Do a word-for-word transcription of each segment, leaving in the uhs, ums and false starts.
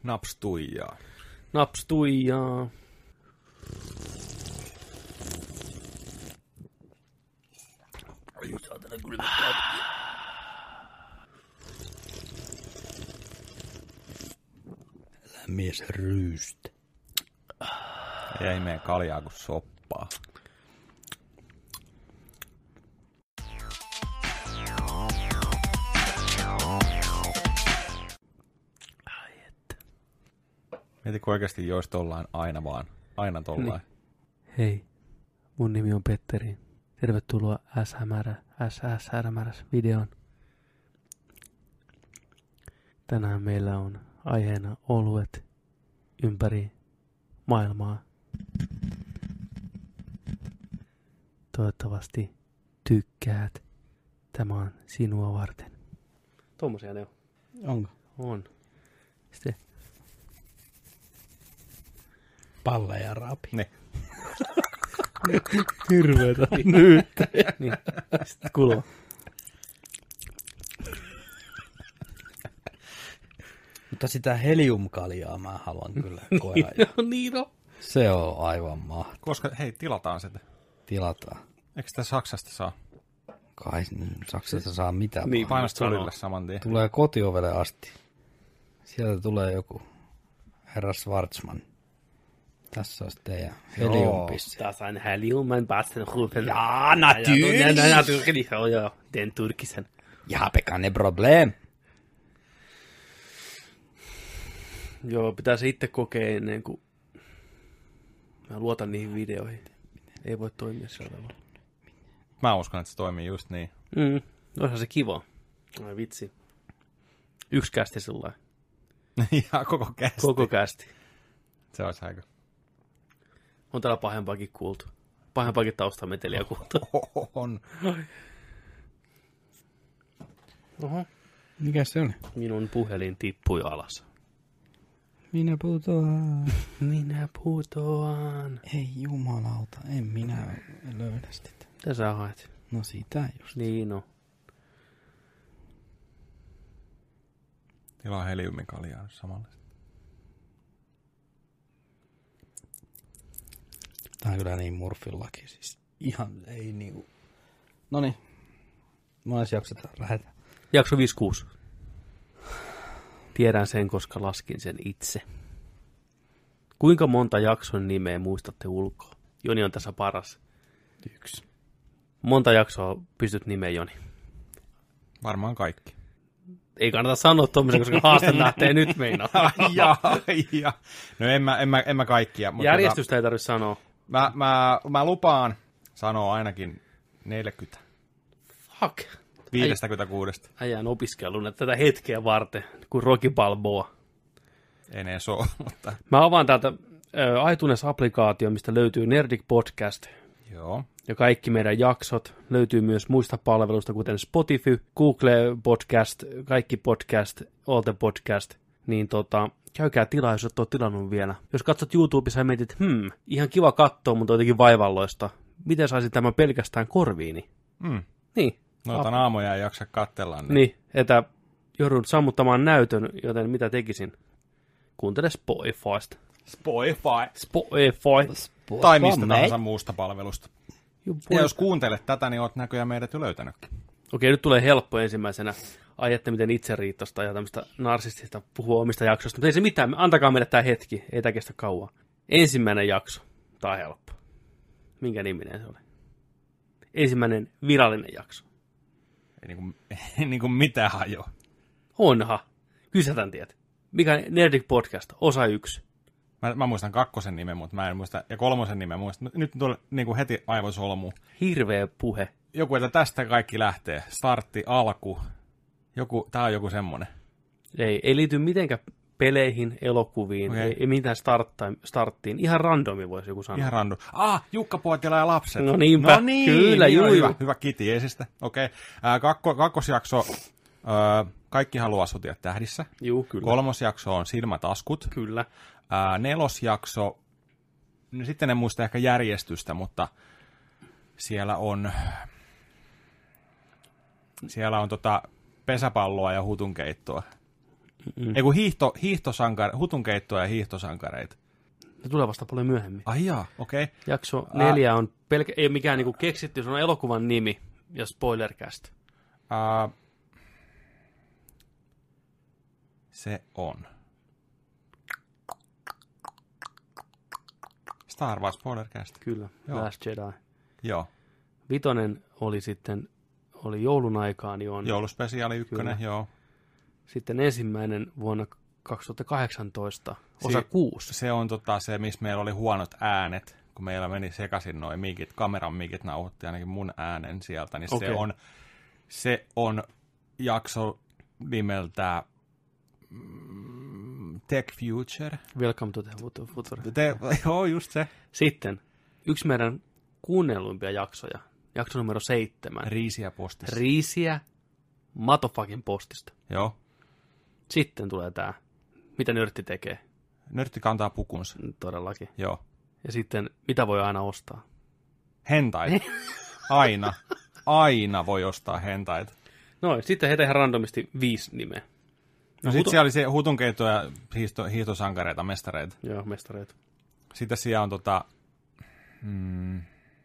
Naps Tuijaa. Naps Tuijaa. Mies ryystä. Ei mene kaljaa kuin soppaa. Ai että. Mieti, kun oikeasti joisi tollain aina vaan. Aina tollain. Niin. Hei, mun nimi on Petteri. Tervetuloa S M R, S S R M R-videoon. Tänään meillä on aiheena oluet ympäri maailmaa. Toivottavasti tykkäät. Tämä on sinua varten. Tuommoisia ne on. Onko? On. Sitten Palleja rapi. Niin. hirveetä nyt. Niin. Sitten kulma. Mutta sitä heliumkaljaa mä haluan kyllä koea. No niin on. Se on aivan mahtavaa. Koska, hei, tilataan sitä. Tilataan. Eikö sitä Saksasta saa? Kai niin, Saksasta saa mitä Niin, vaan. Painast sanoo. solille saman tien. Tulee kotiovelle asti. Sieltä tulee joku herra Schwarzman. Tässä olisi teidän heliumpissi. Das ein Helium, ein Bastenrufen. Ja, natürlich. Ja, ja, natürlich. Oh, ja, den Türkisen. Ja, keine Problem. Joo, pitäisi itse kokea ennen kuin mä luotan niihin videoihin. Ei voi toimia sillä tavalla. Mä uskon, että se toimii just niin. Mm. Olisihan se kiva. Ai vitsi. Yksi kästi sulla. Ja koko kästi. Koko kästi. Se olisi aika. On täällä pahempaakin kuultu. Pahempaakin taustameteliä kuultu. On. Oho. Mikä se oli? Minun puhelin tippui alas. Minä putoan. Minä putoan. Ei jumalauta, en minä löydä sitä. Mitä sä haet? No sitä just. Niin no. Tilaa heliumin kaljaa samalla. Tää on kyllä niin murfillaki. Siis ihan ei niinku. Noniin. Monessa jaksossa lähdetään. Jakso viisikymmentäkuusi. Tiedän sen, koska laskin sen itse. Kuinka monta jakson nimeä muistatte ulkoa? Joni on tässä paras. Yksi. Monta jaksoa pystyt nimeä, Joni? Varmaan kaikki. Ei kannata sanoa tuommoisen, koska haaste lähtee nyt meinaa. ja, ja. No en mä, en mä, en mä kaikkia. Mutta Järjestystä tota, ei tarvitse sanoa. Mä, mä, mä lupaan sanoa ainakin neljäkymmentä. Fuck. viisikymmentäkuusi. Äijän opiskellut tätä hetkeä varten, kuin Rocky Balboa. En edes ole, mutta... Mä avaan täältä äh, iTunes-applikaatio, mistä löytyy Nerdic Podcast. Joo. Ja kaikki meidän jaksot löytyy myös muista palveluista, kuten Spotify, Google Podcast, kaikki podcast, All the Podcast. Niin tota, käykää tilaa, jos et ole tilannut vielä. Jos katsot YouTubessa ja mietit, hmm, ihan kiva katsoa, mutta jotenkin vaivalloista. Miten saisin tämän pelkästään korviini? Mm. Niin. Noita Ap- naamoja ei jaksa katsella. Niin. Niin, että joudun sammuttamaan näytön, joten mitä tekisin? Kuuntele Spotifysta. Spotify. Spotify. Tai mistä tahansa muusta palvelusta. Joo, Ja jos kuuntelet tätä, niin oot näköjään meidät jo löytänytkin. Okei, nyt tulee helppo ensimmäisenä. Ai, miten itseriittosta ja tämmöistä narsistista puhua omista jaksoista. Mutta ei se mitään, antakaa meille tämä hetki, ei tämä kestä kauan. Ensimmäinen jakso, tämä on helppo. Minkä niminen se oli? Ensimmäinen virallinen jakso. Ei niinku, ei niinku mitään hajoa. Onha. Kysätän tiedät. Mikä on Nerdic Podcast, osa yksi. Mä, mä muistan kakkosen nimen, mutta mä en muista, ja kolmosen nimen muistan. Nyt tulee niinku heti aivosolmu. Hirveä puhe. Joku, että tästä kaikki lähtee. Startti, alku. Joku, tää on joku semmonen. Ei, ei liity mitenkään peleihin, elokuviin, Okay. ei, ei mitään starttain, starttiin. Ihan randomi voisi joku sanoa. Ihan randu. Ah, Jukka Puotila ja lapset. No niinpä, no niin, kyllä, niin juu, hyvä, juu. hyvä kiti esistä. Okei, okay. Kakko, kakkosjakso, ää, kaikki haluaa sotia tähdissä. Juu, kyllä. Kolmosjakso on silmätaskut. Kyllä. Ää, nelosjakso, no sitten en muista ehkä järjestystä, mutta siellä on, siellä on tota pesäpalloa ja hutunkeittoa. Mm-mm. Ei kun hiihto, hiihtosankar, hutunkeittoa ja hiihtosankareita. Ne tulee vasta paljon myöhemmin. Ai jaa, okei. Okay. Jakso neljä on pelkä, ei ole mikään niinku keksitty, se on elokuvan nimi ja spoilercast. Uh, se on. Star Wars spoilercast. Kyllä, Joo. Last Jedi. Joo. Vitonen oli sitten, oli joulun aikaan, niin on. Jouluspesiaali ykkönen, Kyllä. joo. Sitten ensimmäinen vuonna kaksituhattakahdeksantoista, osa Si- kuusi. Se on tota, se, missä meillä oli huonot äänet, kun meillä meni sekaisin noin mikit, kameran mikit nauhoitti ainakin mun äänen sieltä, niin Okei. se on, se on jakso nimeltä mm, Tech Future. Welcome to the future. Te, joo, just se. Sitten yksi meidän kuunnelluimpia jaksoja, jakso numero seitsemän. Riisiä postissa. Riisiä matofakin postista. Joo. Sitten tulee tää, mitä nörtti tekee, Nörtti kantaa pukunsa. todellakin. Joo. Ja sitten, mitä voi aina ostaa. Hentait. Aina. Aina voi ostaa hentait. No, sitten heitä ihan randomisti viisi nimeä. No sit siellä oli se hutunkeitto ja hiihto, hiihtosankareita, mestareita. Joo, mestareita. Sitten siellä on tota... Mm,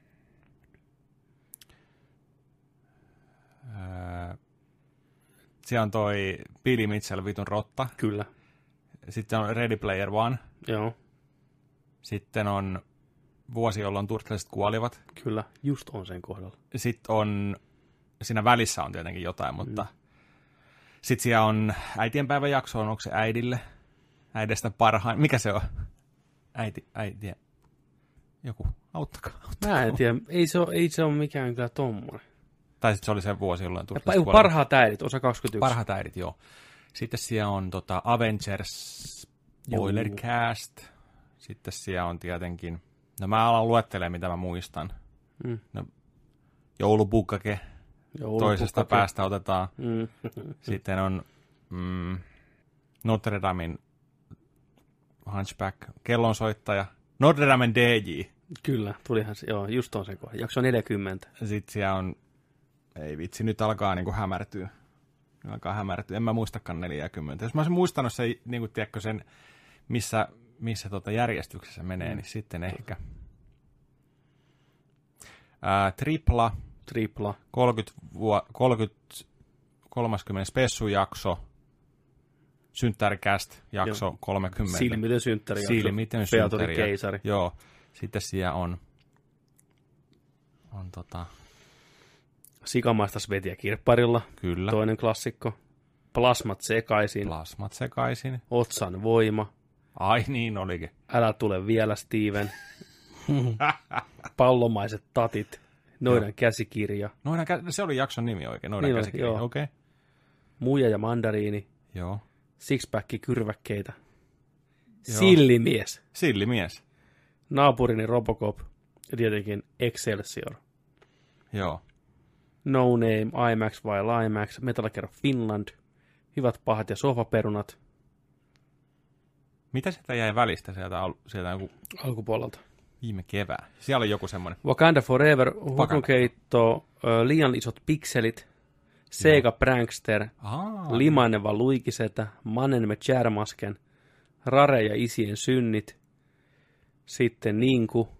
öö, siellä on toi Billy Mitchell, vitun rotta. Kyllä. Sitten on Ready Player One. Joo, Sitten on vuosi, jolloin turtlesit kuolivat. kyllä. Just on sen kohdalla. Sitten on... Siinä välissä on tietenkin jotain, mutta... Mm. Sitten siellä on äitienpäivän jakso, onko se äidille? Äidestä parhain. Mikä se on? Äiti, äitiä. Joku, auttakaa. auttakaa. Mä en tiedä, ei se ole, ei se ole mikään kyllä tommoinen. Tai sitten se oli se vuosi, jolloin Ja turtlesit pa- kuolivat. parhaat äidit, osa kaksikymmentäyksi. Parhaat äidit, joo. Sitten siellä on tota Avengers Spoilercast. Sitten siellä on tietenkin... No mä alan luettelemaan, mitä mä muistan. Mm. No, joulupukkake. Joo, Toisesta pukkake. päästä otetaan. Mm. Sitten on mm, Notre Damen Hunchback, kellonsoittaja. Notre Damen D J. Kyllä, tulihan se, joo, just on sen kohdalla. Jakso neljäkymmentä. Sitten siellä on, ei vitsi, nyt alkaa niinku hämärtyä. Alkaa hämärtyä. En mä muistakaan neljäkymmentä. Jos mä olisin muistanut se, niinku, tiedätkö, sen, missä, missä tota järjestyksessä menee, mm. niin sitten ehkä. Ää, tripla. Tripla. kolmekymmentä, vuo, kolmekymmentä kolmaskymmenes spessujakso, synttärikäst jakso Joo. kolmekymmentä. Silmitön synttäri. Silmitön Featori synttäri. keisari. Joo. Sitten siellä on, on tota, Sikamaista svetiä kirpparilla. kyllä, Toinen klassikko. Plasmat sekaisin. plasmat sekaisin. Otsan voima. Ai niin olikin. Älä tule vielä, Steven. Pallomaiset tatit. Noidan käsikirja. Noidan, kä- se oli jakson nimi oikein, noidan Niin oli, käsikirja. joo. Okei. Okay. Muija ja mandariini. Joo. Sixpack kyrväkkeitä. Joo. Sillimies. Sillimies. Naapurini Robocop. Ja tietenkin Excelsior. Joo. No Name, IMAX vai Limax, Metal Gear Finland, Hyvät pahat ja sofaperunat. Mitä sieltä jäi välistä sieltä, al- sieltä joku Alkupuolelta. viime kevään? Siellä oli joku semmoinen. Wakanda Forever, Hutunkeitto, ö, Liian isot pikselit, Sega Prankster, Aa, Limaineva luikisetä, Manen med Kärmasken, Rare ja isien synnit, sitten Ninku,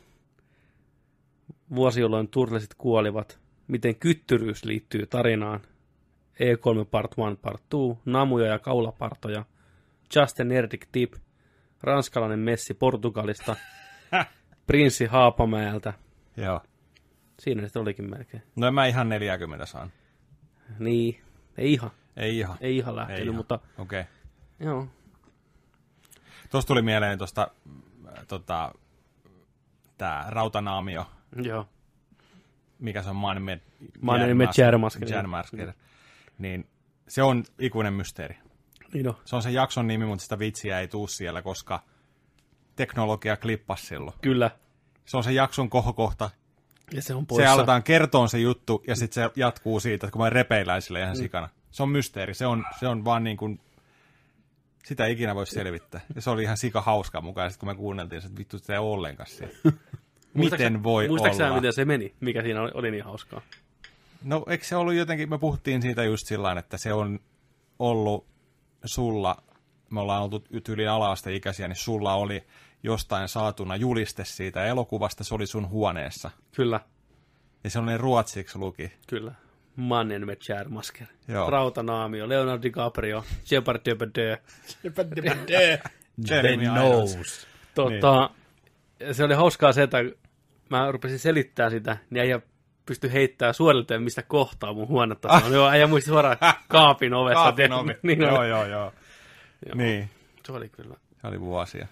vuosi jolloin turtlesit kuolivat, miten kyttyryys liittyy tarinaan, E kolme Part yksi Part kaksi, Namuja ja kaulapartoja, Just a Nerdic Tip, ranskalainen messi Portugalista, Prinssi Haapamäeltä. Joo. Siinä sitten olikin melkein. No en mä ihan neljäkymmentä saan. Niin, ei ihan, Ei ihan. ei ihan lähtenyt, Ei ihan. mutta Okei. Okay. joo. Tuosta tuli mieleen tuosta tota, tää Rautanaamio, Joo. mikä se on Mannen Mannen med Kärmasken. Kärmasken. Niin se on ikuinen mysteeri. Niin on. Se on se jakson nimi, mutta sitä vitsiä ei tuu siellä, koska teknologia klippasi silloin. Kyllä. Se on se jakson kohokohta. Ja se on poissa. Se aletaan kertoa se juttu, ja sitten se jatkuu siitä, että kun mä repeillään sille ihan sikana. Se on mysteeri. Se on, se on vaan niin kuin, sitä ei ikinä voi selvittää. Ja se oli ihan sika hauskaa mukaan, kun me kuunneltiin, että vittu sitä ei ole ollenkaan siellä. Miten voi Muistaakseni olla? miten se meni? Mikä siinä oli, oli niin hauskaa? No eikö se ollut jotenkin, me puhuttiin siitä just sillä että se on ollut sulla, me ollaan oltu yli ala-asteikäisiä, niin sulla oli jostain saatuna juliste siitä elokuvasta, se oli sun huoneessa. Kyllä. Ja se oli ruotsiksi luki. Kyllä. Mannen med kärmasker. Joo. Rautanaamio, Leonardo DiCaprio, Shepard Debedö. The Jeremy Nose. Tota, se oli hauskaa se, että mä rupesin selittämään sitä, niin äijä pystyi heittämään suorilteen, mistä kohtaa mun huonetta se on. Joo, äijä muisti suoraan kaapin ovessa. Kaapin ovi. Niin, joo, joo, joo. joo. Niin. Se oli kyllä. Se oli vuosia.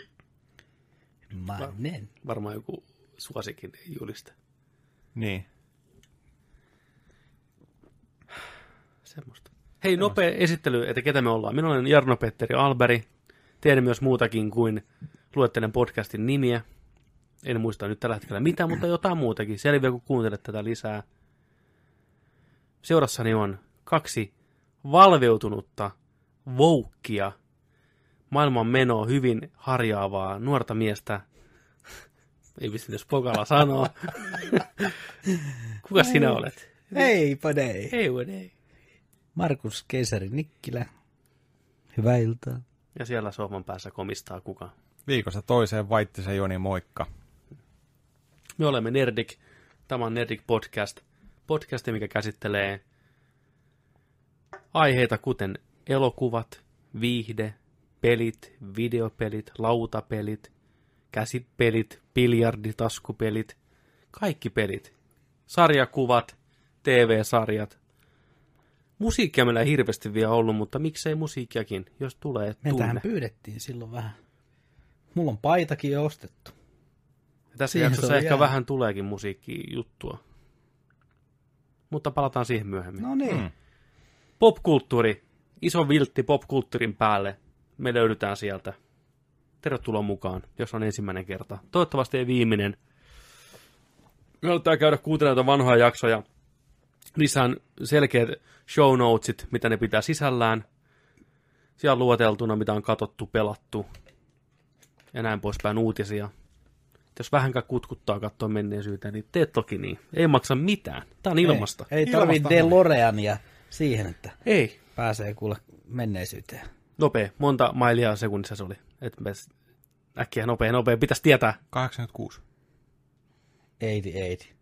Mannen. Varmaan joku suosikin juliste. Niin. Semmosta. Hei, nopea esittely, että ketä me ollaan. Minä olen Jarno-Petteri Alberi. Tiedän myös muutakin kuin luettelen podcastin nimiä. En muista nyt tällä hetkellä mitään, mutta jotain muutakin. Selviä, kun kuuntelet tätä lisää. Seurassani on kaksi valveutunutta, voukkia, maailman menoa hyvin harjaavaa nuorta miestä. Ei vissi, jos Pokala sanoo. Kuka sinä olet? Hei, padei. Hei, hei. Markus Keisari Nikkilä. Hyvää iltaa. Ja siellä sohvan päässä komistaa kuka. Viikosta toiseen Vaittisen Joni, moikka. Me olemme Nerdik. Tämä on Nerdik Podcast. Podcast, mikä käsittelee aiheita kuten elokuvat, viihde, pelit, videopelit, lautapelit, käsipelit, biljarditaskupelit, kaikki pelit, sarjakuvat, T V-sarjat. Musiikkia meillä ei hirveästi vielä ollut, mutta miksei musiikkiakin, jos tulee tunne. Meiltähän pyydettiin silloin vähän. Mulla on paitakin jo ostettu. Ja tässä Siihen jaksossa se on ehkä jää. vähän tuleekin musiikkijuttua. Mutta palataan siihen myöhemmin. No niin. Mm. Popkulttuuri. Iso viltti popkulttuurin päälle. Me löydetään sieltä. Tervetuloa mukaan, jos on ensimmäinen kerta. Toivottavasti ei viimeinen. Me halutaan käydä kuuntelemaan vanhoja jaksoja. Niissä on selkeät show notesit, mitä ne pitää sisällään. Siellä on luoteltuna, mitä on katsottu, pelattu. Ja näin poispäin uutisia. Jos vähänkään kutkuttaa katsoa menneisyyteen, niin teet toki niin. Ei maksa mitään. Tää on ilmasta. Ei, ei tarvitse Ilmasta. DeLoreania siihen, että Ei. pääsee kuule menneisyyteen. Nopea. Monta mailia sekunnissa se oli. Et me äkkiä nopea, nopea. Pitäisi tietää. kahdeksankymmentäkuusi. kahdeksankymmentäkahdeksan.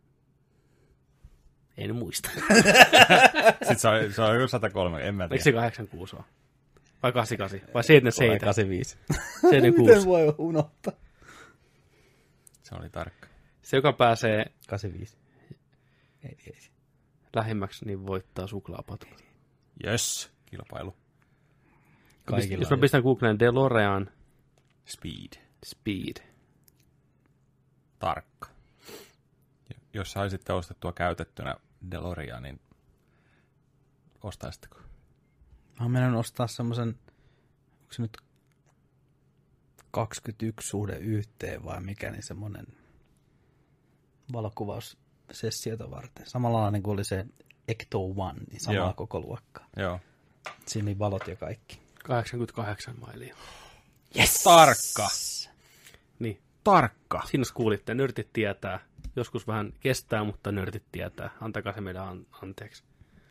En muista. Sitten se on, se on joku sata kolme, en mä Eikö tiedä. se kahdeksankymmentäkuusi ole? Vai kahdeksankymmentäkahdeksan? Vai seitsemänkymmentäseitsemän? kahdeksankymmentäviisi. Miten Miten voi unohtaa? Se oli tarkka. Se, joka pääsee kahdeksankymmentäviisi. Ei, ei. lähimmäksi, niin voittaa suklaapatukan. Jöss, kilpailu. Kaikilla Jos mä pistän Googleen DeLorean Speed. Speed. Tarkka. Ja jos saisitte ostettua käytettynä DeLorean, niin ostaisitteko? Mä oon mennyt ostaa semmosen, onko se nyt kaksikymmentäyksi suhde yhteen vai mikä, niin semmonen valokuvaussessiota varten. Samanlainen kuin oli se Ecto One, niin samaa Joo. koko luokkaa. Joo. Siinä oli valot ja kaikki. kahdeksankymmentäkahdeksan mailia. Yes! Tarkka. Niin. Tarkka. Siinä kuulitte, nörtit tietää. Joskus vähän kestää, mutta nörtit tietää. Antakaa se meidän an- anteeksi.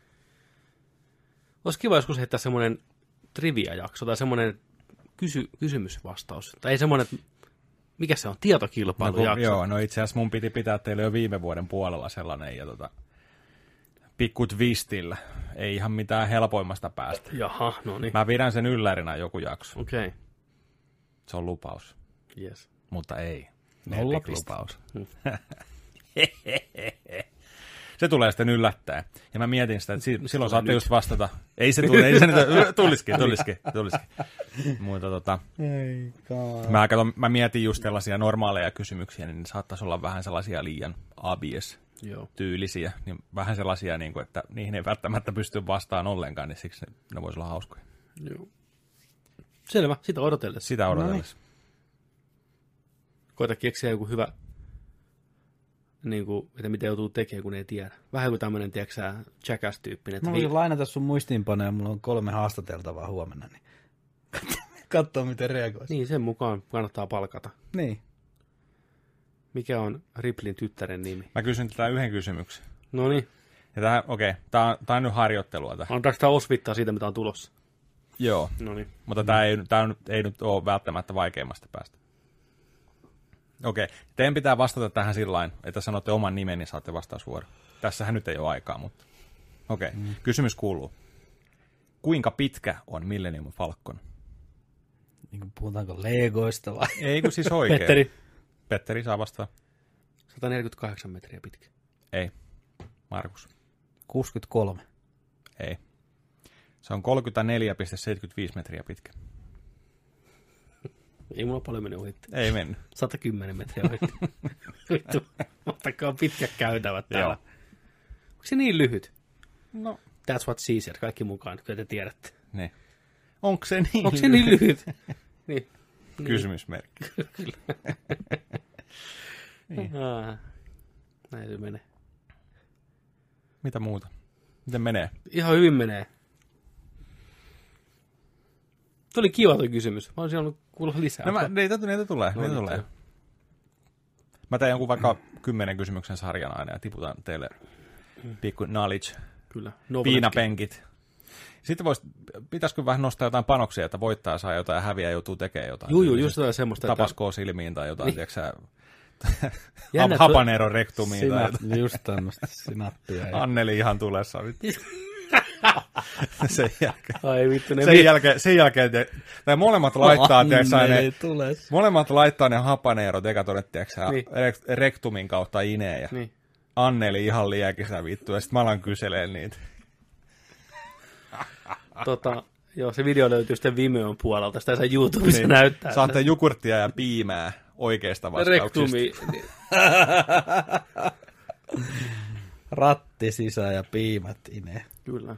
Olisi kiva joskus heittää semmoinen trivia-jakso tai semmoinen kysy- kysymysvastaus. Tai ei semmoinen, että mikä se on, No, kun, tietokilpailujakso. joo, no itse asiassa mun piti pitää teille jo viime vuoden puolella sellainen, ja tota, pikku twistillä. Ei ihan mitään helpoimmasta päästä. Jaha, no niin. Mä pidän sen yllärinä joku jakso. Okei, okay. Se on lupaus. yes. Mutta ei. Nolla Epic piste. lupaus. Se tulee sitten yllättäen. Ja mä mietin sitä, että si- silloin saatte just vastata. Ei se tule, ei se nyt, tulisikin, tulisikin, tulisikin. Mutta tota, Ei kaa. mä, katon, mä mietin just tällaisia normaaleja kysymyksiä, niin ne saattaisi olla vähän sellaisia liian obvious Joo. tyylisiä. Niin vähän sellaisia, niin kuin, että niihin ei välttämättä pysty vastaan ollenkaan, niin siksi ne, ne voisi olla hauskoja. Joo. Selvä, sitä odotellessa. Sitä odotellessa. Koita keksiä joku hyvä, niin kuin, että mitä joutuu tekemään, kun ei tiedä. Vähän kuin tämmöinen, tiedätkö sä, Jackass-tyyppinen. Että Mä vi- voisin lainata sun muistiinpanoja, mulla on kolme haastateltavaa huomenna, niin katsoa miten reagoisi. niin, sen mukaan kannattaa palkata. Niin. Mikä on Riplin tyttären nimi? Mä kysyn tätä yhden kysymyksen. No niin, Ja tähän, okei, tää on, tää on nyt harjoittelua. Tää. antaako tämä osvittaa siitä, mitä on tulossa? Joo, Noniin. mutta tämä ei, tää on, ei nyt ole välttämättä vaikeimmasta päästä. Okei, teidän pitää vastata tähän sillain, että sanotte oman nimen, niin saatte vastausvuoron. Tässähän nyt ei ole aikaa, mutta... Okei, mm. Kysymys kuuluu. Kuinka pitkä on Millennium Falcon? Niin kuin puhutaanko Legoista vai? Ei kun siis oikein. Petteri. Petteri saa vastaa. sata neljäkymmentäkahdeksan metriä pitkä. Ei. Markus. kuusikymmentäkolme. Ei. Se on kolmekymmentäneljä pilkku seitsemänkymmentäviisi metriä pitkä. Ei mulla paljon mennyt ohitti. Ei mennyt. sata kymmenen metriä ohitti. Vittu, ottakaa pitkät käytävät täällä. Joo. Onko se niin lyhyt? No. That's what she said, kaikki mukaan, kyllä te tiedätte. Niin. Onko se niin Onko se niin lyhyt? niin. Kysymysmerkki. Kyllä. Niin. Ah, näin se menee. Mitä muuta? Miten menee? Ihan hyvin menee. Tuo oli kiva tuo kysymys. Mä olisin halunnut kuulla lisää. No mä, niitä, niitä tulee. No, niitä nyt tulee. jo. Mä teen jonkun vaikka kymmenen kysymyksen sarjan aina ja tiputan teille pikku knowledge, Kyllä. No, piinapenkit. Sitten vois, pitäisikö vähän nostaa jotain panoksia, että voittaa saa jotain ja häviää joutuu tekemään jotain. Juu, juu, just jotain semmoista. Tapaskoo silmiin tai jotain, niin. Tiedätkö Jännä, hapanero rektumiin. Sinat, tai just tämmöistä sinappia. Ja... Anneli ihan tulessa. sen jälkeen. Ai vittu, ne sen, vi- jälkeen, sen jälkeen, te, tai molemmat laittaa, tiedätkö, ne, tules. molemmat laittaa ne hapaneerot eka tuonne, tiedätkö, Niin. rektumin kautta ineen ja Niin. Anneli ihan liekissä vittu, ja sit mä alan kyseleen niitä. Tota, joo, se video löytyy sitten Vimeon puolelta, sitä saa YouTubessa niin. näyttää. Saatte jogurttia ja piimää oikeista vastauksista. Rektumi. Ratti sisään ja piimät ineen. Kyllä.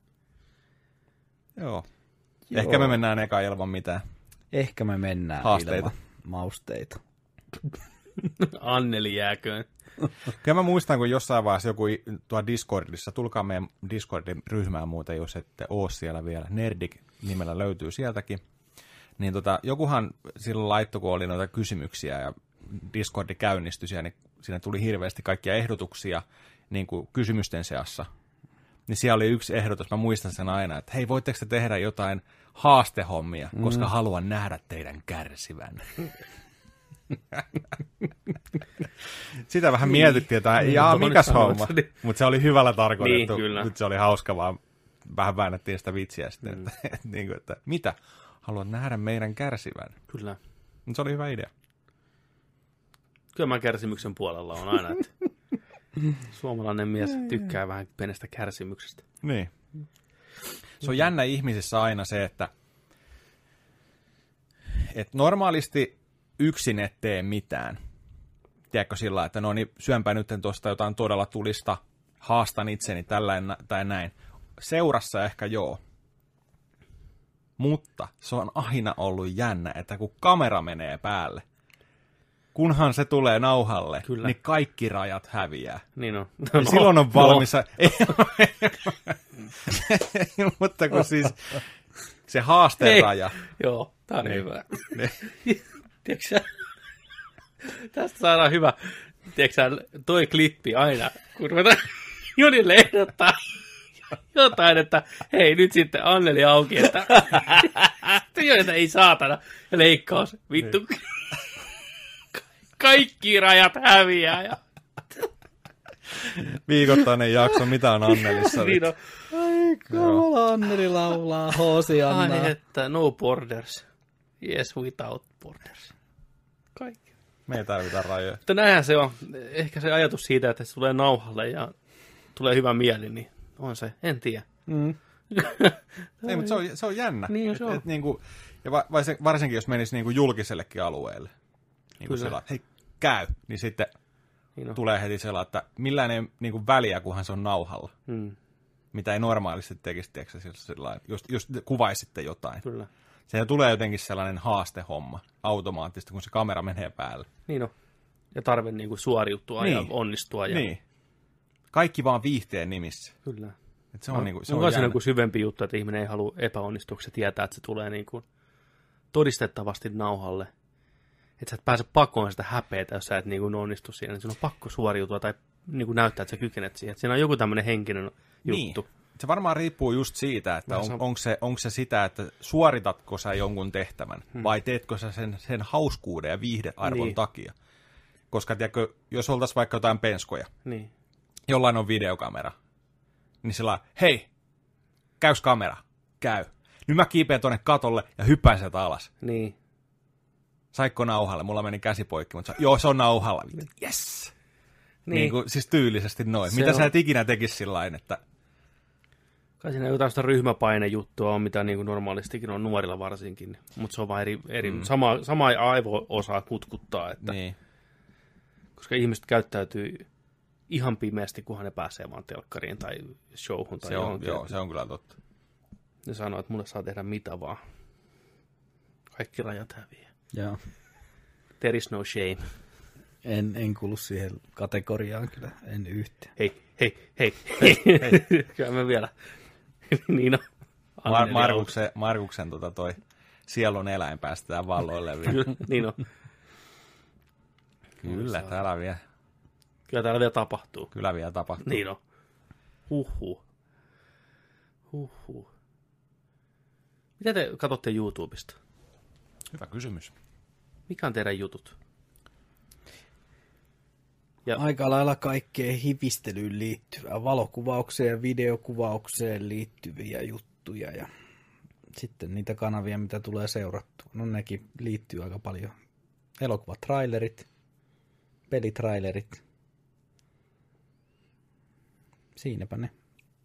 Joo. Joo. Ehkä me mennään eka ilman mitään. Ehkä me mennään Haasteita. ilman mausteita. Anneli jääköön. Kyllä mä muistan, kun jossain vaiheessa joku tuo Discordissa, tulkaa meidän Discordin ryhmään muuten, jos ette oo siellä vielä, Nerdik nimellä löytyy sieltäkin, niin tota, jokuhan silloin laittoi, kun oli noita kysymyksiä ja Discordi käynnistyi siellä, niin siinä tuli hirveästi kaikkia ehdotuksia niin kuin kysymysten seassa. Niin siellä oli yksi ehdotus, mä muistan sen aina, että hei, voitteko te tehdä jotain haastehommia, mm. koska haluan nähdä teidän kärsivän. Sitä vähän niin. Mietittiin, että jaa, mikäs homma, mutta se oli hyvällä tarkoitettu, niin, nyt se oli hauska, vaan vähän väännettiin sitä vitsiä sitten, mm. että, että, niin kuin, että mitä, haluan nähdä meidän kärsivän. Kyllä. Mutta se oli hyvä idea. Kyllä mä kärsimyksen puolella on aina, että suomalainen mies tykkää vähän pienestä kärsimyksestä. Niin. Se on jännä ihmisissä aina se, että, että normaalisti yksin et tee mitään. Tiedätkö sillä, että no niin, syönpä nyt tuosta jotain todella tulista, haastan itseni tällainen tai näin. Seurassa ehkä joo. Mutta se on aina ollut jännä, että kun kamera menee päälle, kunhan se tulee nauhalle, Kyllä. niin kaikki rajat häviää. Niin on. No, no, silloin on valmis. No. Ei, mutta kun siis se haasteraja. Joo, tää on niin, hyvä. Niin. Tiedätkö tästä saadaan hyvä, tiedätkö toi klippi aina, kun ruvetaan Jonille ehdottaa jotain, että hei nyt sitten Anneli auki, että joita ei saatana, ja leikkaus, vittu. Niin. Kaikki rajat häviää. Ja... Viikoittainen jakso, mitä on Annelissa? Niin on. Ai kamala, Anneli laulaa Hosiannaa. Ai että, no borders. Yes, without borders. Kaikki. Me ei tarvita rajoja. Mutta näinhän se on. Ehkä se ajatus siitä, että se tulee nauhalle ja tulee hyvä mieli, niin on se. En tiedä. Mm. Ei, mutta se on, se on jännä. Niin se on. Et, et, niin kuin, ja va, varsinkin, jos menisi niin kuin julkisellekin alueelle. Niin kuin sellainen, hei, käy. Niin sitten niin no. tulee heti sellainen, että millainen niin kuin väliä, kunhan se on nauhalla. Mm. Mitä ei normaalisti tekisi, tiedätkö, jos, jos kuvaisitte jotain. Kyllä. Se tulee jotenkin sellainen haastehomma automaattisesti, kun se kamera menee päälle. Niin on. Ja tarve niin kuin suoriutua niin. ja onnistua. Ja... Niin. Kaikki vaan viihteen nimissä. Kyllä. Et se on, no, niin kuin, se on, on se joku syvempi juttu, että ihminen ei halua epäonnistuksia tietää, että se tulee niin kuin todistettavasti nauhalle. Että sä et pääse pakoon sitä häpeätä, jos sä et niin kuin onnistu siinä. Sinun on pakko suoriutua tai niin kuin näyttää, että sä kykenet siihen. Että siinä on joku tämmöinen henkinen juttu. Niin. Se varmaan riippuu just siitä, että on, onko, se, onko se sitä, että suoritatko sä jonkun tehtävän, hmm. vai teetkö sä sen, sen hauskuuden ja viihdearvon niin. takia. Koska tiedätkö, jos oltaisiin vaikka jotain penskoja, niin. jollain on videokamera, niin sillä hei, käys kamera, käy. Nyt mä kiipeen tuonne katolle ja hyppään sieltä alas. Niin. Saikko nauhalle? Mulla meni käsi poikki, mutta joo, se on nauhalla. Yes! Niin. Niin kuin, siis tyylisesti noin. Se mitä on... sä et ikinä tekisi sillain, että... Kai siinä jotain sitä ryhmäpainejuttua on, mitä niin kuin normaalistikin on nuorilla varsinkin. Mutta se on vaan eri, eri mm. sama, sama aivo-osaa kutkuttaa. Että... Niin. Koska ihmiset käyttäytyy ihan pimeästi, kunhan ne pääsee vaan telkkariin tai showhun tai se johonkin. On, joo, se on kyllä totta. Ne sanoo, että mulle saa tehdä mitä vaan. Kaikki rajat häviää. Joo. There is no shame. En, en kuulu siihen kategoriaan kyllä, en yhtään. Hei, hei, hei, hei, hei. Kyllä mä vielä. niin on. Mar- Markuksen, Markuksen tota toi sielun eläin päästetään valloille vielä. niin on. Kyllä, täällä vielä. Kyllä täällä vielä tapahtuu. Kyllä vielä tapahtuu. Niin on. Huhhuh. Huhhuh. Mitä te katsotte YouTubesta? Hyvä kysymys. Mikä on teidän jutut? Ja... Aika lailla kaikkeen hivistelyyn liittyvää, valokuvaukseen ja videokuvaukseen liittyviä juttuja ja sitten niitä kanavia, mitä tulee seurattua. No nekin liittyy aika paljon. Elokuvatrailerit, pelitrailerit. Siinäpä ne.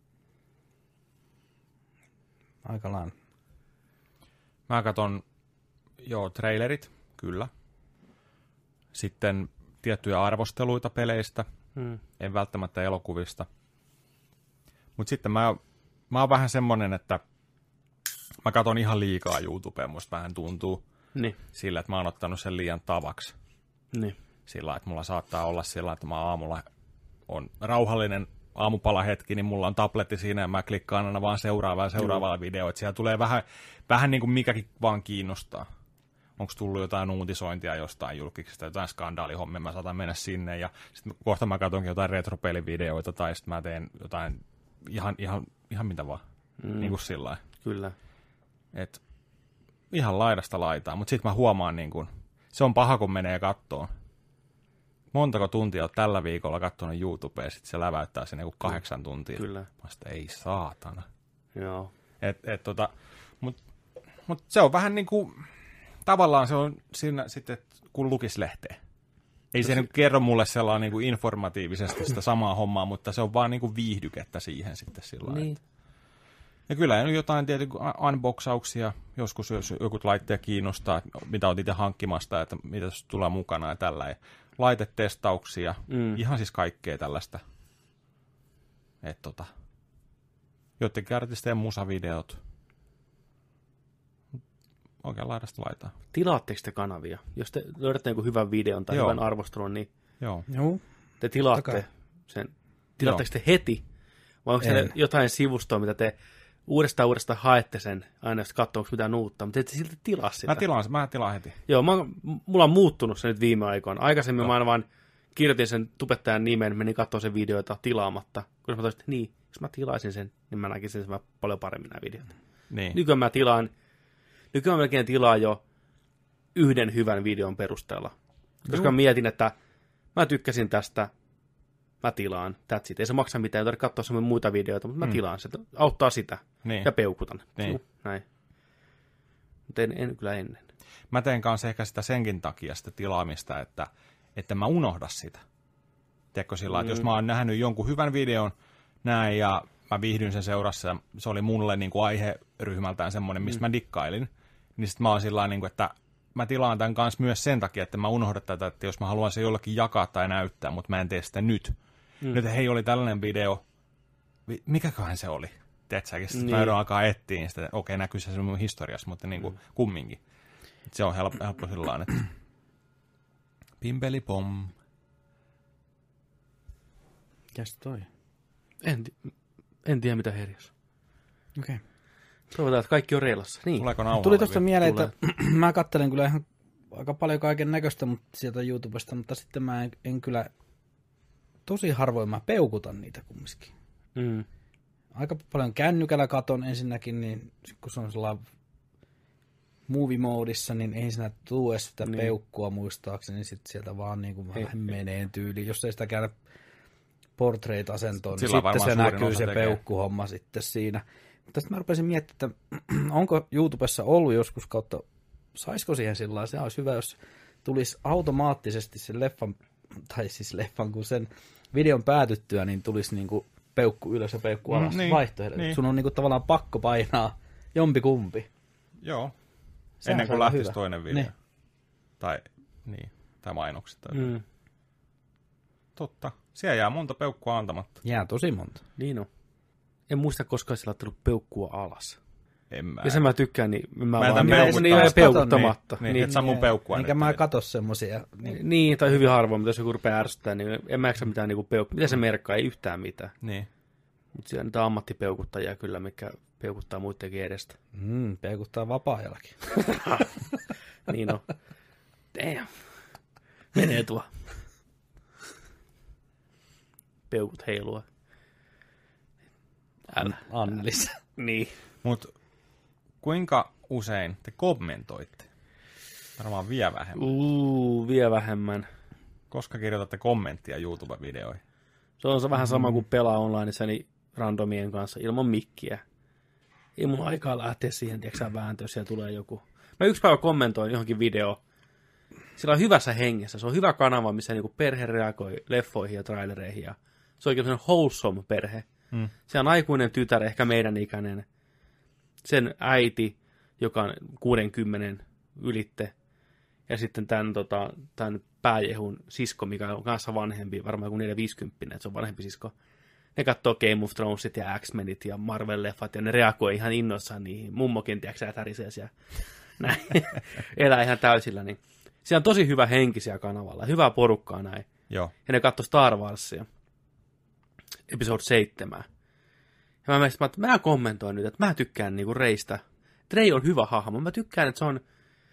Aika lailla. Mä katon, joo, trailerit, kyllä. Sitten tiettyjä arvosteluita peleistä, hmm. en välttämättä elokuvista. Mutta sitten mä, mä oon vähän semmonen, että mä katon ihan liikaa YouTubea, musta vähän tuntuu niin. Sillä, että mä oon ottanut sen liian tavaksi. Niin. Sillä, että mulla saattaa olla sillä, että mä aamulla on rauhallinen aamupalahetki, niin mulla on tabletti siinä ja mä klikkaan aina vaan seuraavaa ja seuraavaa mm. videoa. Siellä tulee vähän, vähän niin kuin mikäkin vaan kiinnostaa. Onko tullut jotain uutisointia jostain julkiksesta, jotain skandaalihommia, mä saatan mennä sinne ja sitten kohta mä katsonkin jotain retropelivideoita tai sitten mä teen jotain ihan, ihan, ihan mitä vaan, mm. niin kuin sillä lailla. Kyllä. Et ihan laidasta laitaa, mutta sitten mä huomaan, niin kun, se on paha kun menee kattoon. Montako tuntia olet tällä viikolla katsonut YouTubea ja sitten se läväyttää sinne joku kahdeksan tuntia. Kyllä. Mä sitten, ei saatana. Joo. Et, et, tota, mutta mut se on vähän niin kuin... Tavallaan se on siinä sitten, kun lukisi lehteä. Ei se nyt kerro mulle sellainen niin kuin informatiivisesti sitä samaa hommaa, mutta se on vaan niin kuin viihdykettä siihen sitten sillä niin. Että... Ja kyllä on jotain tietysti unboxauksia, joskus jos joku laitteja kiinnostaa, mitä on itse hankkimasta, että mitä tulee mukana ja tällä. Ja laitetestauksia, mm. ihan siis kaikkea tällaista. Että tota, jotenkin artistien musavideot. Oikein laidasta laitaa. Tilaatteko te kanavia? Jos te löydätte jonkun hyvän videon tai Joo. hyvän arvostelun, niin Joo. te tilaatte Taka. sen. Tilaatteko te heti? Vai onko se jotain sivustoa, mitä te uudestaan uudestaan haette sen, aina jos katsoo, onko mitään uutta, mutta te ette silti tilaa sitä. Mä tilaan sen, mä tilaan heti. Joo, mä, mulla on muuttunut se nyt viime aikoina. Aikaisemmin Joo. mä aina vaan kirjoitin sen tubettajan nimen, menin katsoa sen videoita tilaamatta. Kun mä toisin, että niin, jos mä tilaisin sen, niin mä näkisin sen paljon paremmin nämä videot. Niin. Nykyään mä tilaan Nykyään melkein tilaa jo yhden hyvän videon perusteella. Koska Juh. mä mietin, että mä tykkäsin tästä, mä tilaan, that's it. Ei se maksa mitään, ei tarvitse katsoa semmoinen muita videoita, mutta mä mm. tilaan sitä. Auttaa sitä niin. ja peukutan. Niin. Juh, näin. Mutta en, en kyllä ennen. Mä teen kanssa ehkä sitä senkin takia sitä tilaamista, että, että mä unohda sitä. Tiedätkö sillä mm. että jos mä oon nähnyt jonkun hyvän videon näin ja mä viihdyin sen seurassa ja se oli mulle niin kuin aiheryhmältään semmoinen, mistä mm. mä dikkailin. Niin sit mä oon sillä niin kuin, että mä tilaan tämän kanssa myös sen takia, että mä unohdan tätä, että jos mä haluan se jollekin jakaa tai näyttää, mutta mä en tee sitä nyt. Mm. Nyt hei, oli tällainen video. Mikäköhän se oli? Tiedätkö, sitten niin. mä joudun alkaa etsiä sitä. Okei, näkyy se mun historiassa, mutta niin kuin mm. kumminkin. Se on helppo, helppo sillä lailla, että pimpeli pom. Mikäs toi? En, en tiedä, mitä herjäs. Okei. Okay. Toivotaan, että kaikki on reilassa. Niin. Tuleeko nauhalle? Tuli tuosta mieleen, Tulee. että mä katselen kyllä ihan aika paljon kaiken näköistä sieltä YouTubesta, mutta sitten mä en, en kyllä, tosi harvoin mä peukutan niitä kumminkin. Mm. aika paljon kännykällä katon ensinnäkin, niin kun se on sellainen movie-moodissa, niin ei siinä tule sitä niin. peukkua muistaakseni, niin sitten sieltä vaan niin kuin vähän menee tyyliin. Jos ei sitä käydä portrait-asentoon, niin sitten se näkyy se tekee. peukkuhomma sitten siinä. Mutta sitten mä rupesin miettimään, että onko YouTubessa ollut joskus kautta, saisiko siihen sillä lailla, se olisi hyvä, jos tulisi automaattisesti sen leffan, tai siis leffan, kun sen videon päätyttyä, niin tulisi niinku peukku ylös ja peukku alas mm, niin, vaihtoehdolla. Niin. Sun on niinku tavallaan pakko painaa jompikumpi. Joo, sehän ennen kuin lähtisi hyvä. toinen video. Niin. Tai, niin, tai mainokset. Tai mm. Totta, siellä jää monta peukkua antamatta. Jää tosi monta. Niin on. En muista koskaan sillä ottanut peukkua alas. En mä. Ja sen mä tykkään, niin mä, mä vaan niin, niin, peukuttamatta. Niin, niin, niin, et saa mun peukkua. Enkä mä katso semmosia. Niin. niin, tai hyvin harvoin, mutta jos joku rupeaa ärsyttää, niin en mä eksä mitään niinku peukkua. Mitä se merkkaa? Ei yhtään mitään. Niin. Mutta siellä on niitä ammattipeukuttajia kyllä, mikä peukuttaa muidenkin edestä. Mm, peukuttaa vapaa-ajallakin. Niin on. Damn. Menee tuo. Peukut heilua. Älä. Annelissa. Niin. Mut kuinka usein te kommentoitte? Varmaan vielä vähemmän. Uuu, vielä vähemmän. Koska kirjoitatte kommenttia YouTube-videoihin? Se on se vähän sama kuin pelaa onlineissa niin randomien kanssa ilman mikkiä. Ei mun aikaa lähteä siihen, tiedätkö vääntöä, jos siellä tulee joku. Mä yksi päivä kommentoin johonkin video. Sillä on hyvässä hengessä. Se on hyvä kanava, missä niinku perhe reagoi leffoihin ja trailereihin. Ja se on oikein sellainen wholesome perhe. Hmm. Se on aikuinen tytär, ehkä meidän ikäinen. Sen äiti, joka on kuudenkymmenen ylitte. Ja sitten tämän, tota, tämän pääjehun sisko, mikä on kanssa vanhempi, varmaan joku neljäviisikymppinen, että se on vanhempi sisko. Ne katsoo Game of Thronesit ja X-Menit ja Marvel-leffat, ja ne reagoi ihan innoissaan niihin. Mummokin, tiedätkö sä, tärisee siellä. Näin. Elää ihan täysillä. Niin. Siellä on tosi hyvä henki siellä kanavalla, hyvää porukkaa näin. Joo. Ja ne katsoi Star Warsia, episode seitsemän. Ja mä, mä, mä kommentoin nyt, että mä tykkään niinku Reistä. Rey on hyvä hahmo. Mä tykkään, että se on,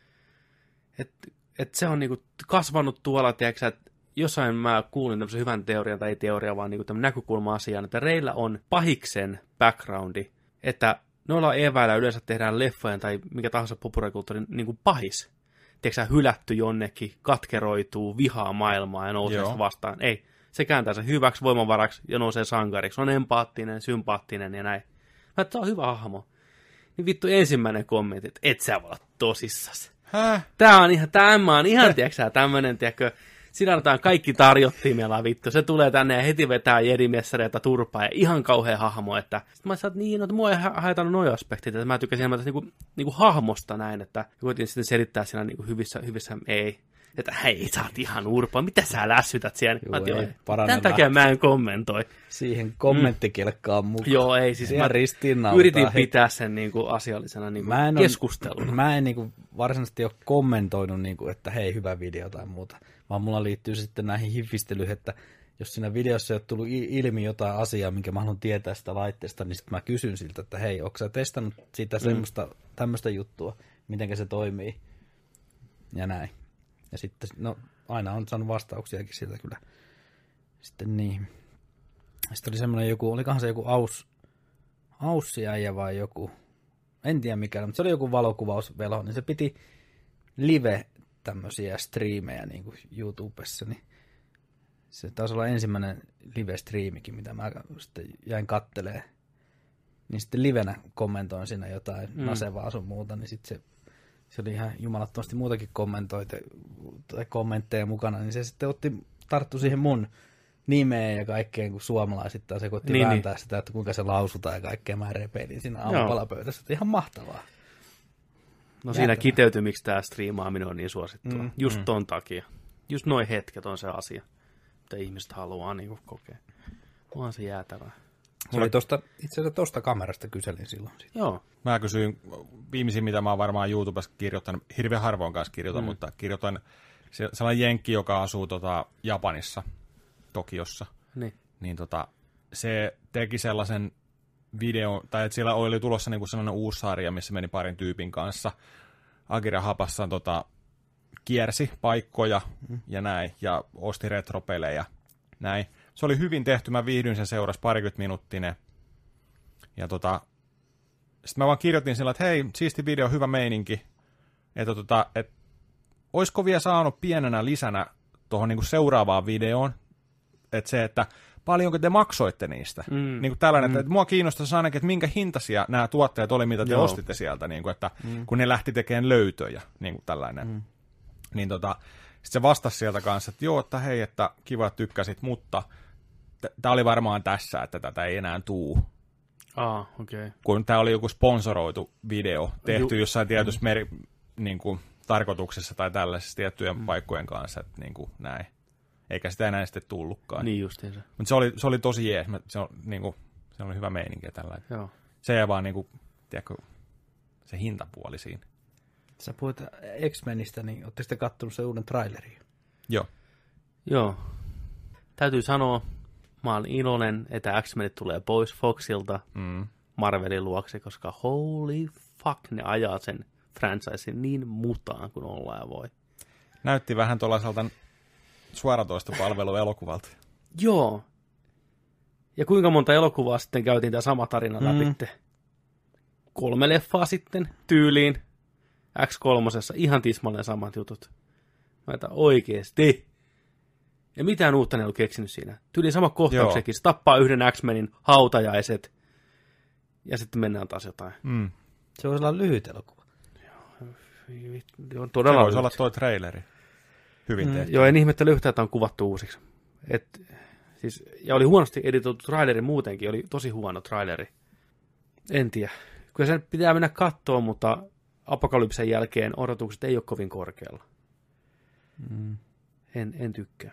että, että se on niinku kasvanut tuolla, tiedätkö, että jossain mä kuulin tämmöisen hyvän teorian, tai ei teoria, vaan niinku tämmöinen näkökulma-asiaan, että Reyllä on pahiksen backgroundi, että noilla eväillä yleensä tehdään leffojen tai mikä tahansa populaarikulttuurin niinku pahis. Tiedätkö, hylätty jonnekin, katkeroituu, vihaa maailmaa ja nousee sitä vastaan. Ei. Se kääntää sen hyväksi voimavaraksi ja nousee sankariksi. On empaattinen, sympaattinen ja näin. Mä että on hyvä hahmo. Niin vittu ensimmäinen kommentti, että et sä voi olla tosissas. Häh? Tää on ihan, tämä on ihan, tiedätkö tämmönen, tiedätkö, siinä annetaan kaikki tarjottimella vittu. Se tulee tänne ja heti vetää jedimessareita turpaa ja ihan kauhea hahmo, että sitten mä sanoin, että niin, no, mua ei haitannut noin aspektit, että mä tykkäsin enemmän tästä niinku, niinku hahmosta näin, että koitin sitten selittää siinä niinku hyvissä, hyvissä, ei. Että hei, sä oot ihan urpo, mitä sä lässytät siellä? Juu, ei, tämän takia mä en kommentoi. Siihen kommenttikelkkaan mukaan. Joo, ei siis mä yritin pitää sen niinku asiallisena niinku keskusteluna. Mä en niinku varsinaisesti ole kommentoinut, niinku, että hei, hyvä video tai muuta, vaan mulla liittyy sitten näihin hifistelyihin, että jos siinä videossa ei ole tullut ilmi jotain asiaa, minkä mä haluan tietää sitä laitteesta, niin sitten mä kysyn siltä, että hei, onko sä testannut sitä semmoista, tämmöistä juttua, mitenkä se toimii ja näin. Ja sitten, no aina on saanut vastauksiakin sieltä kyllä. Sitten niin. Sitten oli semmoinen joku, olikohan se joku aus, aussiäijä vai joku, en tiedä mikä, mutta se oli joku valokuvausvelo, niin se piti live tämmöisiä striimejä niin kuin YouTubessa, niin se taisi olla ensimmäinen live-striimikin, mitä mä sitten jäin kattelee. Niin sitten livenä kommentoin siinä jotain mm. nasevaa sun muuta, niin sitten se Se oli ihan jumalattomasti muutakin kommentoita tai kommentteja mukana, niin se sitten otti, tarttui siihen mun nimeen ja kaikkeen, kun suomalaisittain se koitti niin, vääntää niin. sitä, että kuinka se lausutaan ja kaikkea. Mä repeilin siinä aamupalapöydässä. Ihan mahtavaa. No Jäätävää. Siinä kiteytyi, miksi tämä striimaaminen on niin suosittua. Mm, Just mm. ton takia. Just noin hetket on se asia, mitä ihmiset haluaa niin kokea. Onhan se jäätävää. Se oli tosta, itse asiassa tuosta kamerasta kyselin silloin. Joo. Mä kysyin viimeisin, mitä mä oon varmaan YouTubessa kirjoittanut, hirveän harvoin kanssa kirjoitan, mm. mutta kirjoitan sellainen jenkki, joka asuu tota Japanissa, Tokiossa. Niin. Niin tota, se teki sellaisen videon, tai että siellä oli tulossa niinku sellainen uusi sarja, missä meni parin tyypin kanssa. Akira Hapassaan tota, kiersi paikkoja mm. ja näin, ja osti retropelejä, näin. Se oli hyvin tehty, mä viihdyin sen seurasi parikymmentä minuuttinen. Ja tota, sitten mä vaan kirjoitin sillä, että hei, siisti video, hyvä meininki. Että tota, et, oisko vielä saanut pienenä lisänä tuohon niinku seuraavaan videoon, että se, että paljonko te maksoitte niistä. Mm. Niin kuin tällainen, mm. että mua kiinnostaisi ainakin, että minkä hintaisia nämä tuotteet oli, mitä te Joo. ostitte sieltä, niin kuin, että mm. kun ne lähti tekemään löytöjä, niin kuin tällainen. Mm. Niin tota, sitten se vastasi sieltä kanssa, että joo, että hei, että kiva, että tykkäsit, mutta tämä oli varmaan tässä, että tätä ei enää tuu. Ah, okei. Okay. Kun tämä oli joku sponsoroitu video, tehty Ju- jossain tietyssä mm. meri, niin kuin, tarkoituksessa tai tällaisessa tiettyjen mm. paikkojen kanssa, että niin kuin näin. Eikä sitä enää sitten tullutkaan. Niin justiinsa. Mutta se oli, se oli tosi jees. Se, on, niin kuin, se oli hyvä meininki tällä. Joo. Se ei vaan niin kuin, tiedätkö, se hintapuoli siinä. Sä puhuit X-Menistä, niin ootteko sitten kattonut sen uuden trailerin? Joo. Joo. Täytyy sanoa, mä olen iloinen, että X-Menit tulee pois Foxilta mm. Marvelin luokse, koska holy fuck, ne ajaa sen franchisein niin mutaan kuin ollaan ja voi. Näytti vähän tuollaiselta suoratoistopalvelu elokuvalta. Joo. Ja kuinka monta elokuvaa sitten käytiin tämä sama tarina mm. läpi? Kolme leffaa sitten tyyliin. X kolme, ihan tismalleen samat jutut. Mä ajattelin oikeesti. Ja mitään uutta ne ei ollut keksinyt siinä. Tyyliin sama kohtauksekin. Se tappaa yhden X-Menin hautajaiset. Ja sitten mennään taas jotain. Mm. Se voisi olla lyhyt elokuva. Joo, todella se voisi olla toi traileri. Hyvin tehty. Mm, joo, en ihmettele yhtään, että on kuvattu uusiksi. Et, siis, ja oli huonosti editoitu traileri muutenkin, oli tosi huono traileri. En tiedä. Kyllä sen pitää mennä kattoon, mutta Apokalypsen jälkeen odotukset ei ole kovin korkealla. Mm. En, en tykkää.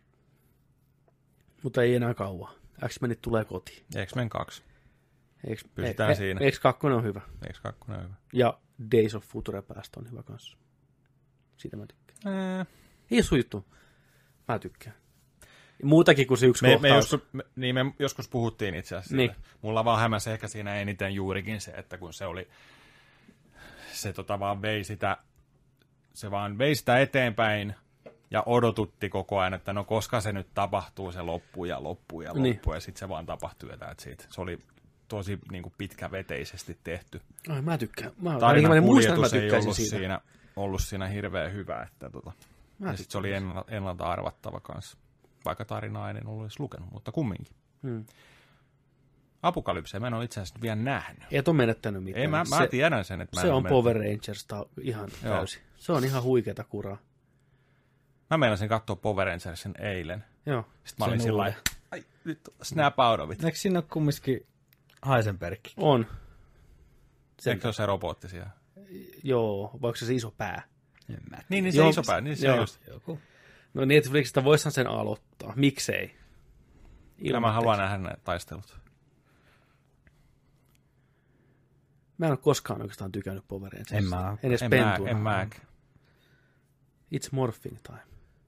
Mutta ei enää kauan. X-Menit tulee kotiin. X-Men kaksi. X, Pysytään e, siinä. X kaksi on hyvä. X kaksi on hyvä. Ja Days of Future Past on hyvä kanssa. Siitä mä tykkään. Ää... Ei sun juttu. Mä tykkään. Muutakin kuin se yksi me, kohtaus. Me joskus, me, niin me joskus puhuttiin itse asiassa. Niin. Mulla vaan hämäsi ehkä siinä eniten juurikin se, että kun se oli, se tota vaan vei sitä, se vaan vei sitä eteenpäin ja odotutti koko ajan, että no koska se nyt tapahtuu, se loppuu ja loppuu ja loppuu niin. Ja sitten se vaan tapahtui jotain siitä. Se oli tosi niin kuin pitkäveteisesti tehty. Ai mä tykkään. Mä, Tarinan mä kuljetus ei ollut siitä. siinä, ollut siinä hirveän hyvä, että tota, ja sit se oli ennalta arvattava kanssa. Vaikka tarinaa en ollut edes lukenut, mutta kumminkin. Hmm. Apokalypse, mä en ole itse asiassa vielä nähnyt. Et ole menettänyt mitään. Ei, mä, mä se, tiedän sen, että mä Se en on Power Rangers ihan täysin. Se on ihan huikeata kuraa. Mä meinasin katsoa Power Rangersin eilen. Joo. Sitten mä olin sillä lailla, ai nyt snap out of it. Eikö siinä ole kumminkin Heisenberg? On. Sen... Eikö se ole se robotti siellä? Joo, vai onko se se iso pää? Niin, niin se Joo, iso pää. Niin se just. Joku. No Netflixistä voisihan sen aloittaa. Miksei? Kyllä mä haluan nähdä ne taistelut. Mä en ole koskaan oikeastaan tykännyt Power Rangersista. En mä. En edes en pentuna. En mä. It's morphine time.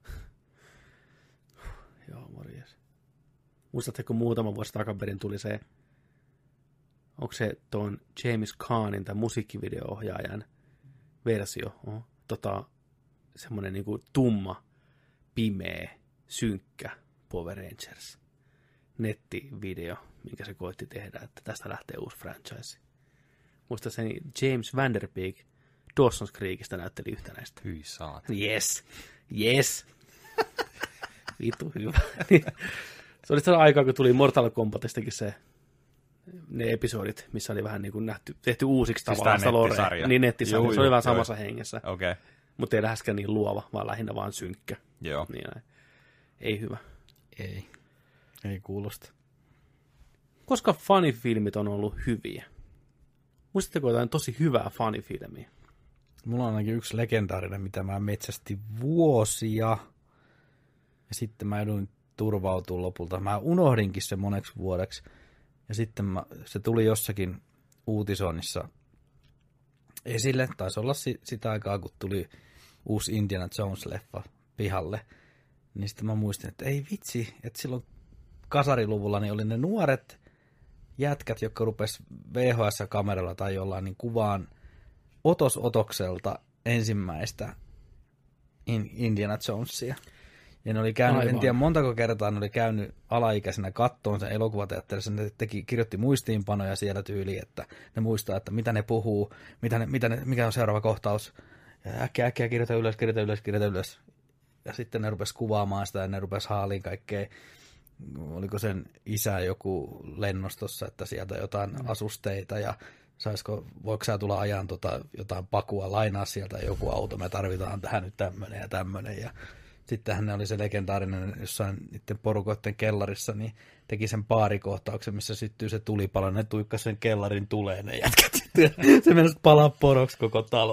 Joo, morjes. Muistatteko muutama vuosi takaperin tuli se, onko se tuon James Caanin tai musiikkivideo-ohjaajan versio? Oho. Tota, semmoinen niinku tumma, pimeä, synkkä Power Rangers nettivideo, minkä se koitti tehdä, että tästä lähtee uusi franchise. Muista sen James Van Der Beek Dawson's Creekistä näytteli yhtä näistä. Hyi saat. Yes, yes. Vittu hyvä. Se oli sellainen aikaa, kun tuli Mortal Kombatistakin se, ne episodit, missä oli vähän niin kuin nähty, tehty uusiksi siis tavallaan sitä lorea. Niin nettisarja. Juu, se oli juu, vähän samassa joo. hengessä. Okay. Mutta ei läheskään niin luova, vaan lähinnä vaan synkkä. Joo. Niin, ei hyvä. Ei. Ei kuulosta. Koska fanifilmit on ollut hyviä? Muistatteko jotain tosi hyvää fanifilmiä? Mulla on ainakin yksi legendaarinen, mitä mä metsästin vuosia. Ja sitten mä joudun turvautumaan lopulta. Mä unohdinkin sen moneksi vuodeksi. Ja sitten mä, se tuli jossakin uutisoinnissa esille. Taisi olla si, sitä aikaa, kun tuli uusi Indiana Jones-leffa pihalle. Niin sitten mä muistin, että ei vitsi, että silloin kasariluvulla niin oli ne nuoret jätkät, jotka rupes V H S-kameralla tai jollain niin kuvaan otos otokselta ensimmäistä Indiana Jonesia. Ja ne oli käynyt, Aivan. en tiedä montako kertaa ne oli käynyt alaikäisenä kattoon sen elokuvateatterissa, ne teki, kirjoitti muistiinpanoja siellä tyyliin, että ne muistaa, että mitä ne puhuu, mitä ne, mitä ne, mikä on seuraava kohtaus, ja äkkiä, äkkiä kirjoita ylös, kirjoita ylös, kirjoita ylös. Ja sitten ne rupesi kuvaamaan sitä ja ne rupesi haaliin kaikkea, oliko sen isä joku lennostossa, että sieltä jotain asusteita ja saisiko, voiko sä tulla ajan tota, jotain pakua, lainaa sieltä joku auto, me tarvitaan tähän nyt tämmöinen ja tämmöinen. Ja sittenhän ne oli se legendaarinen jossain niiden porukoiden kellarissa, niin teki sen baarikohtauksen, missä syttyy se tulipalo, ne tuikkasi sen kellarin tuleen ne jätkät sitten. Se meni palaa poroksi koko talo.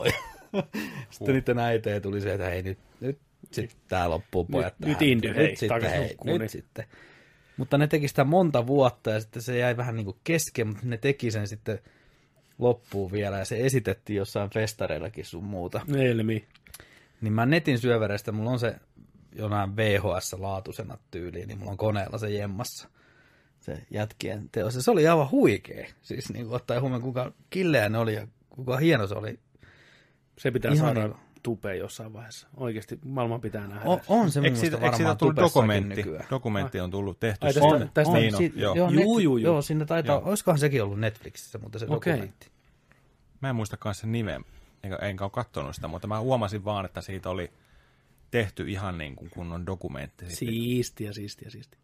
Sitten niiden äitejä tuli se, että hei nyt, nyt sitten tää loppuu pojat. Nyt, nyt Indy, hei, nyt sitten, hei, nyt niin. sitten. Mutta ne teki sitä monta vuotta ja sitten se jäi vähän niin kuin kesken, mutta ne teki sen sitten loppuun vielä ja se esitettiin jossain festareillakin sun muuta. Elmi. Niin mä netin syövereistä, mulla on se jonain V H S-laatusena tyyliin, niin mulla on koneella se jemmassa. Se jätkien teos. Se oli aivan huikea. Siis niin ottaa huomioon, kuinka killeä ne oli ja kuinka hieno se oli. Se pitää Ihan saada niin. tupeen jossain vaiheessa. Oikeasti maailman pitää nähdä. On, on se mun Eikö siitä, mielestä eikö siitä varmaan tullut tupessakin dokumentti? nykyään. Dokumentti on tullut tehty. Ai, tästä- on, tästä- niin on, si- joo. joo, Juu, net- juu, juu. joo, siinä taitaa, Joo. olisikohan sekin ollut Netflixissä, mutta se Okei. dokumentti. Mä en muistakaan sen nimeä, enkä, enkä ole katsonut sitä, mutta mä huomasin vaan, että siitä oli tehty ihan niin kuin kunnon dokumentti. Siistiä, siistiä, siistiä.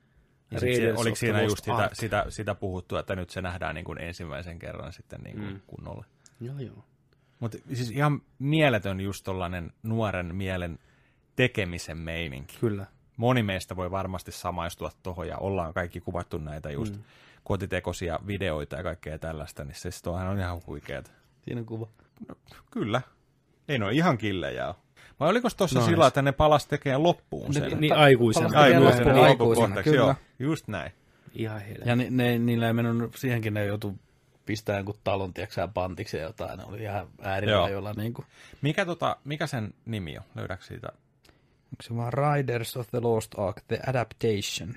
Ja sit se, Raiders oliko of siinä the just Lost sitä, Ark. sitä, sitä puhuttu, että nyt se nähdään niin kuin ensimmäisen kerran sitten niin kuin mm. kunnolla. Joo, joo. Mutta siis ihan mieletön just tollainen nuoren mielen tekemisen meininki. Kyllä. Moni meistä voi varmasti samaistua tuohon ja ollaan kaikki kuvattu näitä just mm. kotitekoisia videoita ja kaikkea tällaista, niin se tuohan on ihan huikeeta. Siinä on kuva. No, kyllä. Ei ne ole ihan killejä ole. Vai oliko tuossa Nice. sillä, että ne palas tekemään loppuun sen? Niin, niin aikuisena. Palasi tekemään Aikuisena loppuun loppukohtaksi, aikuisena, joo. kyllä. Just näin. Ihan helvetti. Ja ni, ne, niillä ei mennyt, siihenkin ne joutui pistää jonkun talon, tiedätkö pantiksi ja jotain. Ne oli ihan äärirajoilla. Niin kuin. Mikä, tota, mikä sen nimi on? Löydätkö siitä? Onko se vaan Riders of the Lost Ark, The Adaptation.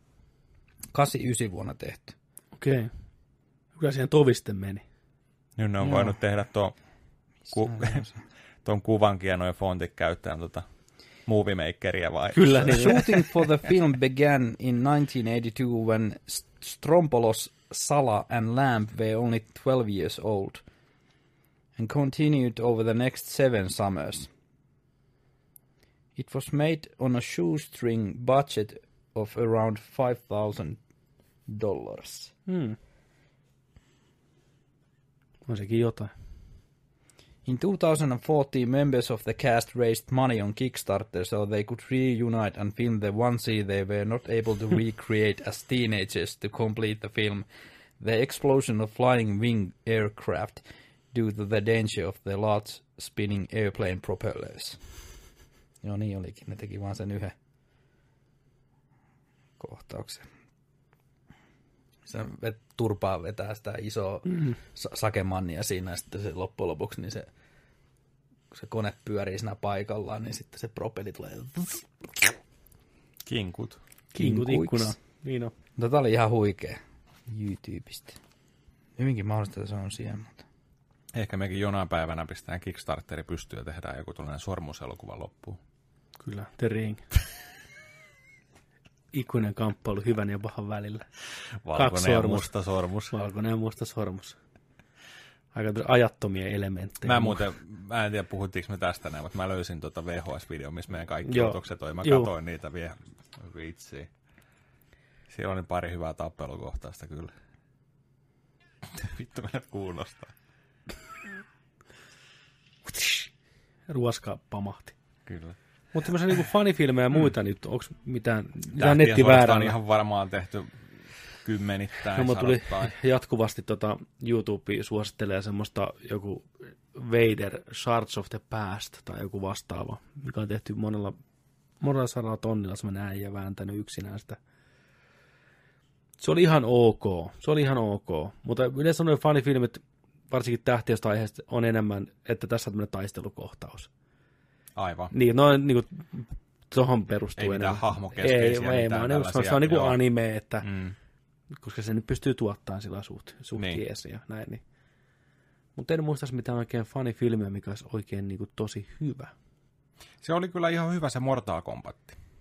kahdeksankymmentäyhdeksän vuonna tehty. Okei. Okay. Kyllä siihen tovisten meni. Nyt ne on Joo. voinut tehdä tuon ku, ton kuvankin ja noin fontit käyttäen tota Movie Makeria vai? Kyllä, niin. Shooting for the film began in nineteen eighty-two when Strompolos, Sala and Lamb were only twelve years old and continued over the next seven summers. It was made on a shoestring budget of around five thousand dollars. Hmm. On sekin jotain. In two thousand fourteen, members of the cast raised money on Kickstarter so they could reunite and film the onesie they were not able to recreate as teenagers to complete the film. The explosion of flying wing aircraft due to the danger of the large spinning airplane propellers. Joo, niin olikin. Ne teki vaan sen yhden kohtauksen. Se vet, turpaa vetää sitä isoa mm. sa- sakemannia siinä, ja sitten se loppujen lopuksi, niin se, kun se kone pyörii siinä paikallaan, niin sitten se propelli tulee Kinkut. Kinkut kinkuiksi. ikkunaan. Niin on. Mutta tää oli ihan huikea YouTubesta. Hyvinkin mahdollista, että se on siellä, mutta... Ehkä mekin jonain päivänä pistetään Kickstarteri pystyyn ja tehdään joku tällainen sormuselokuva loppuun. Kyllä, The Ring. Ikuinen kamppailu hyvän ja pahan välillä. Valkoinen ja sormus. musta sormus. Valkoinen ja musta sormus. Aika ajattomia elementtejä. Mä en muuten, mä en tiedä puhuttiinko me tästä näin, mutta mä löysin tuota V H S-video, missä meidän kaikki Joo. otokset on. Mä Joo. katsoin niitä vielä. Vitsi. Siellä on pari hyvää tappelukohtausta kyllä. Vittu meidät kuulostaa. Ruoska pamahti. Kyllä. Mutta tämmöisiä niinku fanifilmejä ja muita, niin onko mitään, mitään Tähtien sodasta nettiväärää? on ihan varmaan tehty kymmenittäin, No, mulla tuli sadottain. jatkuvasti tota, YouTube suosittelee semmoista joku Vader, Shards of the Past tai joku vastaava, mikä on tehty monella, monella sadalla tonnilla semmoinen äijä vääntänyt yksinään sitä. Se oli ihan ok, se oli ihan ok, mutta yleensä noin fanifilmit, varsinkin tähtiöstä aiheesta, on enemmän, että tässä on tämmöinen taistelukohtaus. Aivan. Niin, no niin kuin tuohon perustuu Ei mitään enemmän. hahmokeskeisiä, Ei, ei, mitään ei vaan tällaisia, se on niin kuin joo. anime, että Mm. koska se nyt pystyy tuottamaan sillä suht, suht Niin. jees ja näin. Niin. Mutta en muistaisi mitään oikein fanifilmiä, mikä olisi oikein niin kuin tosi hyvä. Se oli kyllä ihan hyvä se Mortal Kombat.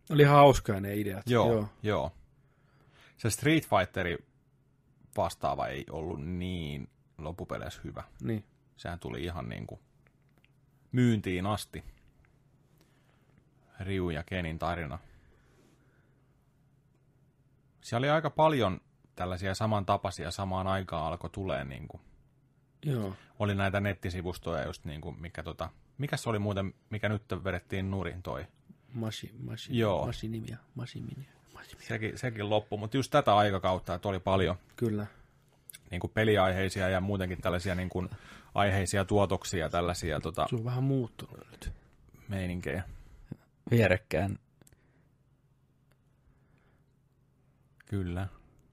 Oli hauskaa ne ideat. Joo, joo. joo. Se Street Fighteri vastaava ei ollut niin loppupeleissä hyvä. Niin. Sehän tuli ihan niin kuin myyntiin asti. Ryu ja Kenin tarina. Siellä oli aika paljon tällaisia samantapaisia samaan aikaan alkoi tulee niin kuin. Joo. Oli näitä nettisivustoja just niin kuin, mikä tota, mikä se oli muuten, mikä nyt vedettiin nurin toi? Mashi, mashi, Joo. Mashinimia, Mashiminia. Sekin, sekin loppui, mutta just tätä aikakautta, että oli paljon Kyllä. niin kuin peliaiheisia ja muutenkin tällaisia niin kuin aiheisia tuotoksia, tällaisia tota, Se on vähän muuttunut nyt. meininkejä. Vierekkään. Kyllä.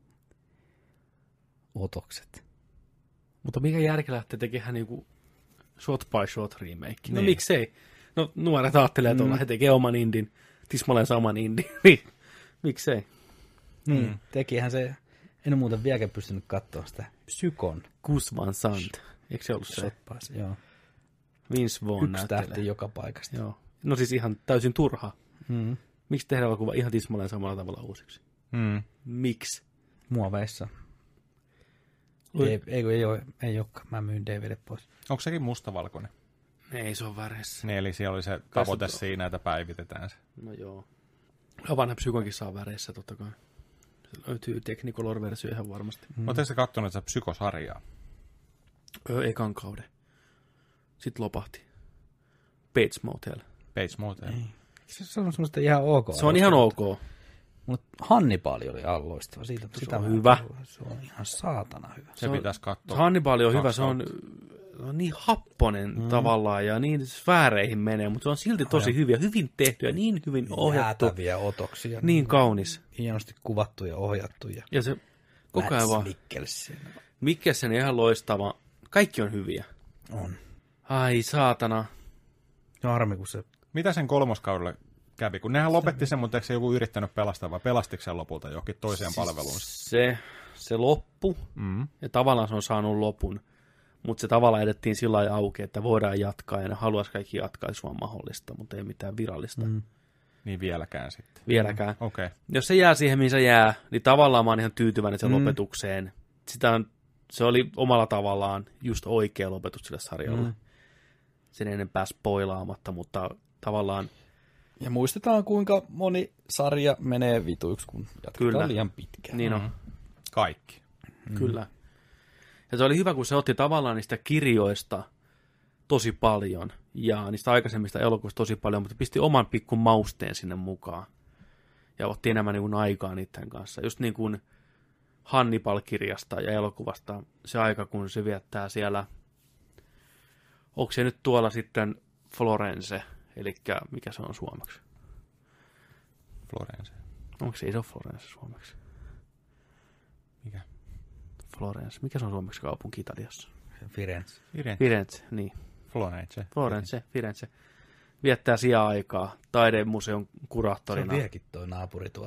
Otokset. Mutta mikä järki lähtee tekemään niinku shot by shot remake? No Niin. miksei? No nuoret ajattelee tuolla, mm. he tekee oman indin, tismalleen saman indin. Niin, miksei? Niin, mm. tekihän se, en ole muuten vieläkään pystynyt katsoa sitä Psykon. Gus Van Sant. Eikö se ollut se? Soppas, joo. Vince Vaughn Yksi näyttelee. tähti joka paikasta. Joo. No siis ihan täysin turha. Mm. Miksi tehdä elokuva ihan tismalleen samalla tavalla uusiksi? Mm. Miksi? Muoveissa. Oi. Ei, ei, ei, ole, ei olekaan, mä myyn D V D pois. Onko sekin mustavalkoinen? Ei, se on väreissä. Niin, eli siellä oli se tavoite siinä, että päivitetään se. No joo. Ja vanha Psykonkin saa väreissä totta kai. Se löytyy Technicolor-versio ihan varmasti. Mm. Oletteko sä kattonut sitä Psykosarjaa? Öö, ekan kauden. Sitten lopahti. Bates Motel. Bates Motel. Se on semmoista ihan ok. Se on ihan ok. Mutta Hannibal oli alloistava. Siitä, Se sitä on mä hyvä. kuullut. Se on ihan saatana hyvä. Se, se pitäisi katsoa. Hannibal on hyvä. Kaksi Se on, se on niin happonen mm. tavallaan ja niin sfääreihin menee, mutta se on silti tosi Aja. hyviä. Hyvin tehty ja niin hyvin ohjattu. Jäätäviä otoksia. Niin kaunis. Hienosti kuvattu ja ohjattu. Ja Ja se koko ajan vaan. Mikkelsen. Mikkelsen on ihan loistava. Kaikki on hyviä. On. Ai saatana. Se on harmi, kun se... Mitä sen kolmoskaudelle kävi? Kun nehän lopetti sen, mutta eikö se joku yrittänyt pelastaa, vai pelastiko sen lopulta johonkin toiseen siis palveluun? Se, se loppu, Mm. ja tavallaan se on saanut lopun, mutta se tavallaan edettiin sillä lailla auki, että voidaan jatkaa, ja ne haluaisi kaikki jatkaa, jos vaan mahdollista, mutta ei mitään virallista. Mm. Niin vieläkään sitten. Vieläkään. Mm. Okei. Okay. Jos se jää siihen, mihin se jää, niin tavallaan mä oon ihan tyytyväinen sen Mm. lopetukseen. Sitä on, se oli omalla tavallaan just oikea lopetus sille sarjalle. Mm. Sen enempää spoilaamatta, mutta tavallaan... Ja muistetaan, kuinka moni sarja menee vituiksi, kun jatketaan Kyllä. liian pitkään. Niin on. Mm. Kaikki. Mm. Kyllä. Ja se oli hyvä, kun se otti tavallaan niistä kirjoista tosi paljon ja niistä aikaisemmista elokuvista tosi paljon, mutta pisti oman pikkun mausteen sinne mukaan. Ja otti enemmän niin kuin aikaa niiden kanssa. Just niin kuin Hannibal-kirjasta ja elokuvasta se aika, kun se viettää siellä, onko se nyt tuolla sitten Florence, eli mikä se on suomeksi? Florence. Onko se iso Florence suomeksi? Mikä? Florence. Mikä se on suomeksi kaupunki Italiassa? Firenze. Firenze. Firenze, niin. Florence. Florence, Firenze. Viettää sija-aikaa taidemuseon Se kuraattorina. on vieläkin toi naapuri tuo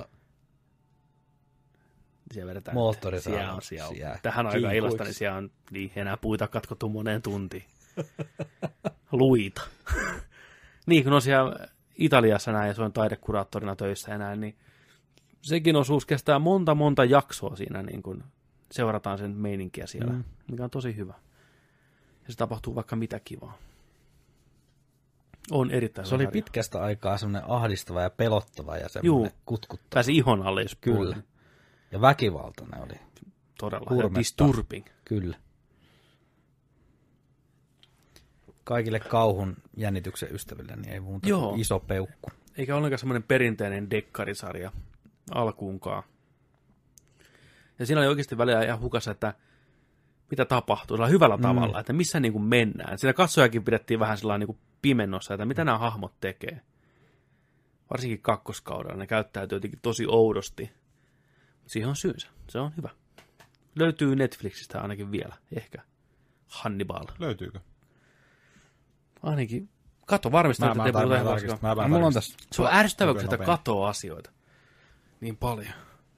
Siellä vedetään. moottorisauna. Siellä on siellä. Siellä. Tähän aikaan Kiinkuiksi. illasta, niin siellä on niin, enää puita katkottu moneen tuntiin. Luita. Niin, kun on siellä Italiassa näin, ja se on taidekuraattorina töissä enää, niin sekin osuus kestää monta, monta jaksoa siinä, niin kun seurataan sen meininkiä siellä, mm. mikä on tosi hyvä. Ja se tapahtuu vaikka mitä kivaa. On erittäin Se oli sarja. pitkästä aikaa semmoinen ahdistava ja pelottava ja Juu. semmoinen kutkuttava. Pääsi ihon alle, jos Kyllä. puhuu. Ja väkivaltainen oli. Todella. Hurmetta. Ja disturbing. Kyllä. Kaikille kauhun jännityksen ystäville niin ei muuta Joo. kuin iso peukku. Eikä ollenkaan semmoinen perinteinen dekkarisarja alkuunkaan. Ja siinä oli oikeasti välillä ihan hukassa, että mitä tapahtuu sillä hyvällä mm. tavalla, että missä niin kuin mennään. Siinä katsojakin pidettiin vähän sellainen niin kuin pimennossa, että mitä nämä hahmot tekee. Varsinkin kakkoskaudella ne käyttäytyy jotenkin tosi oudosti. Siihen on syynsä. Se on hyvä. Löytyy Netflixistä ainakin vielä, ehkä. Hannibal. Löytyykö? Ainakin. Kato, varmistaa, että ei puhuta ihan tarkistan. Mä vähän Mulla on tarkistan. tässä. Se on ärsyttävää, kun sitä Nopein. katoaa asioita. Niin paljon.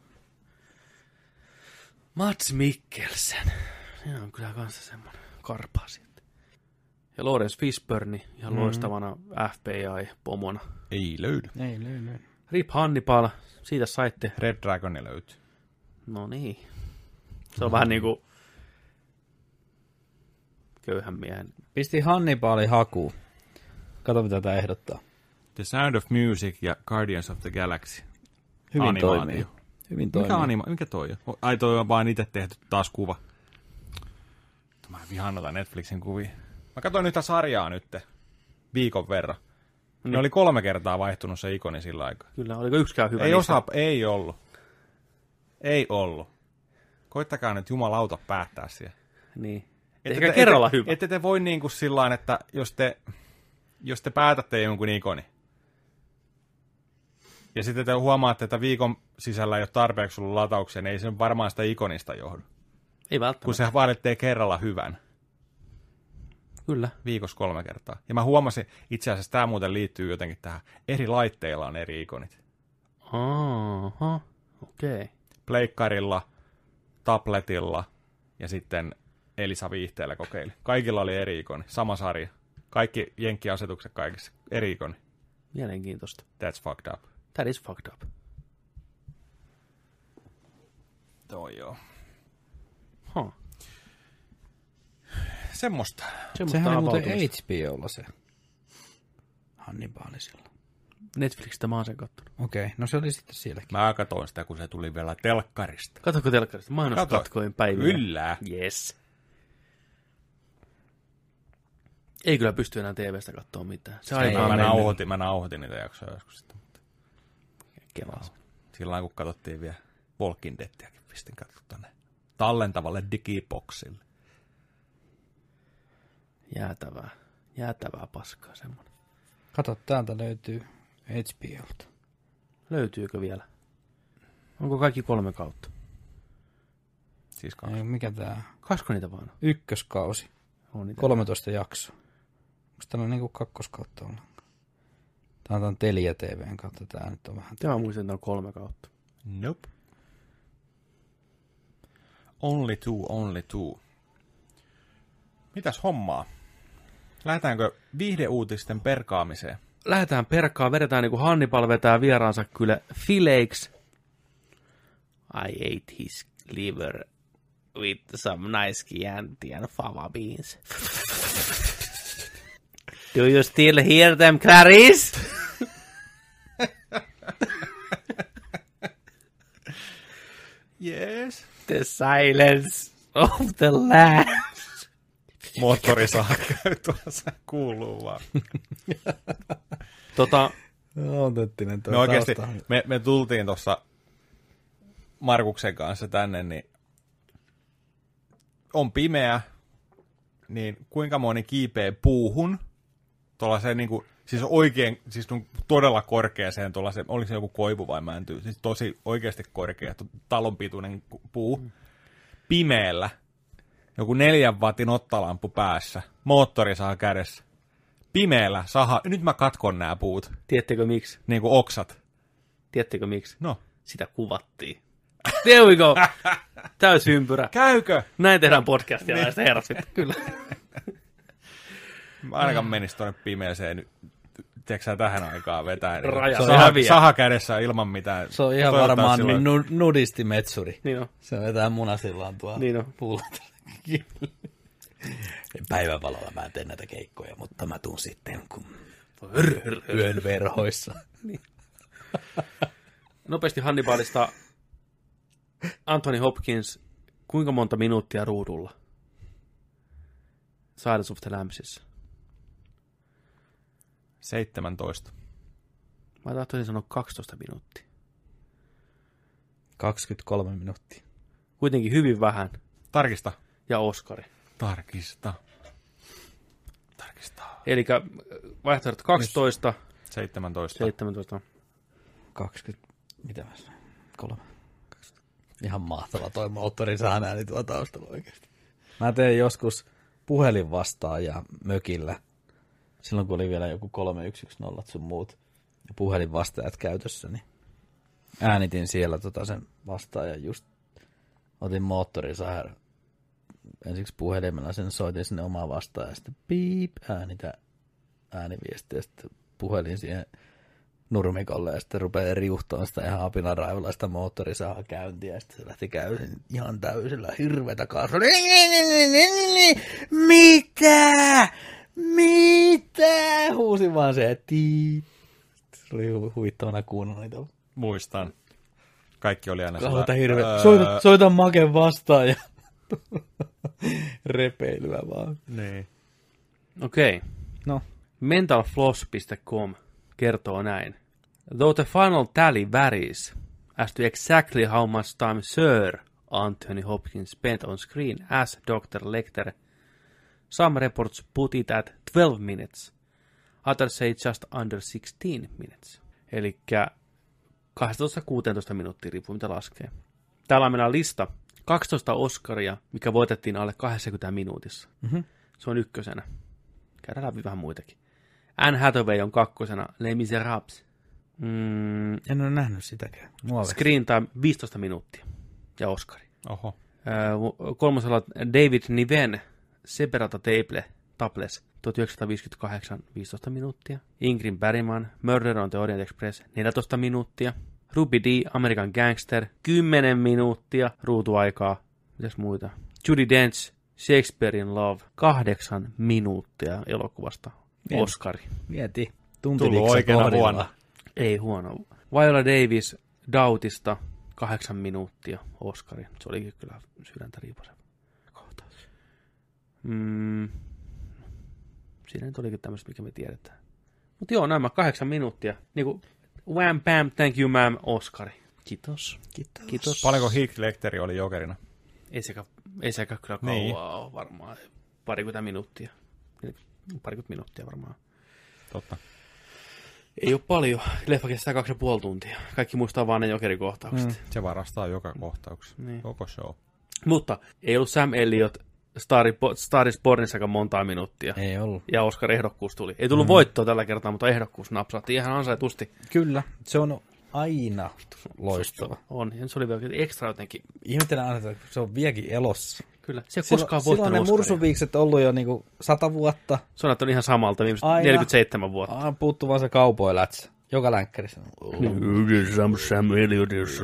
Mads Mikkelsen. Se on kyllä kanssa semmoinen karpaa sitten. Ja Lawrence Fishburne ihan Mm. loistavana F B I-pomona. Ei löydy. Ei löydy. Rip Hannibal, siitä saitte. Red Dragoni löytyy. No niin. Se on mm. vähän niinku köyhän miehen. Pisti Hannibalin hakuun. Kato, mitä tää ehdottaa. The Sound of Music ja Guardians of the Galaxy. Hyvin Animaatio. toimii. Hyvin toimii. Mikä, anima- mikä toi on? Ai toi on vaan itse tehty taas kuva. Mä vihaan noita Netflixin kuvia. Mä katsoin nyt sarjaa nyt viikon verran. Ne mm. oli kolme kertaa vaihtunut se ikoni sillä aikaa. Kyllä, oliko yksikään hyvä? Ei osaa, ei ollut. Ei ollut. Koittakaa nyt jumalauta päättää siihen. Niin. Ehkä te, kerralla ette, hyvä. Ette te voi niin kuin sillain, että jos te, jos te päätätte jonkun ikoni, ja sitten te huomaatte, että viikon sisällä ei ole tarpeeksi ollut latauksia, niin ei se varmaan sitä ikonista johdu. Ei välttämättä. Kun se vaan ettei kerralla hyvän. Kyllä. Viikossa kolme kertaa. Ja mä huomasin, itse asiassa tämä muuten liittyy jotenkin tähän. Eri laitteilla on eri ikonit. Aha, okei. Okay. Pleikkarilla, tabletilla ja sitten Elisa viihteellä kokeili. Kaikilla oli eri ikoni, sama sarja. Kaikki jenkkiasetukset kaikissa, eri ikoni. Mielenkiintoista. That's fucked up. That is fucked up. Toi joo. Huh. Semmosta. Semmosta sehän oli muuten H B O:lla se Hannibalisilla. Netflixistä mä oon sen kattonut. Okei, okay, no se oli sitten sielläkin. Mä katsoin sitä, kun se tuli vielä telkkarista. Katsoiko telkkarista? Mainoskatkoin päiviä. Kyllä. Yes. Ei kyllä pysty enää T V:stä katsoa mitään. Se ei, mä, nauhoitin, mä nauhoitin niitä jaksoja joskus sitten. Kevaa. Silloin kun katsottiin vielä Walking Deadiäkin, pistin katsoa tänne tallentavalle digiboksille. Jäätävää. Jäätävää paskaa semmoinen. Kato, täältä löytyy H B O:lta. Löytyykö vielä? Onko kaikki kolme kautta? Siis kaksi. Ei, mikä tää? Kasko niitä vaan? Ykköskausi. On niitä. kolmetoista jaksoa. Onko täällä niinku kakkoskautta ollenkaan? Tää on Telia T V:n kautta. Tää nyt on vähän... Tämä muistan, että on kolme kautta. Nope. Only two, only two. Mitäs hommaa? Lähdetäänkö viihdeuutisten perkaamiseen? Lähdetään perkaan, vedetään niin kuin Hannibal vetää vieraansa kyllä fileiksi. I ate his liver with some nice Chianti and fava beans. Do you still hear them, Clarice? Yes. The silence of the lambs. Moottorisaha käy tuossa, kuuluu vaan. tota, Otettinen tuo me oikeasti, me, me tultiin tuossa Markuksen kanssa tänne, niin on pimeä, niin kuinka moni kiipee puuhun, tuollaiseen niin kuin, siis oikein, siis todella korkeaseen tuollaiseen, oliko se joku koivu vai mänty, siis tosi oikeasti korkea, talonpituinen puu, pimeällä. Joku neljän watin ottalampu päässä, moottorisaha kädessä, pimeällä saha. Nyt mä katkon nämä puut. Tiedättekö miksi? Niin kuin oksat. Tiedättekö miksi? No. Sitä kuvattiin. There we go. Täys ympyrä. Käykö? Näin tehdään podcastia niin. Näistä herrat sitten. Kyllä. Mä ainakaan menis tuonne pimeäseen, tiedätkö sä tähän aikaan vetää. Raja. Saha, saha kädessä ilman mitään. Se on ihan varmaan silloin... nudistimetsuri. Niin on. Se vetää munasillaan tuolla niin on. puulla. Päivänvalolla mä en tee näitä keikkoja, mutta mä tuun sitten kun yön verhoissa. Niin. Nopeasti Hannibalista. Anthony Hopkins, kuinka monta minuuttia ruudulla? Silence of the Lambsissa. seitsemäntoista. Mä tahtoisin sanoa kaksitoista minuuttia. kaksikymmentäkolme minuuttia. Kuitenkin hyvin vähän. Tarkista. Ja Oskari. Tarkista. Tarkista. Eli vaihtoehdot kaksitoista. seitsemäntoista. seitsemäntoista. kaksikymmentä. Mitä mä sanoin? Kolme. Ihan mahtava toi moottorisahan ääni tuo taustalla oikeasti. Mä tein joskus puhelin vastaaja mökillä. Silloin kun oli vielä joku kolme yksi yksi nolla sun muut. Ja puhelin vastaajat käytössä, niin äänitin siellä tota sen vastaajan just. Otin moottorisahan. Ensiksi puhelimella sen soitin sinne omaa vastaan ja sitten piip äänitä ääniviestiä ja sitten puhelin siihen nurmikolle ja sitten rupeaa riuhtoon sitä ihan apinaraivolla sitä moottorisahaa käyntiä ja sitten se lähti käyntiin ihan täysillä hirveätä kaasua. Mitä? Mitä? Huusin vaan se, että se oli hu- huvittavana kuunnella niitä. Muistan. Kaikki oli aina Kautta sillä, hirveä. öö, Soita, soita Maken vastaan ja repeilyä vaan. Niin. Okei. Okay. No. mentalfloss piste com kertoo näin. Though the final tally varies as to exactly how much time Sir Anthony Hopkins spent on screen as doctor Lecter, some reports put it at twelve minutes, others say just under sixteen minutes. Elikkä kaksitoista kuusitoista minuuttia, riippuu mitä laskee. Täällä on meillä lista kaksitoista Oscaria, mikä voitettiin alle kaksikymmentä minuutissa. Mm-hmm. Se on ykkösenä. Käydään läpi vähän muitakin. Anne Hathaway on kakkosena, Les Miserables. Mm, En ole nähnyt sitäkään. Muoveksi. screen time viisitoista minuuttia ja Oscari. Oho. Öö, kolmosella David Niven, Separata Table, Tables, tuhatyhdeksänsataaviisikymmentäkahdeksan, viisitoista minuuttia. Ingrid Bergman, Murder on the Orient Express, neljätoista minuuttia. Ruby D, American Gangster, kymmenen minuuttia ruutuaikaa. Mitäs muita? Judi Dench, Shakespeare in Love, kahdeksan minuuttia elokuvasta. Mieti. Oscari. Mieti. Tullut Tuntiliksa oikeana kohdilla. vuonna. Ei huono. Viola Davis, Doubtista, kahdeksan minuuttia. Oscari. Se olikin kyllä sydäntä riipasen kohtaus. Mm. Siinä nyt olikin tämmöistä, mikä me tiedetään. Mutta joo, nämä kahdeksan minuuttia. Niinku, wham bam, thank you ma'am, Oscari. Kiitos. Kiitos. Kiitos. Paljonko Heath Lecteri oli jokerina? Ei sekä, ei sekä kyllä Niin. kauaa ole varmaan. Parikymmentä minuuttia. Parikymmentä minuuttia varmaan. Totta. Ei ole paljon. Leffa kestää kaksi ja puoli tuntia. Kaikki muistaa vaan ne jokerikohtaukset. Mm. Se varastaa joka kohtauksen. Niin. Koko show. Mutta ei ollut Sam Elliott Star is Bornissakaan montaa minuuttia. Ei ollut. Ja Oscar-ehdokkuus tuli. Ei tullut mm. voittoa tällä kertaa, mutta ehdokkuus napsahti ihan ansaitusti. Kyllä. Se on aina loistava. On. Ja se oli vielä ekstra jotenkin. Ihmettelen aina, että se on vieläkin elossa. Kyllä. Se ei Silloin, koskaan silloin voittanut ne Oscaria. mursuviikset ollut jo niinku sata vuotta. Se on näyttänyt ihan samalta viimeiset Aina. neljäkymmentäseitsemän vuotta. Aina puuttuu vaan se cowboy-lätsä. Joka länkkärissä. Sam, Sam Elliott is,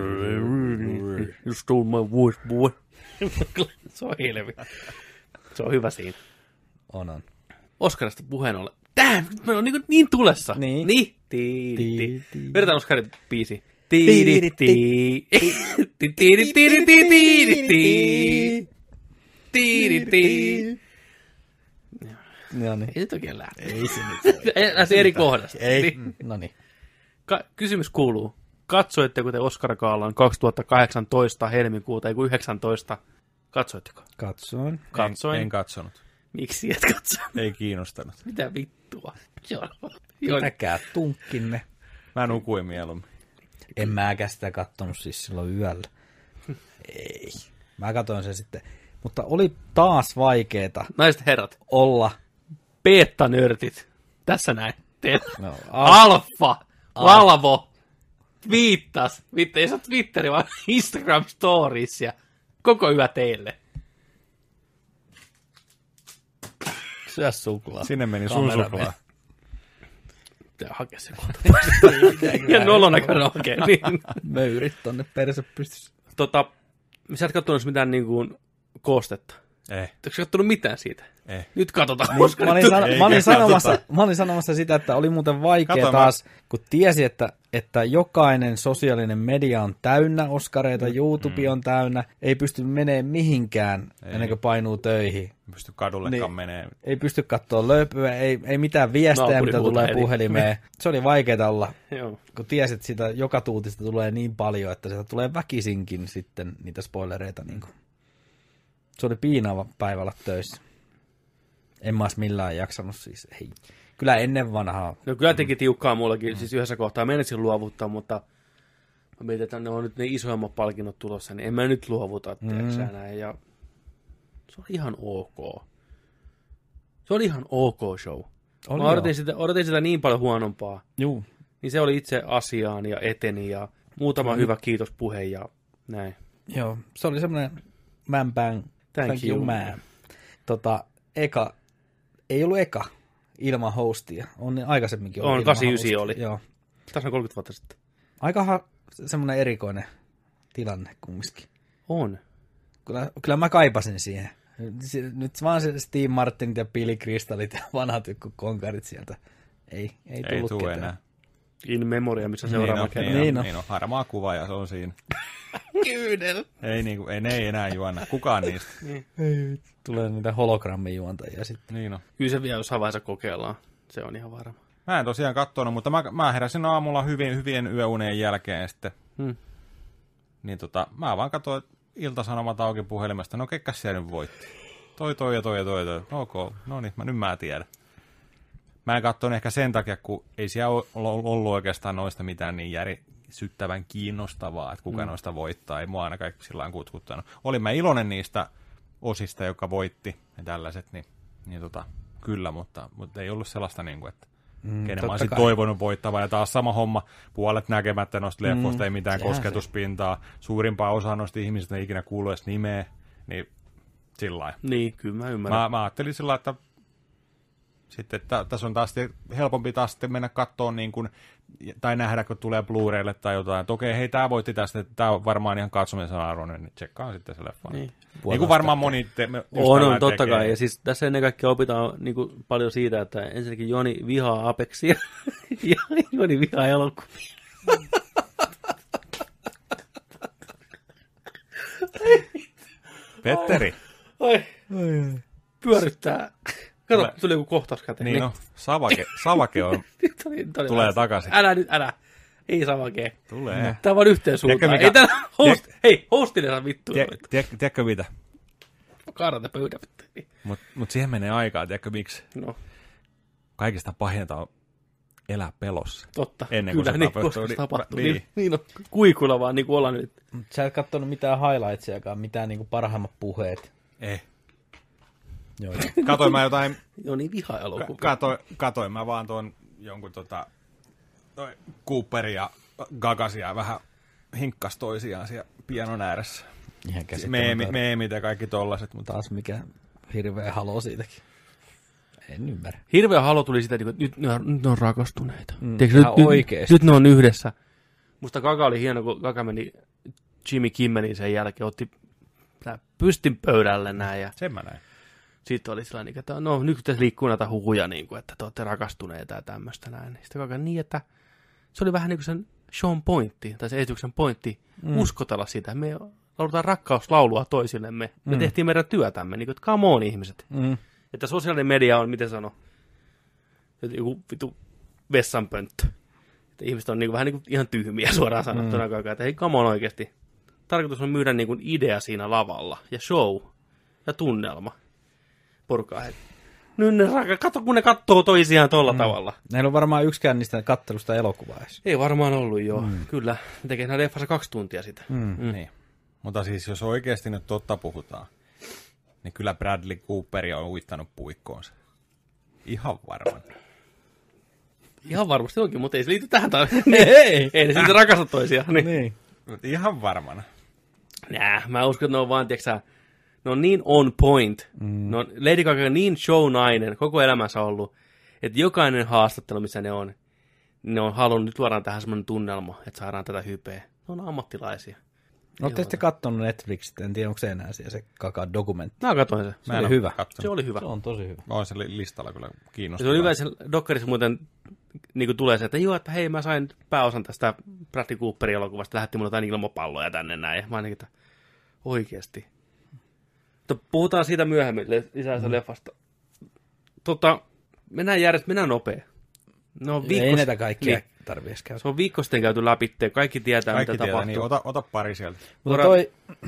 you stole my voice, boy. Se on helvi. Se on hyvä siinä. On, on. Oscarista puheen ollen. Damn, me on niin, niin tulessa. Niin. Niin. Tiiri, Tii, tii. tii. Vedetään Oscarin biisi. Tiiri, tii. Tiiri, tiiri, tiiri, tii. Tiiri, tii. No niin. Ei nyt oikein lähde. Ei se nyt. Se eri kohdasta. Ei. Niin. No niin. Ka- kysymys kuuluu. Katsoitteko te Oscar-gaalan kaksituhattakahdeksantoista helmikuuta, ei kun yhdeksäntoista? Katsoitteko? Katsoin. Katsoin. En, en katsonut. Miksi et katso? Ei kiinnostanut. Mitä vittua? Joo. Pitäkää tunkkinne. Mä nukuin mieluummin. En mäkään sitä kattonut siis silloin yöllä. Ei. Mä katsoin sen sitten. Mutta oli taas vaikeeta Naiset herrat, olla. beta-nörtit. Tässä näin. Teet. No, Alfa, valvo, twiittas. Vitte, ei se ole Twitteri, vaan Instagram Stories ja koko yö teille. syö suklaa. Sinne meni sun Kamera suklaa. Pitää hakea se kohta. Ja nolon aika rohkea. Niin. Möyrit tonne perse pystyssä. Tota, sä et kattonut mitään niin kuin koostetta. Eh, Eikö sä kattonut mitään siitä? eh. Nyt katsotaan. Mä olin, sano, Eikä mä, olin sanomassa, katsota. mä olin sanomassa sitä, että oli muuten vaikea Kato, taas, kun tiesi, että, että jokainen sosiaalinen media on täynnä, Oscareita, YouTube on täynnä, ei pysty menemään mihinkään Ei. ennen kuin painuu töihin. En pysty kadullekaan Niin. menee. Ei pysty katsoa lööpyä, ei, ei mitään viestejä, Naapuri mitä huutaa tulee heti. puhelimeen. Se oli vaikeaa olla, Joo. kun tiesit, että sitä joka tuutista tulee niin paljon, että sieltä tulee väkisinkin sitten niitä spoilereita. Niin kuin. Se oli piinaava päivä olla töissä. En mä ois millään jaksanut siis. Ei. Kyllä ennen vanhaa. No kyllä teki tiukkaa mullakin, mm. siis yhdessä kohtaa menisin luovuttaa, mutta mä mietin, että ne on nyt ne isoimmat palkinnot tulossa, niin en mä nyt luovuta, Mm. tiedätkö näin, ja se oli ihan ok. Se oli ihan ok show. Oli Mä odotin sitä, odotin sitä niin paljon huonompaa, Juu. niin se oli itse asiaan ja eteni ja muutama Mm. hyvä kiitospuhe ja näin. Joo, se oli semmoinen man bang, Thank thank, you. you man. Tota, eka, ei ollut eka ilman hostia. On aikaisemminkin ollut On, ilman kahdeksankymmentäyhdeksän hostia. oli. Joo. Tässä on kolmekymmentä vuotta sitten. Aika ha- semmoinen erikoinen tilanne kumminkin. On. Kyllä, kyllä mä kaipasin siihen. Nyt vaan se Steve Martinit ja Billy Crystallit ja vanhat joku konkarit sieltä. Ei, ei tullut Ei tule ketään. enää. In memoria, missä seuraava niin kerran. Niin, Niin on, on. niin on. Harmaa kuva ja se on siinä. Kyydel. Ei, niinku, ei, ne ei enää juona. Kukaan niistä. Niin. Ei, tulee niitä hologrammijuontajia sitten. Niin on. Kyllä se vielä jossain vaiheessa kokeillaan. Se on ihan varma. Mä en tosiaan katsonut, mutta mä, mä heräsin aamulla hyvin, hyvien yöunien jälkeen sitten. Hmm. Niin tota, mä vaan katsoin Ilta-Sanomat auki puhelimesta. No kekäs siellä nyt voitti? Toi, toi ja toi ja toi ja toi. Ok, no niin, mä, nyt mä tiedän. Mä en katsonut ehkä sen takia, kun ei siellä ollut oikeastaan noista mitään niin järisyttävän kiinnostavaa, että kuka mm. noista voittaa. Ei mua ainakaan sillä lailla kutkuttanut. Olin mä iloinen niistä osista, joka voitti ja tällaiset, niin, niin tota, kyllä, mutta, mutta ei ollut sellaista, niin kuin, että mm, kenen mä olisin kai toivonut voittavan. Ja taas sama homma, puolet näkemättä noista leffoista, mm, ei mitään kosketuspintaa. Se. Suurimpaa osaa noista ihmisistä ei ikinä kuulu edes nimeä, niin sillä lailla. Niin, kyllä mä ymmärrän. Mä, mä ajattelin sillä lailla, että sitten että tässä on taas helpompi taas sitten mennä kattoon niin kuin, tai nähdä, kun tulee Blu-raylle tai jotain, että okei, hei, tää voitti tästä, että tää on varmaan ihan katsomisen arvoinen, niin tsekkaan sitten se leffa. Niin, niin kuin varmaan moni te, on, on, totta kai, ja siis tässä ennen kaikkea opitaan niin kuin paljon siitä, että ensinnäkin Joni vihaa Apexia, ja Joni vihaa elokuvia. Petteri. Oi, oi, pyöryttää. Kato, tule, tuli joku kohtaus käteen. Niin, niin. No, savake, savake on, tuli, tuli tulee vasta takaisin. Älä nyt, älä. Ei savake. Tulee. No. Tää on vaan yhteen suuntaan. Mikä... Ei tää host... Tiek... Hei, hostille saa vittua. Tiek, tiek, tiedätkö mitä? Kaarata pöydä. Mut, mut siihen menee aikaa, tiedätkö miksi? No. Kaikista pahinta on elää pelossa. Totta. Ennen kyllä, kuin se niin, tapahtuu. koska se tapahtuu. Niin, niin, niin on kuikuilla vaan niin kuin ollaan nyt. Sä et kattonut mitään highlightsiakaan, mitään niin kuin parhaimmat puheet. Ei. Joo. Katoin mä jotain... Joo, niin viha elokuvia. Katoin, katoin mä vaan tuon jonkun tota... Toi Cooperin ja Gagasia vähän hinkkas toisiaan siellä pianon ääressä. Ihan käsittämätöntä. Meemi, meemit ja kaikki tollaset. Mutta... Taas mikä hirveä halo siitäkin. En ymmärrä. Hirveä halo tuli sitä, että nyt ne on, nyt ne on rakastuneita. Mm, Tiedätkö, nyt, nyt, nyt ne on yhdessä. Musta Gaga oli hieno, kun Gaga meni Jimmy Kimmelin sen jälkeen, otti pystin pöydälle näin. Ja sen mä näin. sitten oli sellainen, että no nyt tässä liikkuu näitä huhuja, niin kuin, että te olette rakastuneita ja tämmöistä näin. Sitten Gaga niin, että se oli vähän niin kuin sen shown pointti, tai se esityksen pointti, mm. uskotella sitä. Me lauletaan rakkauslaulua toisillemme. Me mm. tehtiin meidän työtämme, niin kuin, että come on ihmiset. Mm. Että sosiaalinen media on, miten sano, joku vitu vessanpönttö. Että ihmiset on niin kuin, vähän niin kuin ihan tyhmiä suoraan sanottuna mm. että hei, come on oikeasti. Tarkoitus on myydä niin kuin idea siinä lavalla, ja show, ja tunnelma. Porukkaa heti. Nyt ne raka, kato, kun ne katsoo toisiaan tolla mm. tavalla. Näillä on varmaan yksikään niistä kattelusta elokuvaa edes. Ei varmaan ollut, joo. Mm. Kyllä. Ne tekee nämä leffassa kaksi tuntia sitä. Mm. Mm. Niin. Mutta siis, jos oikeasti nyt totta puhutaan, niin kyllä Bradley Cooper on uittanut puikkoonsa. Ihan varmaan. Ihan varmasti onkin, mutta ei se liity tähän taas. ei, ei ne silti rakasta toisiaan. Niin. niin. Ihan varmana. Nää, mä uskon, että ne on vaan, tiiäksä, ne on niin on point. Mm. Ne on Lady Gaga niin show-nainen koko elämänsä ollut, että jokainen haastattelu, missä ne on, ne on halunnut, nyt luodaan tähän semmoinen tunnelma, että saadaan tätä hypeä. Ne on ammattilaisia. Oletteko sitten katsonut Netflixistä? En tiedä, onko se enää siellä se Gaga-dokumentti. Mä katsoin se. Se oli hyvä. Se oli hyvä. Se on tosi hyvä. On se listalla kyllä kiinnostavaa. Se oli hyvä, se dokkarissa muuten niin kuin tulee se, että joo, että hei, mä sain pääosan tästä Bradley Cooperin elokuvasta, lähetti mulle jotain ilmapalloja tänne näin. Ja mä ainakin, että oikeesti. Mutta puhutaan siitä myöhemmin, lisää sitä mm. leffasta. Tota, mennään järjest, mennään nopea. No, viikko... Ei näitä kaikkia niin. Tarvitsisi käydä. Se on viikko sitten käyty läpi, kaikki tietää, kaikki mitä tietää, tapahtuu. Niin, ota, ota pari sieltä. Mutta toi...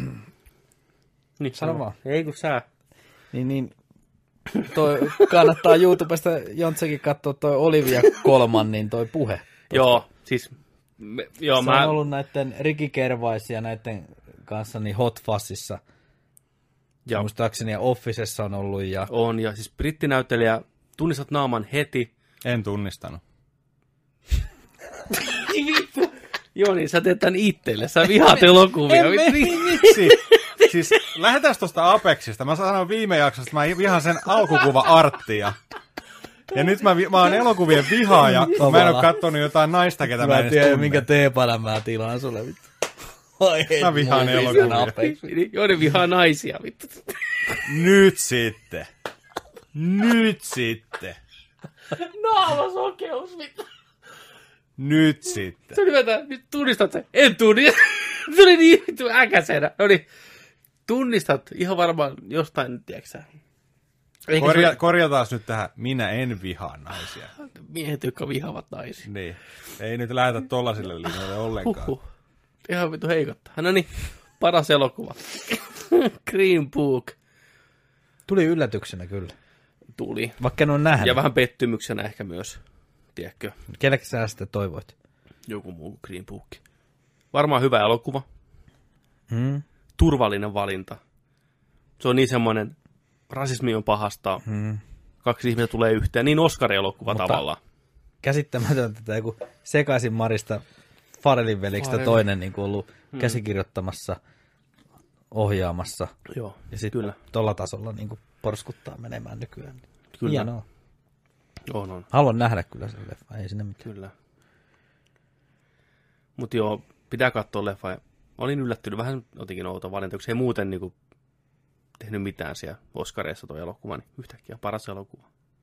niin, sano vaan. Ei kun sä. Niin, niin. Toi kannattaa YouTubesta Jontsekin katsoa toi Olivia Colman, niin toi puhe. Joo, siis... Me, joo, se mä... on ollut näiden Ricky Gervais ja näiden kanssa niin Hot Fussissa. Ja muistaakseni ja Officessa on ollut. Ja... On, ja siis brittinäyttelijä, tunnistat naaman heti. En tunnistanut. Joo, niin sä teet tän itselle, sä vihaat elokuvia. Miksi? Siis lähdetään tuosta Apexista. Mä sanoin viime jaksosta, että mä vihaan sen alkukuva-arttia. Ja nyt mä, vi- mä oon elokuvien vihaaja, mä en oo kattonut jotain naista, ketä mä, mä en tiedä, tunne. minkä teepalan mä tilaan sulle, vittu. Mä vihaan elokuvia. Joiden vihaa naisia, vittu. Nyt sitten. Nyt sitten. Naamasokeus, vittu. Nyt sitten. Se oli vetä, nyt tunnistat sen. En tunnista. Se oli niin vittu äkäisenä. No niin, tunnistat ihan varmaan jostain, tiedätkö sä. Korja, se... Korjataan nyt tähän, minä en vihaa naisia. Miehet, jotka vihaavat naisia. Niin, ei nyt lähetä tollasille linjoille ollenkaan. Huhhuh. Ihan vittu heikottaa. No niin, paras elokuva. Green Book. Tuli yllätyksenä kyllä. Tuli. Vaikka en ole nähnyt. Ja vähän pettymyksenä ehkä myös, tiedätkö. Kellekä sä sitä toivoit? Joku muu Green Book. Varmaan hyvä elokuva. Hmm. Turvallinen valinta. Se on niin semmoinen, rasismi on pahasta. Hmm. Kaksi ihmistä tulee yhteen. Niin Oscar-elokuva Mutta tavallaan. Käsittämätöntä, että joku sekaisin Marista Farelin velikstä Farrell. toinen niin kuin ollut Hmm. käsikirjoittamassa, ohjaamassa. Joo, Ja sitten kyllä. tuolla tasolla niin kuin porskuttaa menemään nykyään. Kyllä. Hienoa. On, on. Haluan nähdä kyllä sen leffa, ei sinne mitään. Kyllä. Mutta joo, pitää katsoa leffa. Olin yllättynyt, vähän otinkin outo valinta, koska ei muuten niinku tehnyt mitään siellä Oscareissa tuo elokuva, niin yhtäkkiä paras elokuva.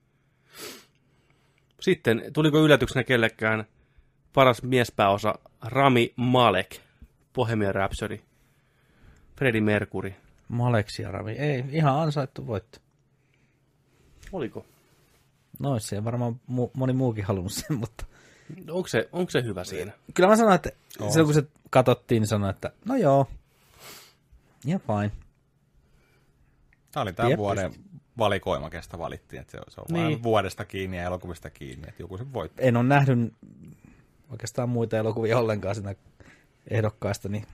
Sitten, tuliko yllätyksenä kellekään paras miespääosa Rami Malek, Bohemian Rhapsody, Freddie Mercury. Maleksia Rami, ei, ihan ansaittu voitto. Oliko? No, se ei varmaan mu- moni muukin halunnut sen, mutta... Onko se, onko se hyvä siinä? Kyllä mä sanoin, että On. silloin kun se katsottiin, niin sanoin, että no joo, ihan fine. Tämä oli tämän Jep. vuoden valikoima, kestä valittiin, että se on, se on Niin. vain vuodesta kiinni ja elokuvista kiinni, että joku sen voittaa. En ole nähnyt oikeastaan muita elokuvia ollenkaan siinä ehdokkaista, niin...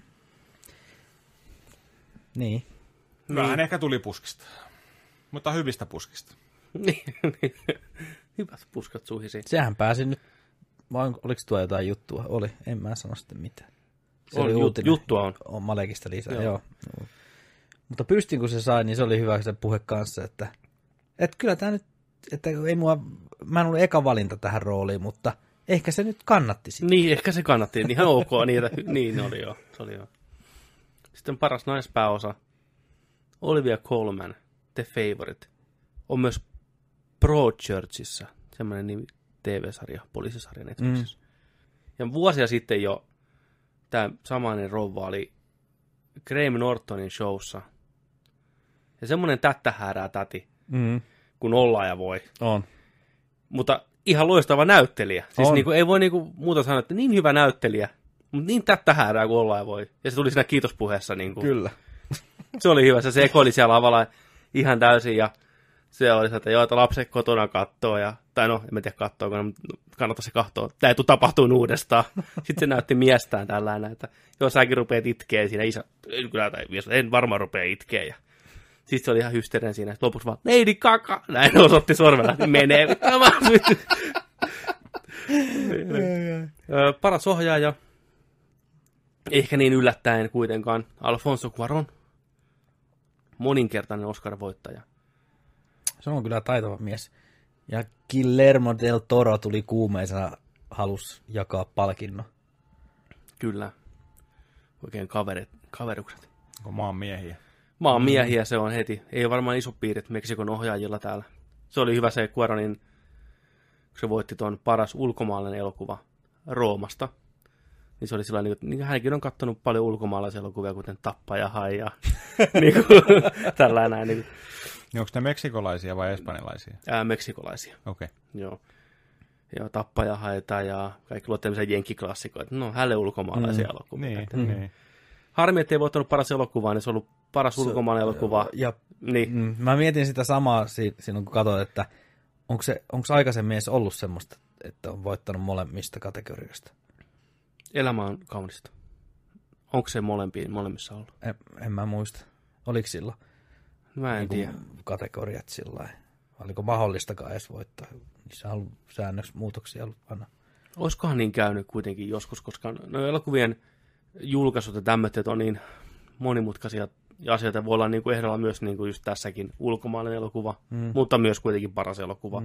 Niin. Vähän Niin. ehkä tuli puskista, mutta hyvistä puskista. Niin, hyvät puskat suhisi. Sehän pääsi nyt, vai on- oliko tuo jotain juttua? Oli, en mä sano sitten mitään. Se On, oli jut- uutinen. juttua on. On Malekista lisää, Joo. joo. joo. Mutta pystin kun se sai, niin se oli hyvä se puhe kanssa, että, että kyllä tämä nyt, että ei mua, mä en ollut eka valinta tähän rooliin, mutta ehkä se nyt kannatti sitä. Niin, ehkä se kannatti. Ihan ok. Niitä, niin oli jo. Se oli jo. Sitten paras naispääosa. Olivia Colman, The Favourite. On myös Broadchurchissa, semmoinen nimi, T V-sarja, poliisisarja Netflixissä. Mm. Ja vuosia sitten jo tämä samainen rouva oli Graham Nortonin showssa. Ja semmoinen tättähäärää täti, Mm, kun ollaan ja voi. on. Mutta ihan loistava näyttelijä. Siis On. niinku, ei voi niinku muuta sanoa, että niin hyvä näyttelijä, mutta niin tättähäärää kuin ollaan ja voi. Ja se tuli siinä kiitospuheessa. Niinku, Kyllä. se oli hyvä. Se sekoili siellä lavalla ihan täysin ja se oli, että joo, että lapset kotona kattoo. Ja, tai no, en mä tiedä kattoako, mutta kannattaa se katsoa. Tämä ei tule tapahtumaan uudestaan. Sitten se näytti miestään tällainen, että joo, säkin rupeat itkeä siinä. Isä, en, kyllä, tai, en varmaan rupea itkeä. Ja sitten se oli ihan hysteerinen siinä. Lopuksi vaan, Lady Kaka. Näin osoitti sormella. Menee. Ö, Paras ohjaaja. Ehkä niin yllättäen kuitenkaan. Alfonso Cuarón. Moninkertainen Oscar-voittaja. Se on kyllä taitava mies. Ja Guillermo del Toro tuli kuumeisena, halus jakaa palkinnon. Kyllä. Oikein kaverit, kaverukset. Onko maan miehiä? Maan miehiä se on heti. Ei ole varmaan iso piirit Meksikon ohjaajilla täällä. Se oli hyvä se Cuaronin, kun se voitti tuon paras ulkomaalainen elokuva Roomasta. Niin se oli sellainen, että niin hänkin on katsonut paljon ulkomaalaisia elokuvia, kuten Tappaja Hai ja niin kuin, tällainen. Niin kuin, Niin onko ne meksikolaisia vai espanjalaisia? ää, meksikolaisia. Okei. Okay. Joo. Ja Tappaja Haita ja kaikki luot tämmöisiä jenkkiklassikoita. No, hälle ulkomaalaisia mm. elokuvia. Niin, Että- mm. niin. Harmi, ettei voittanut paras elokuvaa, niin se on ollut paras ulkomaalainen elokuva. Ja Niin. mm, mä mietin sitä samaa si- silloin, kun katsoin, että onko se onko aikaisemmin edes ollut semmoista, että on voittanut molemmista kategorioista. Elämä on kaunista. Onko se molempiin, molemmissa ollut? En, en mä muista. Oliko silloin Mä en niin tiedä. kategoriat sillä lailla? Oliko mahdollistakaan edes voittaa? Niissä on ollut säännöksi muutoksia ollut aina. Olisikohan niin käynyt kuitenkin joskus, koska no elokuvien julkaisut ja tämmöiset on niin monimutkaisia ja asioita voi olla niin kuin ehdolla myös niin kuin just tässäkin ulkomaalainen elokuva, mm. mutta myös kuitenkin paras elokuva. Mm.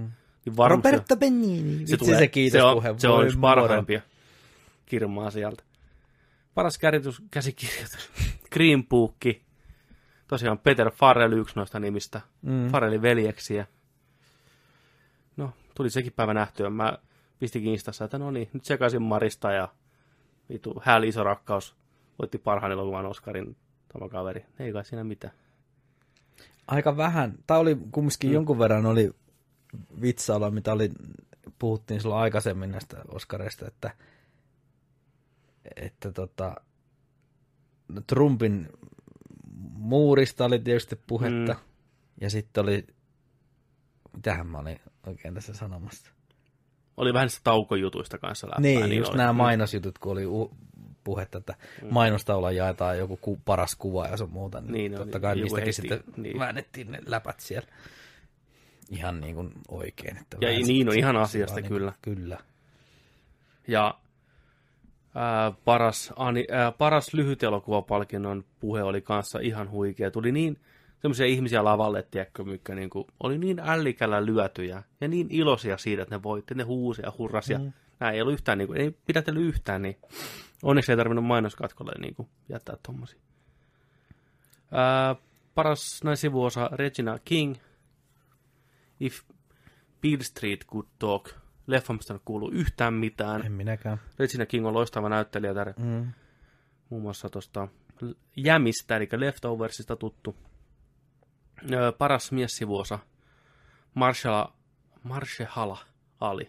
Niin varmasti Roberto Benigni. se, tulee, se kiitospuhe. Se on, se on parhaimpia kirmaa sieltä. Paras käritys, käsikirjoitus. Green Book. Tosiaan Peter Farrell, yksi noista nimistä. Mm. Farrellin veljeksiä. No, tuli sekin päivä nähtyä. Mä pistikin Instassa, että no niin, nyt sekaisin Marista ja vitu, Hääl iso rakkaus. Voitti parhaan elokuvan Oscarin tämä kaveri. Ei kai siinä mitään. Aika vähän. Tämä oli kumminkin mm. jonkun verran oli vitsailla, mitä oli, puhuttiin silloin aikaisemmin näistä Oscareista, että, että tota, Trumpin muurista oli tietysti puhetta. Mm. Ja sitten oli, mitähän mä olin oikein tässä sanomassa. Oli vähän sitä taukojutuista kanssa läppää. Niin, niin just oli. nämä mainosjutut, kun oli u- puhetta, että mm. mainostaula jaetaan joku ku- paras kuva ja sun muuta. Niin, niin totta kai niistäkin sitten niin. väännettiin ne läpät siellä. Ihan niin kuin oikein. Että ja niin on ihan asiasta niin, kyllä. Kyllä. Ja ää, paras, ani, ää, paras lyhyt elokuvapalkinnon puhe oli kanssa ihan huikea. Tuli niin semmoisia ihmisiä lavalle, tiedätkö, mikä niin kuin, oli niin ällikällä lyötyjä ja niin iloisia siitä, että ne voitti, ne huusi ja hurrasi. Mm. Ja nämä ei ollut yhtään, niin kuin, ei pidätellyt yhtään, niin onneksi ei tarvinnut mainoskatkolle niin kuin, jättää tommosia. Ää, paras naisivuosa Regina King, If Beale Street Could Talk. Leffamista ei kuulu yhtään mitään. En minäkään. Regina King on loistava näyttelijä täällä. Mm. Muun muassa tuosta Jämistä, eli Leftoversista tuttu. Öö, paras miessivuosa Marshall, Marshala Ali.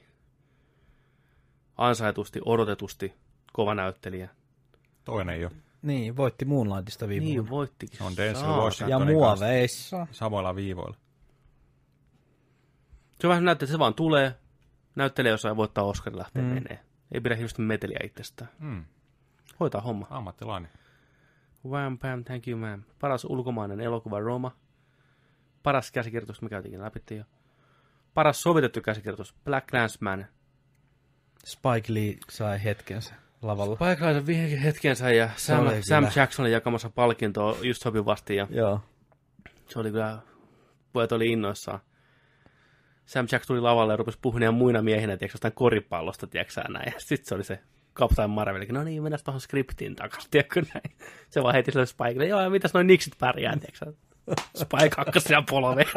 Ansaitusti, odotetusti kova näyttelijä. Toinen jo. Niin, voitti Moonlightista viime Niin, voittikin. Se on Denzel Washingtonin ja muoveissa. Samoilla viivoilla. Se on vähän näyttää, että se vaan tulee. Näyttelee jossain voittaa Oscarin lähtee mm. menee. Ei pidä hirveästi meteliä itsestään. Mm. Hoitaa homma. Ammattilainen. Wham, bam, thank you, ma'am. Paras ulkomainen elokuva Roma. Paras käsikirjoitus, me käytiinkin läpi jo. Paras sovitettu käsikirjoitus Black Clansman. Spike Lee sai hetkensä lavalla. Spike Lee sai vihdoin hetkensä ja Sam, Sam Jackson oli jakamassa palkintoa just sopivasti. Ja joo. Se oli kyllä, pojat oli innoissaan. Sam Jackson tuli lavalle ja rupesi puhumaan muina miehinä, tiedätkö, jostain koripallosta, tiedätkö näin. Ja sitten se oli se Captain Marvel, no niin, mennään tuohon skriptiin takaisin, tiedätkö näin. Se vaan heiti sille Spikelle, joo, ja mitäs noin niksit pärjää, tiedätkö. Spike hakkasi siellä polveen.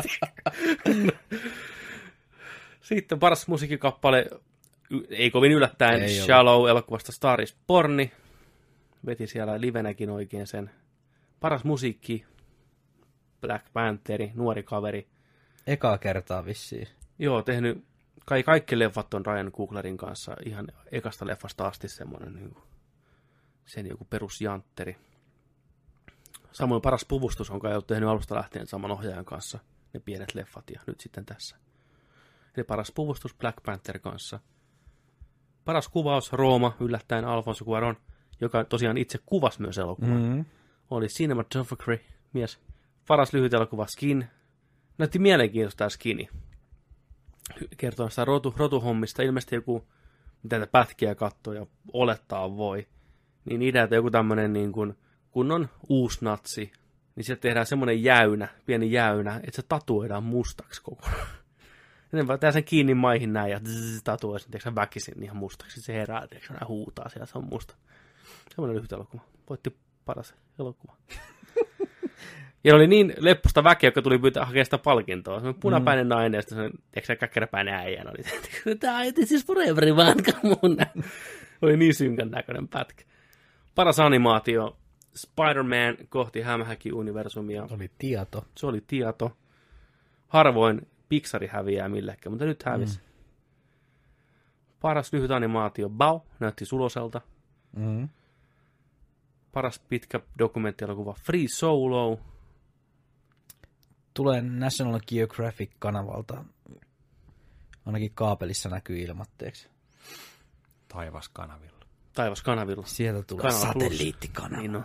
Sitten paras musiikkikappale, ei kovin yllättäen, ei Shallow ole. Elokuvasta Star is Born. Veti siellä livenäkin oikein sen. Paras musiikki, Black Pantheri, nuori kaveri. Ekaa kertaa vissiin. Joo, tehnyt, kai kaikki leffat on Ryan Cooglerin kanssa ihan ekasta leffasta asti semmoinen niin kuin, sen joku perusjantteri. Samoin paras puvustus on kai ollut tehnyt alusta lähtien saman ohjaajan kanssa ne pienet leffat ja nyt sitten tässä. Eli paras puvustus Black Panther kanssa. Paras kuvaus Rooma, yllättäen Alfonso Cuarón, joka tosiaan itse kuvasi myös elokuvan. Mm-hmm. Oli cinematography mies. Paras lyhyt elokuva Skin. Näytti mielenkiintoista tämä Skini. Kertoo sitä rotu, rotuhommista. Ilmeisesti joku, mitä tätä pätkiä katsoo ja olettaa voi. Niin idea, että joku tämmöinen niin kuin kunnon uusnatsi, niin sieltä tehdään semmoinen jäynä, pieni jäynä, että se tatuoidaan mustaksi kokonaan. Ja ne vaan sen kiinni maihin näin ja zzz, tatuoi sen, tiedätkö, väkisin ihan mustaksi. Se herää, tiedätkö, näin huutaa siellä, se on musta. Semmoinen lyhyt elokuva. Voitti paras elokuva. Ja oli niin leppusta väkeä, joka tuli pyytää hakemaan sitä palkintoa. Semmoinen punapäinen mm. nainen ja sitten semmoinen, tiedätkö, käkkäräpäinen äijä. Oli, tämä on siis for everyone, come on. Oli niin synkän näköinen pätkä. Paras animaatio, Spider-Man kohti Hämähäki-universumia. Se oli tieto. Se oli tieto. Harvoin Pixari häviää millekään, mutta nyt hävisi. Mm. Paras lyhyt animaatio, Bao, näytti suloselta. Mm. Paras pitkä dokumenttielokuva, Free Solo. Tulee National Geographic-kanavalta. Ainakin kaapelissa näkyy ilmatteeksi. Taivaskanavilla. Taivaskanavilla. Sieltä tulee satelliittikanava. Niin on.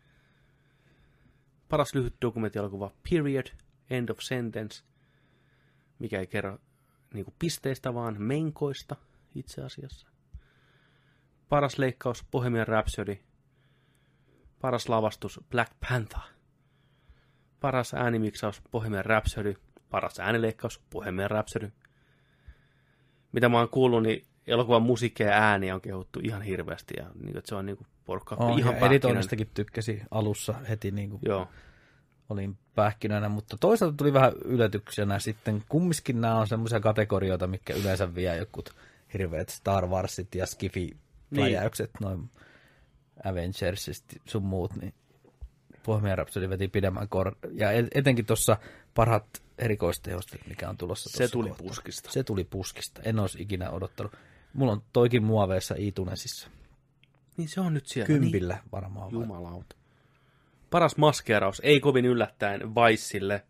Paras lyhyt dokumenttielokuva, Period, End of Sentence. Mikä ei kerro niin kuin pisteistä, vaan menkoista itse asiassa. Paras leikkaus, Bohemian Rhapsody. Paras lavastus, Black Panther. Paras äänimiksaus, Bohemian Rhapsody. Paras äänileikkaus, Bohemian Rhapsody. mitä mä oon kuullut, niin elokuvan musiikkia ja ääniä on kehuttu ihan hirveästi. Ja niin, että se on niin kuin porukka oh, ihan ja editoinnistakin tykkäsi alussa heti. Niin kuin Joo. Olin pähkinönä, mutta toisaalta tuli vähän yllätyksenä sitten. Kumminkin nämä on semmoisia kategorioita, mitkä yleensä vie jokut hirveät Star Warsit ja Skifi-pläjäykset, niin. Noin Avengersit sun muut, niin Bohemian Rhapsody veti pidemmän kor... Ja etenkin tuossa parhaat erikoistehosteet, mikä on tulossa. Se tuli kohta. puskista. Se tuli puskista. En olisi ikinä odottanut. Mulla on toikin muoveessa iTunesissa. Niin se on nyt siellä. Kympillä niin. varmaan. Jumalauta. Paras maskeeraus, ei kovin yllättäen Vicelle.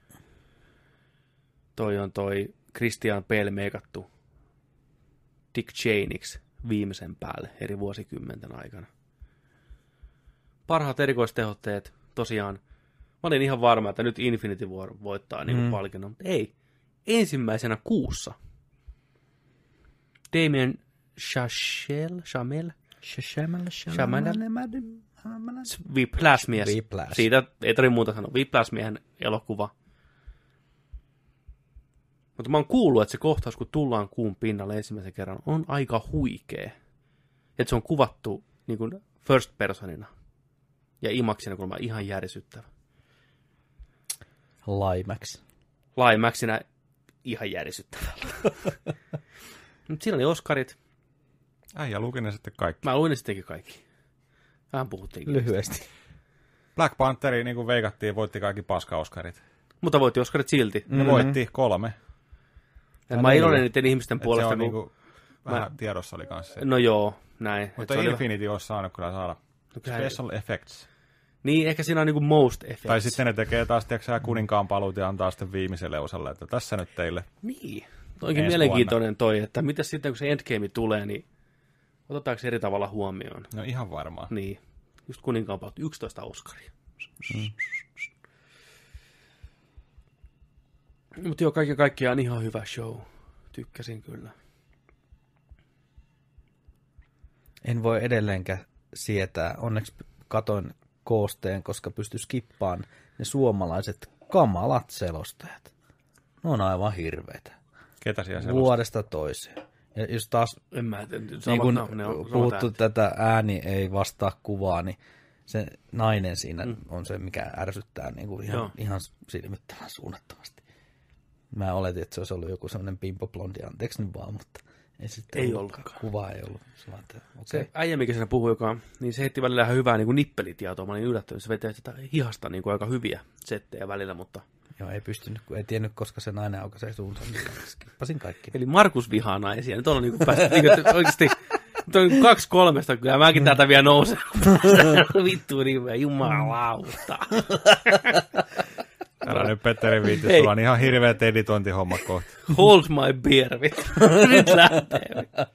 Toi on toi Christian Bale meikattu Dick Cheneyksi viimeisen päälle eri vuosikymmenten aikana. Parhaat erikoistehotteet, tosiaan, mä olin ihan varma, että nyt Infinity War voittaa niin kuin mm. palkinnon, mutta ei. Ensimmäisenä kuussa Damien Chazelle, Chamel, Whiplash-mies. Siitä ei tarvitse muuta sanoa. Whiplash-miehen elokuva. Mutta mä oon kuullut, että se kohtaus, kun tullaan kuun pinnalle ensimmäisen kerran, on aika huikea. Että se on kuvattu niin kuin first personina. Ja imaksina, kun mä ihan järisyttävä. Limax. Limaxina ihan järisyttävä. Mutta siinä oli Oscarit. Äijä luki ne sitten kaikki. Mä luin ne sittenkin kaikki. Vähän puhuttiin. Lyhyesti. Black Pantheri, niin kuin veikattiin, voitti kaikki paska-Oscarit. Mutta voitti Oscarit silti. Ne mm-hmm. voitti kolme. Ja mä iloinen niiden ihmisten et puolesta. Se on kun... niinku, vähän mä... tiedossa oli kanssa se. No joo, näin. Mutta Infinity olisi saanut kyllä saada no, special effects. Niin, ehkä siinä on niinku most effects. Tai sitten ne tekee taas tiiäksä, kuninkaan paluut ja antaa sitten viimeiselle osalle, että tässä nyt teille. Niin. Toikin mielenkiintoinen vuonna. Toi, että mitä sitten kun se Endgame tulee, niin otetaanko se eri tavalla huomioon? No ihan varmaan. Niin. Just kuninkaan paluut, yksitoista Oscaria. Mm. Mutta joo, kaiken kaikkiaan ihan hyvä show. Tykkäsin kyllä. En voi edelleenkään sietää. Onneksi katoin koosteen, koska pystyi skippaan ne suomalaiset kamalat selostajat. Ne on aivan hirveitä. Ketä siellä selostaa? Vuodesta toiseen. Ja jos taas en mä, en, niin kun ne on, puhuttu tätä ääni ei vastaa kuvaa, niin se nainen siinä mm. on se, mikä ärsyttää niin kuin ihan, ihan silmittävän suunnattomasti. Mä oletin, että se olisi ollut joku sellainen pimpoblondi, anteeksi nyt vaan, mutta ei sitten ei ollutkaan. Kuva ei ollut. Okay. Se äijä, mikä siinä puhui, joka, niin se heitti välillä ihan hyvää niin kuin nippelitietoa. Mä olin yllättynyt, se vetää sitä hihasta niin kuin aika hyviä settejä välillä, mutta... Joo, ei pystynyt, kun ei tiennyt, koska se nainen aukaisee suunsa, niin skippasin kaikki. Eli Markus vihaa naisia. Nyt on niin kuin päästy, niin kuin, oikeasti, nyt on kaksi kolmesta, kyllä mäkin täältä vielä nousen. Vittu niin, jumalauta. Älä nyt Petteri viitti, sulla on ihan hirveät editointihommat kohta. Hold my beer, vittu. Nyt lähtee.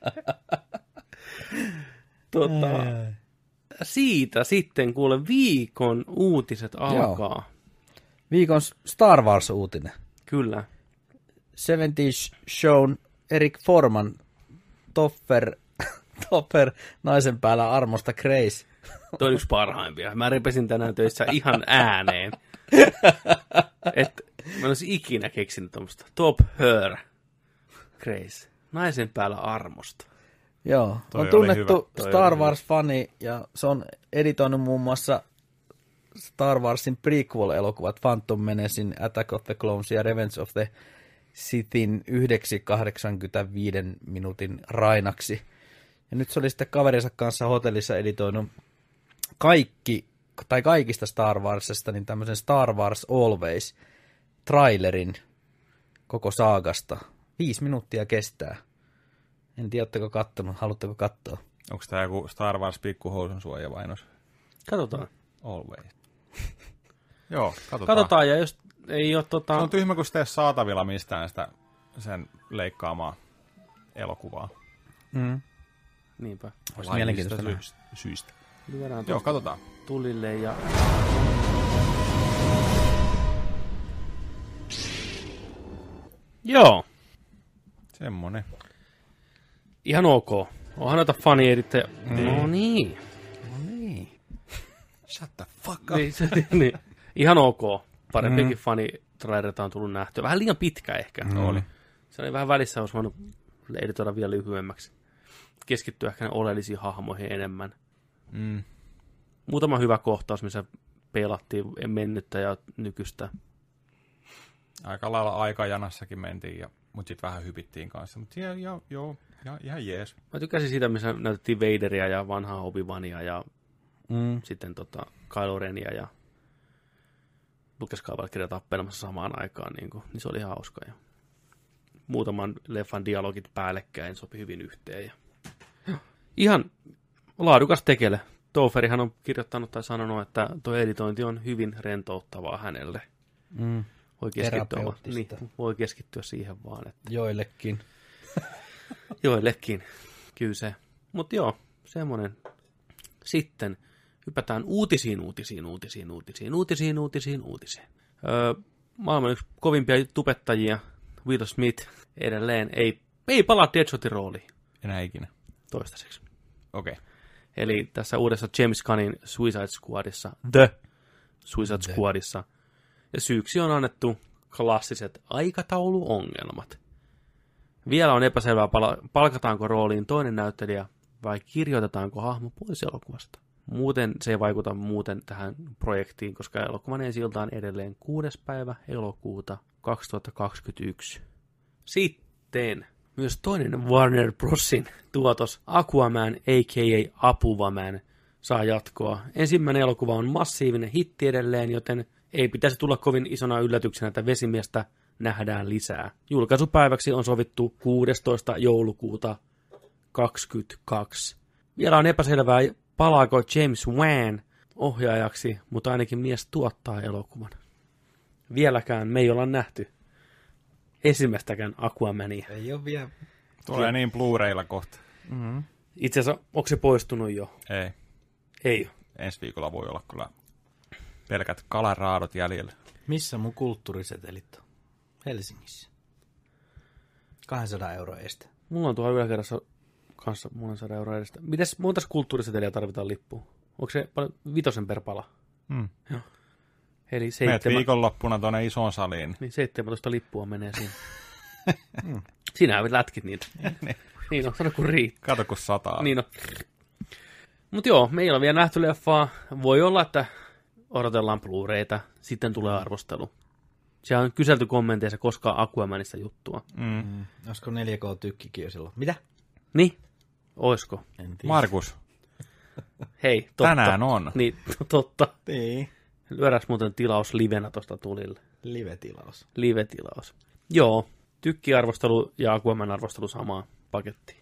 Tota, siitä sitten kuule viikon uutiset alkaa. Joo. Viikon Star Wars-uutinen. Kyllä. seventies Shown Erik Forman, Topper, Topper naisen päällä armosta Grace. Toi on yksi parhaimpia. Mä repesin tänään töissä ihan ääneen. Et mä en olisi ikinä keksinyt tuommoista. Top her Grace. Naisen päällä armosta. Joo, toi on tunnettu Star Wars-fani ja se on editoinut muun muassa Star Warsin prequel-elokuvat Phantom Menacen, Attack of the Clones ja Revenge of the Sithin yhdeksi kahdeksankymmentäviisi minuutin rainaksi. Ja nyt se oli sitten kaverinsa kanssa hotellissa editoinut kaikki, tai kaikista Star Warsista, niin tämmöisen Star Wars Always trailerin koko saagasta. Viisi minuuttia kestää. En tiedä, oletteko kattonut, haluatteko katsoa? Onko tämä joku Star Wars pikkuhousun suojavainos? Katsotaan. Always. Joo, katsotaan. Katsotaan, ja jos ei ole tota... Se on tyhmä, kun sitä ei saatavilla mistään sitä sen leikkaamaa elokuvaa. Mm. Niinpä. Olisi mielenkiintoista syistä. syistä. Joo, katsotaan. Tulille ja... Joo. Semmonen. Ihan ok. Onhan noita fani-edittejä. Mm. No niin. No niin. Shut the fuck up. Niin, se, niin. Ihan ok. Parempikin mm. fani-trailereita on tullut nähtyä. Vähän liian pitkä ehkä. Mm. Oli. Se oli vähän välissä, olisi voinut editoida vielä lyhyemmäksi. Keskittyä ehkä oleellisiin hahmoihin enemmän. Mm. Muutama hyvä kohtaus, missä pelattiin mennyttä ja nykyistä. Aika lailla aikajanassakin mentiin, ja, mutta sitten vähän hypittiin kanssa. Mutta joo, joo, joo, ihan jees. Mä tykäsin siitä, missä näytettiin Vaderia ja vanhaa Obi-Wania ja mm. sitten tota Kylo Renia ja Luke Skywalkeria tappelemassa samaan aikaan. Niin, kuin, niin se oli ihan hauska. Ja muutaman leffan dialogit päällekkäin sopi hyvin yhteen. Ja ihan laadukas tekele. Toferihan on kirjoittanut tai sanonut, että tuo editointi on hyvin rentouttavaa hänelle. Mm. Voi keskittyä, niin, voi keskittyä siihen vaan. Että joillekin. Joillekin, kyllä se. Mutta joo, semmoinen. Sitten hypätään uutisiin, uutisiin, uutisiin, uutisiin, uutisiin, uutisiin, uutisiin. Öö, maailman yksi kovimpia tubettajia, Will Smith, edelleen ei, ei palaa Deadshotin rooliin. Enää ikinä. Toistaiseksi. Okei. Okay. Eli tässä uudessa James Gunnin Suicide Squadissa, The Suicide The. Squadissa. Ja syyksi on annettu klassiset aikatauluongelmat. Vielä on epäselvää, palkataanko rooliin toinen näyttelijä vai kirjoitetaanko hahmo pois elokuvasta. Muuten se ei vaikuta muuten tähän projektiin, koska elokuvan ensi-ilta on edelleen kuudes päivä elokuuta kaksituhattakaksikymmentäyksi. Sitten myös toinen Warner Brosin tuotos Aquaman a k a. Apuvaman saa jatkoa. Ensimmäinen elokuva on massiivinen hitti edelleen, joten ei pitäisi tulla kovin isona yllätyksenä, että vesimiestä nähdään lisää. Julkaisupäiväksi on sovittu kuudestoista joulukuuta kaksikymmentäkaksi. Vielä on epäselvää, palaako James Wan ohjaajaksi, mutta ainakin mies tuottaa elokuvan. Vieläkään me ei olla nähty ensimmäistäkään Aquamania. Ei ole vielä. Tulee niin Blu-raylla kohta. Mm-hmm. Itse asiassa, onko se poistunut jo? Ei. Ei ole. Ensi viikolla voi olla kyllä pelkät kalaraadot jäljellä. Missä mun kulttuurisetelit on? Helsingissä. kaksisataa euroa estä. Mulla on tuolla yläkerrassa kanssa mulla on sata euroa edestä. Mites montas kulttuuriseteliä tarvitaan lippuun? Onko se vitosen per pala? Mm. Joo. Eli seitsemän... Meet viikonloppuna tuonne isoon saliin. Niin seitsemäntoista lippua menee siinä. mm. Sinähän lätkit niitä. Niin on, sano kun riittää. Kato kun sataa. Niin on. Mut joo, me ei ole vielä nähty leffaa. Voi olla, että odotellaan Blu-rayta, sitten tulee arvostelu. Siellä on kyselty kommenteissa koskaan Aquamanista juttua. Mm. Mm. Olisiko neljä K-tykkikin jo silloin? Mitä? Niin, oisko? Markus. Hei, totta. Tänään on. Niin, totta. Niin. Lyödäänkö muuten tilaus livenä tosta tulille? Live-tilaus. Live-tilaus. Joo, tykkiarvostelu ja Aquaman arvostelu samaan pakettiin.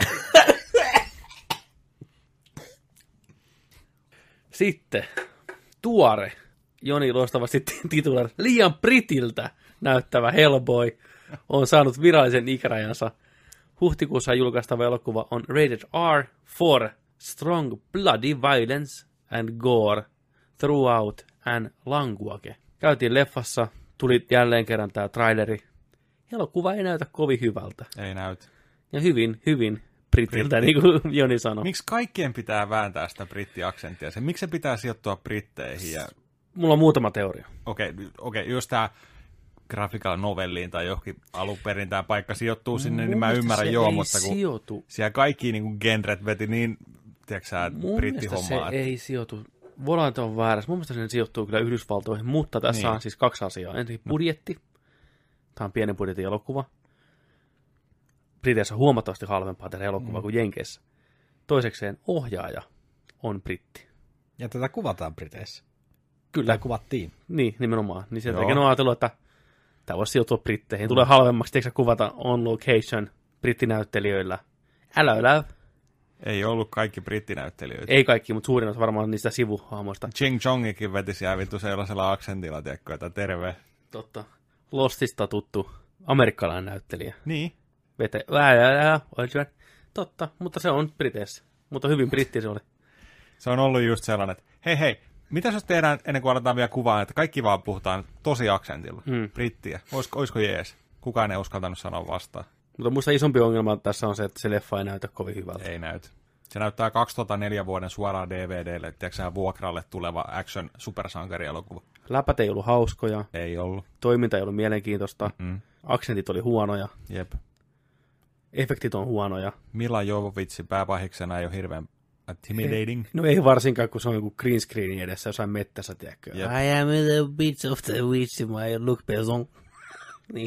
Sitten tuore, Joni loistavasti titular, liian britiltä näyttävä Hellboy on saanut virallisen ikärajansa. Huhtikuussa julkaistava elokuva on rated R for strong bloody violence and gore throughout an language. Käytiin leffassa, tuli jälleen kerran tämä traileri. Elokuva ei näytä kovin hyvältä. Ei näytä. Ja hyvin, hyvin britiltä, niin kuin Joni sanoi. Miksi kaikkien pitää vääntää sitä brittiaksenttia? Se, miksi se pitää sijoittua britteihin? Ja... Mulla on muutama teoria. Okei, okay, okay, jos tämä graphical novelliin tai johonkin alun perin tämä paikka sijoittuu sinne, Mun niin mä ymmärrän joo, mutta kun sijoitu. Siellä kaikki niin kuin genret veti niin, tiedätkö sä, brittihommaa. se ei sijoitu. Voidaan, että on väärässä. Mun mielestä se sijoittuu kyllä Yhdysvaltoihin, mutta tässä niin on siis kaksi asiaa. Ensin budjetti. Tämä on pienen budjetin elokuva. Briteissä on huomattavasti halvempaa tehdä elokuvaa mm. kuin Jenkeissä. Toisekseen ohjaaja on britti. Ja tätä kuvataan Briteissä. Kyllä. Tämä kuvattiin. Niin, nimenomaan. Niin sen takia on ajatellut, että tämä voisi sijoittua britteihin. Tulee halvemmaksi, tiedätkö kuvata on location brittinäyttelijöillä. Älä älä. Ei ollut kaikki brittinäyttelijöitä. Ei kaikki, mutta suurin osa varmaan niistä sivuhahmoista. Ching Chongikin veti siellä vittu sellaisella aksentilla, tiedätkö, että terve. Totta. Lostista tuttu amerikkalainen näyttelijä. Niin. Vete. Totta, mutta se on Briteissä. Mutta hyvin britti se oli. Se on ollut just sellainen, että hei hei, mitä jos tehdään ennen kuin aletaan vielä kuvaa, että kaikki vaan puhutaan tosi aksentilla, mm. brittiä. Olisiko, olisiko jees? Kukaan ei uskaltanut sanoa vastaan. Mutta musta isompi ongelma tässä on se, että se leffa ei näytä kovin hyvältä. Ei näytä. Se näyttää kaksituhattaneljä vuoden suoraan D V D:lle, tiedätkö vuokralle tuleva action supersankarielokuva. Läpät ei ollut hauskoja. Ei ollut. Toiminta ei ollut mielenkiintoista. Mm. Aksentit oli huonoja. Jep. efektit on huonoja. Mila Jovovitsin pääpahiksena ei ole hirveän intimidating. Ei, no ei varsinkaan, kun se on joku green screenin edessä jossain mettässä, tiedätkö? Jep. I am the bitch of the witch in my look person. Niin.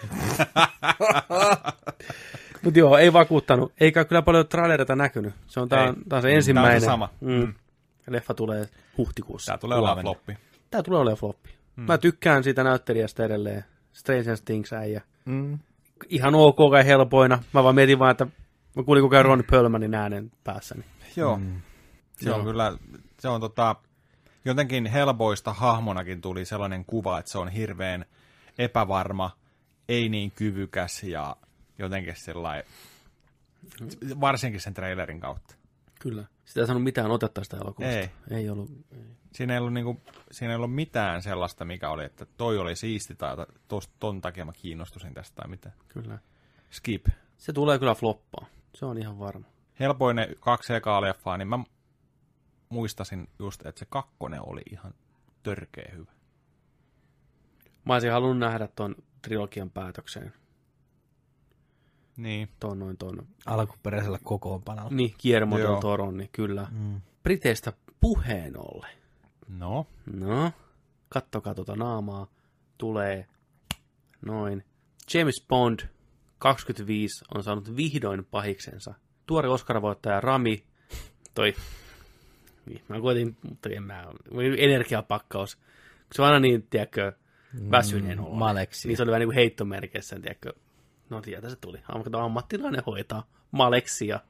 Mutta joo, ei vakuuttanut. Eikä kyllä paljon trailereita näkynyt. Se on, tää, Ei. on, tää on se ensimmäinen. Tää on se sama. Mm. Leffa tulee huhtikuussa. Tää tulee olemaan floppi. Tää tulee olemaan floppi. Mm. Mä tykkään siitä näyttelijästä edelleen. Stranger Things äijä. Mm. Ihan ok kai helpoina. Mä vaan mietin vaan, että mä kuulin koko ajan Ron Perlmanin äänen päässäni. Joo. Mm. Se on Joo. kyllä, se on tota, jotenkin Hellboysta hahmonakin tuli sellainen kuva, että se on hirveän epävarma, ei niin kyvykäs ja jotenkin sellainen, varsinkin sen trailerin kautta. Kyllä. Sitä ei saanut mitään otetta sitä elokuvasta. Ei. Ei ollut. Ei. Siinä ei ollut, niinku, siinä ei ollut mitään sellaista, mikä oli, että toi oli siisti tai tos, ton takia mä kiinnostusin tästä tai mitään. Kyllä. Skip. Se tulee kyllä floppaa. Se on ihan varma. Helpoinen kaksi ekaa leffaa, niin mä muistasin just, että se kakkonen oli ihan törkeä hyvä. Mä olisin halunnut nähdä ton trilogian päätökseen. Niin. Ton noin ton. Alkuperäisellä kokoonpanolla. Niin, Guillermo del Joo. Toron, niin kyllä. Mm. Briteistä puheen ollen. No. No, kattokaa tuota naamaa. Tulee noin. James Bond kaksikymmentäviisi on saanut vihdoin pahiksensa. Tuori Oscar-voittaja Rami, toi, niin, mä koitin, mutta en mä, energiapakkaus. Se on aina niin, tiedätkö, väsyneen olo. Maleksi. Niin se oli vähän niin kuin heittomerkeissä, tiedätkö. No sieltä se tuli. Ammattilainen hoitaa Maleksia.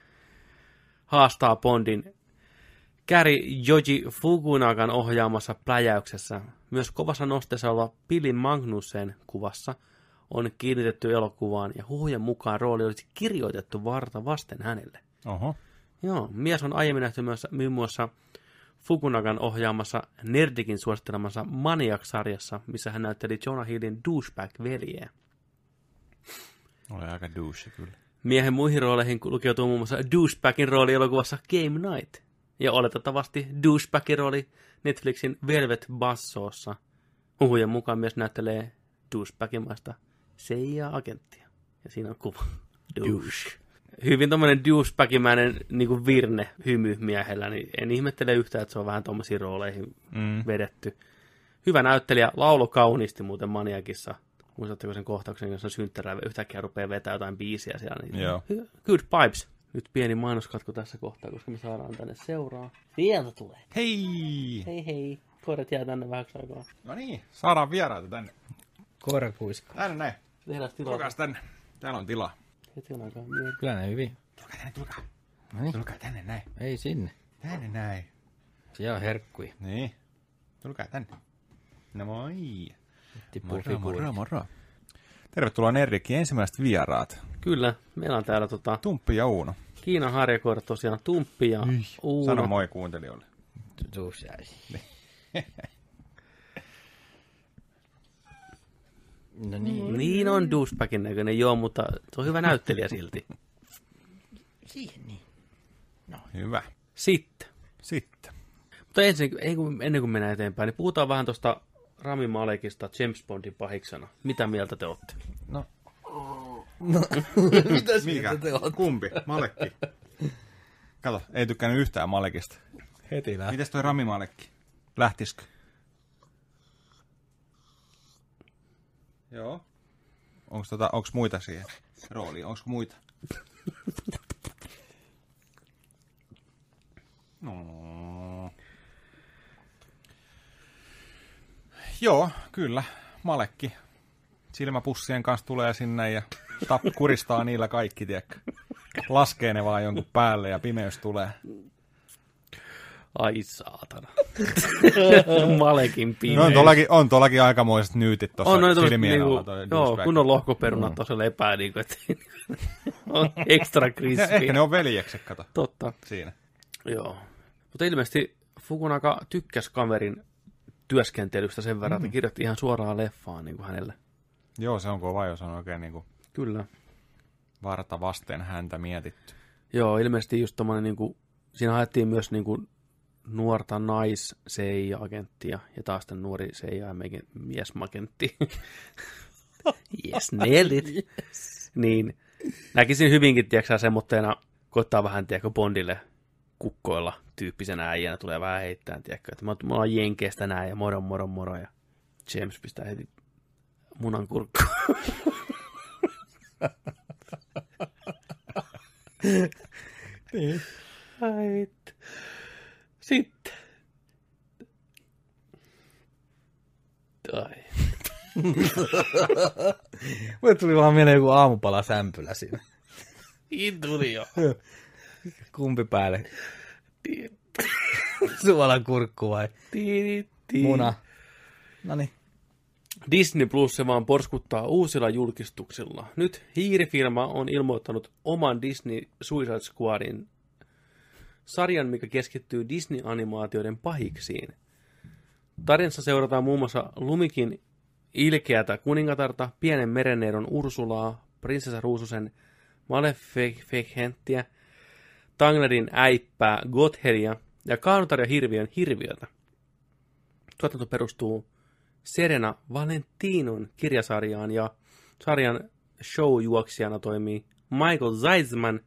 Haastaa Bondin Käri Joji Fukunagan ohjaamassa pläjäyksessä. Myös kovassa nosteessa oleva Billy Magnussen kuvassa on kiinnitetty elokuvaan ja huhujen mukaan rooli olisi kirjoitettu varta vasten hänelle. Oho. Joo, mies on aiemmin nähty myös muun muassa Fukunagan ohjaamassa Nerdikin suosittelemassa Maniac-sarjassa, missä hän näytteli Jonah Hillin douchebag-veljeä. Oli aika douche kyllä. Miehen muihin rooleihin lukeutuu muun muassa douchebagin rooli elokuvassa Game Night. Ja oletettavasti douchebagin rooli Netflixin Velvet Buzzsawssa. Huhujen mukaan myös näyttelee douchebagimaista C I A-agenttia. Ja siinä on kuva. Douche. Hyvin tommonen douchebagimäinen niinku virne hymy miehellä, niin en ihmettele yhtään, että se on vähän tommosiin rooleihin Mm. vedetty. Hyvä näyttelijä, laulo kauniisti muuten Maniakissa. Muistatteko sen kohtauksen, jossa synttärää yhtäkkiä rupeaa vetää jotain biisiä siellä. Niin Joo. Good vibes. Nyt pieni mainoskatko tässä kohtaa, koska me saadaan tänne seuraa. Sieltä tulee. Hei! Hei hei. Koirat jää tänne vähäksi aikaa. No niin, saadaan vieraita tänne. Koira kuiskaa. Tänne näin. Tehdään tilaa. Tulkaas tänne. Täällä on tilaa. Hetken aikaa. Kyllä ne hyvin. Tulkaa tänne, tulkaa. No niin. Tulkaa tänne näin. Ei sinne. Tänne näin. Siellä on herkkuja. Niin. Tulkaa tänne. No moi. Tippuu Moro, figuuri. moro, moro. Tervetuloa Nerdikin ensimmäiset vieraat. Kyllä, meillä on täällä tota, Tumppi ja Uuno. Kiinan harjakoirat tosiaan Tumppi ja Uuno. Sano moi kuuntelijoille. Tuus jäisi. No niin. Niin on douchebagin näköinen, joo, mutta se on hyvä näyttelijä silti. Siihen niin. Hyvä. Sitten. Sitten. Mutta ensin, ennen kuin mennään eteenpäin, niin puhutaan vähän tuosta Rami Malekista James Bondin pahiksena. Mitä mieltä te olette? No. No. Mitäs Mikä? mieltä te olette? Kumpi? Malekki. Kato, ei tykkäänyt yhtään Malekista. Heti lähtee. Mites toi Rami Malekki? Lähtisikö? Joo. Onks, tota, onks muita siihen rooliin? Onks muita? No. Joo, kyllä. Malekki. Silmäpussien kanssa tulee sinne ja tap, kuristaa niillä kaikki, tiedätkö? Laskee ne vaan jonkun päälle ja pimeys tulee. Ai saatana. Malekin pimeys. No on tuollakin, on tuollakin aikamoiset nyytit tuossa on, on, silmien niinku, alla. Toi joo, douchebag. kun on lohkoperunat tuossa lepää, niin kuin, että on extra Ja crispy. ehkä ne on veljekset, kato, Totta. siinä. Joo. Mutta ilmeisesti Fukunaga tykkäsi kaverin työskentelystä sen verran, mm. että kirjoitti ihan suoraan leffaan niin kuin hänelle. Joo, se on kova, jos on oikein niin kuin Kyllä. varta vasten häntä mietitty. Joo, ilmeisesti just tommonen niinku, siinä haettiin myös niinku nuorta nais-C I A-agenttia ja taas tämän nuori C I A-miesmagentti. Yes, nailed it. Yes. Niin, Näkisin hyvinkin, tiedätkö semmoitteena, koittaa vähän, tiedätkö, Bondille kukkoilla tyyppisenä äijänä, tulee vähän heittämään, tiedätkö, että me ollaan jenkeistä näin ja moro, moro, moro, ja James pistää heti munan kurkkuun. Niin. Ai. Sitten. Ai. Mulle tuli vaan mieleen joku aamupala sämpylä siinä. Niin tuli jo. Kumpi päälle? Suolan kurkku vai muna? Noniin. Disney Plus se vaan porskuttaa uusilla julkistuksilla. Nyt hiirifirma on ilmoittanut oman Disney Suicide Squadin sarjan, mikä keskittyy Disney-animaatioiden pahiksiin. Tarinassa seurataan muun muassa Lumikin ilkeätä kuningatarta, pienen merenneidon Ursulaa, prinsessa Ruususen Maleficenttiä, Tanglerin äippää Godheadia ja Kaanotar ja hirviön hirviötä. Tuotanto perustuu Serena Valentinon kirjasarjaan ja sarjan show-juoksijana toimii Michael Zeisman,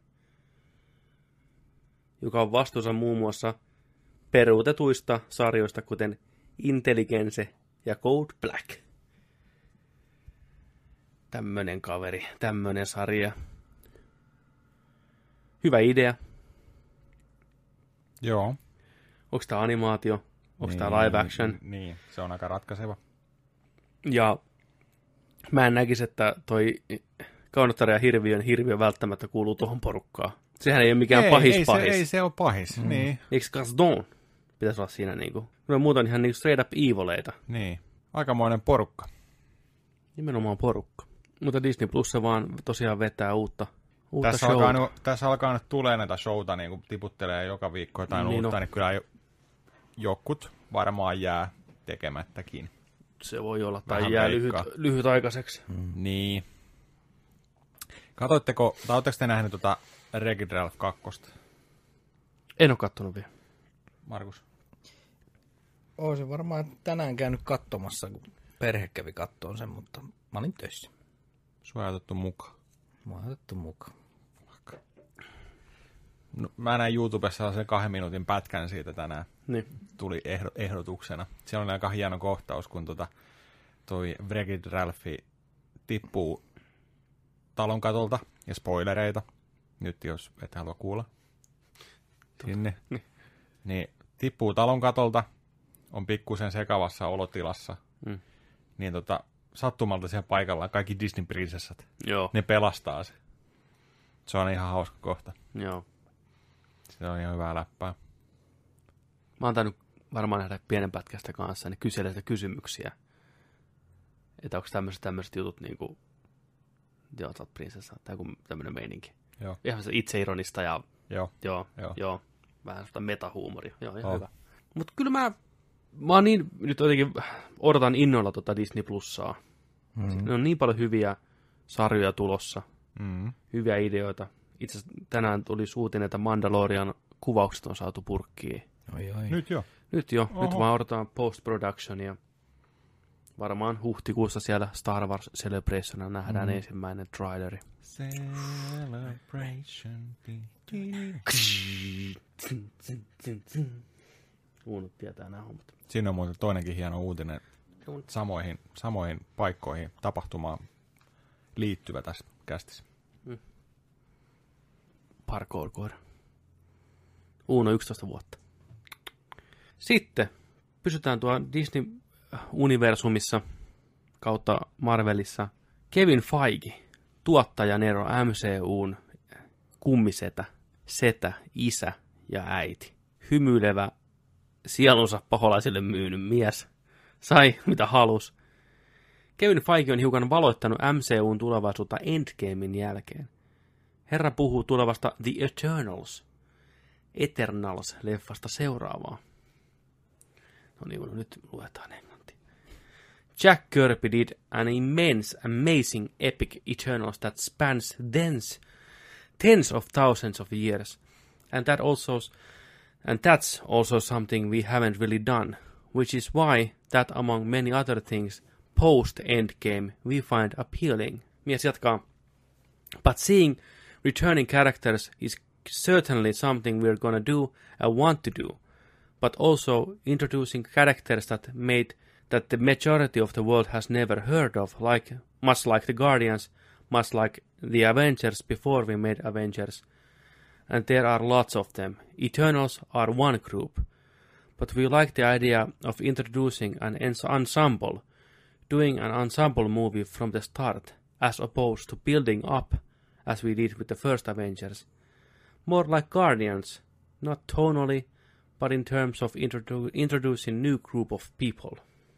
joka on vastuussa muun muassa peruutetuista sarjoista, kuten Intelligence ja Code Black. Tämmönen kaveri, tämmönen sarja. Hyvä idea. Joo. Onko tämä animaatio? Onko niin, tämä live action? Niin, se on aika ratkaiseva. Ja mä en näkisi, että toi Kaunotar ja hirviön hirviö välttämättä kuuluu tuohon porukkaan. Sehän ei ole mikään ei, pahis ei pahis. Se, ei se ole pahis, mm. niin. Eikö Gaston pitäisi olla siinä niinku? No muuta on ihan niinku straight up evileita. Niin, aikamoinen porukka. Nimenomaan porukka. Mutta Disney Plus se vaan tosiaan vetää uutta, uutta tässä showta. Alkaa, tässä alkaa nyt tulee näitä showta, niin kuin tiputtelee joka viikko jotain niin uutta, no. niin kyllä jokut varmaan jää tekemättäkin. Se voi olla, tai Vähän jää veikkaa. lyhyt, lyhytaikaiseksi. Mm. Niin. Katoitteko, tai oletteko te nähneet tuota Wreck-It Ralph kaksi? En ole kattonut vielä. Markus? Olisin varmaan tänään käynyt katsomassa, kun perhe kävi kattoon sen, mutta mä olin töissä. Sua ei otettu mukaan. Mä oon otettu mukaan. No, mä näin YouTubessa sen kahden minuutin pätkän siitä tänään. Niin. Tuli ehdo, ehdotuksena. Siellä oli aika hieno kohtaus, kun tota, toi Wreck-It Ralph tippuu talon katolta, ja spoilereita, nyt jos et halua kuulla. Sinne. Niin. Niin, tippuu talon katolta, on pikkusen sekavassa olotilassa, Mm. niin tota, sattumalta siellä paikallaan kaikki Disney-prinsessat, Joo. ne pelastaa se. Se on ihan hauska kohta. Joo. Se on ihan hyvää läppää. Mä oon tainnut varmaan nähdä pienen pätkästä kanssa, niin kyselee sitä kysymyksiä. Että onko tämmöiset tämmöiset jutut niinku, joo, sä oot prinsessa, tai joku tämmönen meininki. Joo. Ihan se itseironista ja Joo. joo, Joo. joo, vähän sitä metahuumoria. Joo, ihan Oh. hyvä. Mut kyllä mä, mä oon niin, nyt jotenkin odotan innolla tota Disney Plussaa. Mm. Ne on niin paljon hyviä sarjoja tulossa, Mm. hyviä ideoita. Itse asiassa tänään tuli uutinen, että Mandalorian kuvaukset on saatu purkkiin. Oi, oi. Nyt jo. Nyt jo, Oho. nyt vaan odotetaan post-productionia. Varmaan huhtikuussa siellä Star Wars Celebrationilla nähdään mm. ensimmäinen traileri. Celebration. Uunut tietää nämä hommat. Siinä on muuten toinenkin hieno uutinen samoihin, samoihin paikkoihin tapahtumaan liittyvä tässä kästissä. Parkour-koira. Uuno yksitoista vuotta. Sitten pysytään tuo Disney-universumissa kautta Marvelissa. Kevin Feige, tuottajanero M C U:n kummisetä, setä, isä ja äiti. Hymyilevä, sielunsa paholaisille myynyt mies. Sai mitä halus. Kevin Feige on hiukan valoittanut M C U:n tulevaisuutta Endgamein jälkeen. Herra puhuu tulevasta The Eternals, Eternals-leffasta seuraavaa. No niin, no nyt luetaan englantia. Jack Kirby did an immense, amazing, epic Eternals that spans tens, tens of thousands of years. And that also, and that's also something we haven't really done, which is why that among many other things, post-endgame we find appealing. Mies jatkaa. But seeing returning characters is certainly something we're gonna do and want to do. But also introducing characters that made that the majority of the world has never heard of, like much like the Guardians, much like the Avengers before we made Avengers. And there are lots of them. Eternals are one group. But we like the idea of introducing an ensemble, doing an ensemble movie from the start, as opposed to building up, as we did with the first Avengers. More like Guardians, not tonally, but in terms of introdu- introducing new group of people.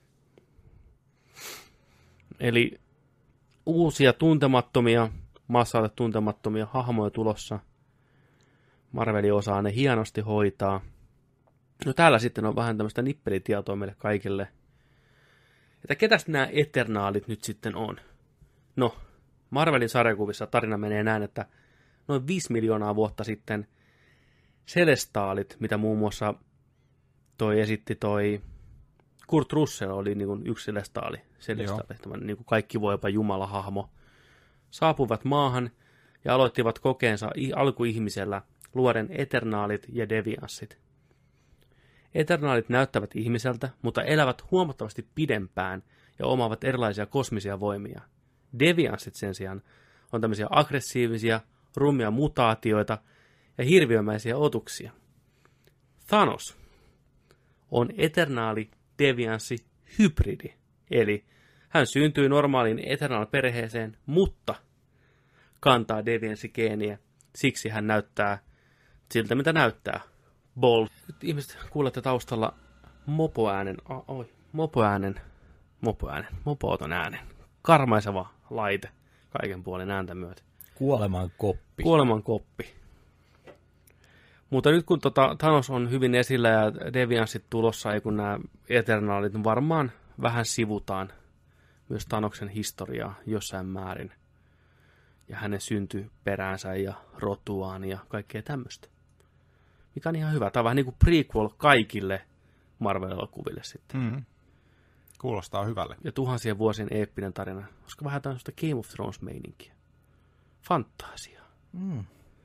Eli uusia tuntemattomia, massalle tuntemattomia hahmoja tulossa. Marveli osaa ne hienosti hoitaa. No täällä sitten on vähän tämmöistä nippelitietoa meille kaikille. Että ketäs nämä Eternaalit nyt sitten on? No, Marvelin sarjakuvissa tarina menee näin, että noin viisi miljoonaa vuotta sitten Celestaalit, mitä muun muassa toi esitti toi Kurt Russell oli niin kuin yksi Celestaali, Celestaali, tämä niin kuin kaikki voipa Jumala-hahmo, saapuivat maahan ja aloittivat kokeensa alkuihmisellä luoden Eternaalit ja Devianssit. Eternaalit näyttävät ihmiseltä, mutta elävät huomattavasti pidempään ja omaavat erilaisia kosmisia voimia. Devianssit sen sijaan on tämmöisiä aggressiivisia, rummia mutaatioita ja hirviömäisiä otuksia. Thanos on eternaali devianssi hybridi, eli hän syntyi normaaliin Eternal-perheeseen, mutta kantaa devianssigeeniä, siksi hän näyttää siltä, mitä näyttää. Bold. Nyt ihmiset kuulette taustalla mopoäänen, oi, mopoäänen, mopoäänen, mopooton äänen, karmaiseva laite kaiken puolen ääntä myötä. Kuoleman koppi. Kuoleman koppi. Mutta nyt kun tota, Thanos on hyvin esillä ja Devianssit tulossa, ja kun nämä Eternaalit niin varmaan vähän sivutaan myös Thanoksen historiaa jossain määrin. Ja hänen syntyperäänsä ja rotuaan ja kaikkea tämmöistä. Mikä on ihan hyvä. Tämä on vähän niin kuin prequel kaikille Marvel-elokuville sitten. Mm. Kuulostaa hyvälle. Ja tuhansien vuosien eeppinen tarina. Koska vähän tämmöistä Game of Thrones-meininkiä. Fantasiaa. Mm.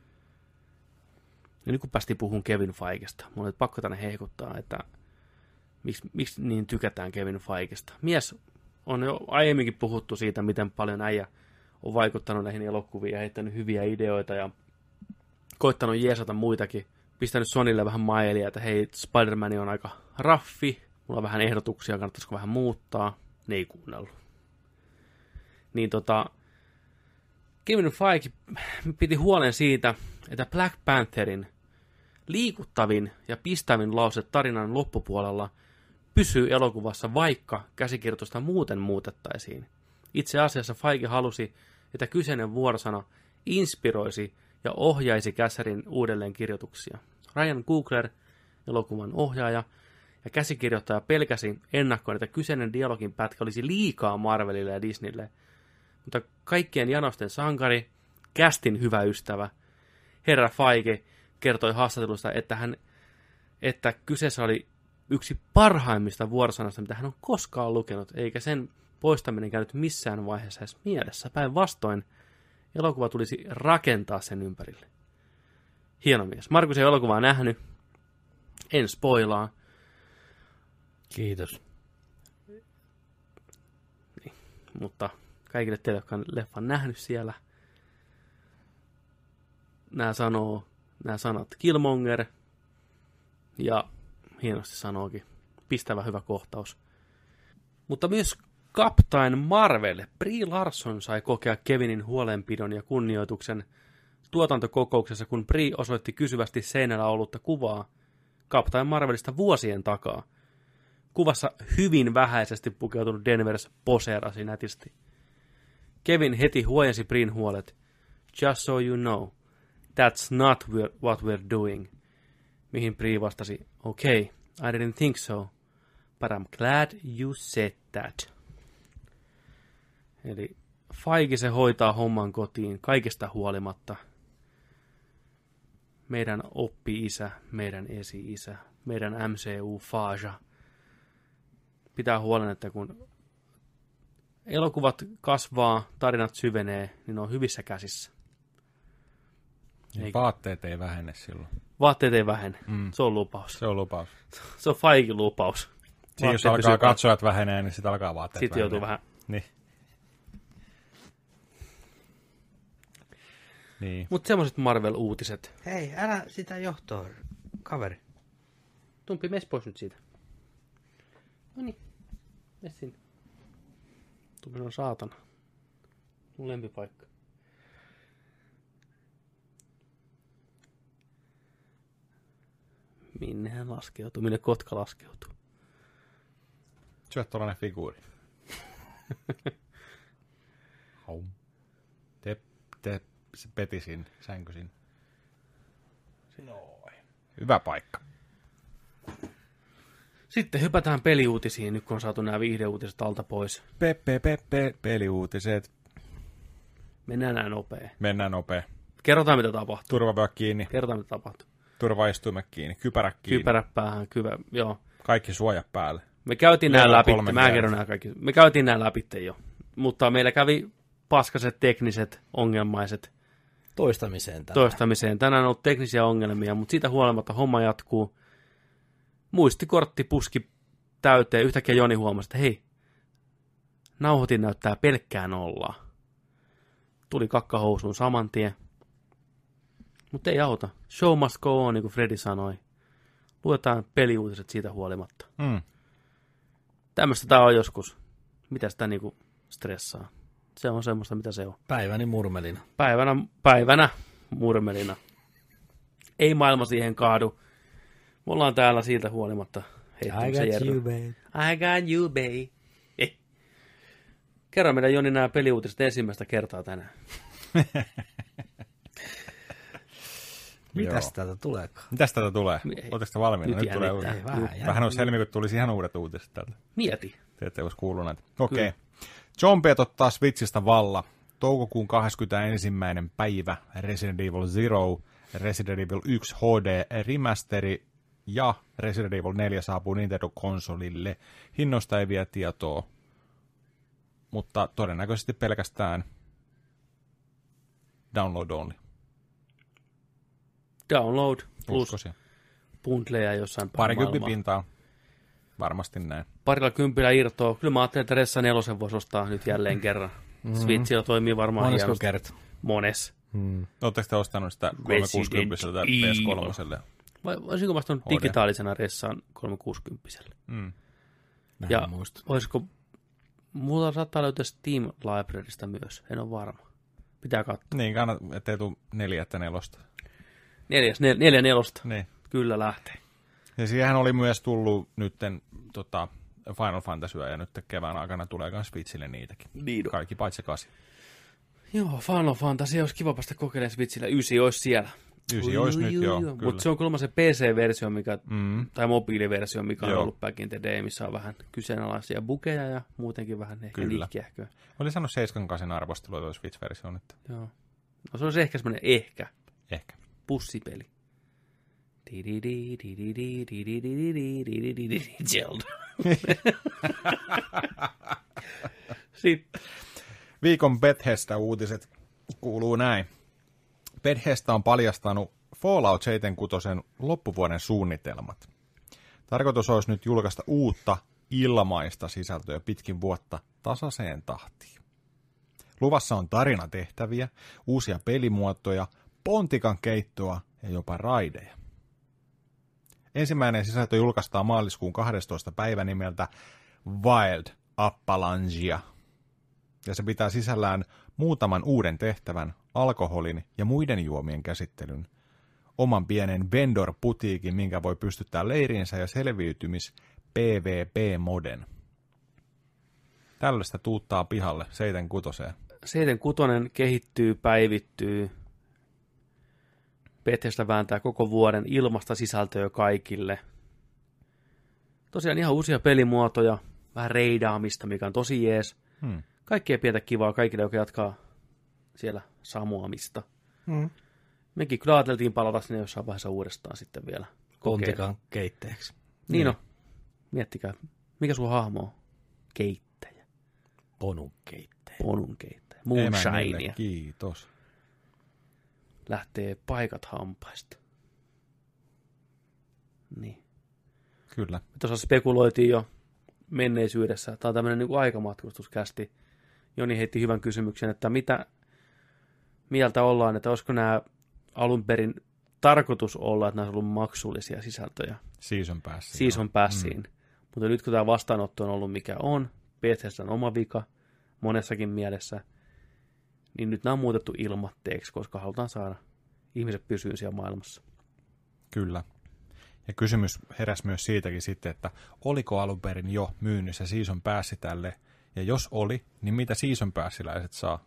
Ja nyt kun päästiin puhumaan Kevin Feigesta, mun oli pakko tänne heikuttaa, että miksi, miksi niin tykätään Kevin Feigesta. Mies on jo aiemminkin puhuttu siitä, miten paljon äijä on vaikuttanut näihin elokuviin ja heittänyt hyviä ideoita ja koittanut jeesata muitakin. Pistänyt Sonylle vähän mailia, että hei, Spider-Man on aika raffi, mulla on vähän ehdotuksia, kannattaisiko vähän muuttaa. Ne ei kuunnellut. Niin tota, Kevin Feige piti huolen siitä, että Black Pantherin liikuttavin ja pistävin lause tarinan loppupuolella pysyy elokuvassa, vaikka käsikirjoitusta muuten muutettaisiin. Itse asiassa Feige halusi, että kyseinen vuorosana inspiroisi ja ohjaisi Kässärin uudelleenkirjoituksia. Ryan Coogler, elokuvan ohjaaja ja käsikirjoittaja, pelkäsi ennakkoon, että kyseinen dialogin pätkä olisi liikaa Marvelille ja Disneylle. Mutta kaikkien janosten sankari, Castin hyvä ystävä, herra Feige kertoi haastattelusta, että, hän, että kyseessä oli yksi parhaimmista vuorosanasta, mitä hän on koskaan lukenut, eikä sen poistaminen käynyt missään vaiheessa edes mielessä. Päinvastoin elokuva tulisi rakentaa sen ympärille. Hieno mies. Markus ei elokuvaa nähnyt. En spoilaa. Kiitos. Niin. Mutta kaikille teille, jotka on leffan nähnyt siellä, nämä sanoo, nämä sanat Killmonger, ja hienosti sanookin, pistävä hyvä kohtaus. Mutta myös Captain Marvel, Brie Larson, sai kokea Kevinin huolenpidon ja kunnioituksen tuotantokokouksessa, kun Brie osoitti kysyvästi seinällä ollutta kuvaa Captain Marvelista vuosien takaa. Kuvassa hyvin vähäisesti pukeutunut Denvers poseerasi nätisti. Kevin heti huojensi Brien huolet. Just so you know, that's not what we're doing. Mihin Brie vastasi, okay, I didn't think so, but I'm glad you said that. Eli Feige se hoitaa homman kotiin kaikesta huolimatta. Meidän oppi-isä, meidän esi-isä, meidän M C U-faaja pitää huolen, että kun elokuvat kasvaa, tarinat syvenee, niin ne on hyvissä käsissä. Eikä. Vaatteet ei vähene silloin. Vaatteet ei vähene. Mm. Se on lupaus. Se on lupaus. Se on Faikin lupaus. Siinä jos alkaa katsojat vähenee, niin sitten alkaa vaatteet Sitten vähenee. joutuu vähän. Niin. Niin. Mutta semmoiset Marvel-uutiset. Hei, älä sitä johtoa, kaveri. Tumpi, mes pois nyt siitä. Noniin. Mes sinne. Tumpi on saatana. Mun lempipaikka. Minne hän laskeutuu? Minne Kotka laskeutuu? Syöt tuollainen figuuri. Haum. Te, te petisin, sänkysin. Noin. Hyvä paikka. Sitten hypätään peliuutisiin, nyt kun on saatu nämä viihdeuutiset alta pois. Peppe, peppe, peliuutiset. Mennään näin nopea. Mennään nopea. Kerrotaan, mitä tapahtuu. Turvavyöt kiinni, Kerrotaan, mitä tapahtuu. turvaistuimet kiinni, kypärä kiinni. Kypärä päähän, kyvä, joo. Kaikki suojat päälle. Me käytiin nämä Level läpi, kolme mä kierros. kerron nämä kaikki. Me käytiin nämä läpi jo, mutta meillä kävi paskaset, tekniset, ongelmaiset Toistamiseen tänään. toistamiseen. Tänään on ollut teknisiä ongelmia, mutta siitä huolimatta homma jatkuu. Muistikortti puski täyteen. Yhtäkkiä Joni huomasi, että hei, nauhoitin näyttää pelkkää nollaa. Tuli kakkahousuun saman tien. Mutta ei auta. Show must go on, niin kuin Freddy sanoi. Luetaan peliuutiset siitä huolimatta. Mm. Tämmöistä tää on joskus. Mitä sitä niinku stressaa? Se on semmoista, mitä se on. Päiväni murmelina. Päivänä, päivänä murmelina. Ei maailma siihen kaadu. Me ollaan täällä siitä huolimatta heittämässä järven. babe. I got you, babe. Eh. Kerro meidän Joni nämä peliuutiset ensimmäistä kertaa tänään. Mitäs Joo. täältä tuleekaan? Mitäs täältä tulee? Ei. Oletteko sitä valmiina? Nyt Nyt tulee jännittää. uusi. Vähän Nyt. jännittää. Vähän olisi helmikuuta, tulisi ihan uudet uutiset täältä. Mieti. Te ette olisi kuullut näitä. Okei. Okay. Zombiet ottaa Switchistä valla. Toukokuun kahdeskymmenesensimmäinen päivä Resident Evil Zero, Resident Evil yksi H D remasteri ja Resident Evil neljä saapuu Nintendo-konsolille. Hinnoista ei vielä tietoa, mutta todennäköisesti pelkästään download only. Download plus Uskoisin. bundleja jossain päin Parikymppi maailmaa. pintaa. Varmasti näin. Parilla kympillä irtoa. Kyllä mä ajattelin, että Ressa nelosen voisi ostaa nyt jälleen kerran. Mm-hmm. Switchillä toimii varmaan Monesko hienosti. kerta? Mones. Hmm. Oletteko te ostanut sitä kolmesataakuusikymmentä P S kolme? Vai olisiko mä ostanut H D. digitaalisena Ressaan kolmesataakuusikymmentä? Mm. Ja Ja muista. olisiko... Mulla saattaa löytää Steam Librarysta myös. En ole varma. Pitää katsoa. Niin, kannat, ettei tule neljättä nelosta. Neljäs, nel, neljä nelosta. Niin. Kyllä lähtee. Ja siihen oli myös tullut nytten tota, Final Fantasyä, ja nyt kevään aikana tulee myös Switchille niitäkin. Niin. Kaikki paitsi kasi. Joo, Final Fantasy olisi kiva päästä kokeilemaan Switchillä. Ysi olisi siellä. Ysi olisi nyt, joo, kyllä. Mutta se on kuulemma se P C-versio, mikä, Mm. tai mobiiliversio, mikä on Joo. ollut back in the day, missä on vähän kyseenalaisia bukeja ja muutenkin vähän ehkä Kyllä. nihkiähköä. Oli sanonut seitsemän kahdeksan arvostelua tuo Switch-versio nyt. Joo. No se olisi ehkä semmoinen ehkä Ehkä. pussipeli. Zelda. Sitten. Viikon Bethesda-uutiset kuuluu näin. Bethesda on paljastanut Fallout seitsemänkymmentäkuusi loppuvuoden suunnitelmat. Tarkoitus olisi nyt julkaista uutta ilmaista sisältöä pitkin vuotta tasaiseen tahtiin. Luvassa on tarinatehtäviä, uusia pelimuotoja, pontikan keittoa ja jopa raideja. Ensimmäinen sisältö julkaistaan maaliskuun kahdestoista päivä nimeltä Wild Appalachia. Ja se pitää sisällään muutaman uuden tehtävän, alkoholin ja muiden juomien käsittelyn, oman pienen vendor-putiikin, minkä voi pystyttää leiriinsä ja selviytymis P V P-moden. Tällaista tuuttaa pihalle seitsemänkymmentäkuusi. seitsemänkymmentäkuusi kehittyy, päivittyy. Bethesda vääntää koko vuoden ilmasta sisältöä kaikille. Tosiaan ihan uusia pelimuotoja, vähän reidaamista, mikä on tosi jees. Hmm. Kaikkea pientä kivaa kaikille, jotka jatkaa siellä samoamista. Hmm. Mekin kyllä ajateltiin palata sinne jossain vaiheessa uudestaan sitten vielä. Pontikan keitteeksi. Niin no, miettikää, mikä sun hahmo on? Keittäjä. Ponun keittäjä. Ponun keittäjä. Emännille, Moonshinea. kiitos. lähtee paikat hampaista. Niin. Kyllä. Tuossa spekuloitiin jo menneisyydessä. Tämä on tämmöinen niin kuin aikamatkustuskästi. Joni heitti hyvän kysymyksen, että mitä mieltä ollaan, että olisiko nämä alun perin tarkoitus olla, että nämä on ollut maksullisia sisältöjä. Season Passiin. Season Passiin. Mm. Mutta nyt kun tämä vastaanotto on ollut mikä on, P C:ssä on oma vika monessakin mielessä, niin nyt nämä on muutettu ilmatteeksi, koska halutaan saada ihmiset pysyyn siellä maailmassa. Kyllä. Ja kysymys heräsi myös siitäkin sitten, että oliko alun perin jo myynnissä Season Passi tälle, ja jos oli, niin mitä Season Passiläiset saa?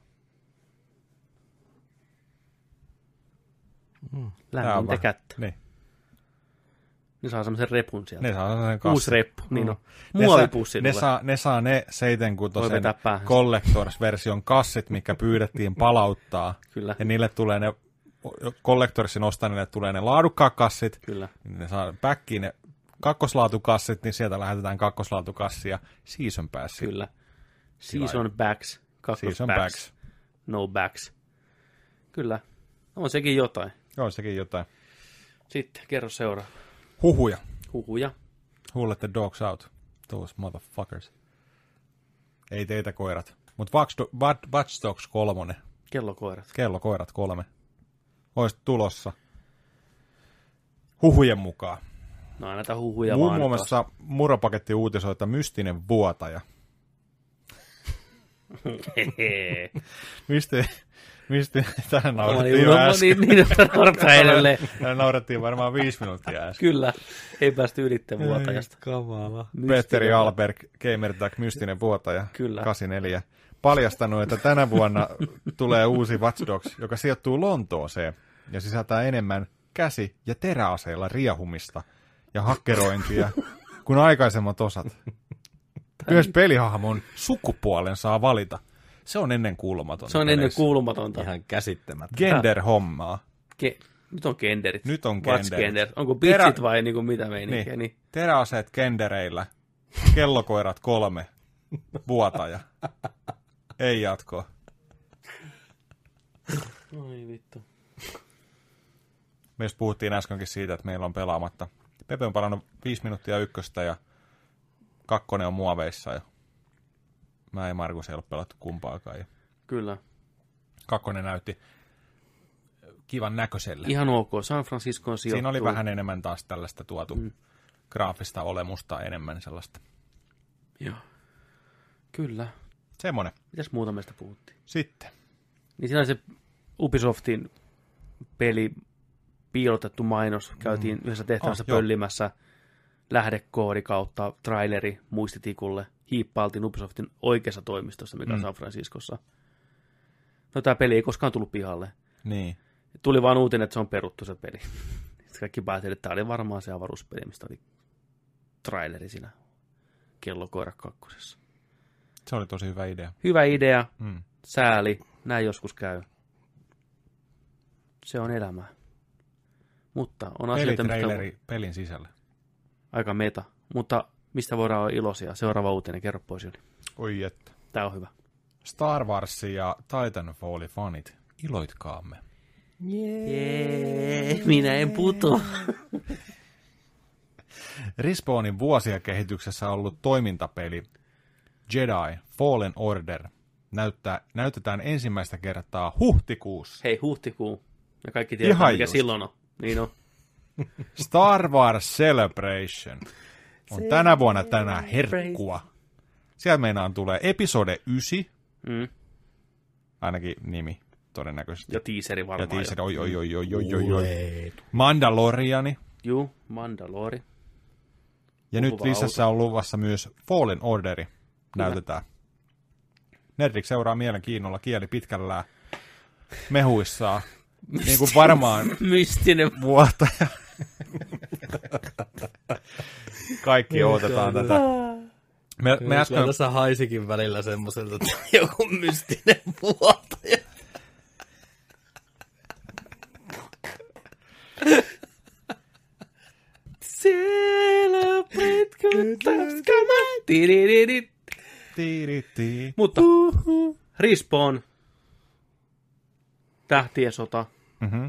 Mm. Lämmintä kättä. Niin. Ne saa semmoisen repun sieltä. Ne saa semmoisen kassin. Uusi reppu, niin on. Mm. Muovipussi ne, tulee. saa, ne saa ne seitsemänkutosen Collectors-version kassit, mikä pyydettiin palauttaa. Kyllä. Ja niille tulee ne, Collectorsin ostaneille tulee ne laadukkaat kassit. Kyllä. Ne saa backiin ne kakkoslaatukassit, niin sieltä lähetetään kakkoslaatukassia Season Passiin. Kyllä. Season backs. Season backs. backs. No backs. Kyllä. On sekin jotain. Joo, sekin jotain. Sitten, kerro seuraava. Huhuja. Huhuja. Who let the dogs out? Those motherfuckers. Ei teitä koirat. Mutta Watch, Watch Dogs kolmonen. Kellokoirat. Kellokoirat kolme. Olisi tulossa. Huhujen mukaan. No aina näitä huhuja Muun vaan. Muun muassa Muropaketti uutisoi, että mystinen vuotaja. Mistä, mistä tähän naurettiin jo äsken. Niin, niin että naurattaa edelleen. Tähän naurettiin varmaan viisi minuuttia äsken. Kyllä, ei päästy ylittämään vuotajasta. Kamala. Petteri Alberg, Gamertag, mystinen vuotaja, Kyllä. kahdeksankymmentäneljä, paljastanut, että tänä vuonna tulee uusi Watch Dogs, joka sijoittuu Lontooseen ja sisältää enemmän käsi- ja teräaseilla riehumista ja hakkerointia kuin aikaisemmat osat. Myös pelihahmon sukupuolen saa valita. Se on ennen kuulumatonta. Se on ennen kuulumatonta. Ihan käsittämättä. Gender-hommaa. Ge- nyt on genderit. Nyt on What's genderit. gender? Onko bitchit Terä... vai niinku mitä meininkiä? Niin. Niin. Teräaseet gendereillä. Kellokoirat kolme. Vuotaja. Ei jatkoa. Oi vittu. Me puhuttiin äskenkin siitä, että meillä on pelaamatta. Pepe on palannut viisi minuuttia ykköstä ja kakkonen on muoveissa. Ja mä ja Markus ei ole pelattu kumpaakaan. Ja Kyllä. kakkonen näytti kivan näköiselle. Ihan ok. San Franciscoon sijoittuu. Siinä oli vähän enemmän taas tällaista tuotu mm. graafista olemusta enemmän sellaista. Joo. Kyllä. Semmoinen. Mitäs muuta meistä puhuttiin? Sitten. Niin siinä oli se Ubisoftin peli, piilotettu mainos. Käytiin mm. yhdessä tehtävässä oh, pöllimässä lähdekoodi kautta traileri muistitikulle. Hiippailtiin Ubisoftin oikeassa toimistossa, mikä on mm. San Franciscossa. No tämä peli ei koskaan tullut pihalle. Niin. Tuli vaan uutinen, että se on peruttu se peli. Sitten kaikki pääteli, että tämä oli varmaan se avaruuspeli, mistä oli traileri siinä Kellokoira kakkosessa. Se oli tosi hyvä idea. Hyvä idea, Mm. sääli, näin joskus käy. Se on elämää. Mutta on asioita, Pelitraileri mistä... pelin sisällä. Aika meta. Mutta mistä voidaan olla iloisia? Seuraava uutinen, kerro pois Joni. Oi että. Tää on hyvä. Star Wars ja Titanfall fanit, iloitkaamme. Jee, minä en puto. Respawnin vuosia kehityksessä ollut toimintapeli Jedi Fallen Order näyttää, näytetään ensimmäistä kertaa huhtikuussa. Hei, huhtikuu. Ja kaikki tiedetään, Ihan mikä just. silloin on. Niin on. Star Wars Celebration on tänä vuonna tänään herkkua. Sieltä meinaan tulee episode yhdeksän, Mm. ainakin nimi todennäköisesti. Ja teaseri varmaan. Ja teaser, jo. oi, oi, oi, oi, oi, oi, oi. Mandaloriani. Juu, Mandalori. Ja nyt Puhuva listassa on luvassa myös Fallen Orderi. Näytetään. Nerdik seuraa mielenkiinnolla kieli pitkällään mehuissaan. Niin kuin varmaan Mystinen vuotaja. Kaikki odotetaan tätä. Me, me äsken... Tässä haisikin välillä semmoiselta, että joku mystinen vuotaja. Celebrate good times, come on. Tidididid. Tiiritti. Mutta Respawn, Tähtien sota, Mm-hmm.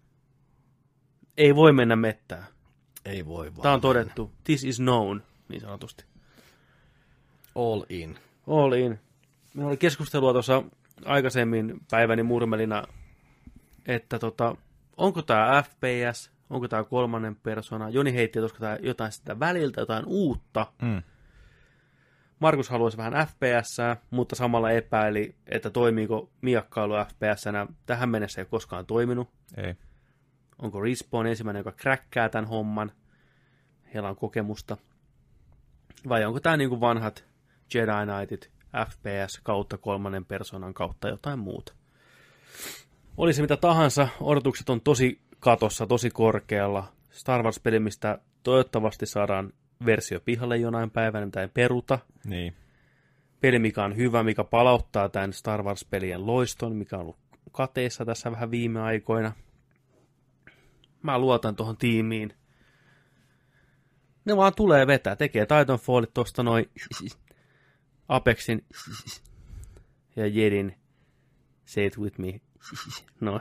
Ei voi mennä mettään. Ei voi vaan. Tämä on todettu. This is known, niin sanotusti. All in. All in. Meillä oli keskustelua tuossa aikaisemmin päiväni murmelina, että tota, onko tämä F P S, onko tämä kolmannen persona. Joni heitti, että olisiko tämä jotain sitä väliltä, jotain uutta. Mm. Markus haluaisi vähän F P S:ää, mutta samalla epäili, että toimiiko miakkailu F P S:nä. Tähän mennessä ei ole koskaan toiminut. Ei. Onko Respawn ensimmäinen, joka kräkkää tämän homman? Heillä on kokemusta. Vai onko tämä niin kuin vanhat Jedi Knightit, F P S kautta kolmannen persoonan kautta jotain muuta? Oli se mitä tahansa, odotukset on tosi katossa, tosi korkealla. Star Wars-peli, mistä toivottavasti saadaan versio pihalle jonain päivänä, mitä ei peruta. Niin. Peli, mikä on hyvä, mikä palauttaa tämän Star Wars-pelien loiston, mikä on ollut kateissa tässä vähän viime aikoina. Mä luotan tuohon tiimiin. Ne vaan tulee vetää, tekee Titanfallit tosta noin Apexin ja Jedin Say it with me. No.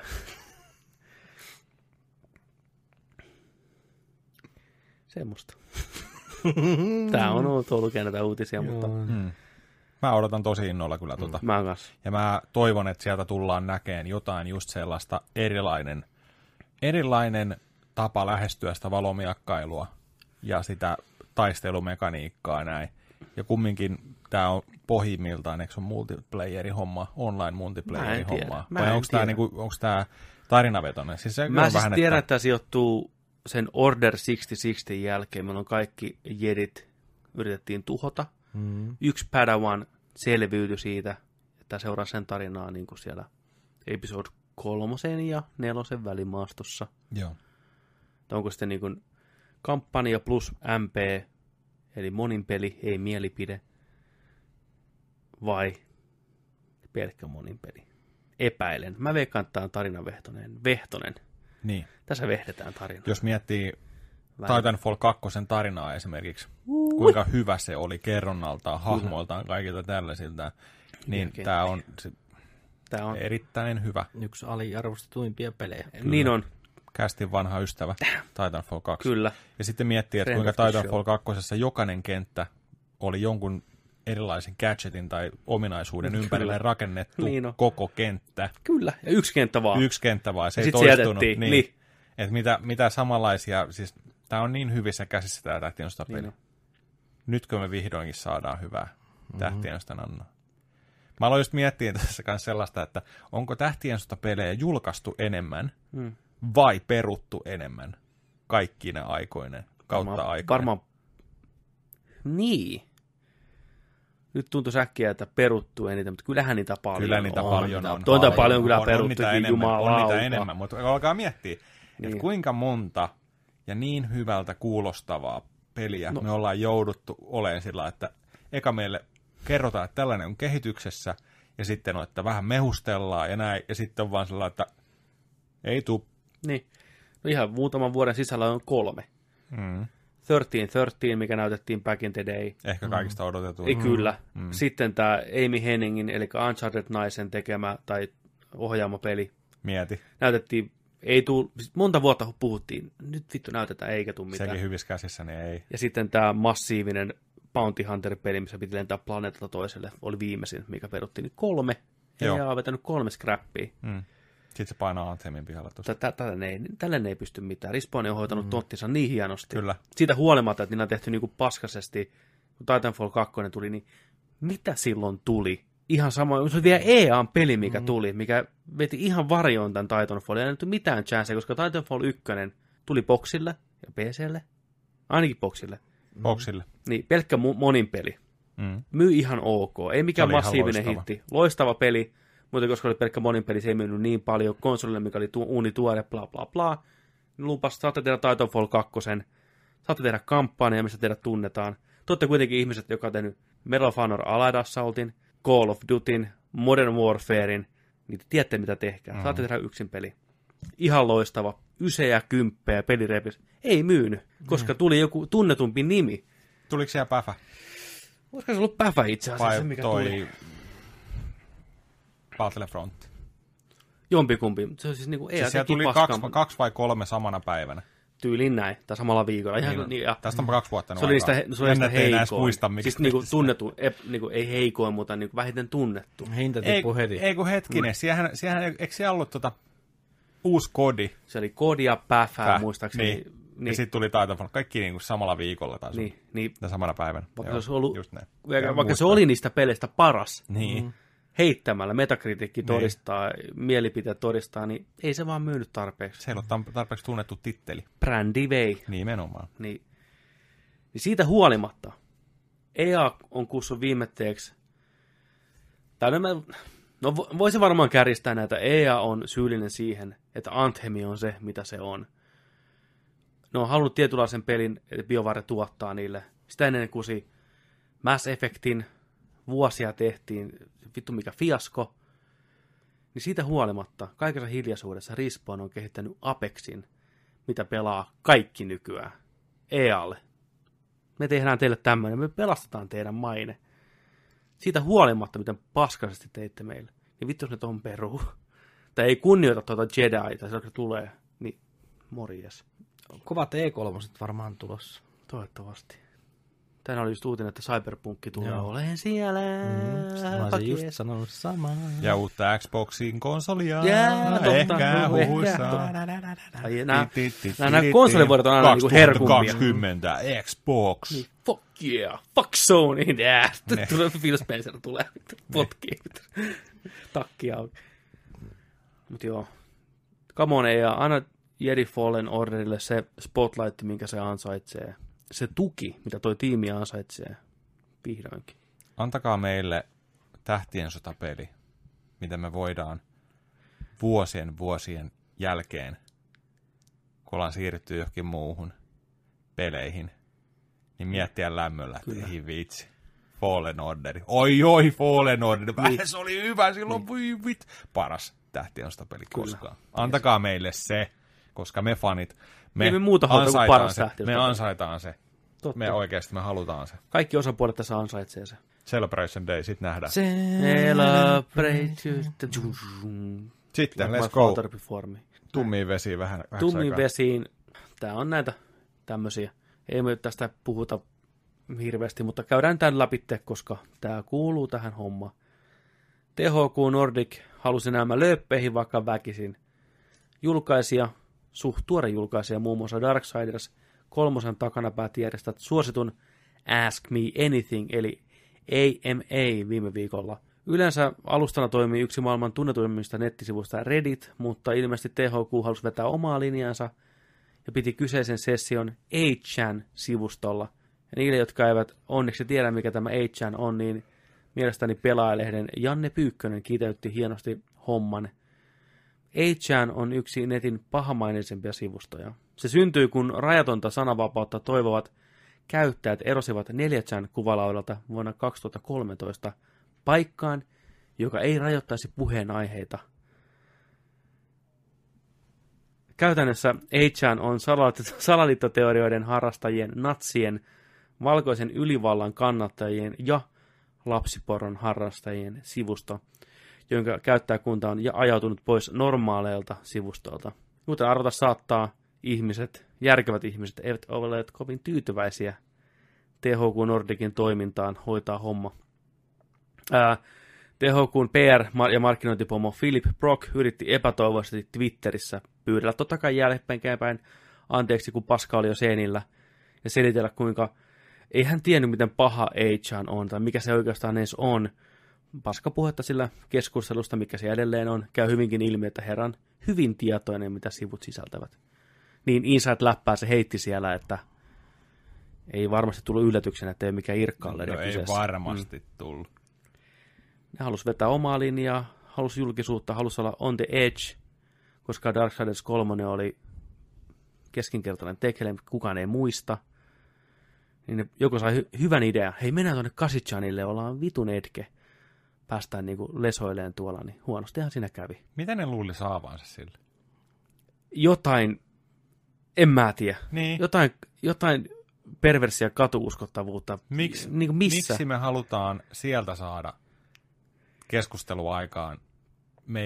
Semmosta. Tää on outoa lukea näitä uutisia, mutta... Hmm. Mä odotan tosi innolla kyllä tuota. Mä kanssa. Ja mä toivon, että sieltä tullaan näkeen jotain just sellaista erilainen, erilainen tapa lähestyä sitä valomiakkailua ja sitä taistelumekaniikkaa näin. Ja kumminkin tää on pohjimmiltaan, eikö se ole multiplayeri homma, online multiplayeri homma? Vai onko tää, niinku, onko tää tarinavetoinen? Siis se mä on siis vähän, tiedän, että että... tämä sijoittuu sen Order kuusikymmentä jälkeen. Meillä on kaikki jedit yritettiin tuhota. Mm. Yksi Padawan selviytyi siitä, että seuraa sen tarinaa niin kuin siellä episode kolmosen ja nelosen välimaastossa. Joo. Onko sitten niin kuin kampanja plus M P, eli monin peli, ei mielipide, vai pelkkä monin peli? Epäilen. Mä veikkaan, että tämä on tarinavehtonen. Vehtonen. Niin. Tässä vehdetään tarinaa. Jos miettii Vähän. Titanfall kakkosen tarinaa esimerkiksi, uh. kuinka hyvä se oli kerronnaltaan, hahmoiltaan, kaikilta tällaisilta, niin tämä on, Tää on erittäin hyvä. Yksi aliarvostetuimpia pelejä. Kyllä. Niin on. Kästin vanha ystävä, Titanfall kaksi. Kyllä. Ja sitten miettii, että kuinka Titanfall kakkosessa jokainen kenttä oli jonkun erilaisen gadgetin tai ominaisuuden Kyllä. ympärille rakennettu niin koko kenttä. Kyllä, ja yksi kenttä vaan. Yksi kenttä vaan, se ja ei toistunut. Niin. niin. Että mitä, mitä samanlaisia, siis tämä on niin hyvissä käsissä tämä Tähtienosta peli. Niin. Nytkö me vihdoinkin saadaan hyvää mm-hmm. Tähtienosta annoa. Mä aloin just miettiä tässä kanssa sellaista, että onko Tähtienosta pelejä julkaistu enemmän mm. vai peruttu enemmän kaikkina aikoinen kautta varmaan, aikoina. Varmaan, niin. Nyt tuntuu äkkiä, että peruttu eniten, mutta kyllähän niitä paljon Kyllä niitä on. paljon on. Toita paljon, paljon kyllä on, peruttukin, on jumalauta. On niitä enemmän, mutta alkaa miettiä, niin. että kuinka monta ja niin hyvältä kuulostavaa peliä no. me ollaan jouduttu olemaan sillä, että eka meille kerrotaan, että tällainen on kehityksessä, ja sitten on, että vähän mehustellaan ja näin, ja sitten on vaan sellainen, että ei tuu. Niin. No ihan muutaman vuoden sisällä on kolme. Mm. kolmetoista kolmetoista, mikä näytettiin back in the day. Ehkä kaikista mm. odotetuin. Ei, kyllä. Mm. Sitten tämä Amy Henningin, eli Uncharted-naisen tekemä tai ohjaamapeli. Mieti. Näytettiin, ei tuu, monta vuotta puhuttiin, nyt vittu näytetään, eikä tule mitään. Sekin hyvissä käsissä, niin ei. Ja sitten tämä massiivinen Bounty Hunter-peli, missä piti lentää planeetalta toiselle, oli viimeisin, mikä peruttiin, niin kolme. Ei ole vetänyt kolme scrappia. Mm. Sitten se painaa Anthemin pihalla tuossa. Tällainen ei pysty mitään. Respawn on hoitanut mm. tonttinsa niin hienosti. Kyllä. Siitä huolimatta, että niillä on tehty niinku paskasesti, kun Titanfall kaksi tuli, niin mitä silloin tuli? Ihan sama, se oli vielä E A-peli, mikä mm. tuli, mikä veti ihan varjoon tämän Titanfallin. Ei annettu mitään chanssia, koska Titanfall yksi tuli boksille ja P C:lle. Ainakin boksille. Boksille. Niin, pelkkä monin peli. Mm. Myy ihan ok. Ei mikään massiivinen loistava. hitti. Loistava peli. Mutta koska oli pelkkä monin peli, se ei myynyt niin paljon konsolille, mikä oli tu- uunituore, bla bla bla. Lupas, saatte tehdä Titanfall kaksi, saatte tehdä kampanjaa, missä teidät tunnetaan. Te olette kuitenkin ihmiset, jotka on tehnyt Medal of Honor Allied Assaultin, Call of Dutyn, Modern Warfarein, niin te tiedätte mitä tehkää. Mm. Saatte tehdä yksin peli. Ihan loistava. Ysejä, kymppejä, pelirepis. Ei myynyt, koska mm. tuli joku tunnetumpi nimi. Tuliko siellä Päfä? Olisiko se ollut Päfä itse asiassa, vai se mikä toi... tuli? Battlefront. Jompikumpi. Se on siis niinku E A Siis siellä teki tuli paskaa. kaksi, kaksi vai kolme samana päivänä. Tyylin näin, tai samalla viikolla. Ihan, Niin, niin, ja tästä on kaksi vuotta se oli niistä, se oli niistä heikoin. Muista, miksi siis niinku tunnettu, ep, niinku, ei heikoin, mutta niinku vähiten tunnettu. Hinta ei, tippui heti. ei kun hetkinen, mm. siehän, siehän, eikö siellä ollut tota uusi kodi? Se oli kodi ja päfää, Päh, muistaakseni. Niin. Niin. Ja sitten tuli Titanfall, kaikki niinku samalla viikolla taisi niin, niin. ja samana päivänä. Vaikka, Joo, se, ollut, just näin. vaikka, vaikka se oli niistä peleistä paras. Niin. Mm. Heittämällä, metakritiikki todistaa, niin. Mielipiteet todistaa, niin ei se vaan myynyt tarpeeksi. Se ei ole tarpeeksi tunnettu titteli. Brändi vei. Nimenomaan. Niin, niin siitä huolimatta E A on kussut viimetteeksi, tai no, no voisi varmaan kärjistää näitä, E A on syyllinen siihen, että Anthem on se, mitä se on. Ne on halunnut tietynlaisen pelin, että BioWare tuottaa niille. Sitä ennen kuin Mass Effectin vuosia tehtiin, vittu mikä fiasko, niin siitä huolimatta, kaikessa hiljaisuudessa Respawn on kehittänyt Apexin, mitä pelaa kaikki nykyään, E A:lle. Me tehdään teille tämmöinen, me pelastetaan teidän maine. Siitä huolimatta, miten paskaisesti teitte meille, niin vittu jos ne tohon peruu. Tai ei kunnioita tuota Jedi, tai se tulee, niin morjes. Kovat E kolme varmaan tulossa. Toivottavasti. Tänään oli just uutinen, että Cyberpunkki tulee olemaan siellä. Mm, mä olisin just sanonut samaa. Ja uutta Xboxin konsolia. Jää, totta. Ehkä No, huhuissa. Nämä konsolivuodet on aina niinku herkumpia. kaksituhattakaksikymmentä Xbox. Niin, fuck yeah, fuck Sony. Yeah. Tulee Phil Spencer tulee potkii. Takki auki. Mut joo. Come on, ei aina Jedi Fallen Orderille se spotlight, minkä se ansaitsee. Se tuki, mitä toi tiimi ansaitsee vihdoinkin. Antakaa meille tähtien sotapeli, mitä me voidaan vuosien vuosien jälkeen, kun ollaan siirrytty johonkin muuhun peleihin, niin miettiä lämmöllä, että ei vitsi. Fallen Order. Oi oi, Fallen Order. Niin. Se oli hyvä silloin. Niin. Vit. Paras tähtien sotapeli koskaan. Antakaa meille se, koska me fanit, me, me muuta ansaitaan paras se. Me ansaitaan se. Totta. Me oikeasti me halutaan se. Kaikki osapuolet tässä ansaitsee se. Celebration Day, sit nähdään. Celebrate. Sitten, let's go. Tummiin vesiin vähän. Tummiin vesiin. Tää on näitä tämmösiä. Ei me tästä puhuta hirveästi, mutta käydään tämän läpi, koska tää kuuluu tähän hommaan. T H Q Nordic halusi nämä lööppeihin vaikka väkisin. Julkaisija, suht tuore julkaisija, muun muassa Darksiders kolmosen takana päätti järjestää suositun Ask Me Anything, eli A M A viime viikolla. Yleensä alustana toimii yksi maailman tunnetuimmista nettisivuista Reddit, mutta ilmeisesti T H Q halusi vetää omaa linjansa ja piti kyseisen session eight chan-sivustolla. Ja niille, jotka eivät onneksi tiedä, mikä tämä eight chan on, niin mielestäni pelaajalehden Janne Pyykkönen kiteytti hienosti homman. eight chan on yksi netin pahamaineisempia sivustoja. Se syntyi, kun rajatonta sananvapautta toivovat käyttäjät erosivat neljä chan kuvalaudalta vuonna kaksituhattakolmetoista paikkaan, joka ei rajoittaisi puheenaiheita. Käytännössä eight chan on salaliittoteorioiden harrastajien, natsien, valkoisen ylivallan kannattajien ja lapsiporron harrastajien sivusto, jonka käyttäjäkunta on ajautunut pois normaaleilta sivustolta. Kuten arvata saattaa, ihmiset, järkevät ihmiset eivät ole kovin tyytyväisiä T H Q Nordicin toimintaan hoitaa homma. Ää, T H Q:n P R- ja markkinointipomo Philip Brock yritti epätoivoisesti Twitterissä pyydellä totta kai jälkeenpäin anteeksi, kun paska oli jo seinillä, ja selitellä, kuinka ei hän tiennyt, miten paha eight chan on, tai mikä se oikeastaan edes on. Paskapuhetta sillä keskustelusta, mikä se edelleen on, käy hyvinkin ilmi, että herran hyvin tietoinen, mitä sivut sisältävät. Niin Inside-läppää se heitti siellä, että ei varmasti tullut yllätyksenä, että ei mikään irkkaalleri no, ei varmasti mm. tullut. Ne halusi vetää omaa linjaa, halusi julkisuutta, halusi olla on the edge, koska Darksiders kolme oli keskinkertainen tekele, kukaan ei muista. Niin ne joku sai hy- hyvän idean, hei mennään tuonne Kasichanille, ollaan vitun etke. Päästään niinku lesoileen tuolla, niin huonostihan siinä kävi. Mitä ne luuli saavansa sille? Jotain, en mä tiedä. Niin. Jotain, jotain perversia katuuskottavuutta. Miks, niin missä? Miksi me halutaan sieltä saada keskusteluaikaan meidän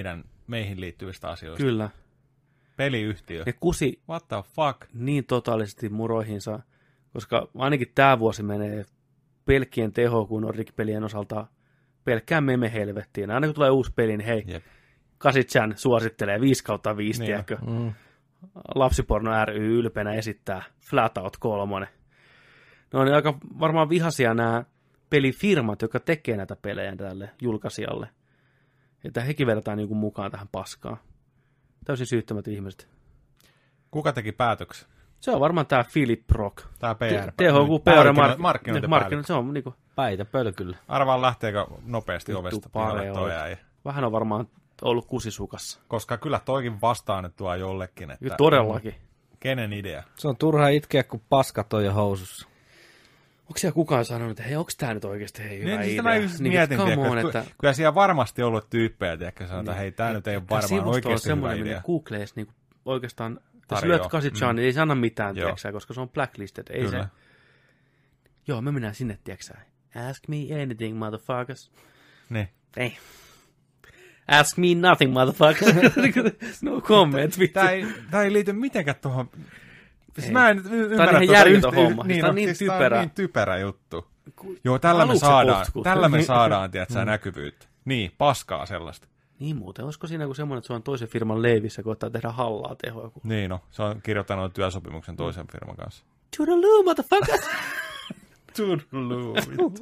meihin liittyvistä asioista. Kyllä. Peliyhtiö. Ne kusi What the fuck? niin totaalisesti muroihinsa, koska ainakin tämä vuosi menee pelkkien teho kuin Nordic-pelien osalta pelkkään meme-helvettiin. Aina kun tulee uusi peli, niin hei, Jep. Kasitsan suosittelee viisi kautta viisi, Niin. tiedätkö? Mm. Lapsiporno ry ylpeänä esittää Flatout kolmonen. Ne on aika varmaan vihaisia nämä pelifirmat, jotka tekee näitä pelejä tälle julkaisijalle. Että hekin vedetään niin kuin mukaan tähän paskaan. Täysin syyttämät ihmiset. Kuka teki päätöksen? Se on varmaan tämä Philip Rock. Tämä P R. T H Q P R mark- markkinointi. Se on niinku Päitä pölkyllä. Arvaan lähteekö nopeasti Vittu ovesta pare pihalle toi oikein. äijä. vähän on varmaan ollut kusisukassa. Koska kyllä toikin vastaan nyt tuo jollekin, että Kyllä todellakin. kenen idea? Se on turha itkeä, kun paskat on jo housussa. Onko siellä kukaan sanonut, että hei, onko tämä nyt oikeasti hei, hyvä Niin, idea? sitä mä just Niin, mietin, come tiedätkö, on, että että... kyllä siellä varmasti ollut tyyppejä, tiedätkö, sanotaan, Niin. hei, tämä nyt ei ole Tämä varmaan sivusto on oikeasti hyvä semmoinen, idea. minne Google ei niin oikeastaan... Jos Tarjoaa. lyöt Kasitsan, Mm. niin ei sano mitään, Joo. tiedätkö, koska se on blacklisted. Ei Kyllä. se... Joo, me mennään sinne, tiedätkö. Ask me anything, motherfuckers. Niin. Ei. Ask me nothing, motherfuckers. No comment, vittu. Tämä ei, tämä ei liity mitenkään tuohon... Siis Ei. mä en y- ymmärrä... ihan tuota järjetön yhtä- homma. Niin, Tämä on no, niin siis tää typerä. on niin typerä juttu. Joo, tällä me Aluksi se saadaan, potkuu. tällä me saadaan, tiedätkö, näkyvyyttä. Niin, paskaa sellaista. Niin muuten, olisiko siinä kuin semmoinen, että se on toisen firman leivissä, kun ottaa tehdä hallaa tehoa? Kun... Niin no, se on kirjoittanut työsopimuksen toisen firman kanssa. Toodaloo, motherfuckers! Tudluu,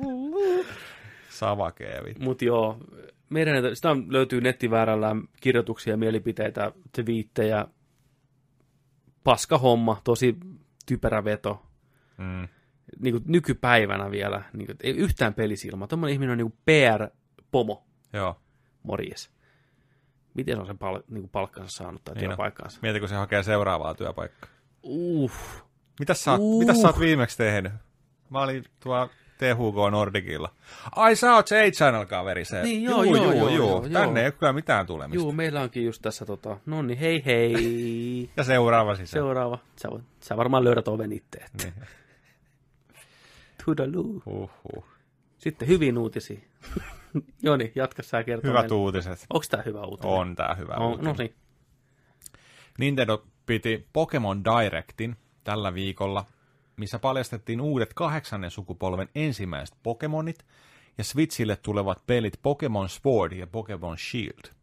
Savakee, vittu. Mut joo, meidän, näitä- sitä on- löytyy nettiväärällä kirjoituksia, mielipiteitä, twiittejä. Paska homma, tosi typerä veto. Mm. Niin kuin nykypäivänä vielä, niin kuin, ei yhtään pelisilmaa. Tuommoinen ihminen on niin kuin P R-pomo, Joo. morjes. Miten se on sen pal- niin kuin palkkansa saanut tai Niin on. työpaikkansa? Mieti, kun se hakee seuraavaa työpaikkaa. Uh. Mitäs sä, oot, Uh. mitäs sä oot viimeksi tehnyt? Mä olin tuolla T H K Nordicilla. Ai sä oot se A-Channel-kaveri se. Niin, joo, juu, joo, juu, joo, juu. joo, Tänne joo. ei ole kyllä mitään tulemista. Juu, meillä onkin just tässä, tota, no niin, hei hei. Ja seuraava sisään. Seuraava. Sä, voit, sä varmaan löydät oven itse. Niin. Toodaloo. Uhuh. Sitten hyvin uutisia. Joni, jatka sä kertoa. Hyvät uutiset. Onko tää hyvä uutinen? On tää hyvä On, uutinen. no niin. Nintendo piti Pokemon Directin tällä viikolla, missä paljastettiin uudet kahdeksannen sukupolven ensimmäiset Pokemonit ja Switchille tulevat pelit Pokemon Sword ja Pokemon Shield.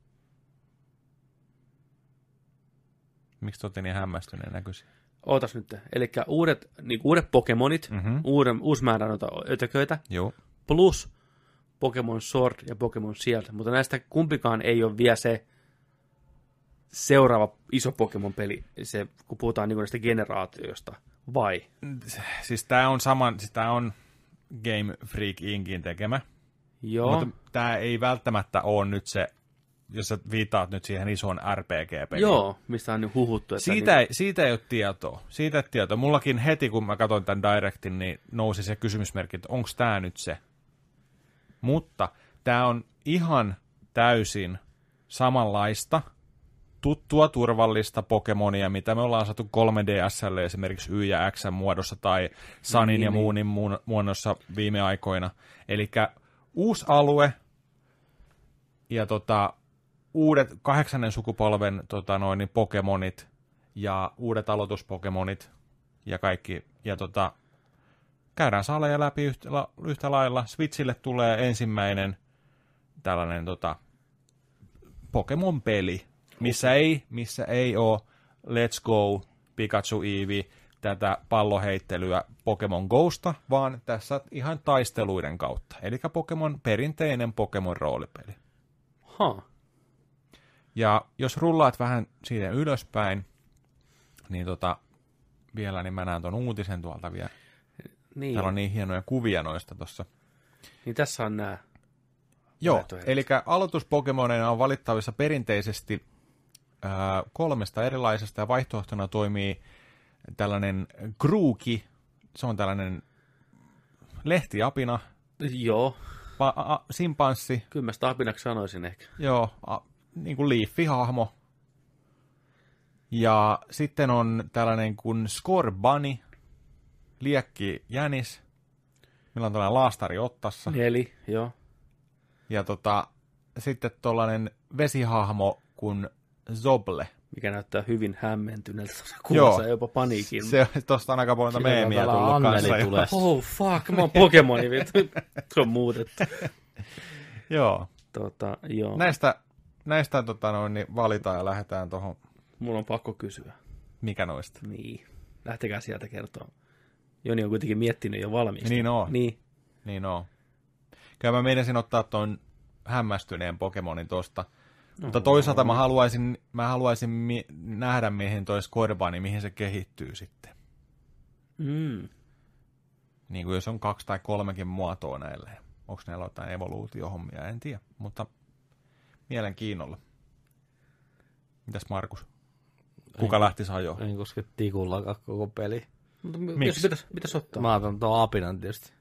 Miksi te olette niin hämmästyneen näköisiä? Ootas nyt. Eli uudet, niin uudet Pokemonit, Mhm. uuden, uusi määrä noita ötököitä, Joo. plus Pokemon Sword ja Pokemon Shield. Mutta näistä kumpikaan ei ole vielä se seuraava iso Pokemon-peli, se, kun puhutaan niin näistä generaatioista, vai? Siis tää on saman, siis tää on Game Freak Inkin tekemä, Joo, mutta tää ei välttämättä ole nyt se, jos sä viittaat nyt siihen isoon R P G-peliin. joo, mistä on niin huhuttu. Että Siitä, niin, ei, siitä ei ole tietoa. Siitä ei ole tietoa. Mullakin heti, kun mä katsoin tämän Directin, niin nousi se kysymysmerkki, että onko tämä nyt se. Mutta tämä on ihan täysin samanlaista, tuttua, turvallista Pokemonia, mitä me ollaan saatu kolme D S:lle esimerkiksi Y ja X muodossa tai Sunin Niin, ja niin. Moonin muun- muodossa viime aikoina. Eli uusi alue ja tota, uudet kahdeksannen sukupolven tota noin, niin Pokemonit ja uudet aloituspokemonit ja kaikki. Ja tota, käydään saleja läpi yhtä, la, yhtä lailla. Switchille tulee ensimmäinen tällainen tota, Pokemon-peli, missä ei, missä ei ole Let's Go, Pikachu Eevee, tätä palloheittelyä Pokemon Gosta, vaan tässä ihan taisteluiden kautta. Eli Pokemon, perinteinen Pokemon roolipeli. ha, Ja jos rullaat vähän siitä ylöspäin, niin tota, vielä niin mä näen ton uutisen tuolta vielä. niin, Täällä on niin hienoja kuvia noista tuossa. niin tässä on nämä. Joo, vaihtoehdot. eli aloituspokemoneina on valittavissa perinteisesti ää, kolmesta erilaisesta, ja vaihtoehtona toimii tällainen Grookey, se on tällainen lehtiapina, Joo, pa- a- simpanssi, kyllä mä sitä apinaksi sanoisin ehkä. joo, a- niin kuin Leafy-hahmo. Ja sitten on tällainen kuin Scorbunny, liekki jänis, millä on tällainen laastari ottassa. Eli, joo. Ja tota, sitten tuollainen vesihahmo kuin Zoble. Mikä näyttää hyvin hämmentyneeltä tuossa kuvassa, jopa paniikin. Se, tosta on aika paljon meemiä tullut Anneli kanssa. tulee. Oh fuck, mä oon Pokemoni, vittu. Se on muutettu. Joo. Tota, joo. Näistä, näistä tota noin, niin valitaan ja lähdetään tuohon. Mulla on pakko kysyä. Mikä noista? Niin. Lähtekää sieltä kertoa. Joni on kuitenkin miettinyt jo valmiiksi. Niin on. Niin. Niin on. Kyllä mä meinasin ottaa tuon hämmästyneen Pokemonin tosta. No, mutta toisaalta mä haluaisin, mä haluaisin mi- nähdä, mihin toi Scorbunny, mihin se kehittyy sitten. Mm. Niin kuin jos on kaksi tai kolmekin muotoa näille. Onko näillä jotain evoluutiohommia, en tiedä. Mutta mielenkiinnolla. Mitäs Markus? Kuka en, lähtisi ajoon? En koske tikullakaan koko peli. Miksi? Pitäis, pitäis ottaa? Mä otan tuon apinan tietysti.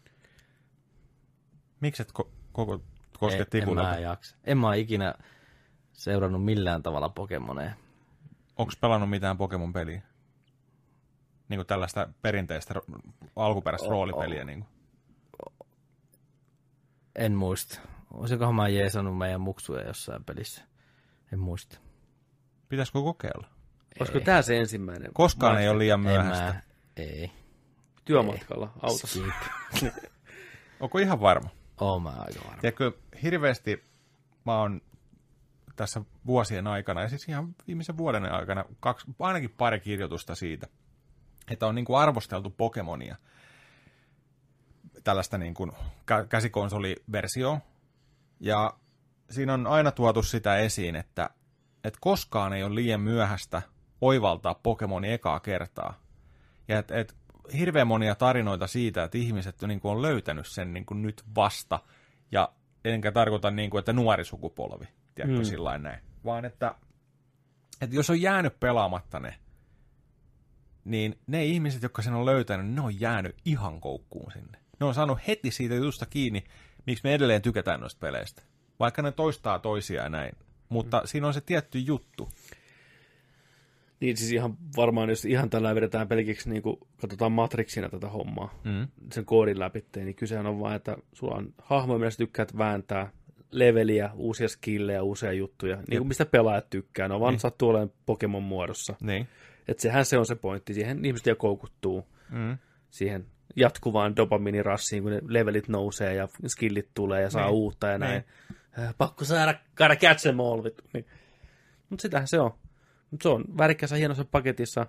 Miksi et ko- koko koske en, tikulla? En mä jaksa. En mä ikinä seurannut millään tavalla Pokemoneja. Onks pelannut mitään Pokemon-peliä? Niin kuin tällaista perinteistä alkuperäistä oh, roolipeliä. oh. Niin kuin. En muista. Olisikohan mä jeesannut meidän muksuja jossain pelissä? En muista. Pitäisikö kokeilla? Olisiko tää se ensimmäinen? Koskaan ei ole liian myöhäistä. Mä, ei. Työmatkalla ei. Autossa. Onko ihan varma? Oon mä aika varma. Tiedätkö, hirveästi mä oon tässä vuosien aikana, ja siis ihan viimeisen vuoden aikana, kaksi, ainakin pari kirjoitusta siitä, että on niin kuin arvosteltu Pokemonia, tällaista niin kuin käsikonsoliversioa, ja siinä on aina tuotu sitä esiin, että, että koskaan ei ole liian myöhäistä oivaltaa Pokemoni ekaa kertaa. Ja että et, hirveän monia tarinoita siitä, että ihmiset on, niin kuin on löytänyt sen niin kuin nyt vasta, ja enkä tarkoita, niin kuin, että nuori sukupolvi, tiedätkö, mm. sillain näin, vaan että, että jos on jäänyt pelaamatta ne, niin ne ihmiset, jotka sen on löytänyt, ne on jäänyt ihan koukkuun sinne. Ne on saanut heti siitä jutusta kiinni, miksi me edelleen tykätään noista peleistä. Vaikka ne toistaa toisiaan näin. Mutta mm. siinä on se tietty juttu. Niin siis ihan varmaan, jos ihan tällä vedetään pelkiksi, niin kuin katsotaan Matrixina tätä hommaa, mm. sen koodin läpi, niin kysehän on vaan, että sulla on hahmoja, millä sä tykkäät vääntää, leveliä, uusia skillejä, uusia juttuja, niin kuin mistä pelaajat tykkää. Ne on vaan niin. sattuu olemaan Pokemon muodossa. Niin. Että sehän se on se pointti. Siihen ihmiset jo koukuttuu mm. siihen jatkuvaan dopamiinirassiin, kun ne levelit nousee ja skillit tulee ja saa niin. uutta ja näin. Niin. Pakko saada kaada catch them all. Niin. Mutta sitähän se on. Mut se on värikkäässä hienossa paketissa.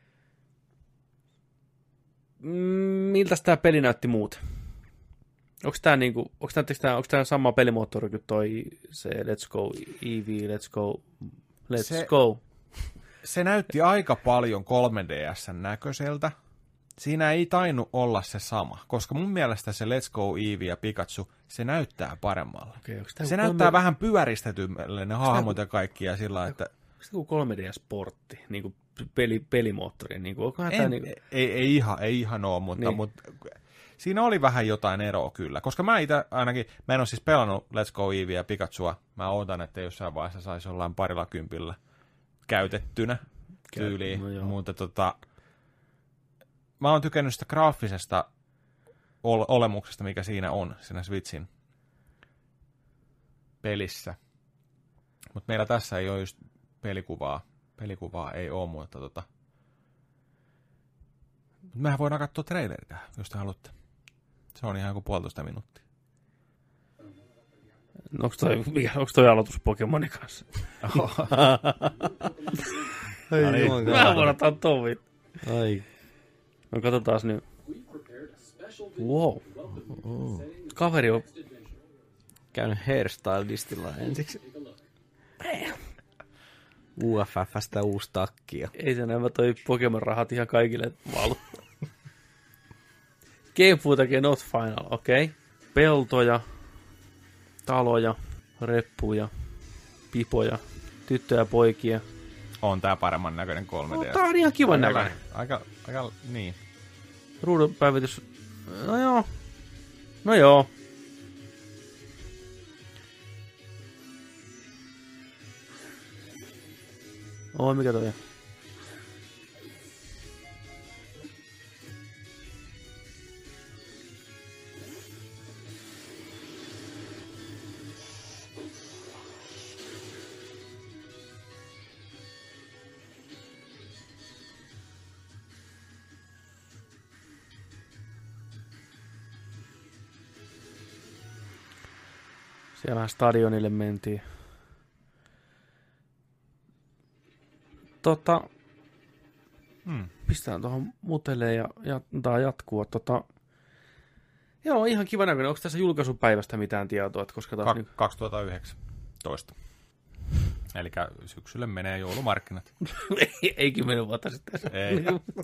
Miltäs tää peli näytti muuten? Onko tää niinku, onko tää, tää, onko tää sama pelimoottori kuin toi se Let's Go Eevee, Let's Go, Let's se, Go? Se näytti aika paljon kolme D S:n näköiseltä. Siinä ei tainnut olla se sama, koska mun mielestä se Let's Go Eevee ja Pikachu, se näyttää paremmalle. Okay, se kolme... näyttää vähän pyöristetymmelle ne hahmot ja kaikki ja sillä että... Onko se kuin kolme D S-portti, niin kuin peli, pelimoottori? Niin kuin, onkohan en, tämä niin kuin... ei, ei, ihan, ei ihan ole, mutta, niin. mutta siinä oli vähän jotain eroa kyllä. Koska mä itse ainakin, mä en ole siis pelannut Let's Go Eevee ja Pikachua. Mä ootan, että jossain vaiheessa saisi jollain parilla kympillä käytettynä tyyliin. No mutta tota, mä oon tykännyt sitä graafisesta ole- olemuksesta, mikä siinä on, siinä Switchin pelissä. Mutta meillä tässä ei ole just pelikuvaa. Pelikuvaa ei ole, mutta tota... mehän voidaan katsoa traileria, jos te haluatte. Se on ihan joku puolitoista minuuttia. No, onko toi, onko toi aloitus Pokemonin kanssa? Ei, no niin. Mä voin ottaa tovit. Ai. No katsotaan nyt. Wow. Oh. Kaveri on käynyt hairstylistilla ensiksi. U F F:stä uusi takki. Ei se näin, mä toi Pokemon-rahat ihan kaikille valu. Game Footage Not Final, okei. Okay. Peltoja, taloja, reppuja, pipoja, tyttöjä, poikia. On tää paremman näköinen kolme D. No, tää on ihan kivan näköinen. Aika, aika, niin. Ruudun päivitys, no joo. No joo. Oi, mikä toi on? Siellä vähän stadionille mentiin. Tota, Hmm. pistetään tuohon muteleen ja, ja antaa jatkua. Tota, joo, ihan kiva näköinen. Onko tässä julkaisupäivästä mitään tietoa? Että koska taas Ka- niin... kaksituhattayhdeksäntoista. Eli syksylle menee joulumarkkinat. ei, ei kymmenen vuotta sitten. Ei.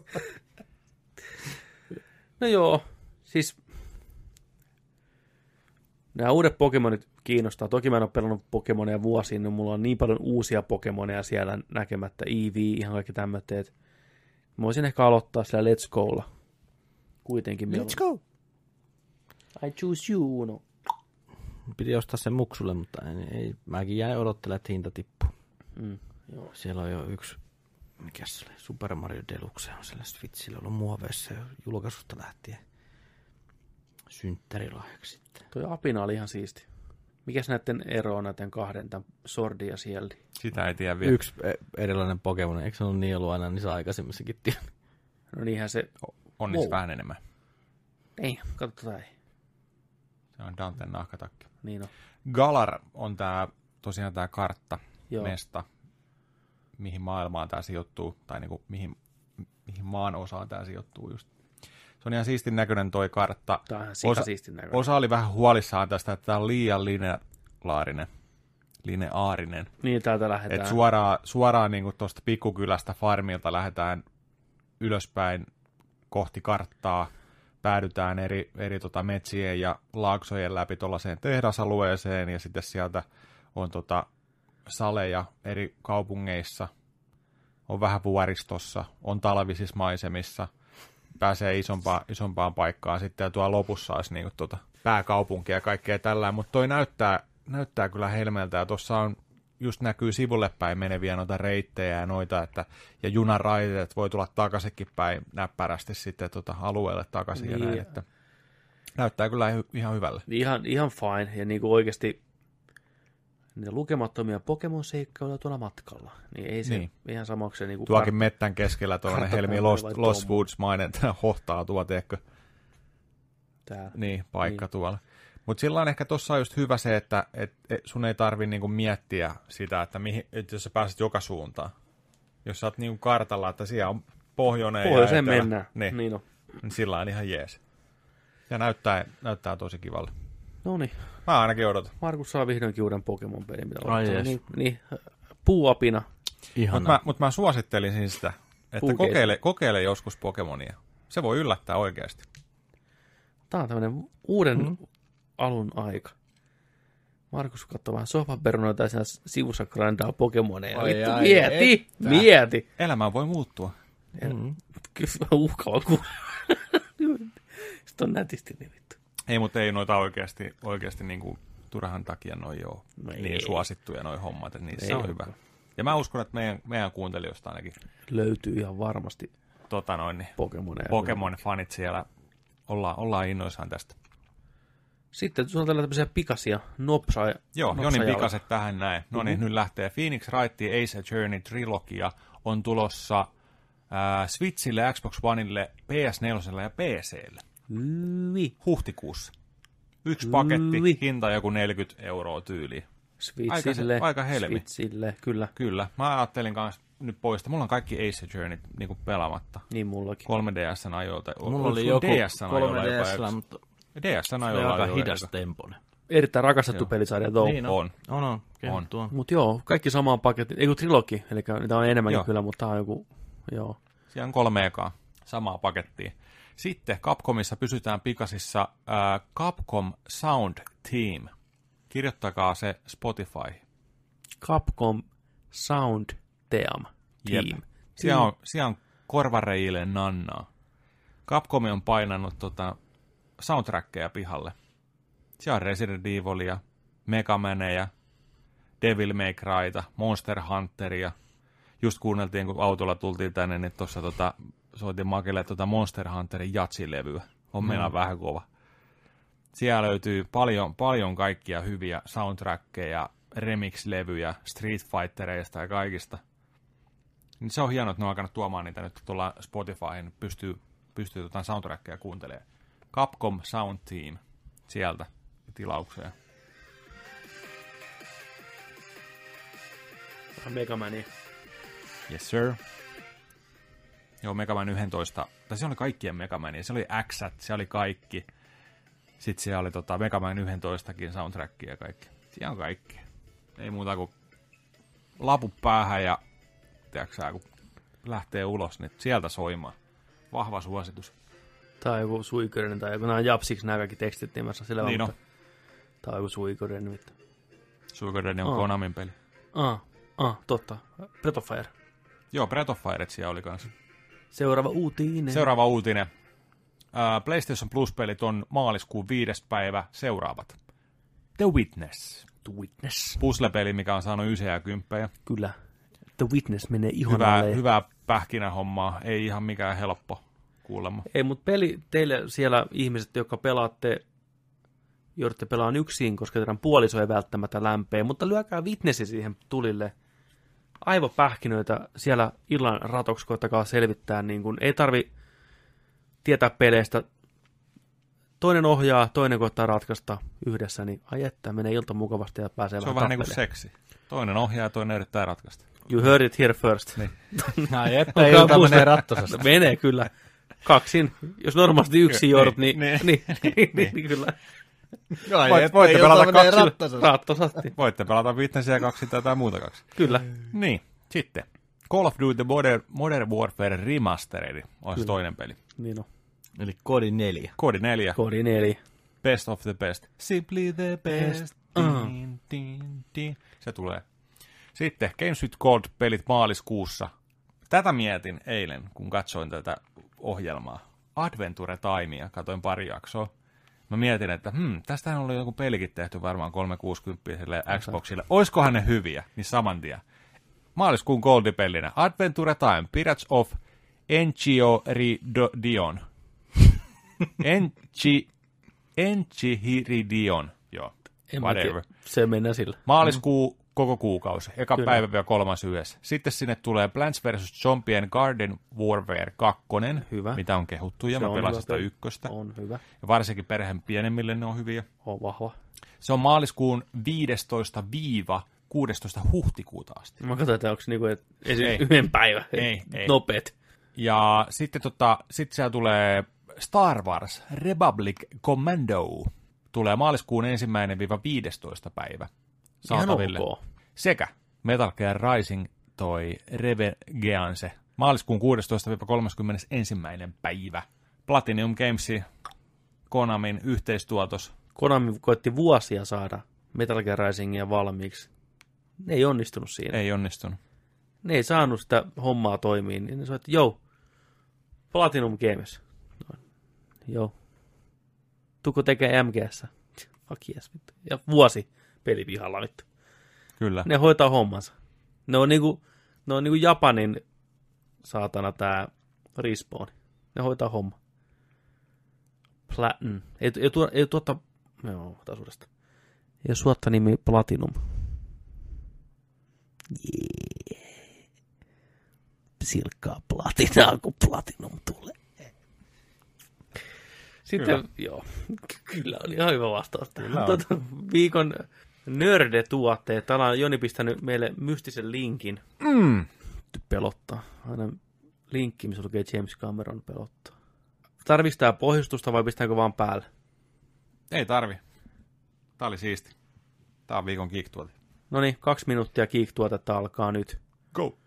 No joo, siis nämä uudet Pokemonit kiinnostaa. Toki mä en ole pelannut Pokemonia vuosiin, niin mulla on niin paljon uusia Pokemonia siellä näkemättä. Eevee, ihan kaikki tämmöitteet. Mä voisin ehkä aloittaa sillä Let's Golla. Kuitenkin. Let's go! I choose you, no. Piti ostaa sen muksulle, mutta ei, ei, mäkin jäin odottelemaan, että hinta tippuu. Mm, joo. Siellä on jo yksi, mikä se oli, Super Mario Deluxe on siellä Switchillä ollut muoveissa jo julkaisusta lähtien. Synttärilahjaksi sitten. Toi apina oli ihan siisti. Mikäs näiden ero on näiden kahden, tämän Swordin ja Shieldin? Sitä ei tiedä vielä. Yksi erilainen Pokemon, eikö se ollut niin ollut aina niissä aikaisemmissakin tiedä? No niinhän se... On niissä Wow. vähän enemmän. Ei, katso tota ei. Se on Danten nahkatakki. Niin on. Galar on tää, tosiaan tämä kartta, Joo. mesta, mihin maailmaan tämä sijoittuu, tai niinku mihin, mihin maan osaan tämä sijoittuu just. Se on ihan siistin näköinen toi kartta. Tää on ihan sikasiistin näköinen. Osa oli vähän huolissaan tästä, että tämä on liian lineaarinen. lineaarinen. Niin, täältä lähdetään. Et suoraan, suoraan niinku tuosta pikkukylästä farmilta lähdetään ylöspäin kohti karttaa, päädytään eri, eri tota metsien ja laaksojen läpi tuollaiseen tehdasalueeseen, ja sitten sieltä on tota saleja eri kaupungeissa, on vähän vuoristossa, on talvisissa maisemissa, pääsee isompaan, isompaan paikkaan sitten, ja tuolla lopussa olisi niinku tota pääkaupunki ja kaikkea tällä, mutta toi näyttää, näyttää kyllä helmeltä, ja tuossa on just näkyy sivulle päin meneviä noita reittejä ja noita, että, ja junaraiteet voi tulla takaisinkin päin näppärästi sitten tota alueelle takaisin niin. Ja näin, että näyttää kyllä ihan hyvälle. Ihan, ihan fine, ja niinku oikeasti niitä lukemattomia Pokemon-seikkailuja tuolla matkalla, niin ei se niin. Ihan samaksi niinku... Tuokin kart- mettän keskellä tuollainen Helmi Lost, Lost Woods-mainen hohtaa tuo, teekö? Täällä. Niin, paikka niin. Tuolla. Mutta sillä on ehkä tuossa on just hyvä se, että et, et sun ei tarvitse niinku miettiä sitä, että, mihin, että jos sä pääset joka suuntaan. Jos sä oot niinku kartalla, että siellä on pohjoinen Pohjoiseen ja etelä, mennään. Niin, niin on. niin sillä on ihan jees. Ja näyttää, näyttää tosi kivalle. No niin. Mä ainakin odotan. Markus saa vihdoinkin uuden Pokemon-pelin, mitä Ai aloittaa. Niin, niin, puuapina. Mutta mä, mut mä suosittelisin sitä, että kokeile, kokeile joskus Pokemonia. Se voi yllättää oikeasti. Tää on tämmönen uuden Mm-hmm. alun aika. Markus katsoo vähän sohvaperunoita ja siinä sivussa grindaa Pokemoneja. Ai, Vittu, ai, mieti, että. mieti. Elämä voi muuttua. Mm-hmm. Kyllä uhkava kuva. Sitten on nätisti niin vittu. Ei, mutta ei noita oikeasti, oikeasti niin kuin turhan takia noi ole No niin ei. suosittuja noi hommat, että niissä Ei on ole. hyvä. Ja mä uskon, että meidän, meidän kuuntelijoista ainakin Löytyy ihan varmasti tota noin, niin Pokemoneja. Pokemon-fanit siellä ollaan, ollaan innoissaan tästä. Sitten sulla on tällä tämmöisiä pikaisia nopsaa. Joo, nopsa Jonin jalka. pikaset tähän näin. No niin, Mhm. nyt lähtee Phoenix Wright Ace Attorney trilogia on tulossa ää, Switchille, Xbox Oneille, P S neljä ja P C:lle Yvi. huhtikuussa. Yksi paketti, Ui. hinta joku neljäkymmentä euroa tyyliin. Switchille. Aika- aika helmi. Switchille, kyllä. Kyllä, mä ajattelin kanssa nyt poista. Mulla on kaikki Ace Attorneyt niinku pelaamatta. Niin mullakin. kolme D S:n ajoilta. Mulla oli Sulla joku D S:n ajoilla kolme D S, jopa- mutta D S:n se on ajoilla aika ajoilla hidas joku- temponen. Erittäin rakastettu Joo. pelisarja tuo. Niin On. On, on. On. Tuo. Mutta joo, kaikki samaan pakettiin. Ei kun trilogi, eli niitä on enemmänkin Joo. kyllä, mutta tää on joku, joo. Siellä on kolme ekaa samaa pakettia. Sitten Capcomissa pysytään pikasissa äh, Capcom Sound Team. Kirjoittakaa se Spotify. Capcom Sound Team. Jep. Team. Siellä on, siellä on korvareille nannaa. Capcom on painanut tota soundtrackeja pihalle. Siellä on Resident Evilia, Mega Maneja, Devil May Cryta, Monster Hunteria. Just kuunneltiin, kun autolla tultiin tänne, niin tuossa tota, soitin Makelle tota Monster Hunterin jatsilevyä. On Mm. meillä vähän kova. Siellä löytyy paljon, paljon kaikkia hyviä soundtrackeja, remix-levyjä, Street Fightereista ja kaikista. Niin se on hienoa, että ne on alkanut tuomaan niitä nyt tuolla Spotifyhin, pystyy, pystyy tota soundtrackeja kuuntelemaan. Capcom Sound Team, sieltä tilaukseen. Mega Mania. Yes sir. Joo, Mega Man yksitoista. Tai se oli kaikkien Mega Mania. Se oli X, se oli kaikki. Sitten siellä oli tota Mega Man yksitoistakin soundtrackia ja kaikki. Siellä on kaikki. Ei muuta kuin laput päähän ja tiedätkö, kun lähtee ulos, niin sieltä soimaan. Vahva suositus. Tai joku Suikoden tai joku, nämä on japsiksi nämä kaikki tekstit nimessä. Sillä niin on, on. Tai joku Suikoden nimittäin. Suikoden on oh. Konamin peli. Ah, ah, totta. Breath of Fire. Joo, Breath of Fire siellä oli kanssa. Seuraava uutinen. Seuraava uutinen. Uh, PlayStation Plus-pelit on maaliskuun viides päivä seuraavat. The Witness. The Witness. Puzzle-peli, mikä on saanut ysiä ja kymppejä. Kyllä. The Witness menee ihan Hyvää, alle. hyvää pähkinähommaa. Ei ihan mikään helppo kuulemma. Ei, mutta peli teille siellä ihmiset, jotka pelaatte, joudutte pelaamaan yksin, koska teidän puoliso ei välttämättä lämpeä, mutta lyökää Witnessi siihen tulille. Aivopähkinöitä siellä illan ratoksi, koittakaa selvittää. Niin kun ei tarvi tietää peleistä. Toinen ohjaa, toinen koittaa ratkaista yhdessä, niin ai että, menee ilta mukavasti ja pääsee Se on vähän vähän niin kuin seksi. Toinen ohjaa ja toinen yrittää ratkaista. You heard it here first. Niin. Ai että ilta menee rattosasta. Menee kyllä. Kaksin. Jos normaalisti yksin joudut, niin, niin, niin, niin, niin, niin kyllä. Ai Voit, että voitte ilta pelata menee kaksi. rattosasta. Rattosasti. Voitte pelata Witnessia kaksi tai jotain muuta kaksi. Kyllä. Niin, sitten. Call of Duty Modern, Modern Warfare Remastered on se toinen peli. Niin on. Eli kodi neljä. Koodi neljä. Koodi neljä. Best of the best. Simply the best. Uh. Din, din, din. Se tulee. Sitten Games with Gold-pelit maaliskuussa. Tätä mietin eilen, kun katsoin tätä ohjelmaa. Adventure Timea, katoin pari jaksoa. Mä mietin, että hmm, tästähän oli joku pelikin tehty varmaan kolmesataakuusikymmentä Xboxille. Oiskohan ne hyviä? Niin saman tien. Maaliskuun Goldi-pelinä. Adventure Time, Pirates of Enchiridion. Enchi, Enchiridion. Joo, En whatever. Se mennään sillä. Maaliskuu koko kuukausi. Eka Kyllä. päivä vielä kolmas yhdessä. Sitten sinne tulee Plants versus. Zombien Garden Warfare kaksi. Hyvä. Mitä on kehuttu ja Se mä on pelasin hyvä sitä peli. ykköstä. On hyvä. Ja varsinkin perheen pienemmille ne on hyviä. On vahva. Se on maaliskuun viidestoista kuudestoista huhtikuuta asti. Mä katsoin, että onko niinku, et, Ei. ei. yhden päivän. Ei, ei. Nopeet. Ja sitten tota, sit siellä tulee Star Wars Republic Commando. Tulee maaliskuun ensimmäinen viiva viidestoista päivä saataville. Ihan ok. Sekä Metal Gear Rising toi Revengeance. Maaliskuun kuudestoista kolmaskymmenesensimmäinen päivä. Platinum Gamesin Konamin yhteistuotos. Konami koitti vuosia saada Metal Gear Risingia valmiiksi. Ne ei onnistunut siinä. Ei onnistunut. Ne ei saanut sitä hommaa toimiin, niin ne sanoi, että joo, Platinum Games. No, joo. Tuko tekee M G S. Fuck yes, vittu. Ja vuosi pelipihalla, vittu. Kyllä. Ne hoitaa hommansa. Ne on niinku, ne on niinku Japanin saatana tää Respawn. Ne hoitaa homma. Platinum. Ei, ei, tuo, ei tuota, joo, taas uudestaan. Ei suotta nimi Platinum. Yeah. Silkkaa platinaa, kun Platinum tulee. Sitten, kyllä. Joo, kyllä oli ihan hyvä vastaus. Tuota, viikon nörde-tuotteet. Täällä on Joni pistänyt meille mystisen linkin. Mm. Pelottaa. Aina linkki, missä lukee James Cameron pelottaa. Tarvitsisi tää pohjustusta vai pistääkö vaan päälle? Ei tarvi. Tää oli siisti. Tää on viikon Geek-tuote. No niin, kaksi minuuttia Geek-tuotetta alkaa nyt. Go!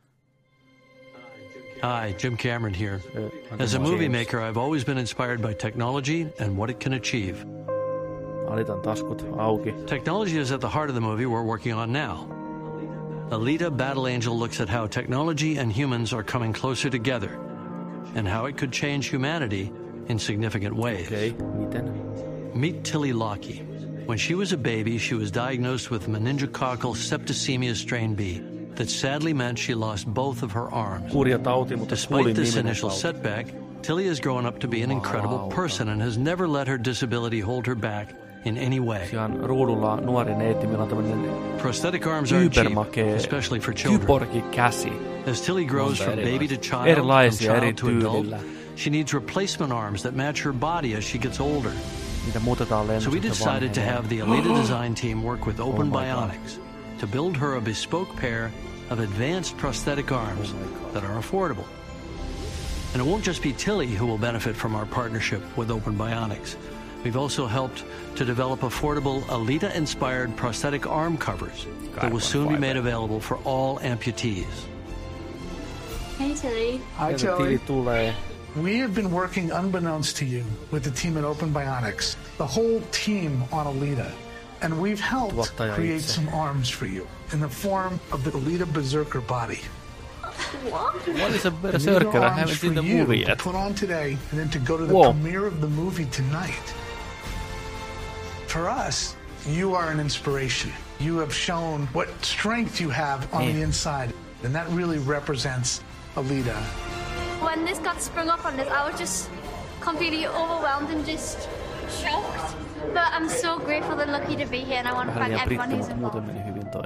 Hi, Jim Cameron here. As a movie maker, I've always been inspired by technology and what it can achieve. Alitan taskut auki. Technology is at the heart of the movie we're working on now. Alita Battle Angel looks at how technology and humans are coming closer together and how it could change humanity in significant ways. Okei, okay, miten? Meet Tilly Lockheed. When she was a baby, she was diagnosed with meningococcal septicemia strain B that sadly meant she lost both of her arms. Kurja tauti, mutta Despite this initial setback, Tilly has grown up to be an incredible person and has never let her disability hold her back in any way. Ihan ruudulla nuori neiti, meillä on tämmöinen Prosthetic arms aren't cheap, especially for children. kyborgi käsi. As Tilly grows from baby to child, from Erilaisia eri child to adult, tyylillä. she needs replacement arms that match her body as she gets older. Niitä muutetaan So we lennosta decided to vanhenee. have the Alita design team work with Open Oh my God. Bionics to build her a bespoke pair of advanced prosthetic arms that are affordable. And it won't just be Tilly who will benefit from our partnership with Open Bionics. We've also helped to develop affordable Alita-inspired prosthetic arm covers that will soon be made available for all amputees. Hey, Tilly. Hi, Sieltä Tilly. tili tulee. We have been working unbeknownst to you with the team at Open Bionics, the whole team on Alita. And we've helped Tuottaja create itse. some arms for you in the form of the Alita Berserker body. What is a These berserker? are I haven't arms for seen the you movie to yet. put on today and then to go to the Whoa. premiere of the movie tonight. For us, you are an inspiration. You have shown what strength you have on the inside, and that really represents Alita. When this got sprung up on us, I was just completely overwhelmed and just shocked. But I'm so grateful and lucky to be here, and I want to Vähän thank liian everyone britti, who's mutta muuten involved. meni hyvin toi.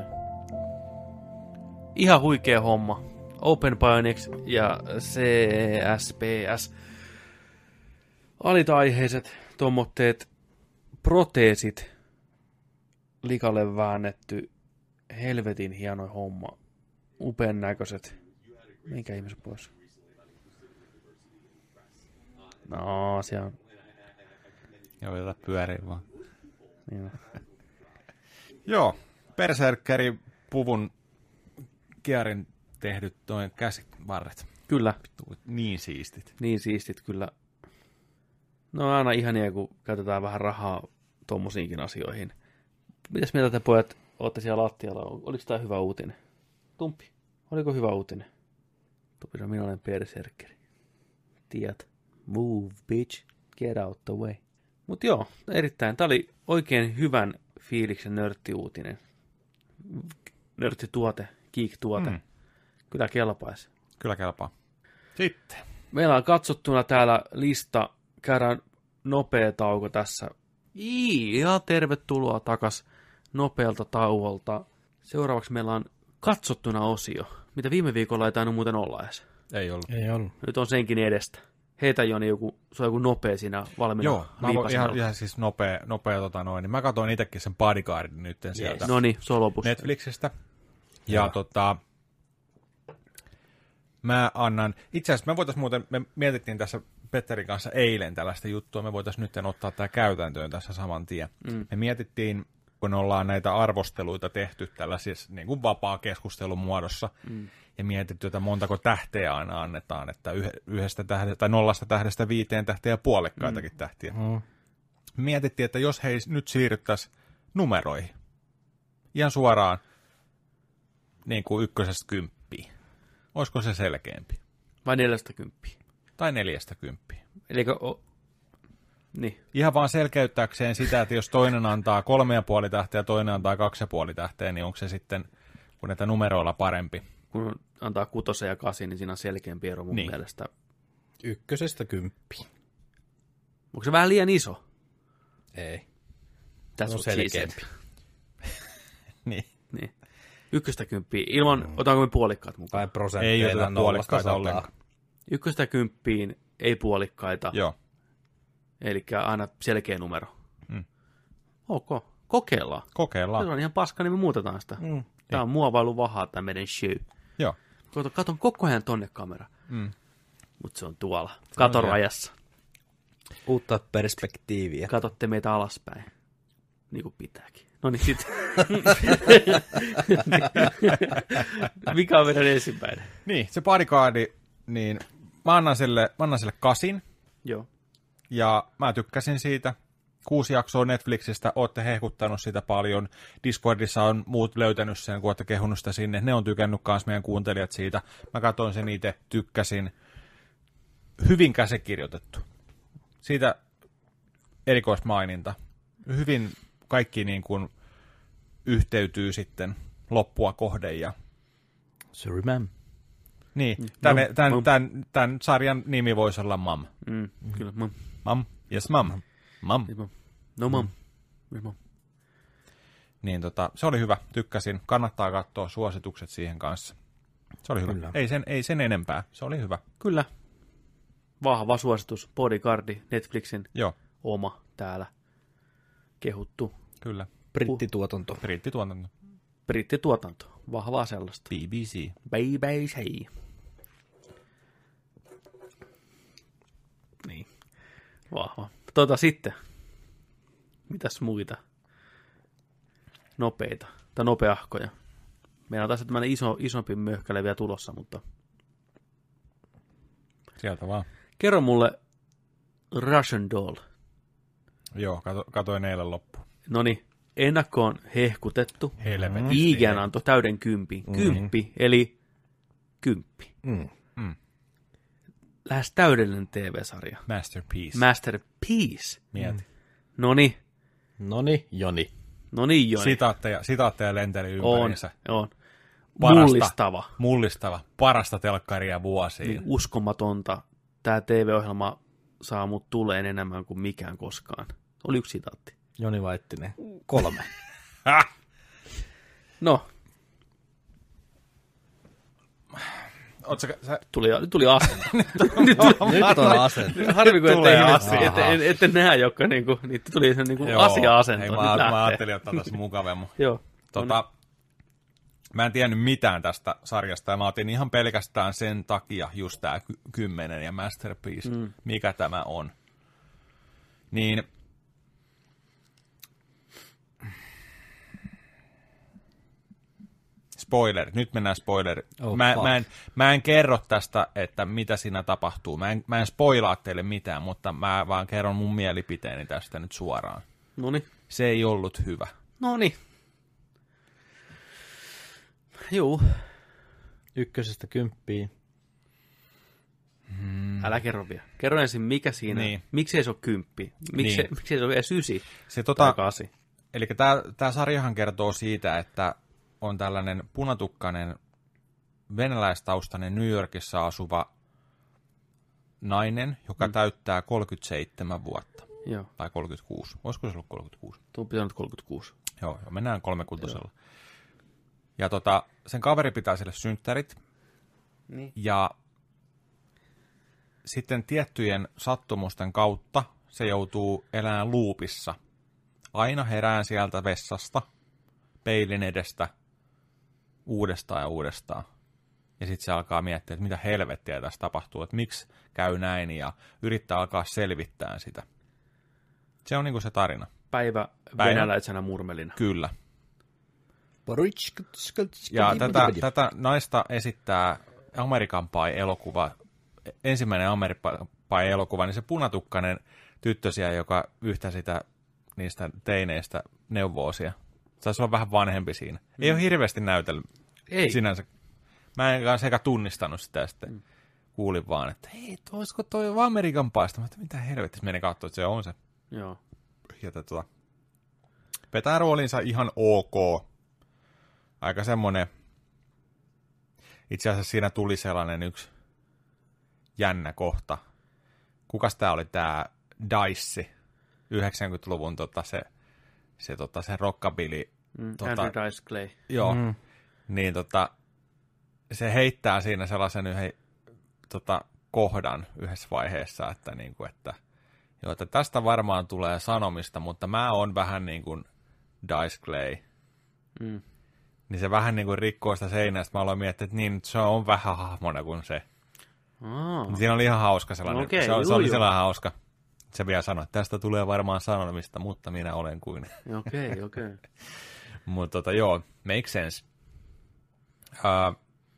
Ihan huikea homma. Open Bionics ja C S P S. Alita-aiheiset tommotteet proteesit. Likalle väännetty. Helvetin hieno homma. Upean näköiset. Minkä ihmisen pois? No, siellä on. Joo, jota pyörii vaan. Niin. Joo, Berserkeri puvun Gearin tehdyt noin käsivarret. Kyllä, Niin siistit. niin siistit kyllä. No on aina ihania, kun käytetään vähän rahaa tommosiinkin asioihin. Mitäs mieltä te pojat ootte siellä lattialla? Oliko tämä hyvä uutinen? Tumpi, oliko hyvä uutinen? Tupisa, minä olen Berserkeri. Tiedät, move bitch, get out the way. Mut joo, erittäin. Tää oli oikein hyvän fiiliksen nörttiuutinen. Nörttituote, geek-tuote. Mm. Kyllä kelpaisi. Kyllä kelpaa. Sitten. Meillä on katsottuna täällä lista. Käydään nopea tauko tässä. Ja tervetuloa takas nopealta tauolta. Seuraavaksi meillä on katsottuna osio, mitä viime viikolla ei tainnut muuten olla edes. Ei ollut. Ei ollut. Nyt on senkin edestä. Heitä Joni joku, se on joku nopea siinä valmiina. Joo, mä voin ihan, ihan siis nopea, nopea tota noin, niin mä katsoin itsekin sen Bodyguardin nyt sieltä No niin, se on lopussa. Netflixistä. Ja Joo. tota, mä annan, itse asiassa me voitaisiin muuten, me mietittiin tässä Petterin kanssa eilen tällaista juttua, me voitaisiin nyt ottaa tämä käytäntöön tässä saman tien. Mm. Me mietittiin, kun ollaan näitä arvosteluita tehty tällaisessa niin kuin vapaa keskustelun muodossa, mm. ja mietitty, että montako tähteä aina annetaan, että yhdestä tähdestä, tai nollasta tähdestä viiteen tähteä ja puolekkaitakin mm. tähtiä. Mm. Mietittiin, että jos he nyt siirryttäisiin numeroihin, ihan suoraan niin kuin ykkösestä kymppiin, olisiko se selkeämpi? Vai neljästä kymppiä? Tai neljästä kymppiä. Eli o... niin. Ihan vaan selkeyttääkseen sitä, että jos toinen antaa kolme ja puoli tähteä ja toinen antaa kaksi ja puoli tähteä, niin onko se sitten, kun näitä numeroilla parempi? Kun antaa kutosen ja kasin, niin siinä on selkeämpi ero mun niin. mielestä. Ykkösestä kymppi. Onko se vähän liian iso? Ei. Tässä on selkeämpi. niin. niin. Ykköstä kymppiin. Ilman, mm. otanko me puolikkaat mukaan? Tai prosentteilla ei oteta puolikkaita ollenkaan. Ykköstä kymppiin, ei puolikkaita. Joo. Eli aina selkeä numero. Mm. Ok, kokeillaan. Kokeillaan. Se on ihan paska, niin me muutetaan sitä. Mm. Tämä on muovailu vahaa, tämä meidän show. Joo. Kato, katon koko ajan tonne kamera. Mm. Mutta se on tuolla, katon rajassa. Uutta perspektiiviä. Katotte meitä alaspäin, niin kuin pitääkin. No niin sitten. Mikä on meidän ensimmäinen? Niin, se Bodyguardi, niin mä annan sille, mä annan sille kasin. Joo. Ja mä tykkäsin siitä. Kuusi jaksoa Netflixistä, ootte hehkuttanut sitä paljon. Discordissa on muut löytänyt sen, kun ootte kehunut sitä sinne. Ne on tykännyt myös meidän kuuntelijat siitä. Mä katsoin sen itse, tykkäsin. Hyvin käsikirjoitettu. Siitä erikoismaininta. Hyvin kaikki niin kuin yhteytyy sitten loppua kohden. Ja... Sorry, ma'am. Niin, tämän, no, tämän, tämän, tämän sarjan nimi voisi olla Mam. Mm, kyllä, Mam. Mam, yes Mam. Mam. No Mam. Yes, mam. Niin tota, se oli hyvä, tykkäsin. Kannattaa katsoa suositukset siihen kanssa. Se oli hyvä. Kyllä. Ei sen, ei sen enempää, se oli hyvä. Kyllä. Vahva suositus, Bodyguardi, Netflixin Joo. oma täällä kehuttu. Kyllä. Brittituotanto. Brittituotanto. Brittituotanto. vahvaa sellaista. B B C. B B C. Niin. Vahva. Tuota sitten. Mitäs muita? Nopeita. Tai nopeahkoja. Meillä on tässä tämmöinen iso, isompi möhkäle vielä tulossa, mutta... Sieltä vaan. Kerro mulle Russian Doll. Joo, kato, katoin eilen loppuun. Noniin, ennakkoon hehkutettu. Helvetisti. I G N antoi täyden kympi. Kymppi, eli kymppi. Mm. Mm. Lähes täydellinen T V-sarja. Masterpiece. Masterpiece. Mieti. Noniin. Noni, Joni. Noniin, Joni. Sitaatteja, sitaatteja lenteli On, ympäriinsä. on. Parasta, Mullistava. Mullistava. Parasta telkkaria vuosiin. Niin uskomatonta. Tämä T V-ohjelma saa mut tuleen enemmän kuin mikään koskaan. Oli yksi sitaatti. Joni Vaittinen. Kolme. No, Ootko sä... tuli, tuli asento. Nyt on asento. Harvi, kun ette, Tulee ette, asia. ette, ette, ette näe, jotka niinku, niin tuli se niinku Joo. asia-asento. Hei, Nyt mä, mä lähtee. ajattelin ottaa tässä mukavemmin. Joo. Tota, mä en tiennyt mitään tästä sarjasta, ja mä otin ihan pelkästään sen takia just tää ky- kymmenen ja Masterpiece, mm. mikä tämä on. Niin... Spoiler, nyt mennään spoiler. Oh, mä, fuck. mä, en, mä en kerro tästä, että mitä siinä tapahtuu. Mä en, mä en spoilaa teille mitään, mutta mä vaan kerron mun mielipiteeni tästä nyt suoraan. Noniin. Se ei ollut hyvä. Noniin. Juu. Ykkösestä kymppiin. Älä kerro vielä. Kerro ensin, mikä siinä. Niin. Miksi ei se ole kymppi? Miksi, Niin. miksi ei se ole edes ysi Se, tai tota, kasi? eli tämä sarjahan kertoo siitä, että on tällainen punatukkainen venäläistaustainen New Yorkissa asuva nainen, joka mm. täyttää kolmekymmentäseitsemän vuotta. Joo. Tai kolmekymmentäkuusi. Olisiko se ollut kolmekymmentäkuusi? Tuo pitää nyt kolmekymmentäkuusi. Joo, joo mennään kolmekymmentäkuusi. Ja tota, sen kaveri pitää sille synttärit. Niin. Ja sitten tiettyjen sattumusten kautta se joutuu elämään loopissa. Aina herään sieltä vessasta, peilin edestä, uudestaan ja uudestaan. Ja sitten se alkaa miettiä, että mitä helvettiä tässä tapahtuu, että miksi käy näin, ja yrittää alkaa selvittää sitä. Se on niinku se tarina. Päivä, Päivä. venäläisenä murmelina. Kyllä. Ja tätä, tätä naista esittää American Pie-elokuva, ensimmäinen American Pie-elokuva, niin se punatukkainen tyttösiä, joka yhtä sitä niistä teineistä neuvoo siellä. Saisi olla vähän vanhempi siinä. Ei mm. ole hirveästi näytellyt Ei. sinänsä. Mä en kanssa eka tunnistanut sitä sitten. Mm. Kuulin vaan, että hei, olisiko toi American Pieista? Mä mitä helvettis meni katsoa, että se on se. Joo. Ja tota, vetää roolinsa ihan ok. Aika semmonen, itse asiassa siinä tuli sellainen yksi jännä kohta. Kukas tää oli tää Dice, yhdeksänkymmentäluvun tota se, se, tota, se rockabilly. Mm, tota, Andrew Dice Clay. Joo, Mm. niin tota, se heittää siinä sellaisen yhden tota, kohdan yhdessä vaiheessa, että, niinku, että, joo, että tästä varmaan tulee sanomista, mutta mä oon vähän niin kuin Dice Clay. Mm. Niin se vähän niin kuin rikkoo sitä seinästä. Mä aloin miettiä, että niin, se on vähän hahmona kuin se. Aa. Siinä oli ihan hauska sellainen. Okei, se, se juu, oli juu. sellainen hauska. Se vielä sanoi, että tästä tulee varmaan sanomista, mutta minä olen kuin. Okei, okei. Okay. Mutta tota, joo, make sense. Uh,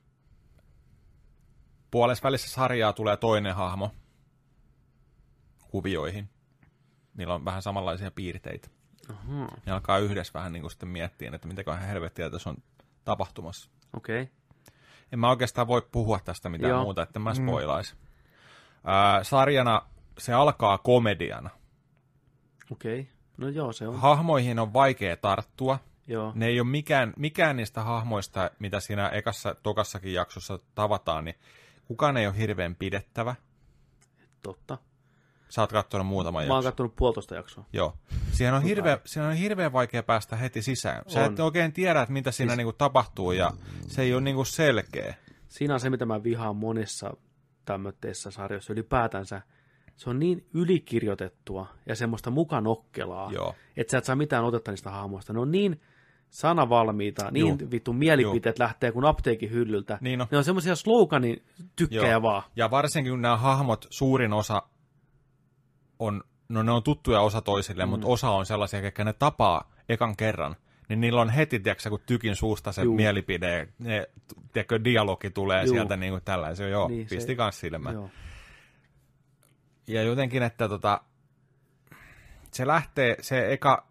puolesvälissä sarjaa tulee toinen hahmo kuvioihin. Niillä on vähän samanlaisia piirteitä. Aha. Ne alkaa yhdessä vähän niin kuin sitten miettiä, että mitäköhän helvettiä tässä on tapahtumassa. Okei. Okay. En mä oikeastaan voi puhua tästä mitään Joo. muuta, että mä spoilaisin. Mm. Äh, sarjana se alkaa komediana. Okei. Okay. No joo, se on. Hahmoihin on vaikea tarttua. Joo. Ne ei ole mikään, mikään niistä hahmoista, mitä siinä ekassa, tokassakin jaksossa tavataan, niin kukaan ei ole hirveän pidettävä. Totta. Sä oot katsonut muutaman Mä oon jakson. kattonut puolitoista jaksoa. Joo. Siihen on, hirveä, siihen on hirveän vaikea päästä heti sisään. Sä On. et oikein tiedä, että mitä siinä Siis- niinku tapahtuu, ja se ei ole niinku selkeä. Siinä on se, mitä mä vihaan monissa tämmöisissä sarjoissa ylipäätänsä. Se on niin ylikirjoitettua ja semmoista mukanokkelaa, Joo. että sä et saa mitään otetta niistä hahmoista. Ne on niin sanavalmiita, niin Juh. vittu mielipiteet Juh. lähtee kuin apteekin hyllyltä. Niin on. Ne on semmoisia sloganin tykkejä Joo. vaan. Ja varsinkin kun nämä hahmot, suurin osa on, no ne on tuttuja osa toisilleen, mm. mutta osa on sellaisia, jotka ne tapaa ekan kerran. Niin niillä on heti, tiedätkö, kun tykin suusta se Juh. mielipide, ne, tiedätkö, dialogi tulee Juh. sieltä niin kuin tällaisen. Joo, niin, pisti se, kans silmään. Joo. Ja jotenkin, että tota, se lähtee, se eka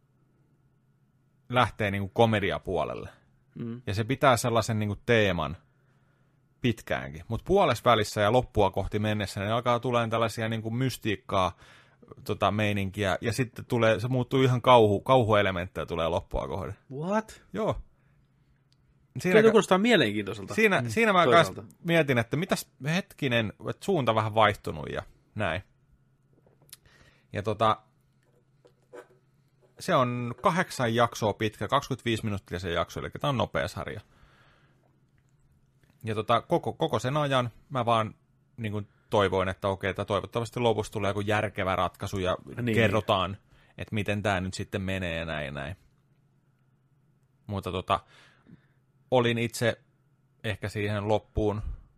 lähtee niin kuin komediapuolelle. Mm. Ja se pitää sellaisen niin kuin teeman pitkäänkin. Mutta puolessa välissä ja loppua kohti mennessä ne alkaa tulemaan tällaisia niin kuin mystiikkaa, tota, meininkiä, ja sitten tulee, se muuttuu ihan kauhu, kauhuelementtejä tulee loppua kohden. What? Joo. Siinä Kyllä kuulostaa mielenkiintoiselta. Siinä, mm, siinä mä kanssa mietin, että mitäs hetkinen, että suunta vähän vaihtunut ja näin. Ja tota, se on kahdeksan jaksoa pitkä, kaksikymmentäviisi minuuttia se jakso, eli tämä on nopea sarja. Ja tota, koko, koko sen ajan mä vaan niin kuin toivoin, että okei, että toivottavasti lopussa tulee joku järkevä ratkaisu ja niin. kerrotaan, että miten tämä nyt sitten menee ja näin ja näin. Mutta tota, olin itse ehkä siihen loppuun,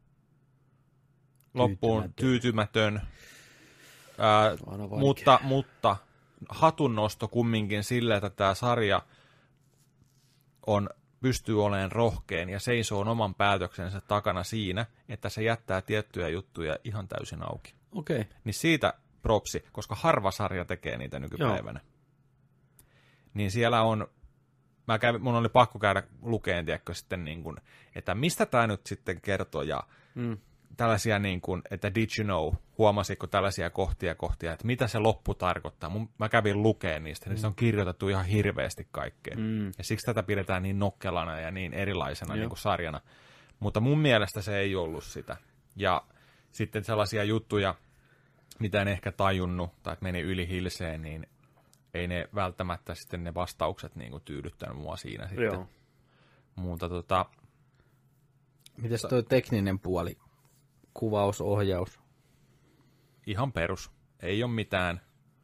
loppuun tyytymätön, ää, mutta, mutta hatunnosto kumminkin sille, että tämä sarja on, pystyy olemaan rohkeen ja seisoo oman päätöksensä takana siinä, että se jättää tiettyjä juttuja ihan täysin auki. Okei. Okay. Niin siitä propsi, koska harva sarja tekee niitä nykypäivänä. Joo. Niin siellä on, mä kävin, mun oli pakko käydä lukeen, tiedätkö, sitten niin kuin, että mistä tämä nyt sitten kertoo ja mm. tällaisia niin kuin, että did you know, huomasitko tällaisia kohtia kohtia, että mitä se loppu tarkoittaa. Mun, mä kävin lukeen niistä, mm. niin se on kirjoitettu ihan hirveästi kaikkea. Mm. Ja siksi tätä pidetään niin nokkelana ja niin erilaisena niin kuin sarjana. Mutta mun mielestä se ei ollut sitä. Ja sitten sellaisia juttuja, mitä en ehkä tajunnut tai että meni yli hilseen, niin ei ne välttämättä sitten ne vastaukset niin kuin tyydyttänyt mua siinä sitten. Joo. Mutta tota... Mites toi tekninen puoli? Kuvaus, ohjaus? Ihan perus. Ei ole mitään,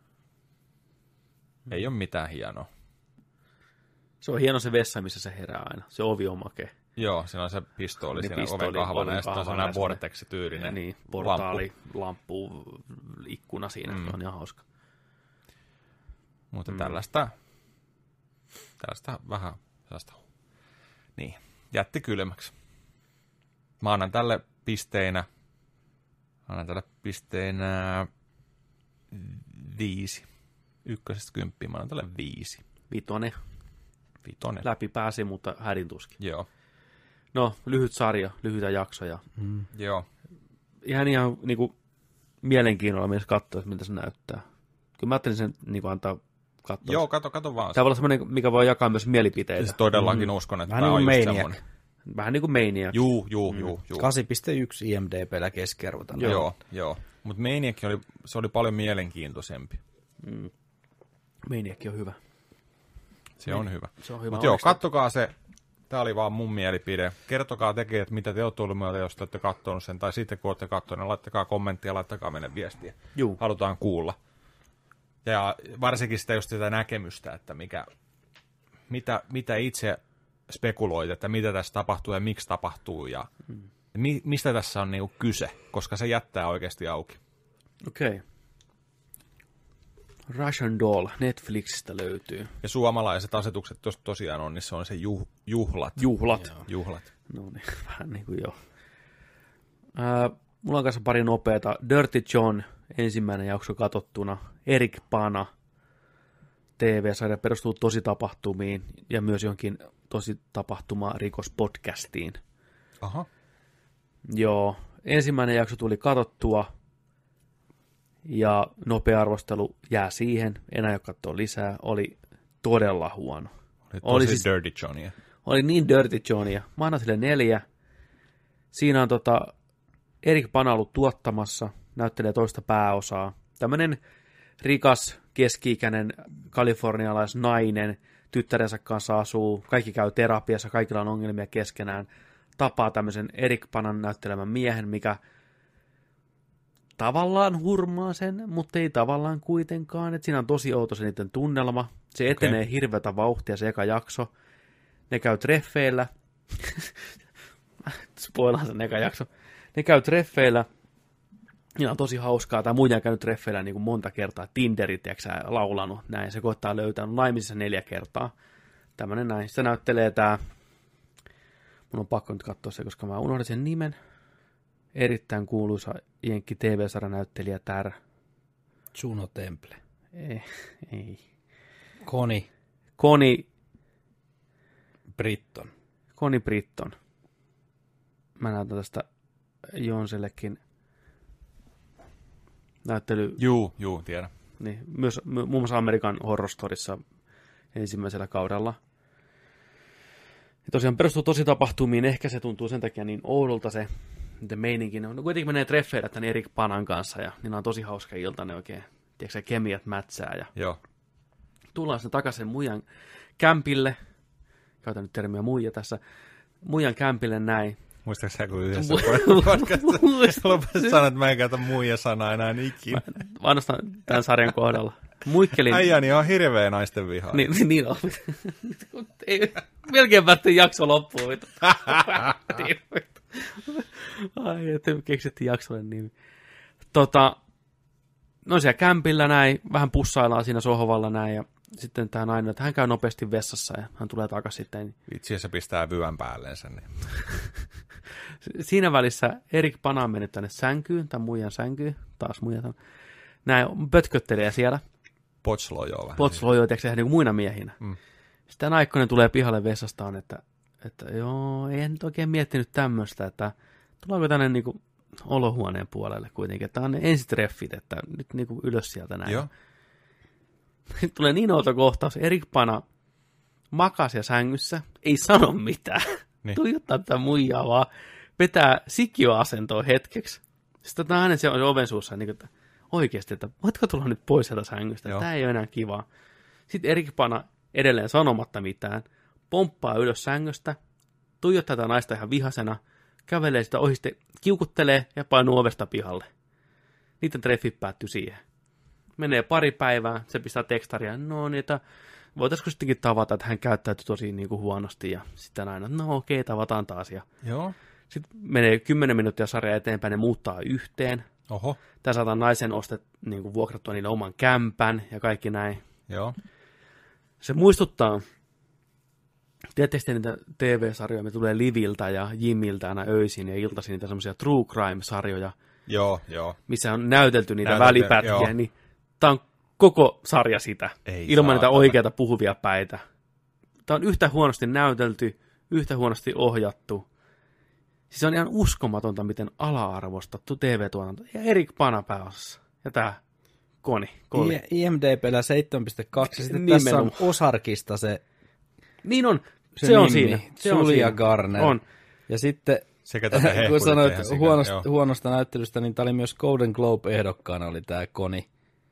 hmm. ei ole mitään hienoa. Se on hieno se vessa, missä se herää aina. Se ovi on makea. Joo, siinä on se pistooli niin siinä oven kahvana ja sitten on sellainen vortex-tyylinen niin, portaali, lamppu, ikkuna siinä. Mm. On ihan hauska. Mutta mm. tällaista, tällaista vähän sellaista, niin, jätti kylmäksi. Mä annan tälle pisteinä, annan tälle pisteinä viisi. Ykkösestä kymppiä mä annan tälle viisi. Vitonen. Vitonen. Läpi pääsi, mutta hädin tuskin. Joo. No, lyhyt sarja, lyhyitä jaksoja. Mm. Joo. Ihan ihan niin kuin, mielenkiinnolla myös katsoa, että miltä se näyttää. Kyllä mä ajattelin sen niin kuin, antaa katsoa. Joo, kato, kato vaan. Tämä voi olla semmoinen, mikä voi jakaa myös mielipiteitä. Siis todellakin mm. uskon, että vähän tämä niin on just semmoinen. Vähän niin kuin Maniac. Juu, juu, mm. juu, juu. kahdeksan pilkku yksi I M D B:llä keskiarvota. Joo, joo. joo. Mutta Maniac oli, se oli paljon mielenkiintoisempi. Mm. Maniac on hyvä. Se on hyvä. Se on hyvä. Mutta joo, kattokaa se. Tämä oli vaan mun mielipide. Kertokaa tekijät, mitä te olette ollut mieltä, jos te olette katsonut sen. Tai sitten kun olette katsonut, laittakaa kommenttia, laittakaa meille viestiä. Juu. Halutaan kuulla. Ja varsinkin sitä just sitä näkemystä, että mikä, mitä, mitä itse spekuloit, että mitä tässä tapahtuu ja miksi tapahtuu ja hmm. mi, mistä tässä on niinku kyse, koska se jättää oikeasti auki. Okei. Okay. Russian Doll Netflixistä löytyy. Ja suomalaiset asetukset tos, tosiaan on, niin se on se juh, juhlat. Juhlat. Joo. Juhlat. No niin, vähän niin kuin joo. Äh, mulla on kanssa pari nopeata. Dirty John, ensimmäinen jakso katsottuna. Erik Bana, T V-sarja perustuu tositapahtumiin ja myös johonkin tositapahtumaan rikospodcastiin. Aha. Joo, ensimmäinen jakso tuli katsottua ja nopea arvostelu jää siihen. En aio katsoa lisää. Oli todella huono. Oli tosi oli siis, Dirty Johnia. Oli niin Dirty Johnia. Mä annan sille neljä. Siinä on tota, Erik Bana ollut tuottamassa, näyttelee toista pääosaa. Tämmönen rikas, keski-ikäinen kalifornialaisnainen, tyttärensä kanssa asuu, kaikki käy terapiassa, kaikilla on ongelmia keskenään, tapaa tämmöisen Erik Banan näyttelemän miehen, mikä tavallaan hurmaa sen, mutta ei tavallaan kuitenkaan, että siinä on tosi outo se niiden tunnelma, se etenee okay. hirveätä vauhtia se eka jakso, ne käy treffeillä. Spoilaan sen eka jakso. Ne käy treffeillä. Niillä on tosi hauskaa. Tämä muija on käynyt treffeillä niin kuin monta kertaa. Tinderit, tiedätkö sä, laulanut näin. Se koittaa löytää naimisissa neljä kertaa. Tämmönen näin. Sitä näyttelee tää. Mun on pakko nyt katsoa se, koska mä unohdin sen nimen. Erittäin kuuluisa jenkki T V-sarjanäyttelijä tär. Juno Temple. Ei. ei. Connie. Connie. Britton. Connie Britton. Mä näytän tästä Jonsellekin näyttely. Juu, juu, tiedän. Niin, myös muun muassa American Horror Storyssa ensimmäisellä kaudella. Ja tosiaan perustuu tosi tapahtumiin, ehkä se tuntuu sen takia niin oudolta se meininkin. No kuitenkin menee treffeillä tämän Erik Panan kanssa ja niillä on tosi hauska ilta, ne oikein, tiedätkö sä, kemiat mätsää. Ja joo. Tullaan sitten takaisin muijan kämpille, käytän nyt termiä muija tässä, muijan kämpille näin. Muistatko sä, kun yhdessä podcastissa lopussa sanoa, että mä en käytä muija sanaa enää ikinä. Mä ainoastaan tämän sarjan kohdalla. Muikkelin. Äijäni on hirveä naisten vihaa. Niin, niin on. Ei, melkein päättiin jakso loppuun. Ai, että keksittiin jaksolle nimi. Tota, no siellä kämpillä näin, vähän pussaillaan siinä sohvalla näin, ja sitten tämä nainen, että hän käy nopeasti vessassa, ja hän tulee takaisin sitten. Vitsi, se pistää vyön päälleensä. Niin. Siinä välissä Erik Pana on mennyt tänne sänkyyn, tämän muijan sänkyyn, taas muijan, näin pötköttelee siellä. Potslojoo vähän. Potslojoo, tiedätkö se niin kuin muina miehinä. Mm. Sitten Naikkonen tulee pihalle vessastaan, että, että joo, ei nyt oikein miettinyt tämmöistä, että tuleeko tänne niin kuin olohuoneen puolelle kuitenkin, että on ne ensitreffit, että nyt niin kuin ylös sieltä näin. Joo. Sitten tulee niin outo kohtaus, Erik Pana makasi ja sängyssä, ei sano mitään, niin. Tuijottaa tätä muijaa vaan, vetää sikioasentoa hetkeksi. Sitten tämä hänen se on oven suussa, niin kuin, että oikeasti, että voitko tulla nyt pois sieltä sängystä, joo. Tämä ei ole enää kivaa. Sitten Erik Pana edelleen sanomatta mitään, pomppaa ylös sängystä, tuijottaa tätä naista ihan vihasena, kävelee sitä ohi, sitten kiukuttelee ja painuu ovesta pihalle. Niiden treffit päättyy siihen. Menee pari päivää, se pistää tekstaria, no niin, että voitaisiko sittenkin tavata, että hän käyttäytyy tosi niin kuin huonosti, ja sitten aina, no okei, okay, tavataan taas. Ja joo. Sitten menee kymmenen minuuttia sarja eteenpäin, ne muuttaa yhteen. Oho. Tää saadaan naisen ostet, niin kuin vuokrattua niille oman kämpän ja kaikki näin. Joo. Se muistuttaa, tiedättekö niitä T V-sarjoja, me tulee Liviltä ja Jimiltä aina öisin ja iltaisin niitä semmoisia True Crime-sarjoja. Joo, joo. Missä on näytelty niitä Näytelty, välipätkiä, joo. Niin tää on koko sarja sitä, ei ilman niitä oikeita puhuvia päitä. Tää on yhtä huonosti näytelty, yhtä huonosti ohjattu. Siis on ihan uskomatonta, miten ala-arvostettu T V-tuotanto. Ja Erik Pana pääosassa. Ja tää Koni. I M D B:llä seitsemän pilkku kaksi. Sitten tässä on Ozarkista se. Niin on. Se, se on nimi. siinä. Se Julia on siinä. Garner. On. Ja sitten, sekä tätä kun sanoit huonosta, huonosta näyttelystä, niin tää oli myös Golden Globe-ehdokkaana, oli tää Connie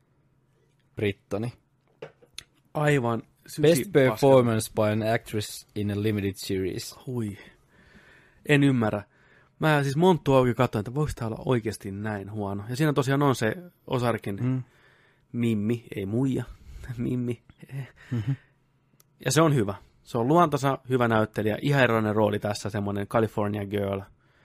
Brittoni. Aivan. Best performance by an actress in a limited series. Hui. En ymmärrä. Mä siis monttu auki katsoin, että voiko tämä olla oikeasti näin huono. Ja siinä tosiaan on se Ozarkin mm. Mimmi, ei muija, Mimmi. Mm-hmm. Ja se on hyvä. Se on luontoisa, hyvä näyttelijä, ihan erilainen rooli tässä, semmoinen California Girl.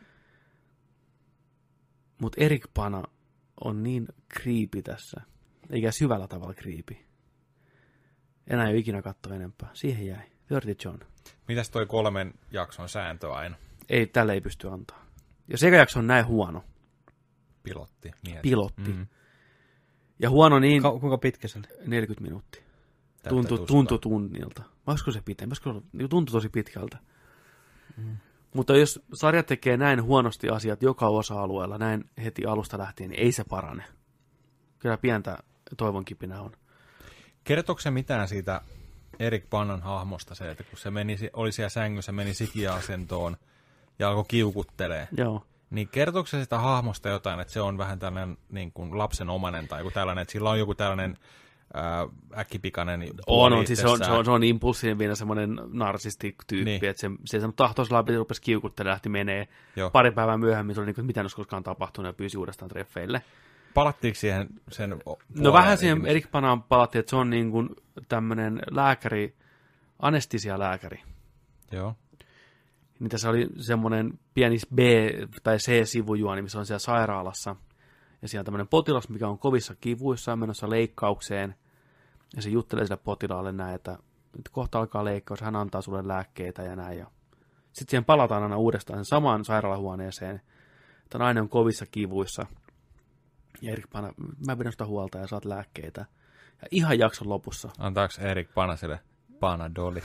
Mutta Erik Pana on niin creepy tässä, eikä syvällä tavalla creepy. Enää ei ole ikinä katsoa enempää. Siihen jäi. Dirty John. Mitäs toi kolmen jakson sääntö aina? Ei, tälle ei pysty antaa. Jos eka jakso on näin huono. Pilotti. Mieti. Pilotti. Mm-hmm. Ja huono niin... Ka- kuinka pitkä se oli? neljäkymmentä minuuttia. Tuntui tuntu tunnilta. Olisiko se pitää? Tuntui tosi pitkältä. Mm. Mutta jos sarja tekee näin huonosti asiat joka osa-alueella, näin heti alusta lähtien, niin ei se parane. Kyllä pientä toivon kipinä on. Kertooko se mitään siitä Erik Panan hahmosta se, että kun se meni, oli siellä sängyssä, meni sikiasentoon ja alkoi kiukuttelee. Joo. Niin kertooko se sitä hahmosta jotain, että se on vähän tällainen niin kuin lapsenomainen tai joku tällainen, että sillä on joku tällainen ää, äkkipikainen on, on, siis se on, se on, se on impulsiivinen semmoinen narsistik-tyyppi, niin. Että se, se, se tahtoisella rupesi kiukuttelemaan, lähti menee. Joo. Pari päivää myöhemmin se oli niin kuin, että mitä olisi koskaan tapahtunut ja pyysi uudestaan treffeille. Palattiinko siihen sen No vähän siihen Erik Panaan palattiin, että se on niin kuin tämmöinen lääkäri, anestesialääkäri. Joo. Niin tässä oli semmoinen pieni B- tai C-sivujuoni, missä on siellä sairaalassa. Ja siellä on tämmöinen potilas, mikä on kovissa kivuissa ja menossa leikkaukseen. Ja se juttelee sille potilaalle näin, että nyt kohta alkaa leikkaus, hän antaa sulle lääkkeitä ja näin. Ja sitten siihen palataan aina uudestaan sen samaan sairaalahuoneeseen. Että nainen on kovissa kivuissa. Ja Erik Pana, mä pidän sitä huolta ja saat lääkkeitä. Ja ihan jakson lopussa. Antaako Erik Panaselle Panadoli?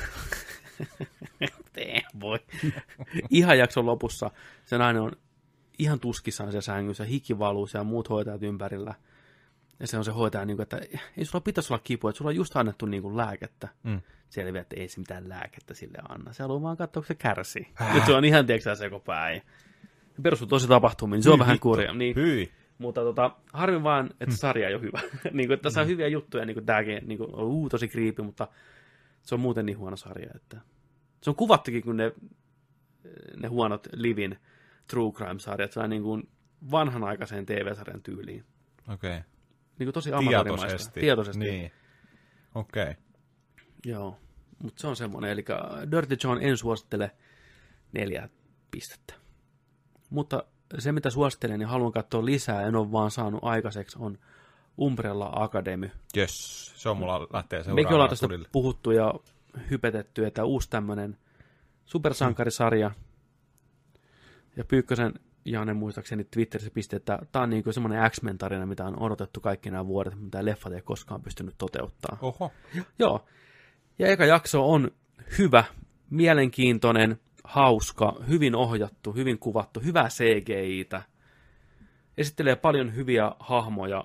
Tee voi. Ihan jakson lopussa se nainen on ihan tuskissaan se sängyssä, hiki valuu ja muut hoitajat ympärillä. Ja se on se hoitaja, niin kuin, että ei sulla pitäisi olla kipua, että sulla on just annettu niin kuin, lääkettä. Mm. Selviää, että ei se mitään lääkettä sille anna. Se haluaa vaan katsoa, kun se kärsii. Äh. Nyt se on ihan, tiedätkö sekopää. Perustuu tosi tapahtumiin, niin se on Hyi, vähän kurja. Niin, Hyi. Mutta tota, harvin vaan, että hmm. sarja ei ole hyvä. niin kuin, että tässä on hyviä juttuja, niin kuin tämäkin niin kuin, uu, tosi creepy, mutta se on muuten niin huono sarja. Että se on kuvattukin, kun ne, ne huonot Livin True Crime-sarjat, se on niin kuin vanhanaikaiseen T V-sarjan tyyliin. Okei. Okay. Niin kuin tosi amatorimaista. Tietoisesti. Tietoisesti. Niin. Okei. Okay. Joo, mutta se on semmoinen. Eli Dirty John en suosittele neljä pistettä. Mutta se, mitä suosittelen, niin haluan katsoa lisää, en ole vaan saanut aikaiseksi, on Umbrella Academy. Jes, se on mulla lähtee seuraavaan. Mekin ollaan tästä tulille. puhuttu ja hypetetty, että uusi tämmöinen supersankarisarja. Ja Pyykkösen Janne muistaakseni Twitterissä pisti, että tämä on niin semmoinen X-Men-tarina, mitä on odotettu kaikki nämä vuodet, mitä leffat ei koskaan pystynyt toteuttamaan. Oho. Joo. Ja eka jakso on hyvä, mielenkiintoinen, hauska, hyvin ohjattu, hyvin kuvattu, hyvää C G I-tä. Esittelee paljon hyviä hahmoja.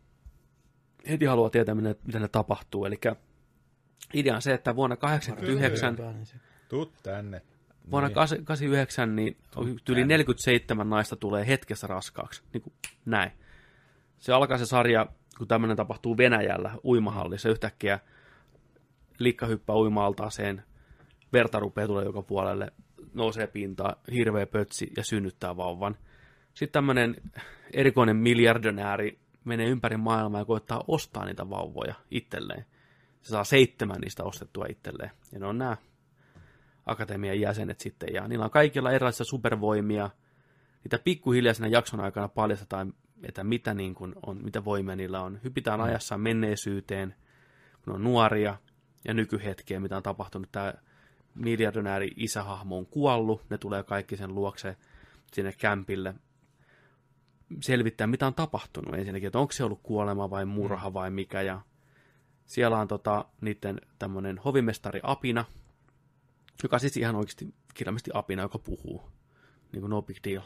Heti haluaa tietää, miten ne tapahtuu. Eli idea on se, että vuonna kahdeksankymmentäyhdeksän... Tuu tänne. Vuonna kahdeksankymmentäyhdeksän niin yli neljäkymmentäseitsemän naista tulee hetkessä raskaaksi. Niin kuin näin. Se alkaa se sarja, kun tämmöinen tapahtuu Venäjällä uimahallissa. Yhtäkkiä likka hyppää uima-altaaseen, verta rupeaa tulee joka puolelle, nousee pintaan, hirveä pötsi ja synnyttää vauvan. Sitten tämmöinen erikoinen miljardionääri menee ympäri maailmaa ja koittaa ostaa niitä vauvoja itselleen. Se saa seitsemän niistä ostettua itselleen. Ja ne on nämä akatemian jäsenet sitten. Ja niillä on kaikilla erilaisia supervoimia. Niitä pikkuhiljaa siinä jakson aikana paljastetaan, että mitä, niin kuin on, mitä voimia niillä on. Hypitään ajassa menneisyyteen, kun on nuoria ja nykyhetkeä, mitä on tapahtunut. Tämä miljardionääri isähahmo on kuollut. Ne tulee kaikki sen luokse sinne kämpille selvittää, mitä on tapahtunut ensinnäkin, että onko se ollut kuolema vai murha vai mikä. Ja siellä on tota, niiden tämmöinen hovimestari Apina, joka siis ihan oikeasti kirjallisesti Apina, joka puhuu. Niin kuin no big deal.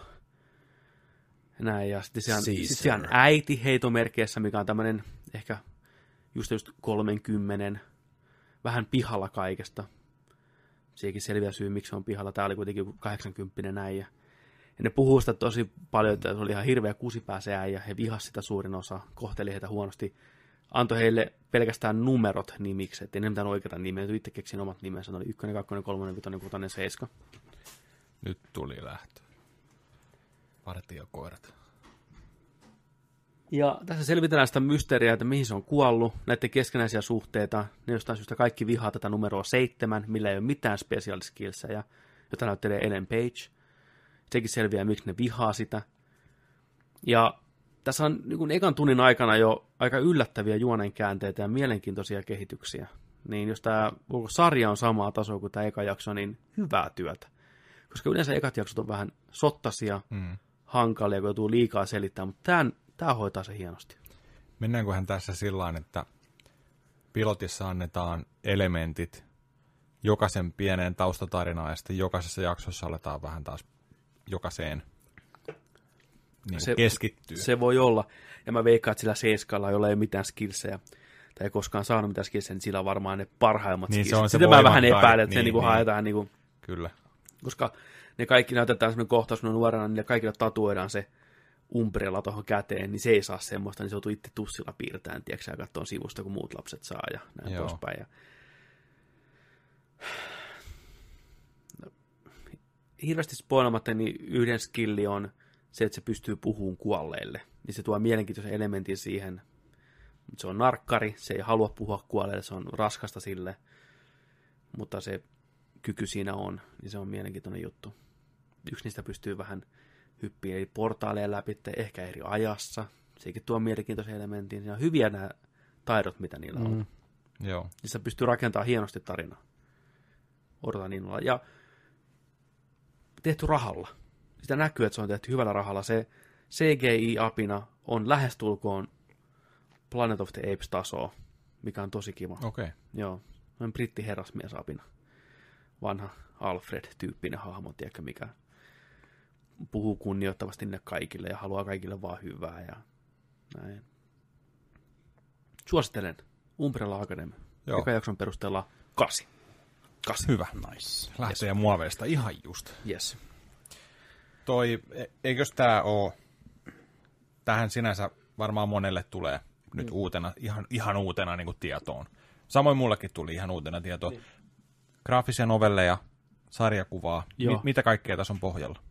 Näin, ja sitten siellä, sit siellä on äiti heitomerkeissä, mikä on tämmöinen ehkä just just kolmenkymmenen, vähän pihalla kaikesta. Sekin selviä syy, miksi se on pihalla. Tää oli kuitenkin kahdeksankymppinen äijä. Ja ne puhuu sitä tosi paljon, että se oli ihan hirveä kusipää se äijä. He vihasi sitä suurin osa, kohteli heitä huonosti. Antoi heille pelkästään numerot nimiksi, ettei ne mitään oikeata nimeä. Itse keksin omat nimensä. Ne oli ykkönen, kakkonen, kolmonen, vitonen, kutonen, seiska. Nyt tuli lähtö. Partiokoirat. Ja tässä selvitellään sitä mysteeriä, että mihin se on kuollut, näiden keskenäisiä suhteita. Ne jostain syystä kaikki vihaa tätä numeroa seitsemän, millä ei ole mitään special skillsejä, jota näyttelee Ellen Page. Sekin selviää, miksi ne vihaa sitä. Ja tässä on niin kuin ekan tunnin aikana jo aika yllättäviä juonenkäänteitä ja mielenkiintoisia kehityksiä. Niin jos tämä sarja on samaa tasoa kuin tämä eka jakso, niin hyvää työtä. Koska yleensä ekat jaksot on vähän sottasia, mm. hankalia, kun joutuu liikaa selittämään, mutta tämä, tämä hoitaa se hienosti. Mennäänköhän tässä sillain, että pilotissa annetaan elementit jokaisen pieneen taustatarinaan ja sitten jokaisessa jaksossa aletaan vähän taas jokaiseen niin se, keskittyy. Se voi olla. Ja mä veikkaan, että sillä seiskalla, jolla ei ole mitään skillsejä, tai ei koskaan saanut mitään skillsejä, niin sillä on varmaan ne parhaimmat niin skillsejä. Se Sitä mä vähän epäilen, että niin, se niinku niin. haetaan. Niinku, Kyllä. Koska ne kaikki näytetään sellainen kohtaus, kun on nuorena, niin kaikilla tatuoidaan se umbrella tuohon käteen, niin se ei saa semmoista, niin se joutuu itse tussilla piirtämään, tiedätkö, ja katsoa sivusta, kun muut lapset saa, ja näin Joo. poispäin. Ja... No, hirveästi spoilamatta, niin yhden skilli on se, että se pystyy puhumaan kuolleille. Niin se tuo mielenkiintoisen elementin siihen. Se on narkkari, se ei halua puhua kuolleille, se on raskasta sille. Mutta se kyky siinä on, niin se on mielenkiintoinen juttu. Yksi niistä pystyy vähän hyppiä eli portaaleja läpi, ehkä eri ajassa. Sekin tuo mielenkiintoisen elementin. Siinä on hyviä nämä taidot, mitä niillä on. Mm. Joo. Niissä pystyy rakentamaan hienosti tarinaa. Odotan innolla. Ja tehty rahalla. Sitä näkyy, että se on tehty hyvällä rahalla. Se C G I-apina on lähestulkoon Planet of the Apes-tasoa, mikä on tosi kiva. Okei. Okay. Joo. On brittiherrasmiesapina. Vanha Alfred-tyyppinen hahmo, tiedätkö, mikä puhuu kunnioittavasti niille kaikille ja haluaa kaikille vaan hyvää ja näin. Suosittelen Umbrella Academy. Joo. Eka jakson perusteella kasi. kasi. Hyvä. Nice. Lähtee yes. muoveista ihan just. Yes. Toi, eikös tää oo, tähän sinänsä varmaan monelle tulee nyt mm. uutena, ihan, ihan uutena niin kuin tietoon. Samoin mullekin tuli ihan uutena tietoon. Niin. Graafisia novelleja, sarjakuvaa, Mi- mitä kaikkea tässä on pohjalla?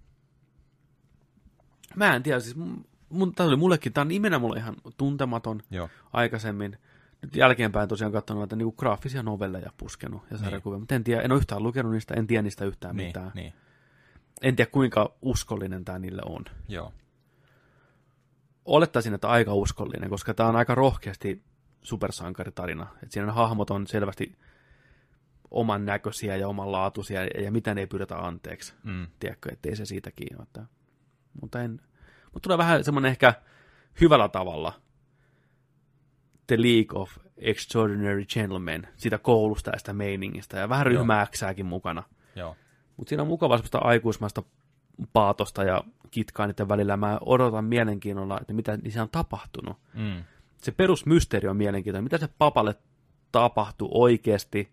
Mä en tiedä, siis mun, tää oli mullekin, tää on nimenä mulle ihan tuntematon Joo. aikaisemmin. Nyt jälkeenpäin tosiaan katsonut näitä niinku graafisia novelleja puskenut ja sarjakuvia, niin. mutta en tiedä, en ole yhtään lukenut niistä, en tiedä niistä yhtään niin, mitään. Niin. En tiedä, kuinka uskollinen tää niille on. Joo. Olettaisin, että aika uskollinen, koska tää on aika rohkeasti supersankaritarina. Et siinä hahmot on selvästi oman näköisiä ja oman laatuisia, ja mitään ei pyydetä anteeksi. Mm. Tiedätkö, ettei se siitä kiinni. Mutta en... Mutta tulee vähän semmoinen ehkä hyvällä tavalla The League of Extraordinary Gentlemen, siitä koulusta ja sitä meiningistä, ja vähän ryhmääksääkin mukana. Joo. Mutta siinä on mukavaa semmoista aikuismaista paatosta ja kitkaa niiden välillä. Mä odotan mielenkiinnolla, että mitä niissä on tapahtunut. Mm. Se perusmysteeri on mielenkiintoinen. Mitä se papalle tapahtui oikeasti,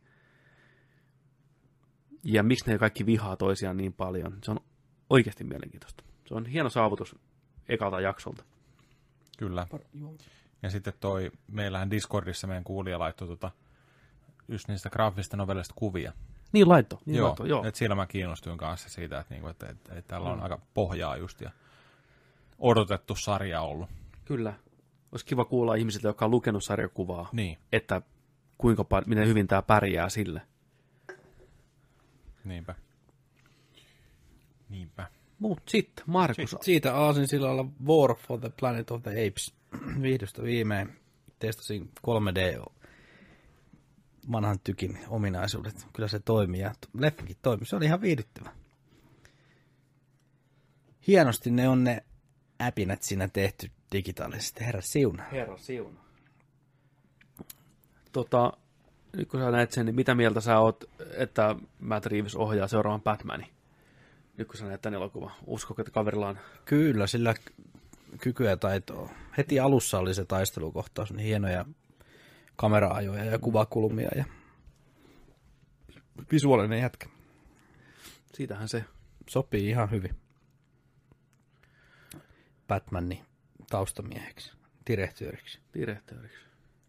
ja miksi ne kaikki vihaa toisiaan niin paljon. Se on oikeasti mielenkiintoista. Se on hieno saavutus ekalta jaksolta. Kyllä. Ja sitten toi, meillähän Discordissa meidän kuulija laittoi tota, just niistä graafisista novellista kuvia. Niin laitto. Niin joo, laitto, joo. Että siellä mä kiinnostuin kanssa siitä, että, niinku, että, että, että täällä on mm. aika pohjaa just ja odotettu sarja ollut. Kyllä. Olisi kiva kuulla ihmisiltä, jotka on lukenut sarjakuvaa, niin. että kuinka paljon, miten hyvin tämä pärjää sille. Niinpä. Niinpä. Mut sitten, Markus. Sitten siitä aasinsillalla War for the Planet of the Apes. Vihdosta viimein testasin kolme D vanhan tykin ominaisuudet. Kyllä se toimii ja leffakin toimii. Se oli ihan viihdyttävä. Hienosti ne on ne äpinät siinä tehty digitaalisesti. Herra siuna. Herra siuna. Tota, nyt kun sä näet sen, niin mitä mieltä sä oot, että Matt Reeves ohjaa seuraavan Batmanin? Nyt kun sä näet tämän elokuvan. Uskoko, että kaverilla on? Kyllä, sillä kykyä ja taitoa. Heti alussa oli se taistelukohtaus, niin hienoja kamera-ajoja ja kuvakulmia ja visuaalinen jätkä. Siitähän se sopii ihan hyvin Batmanin taustamieheksi, direktööriksi. Direktööriksi.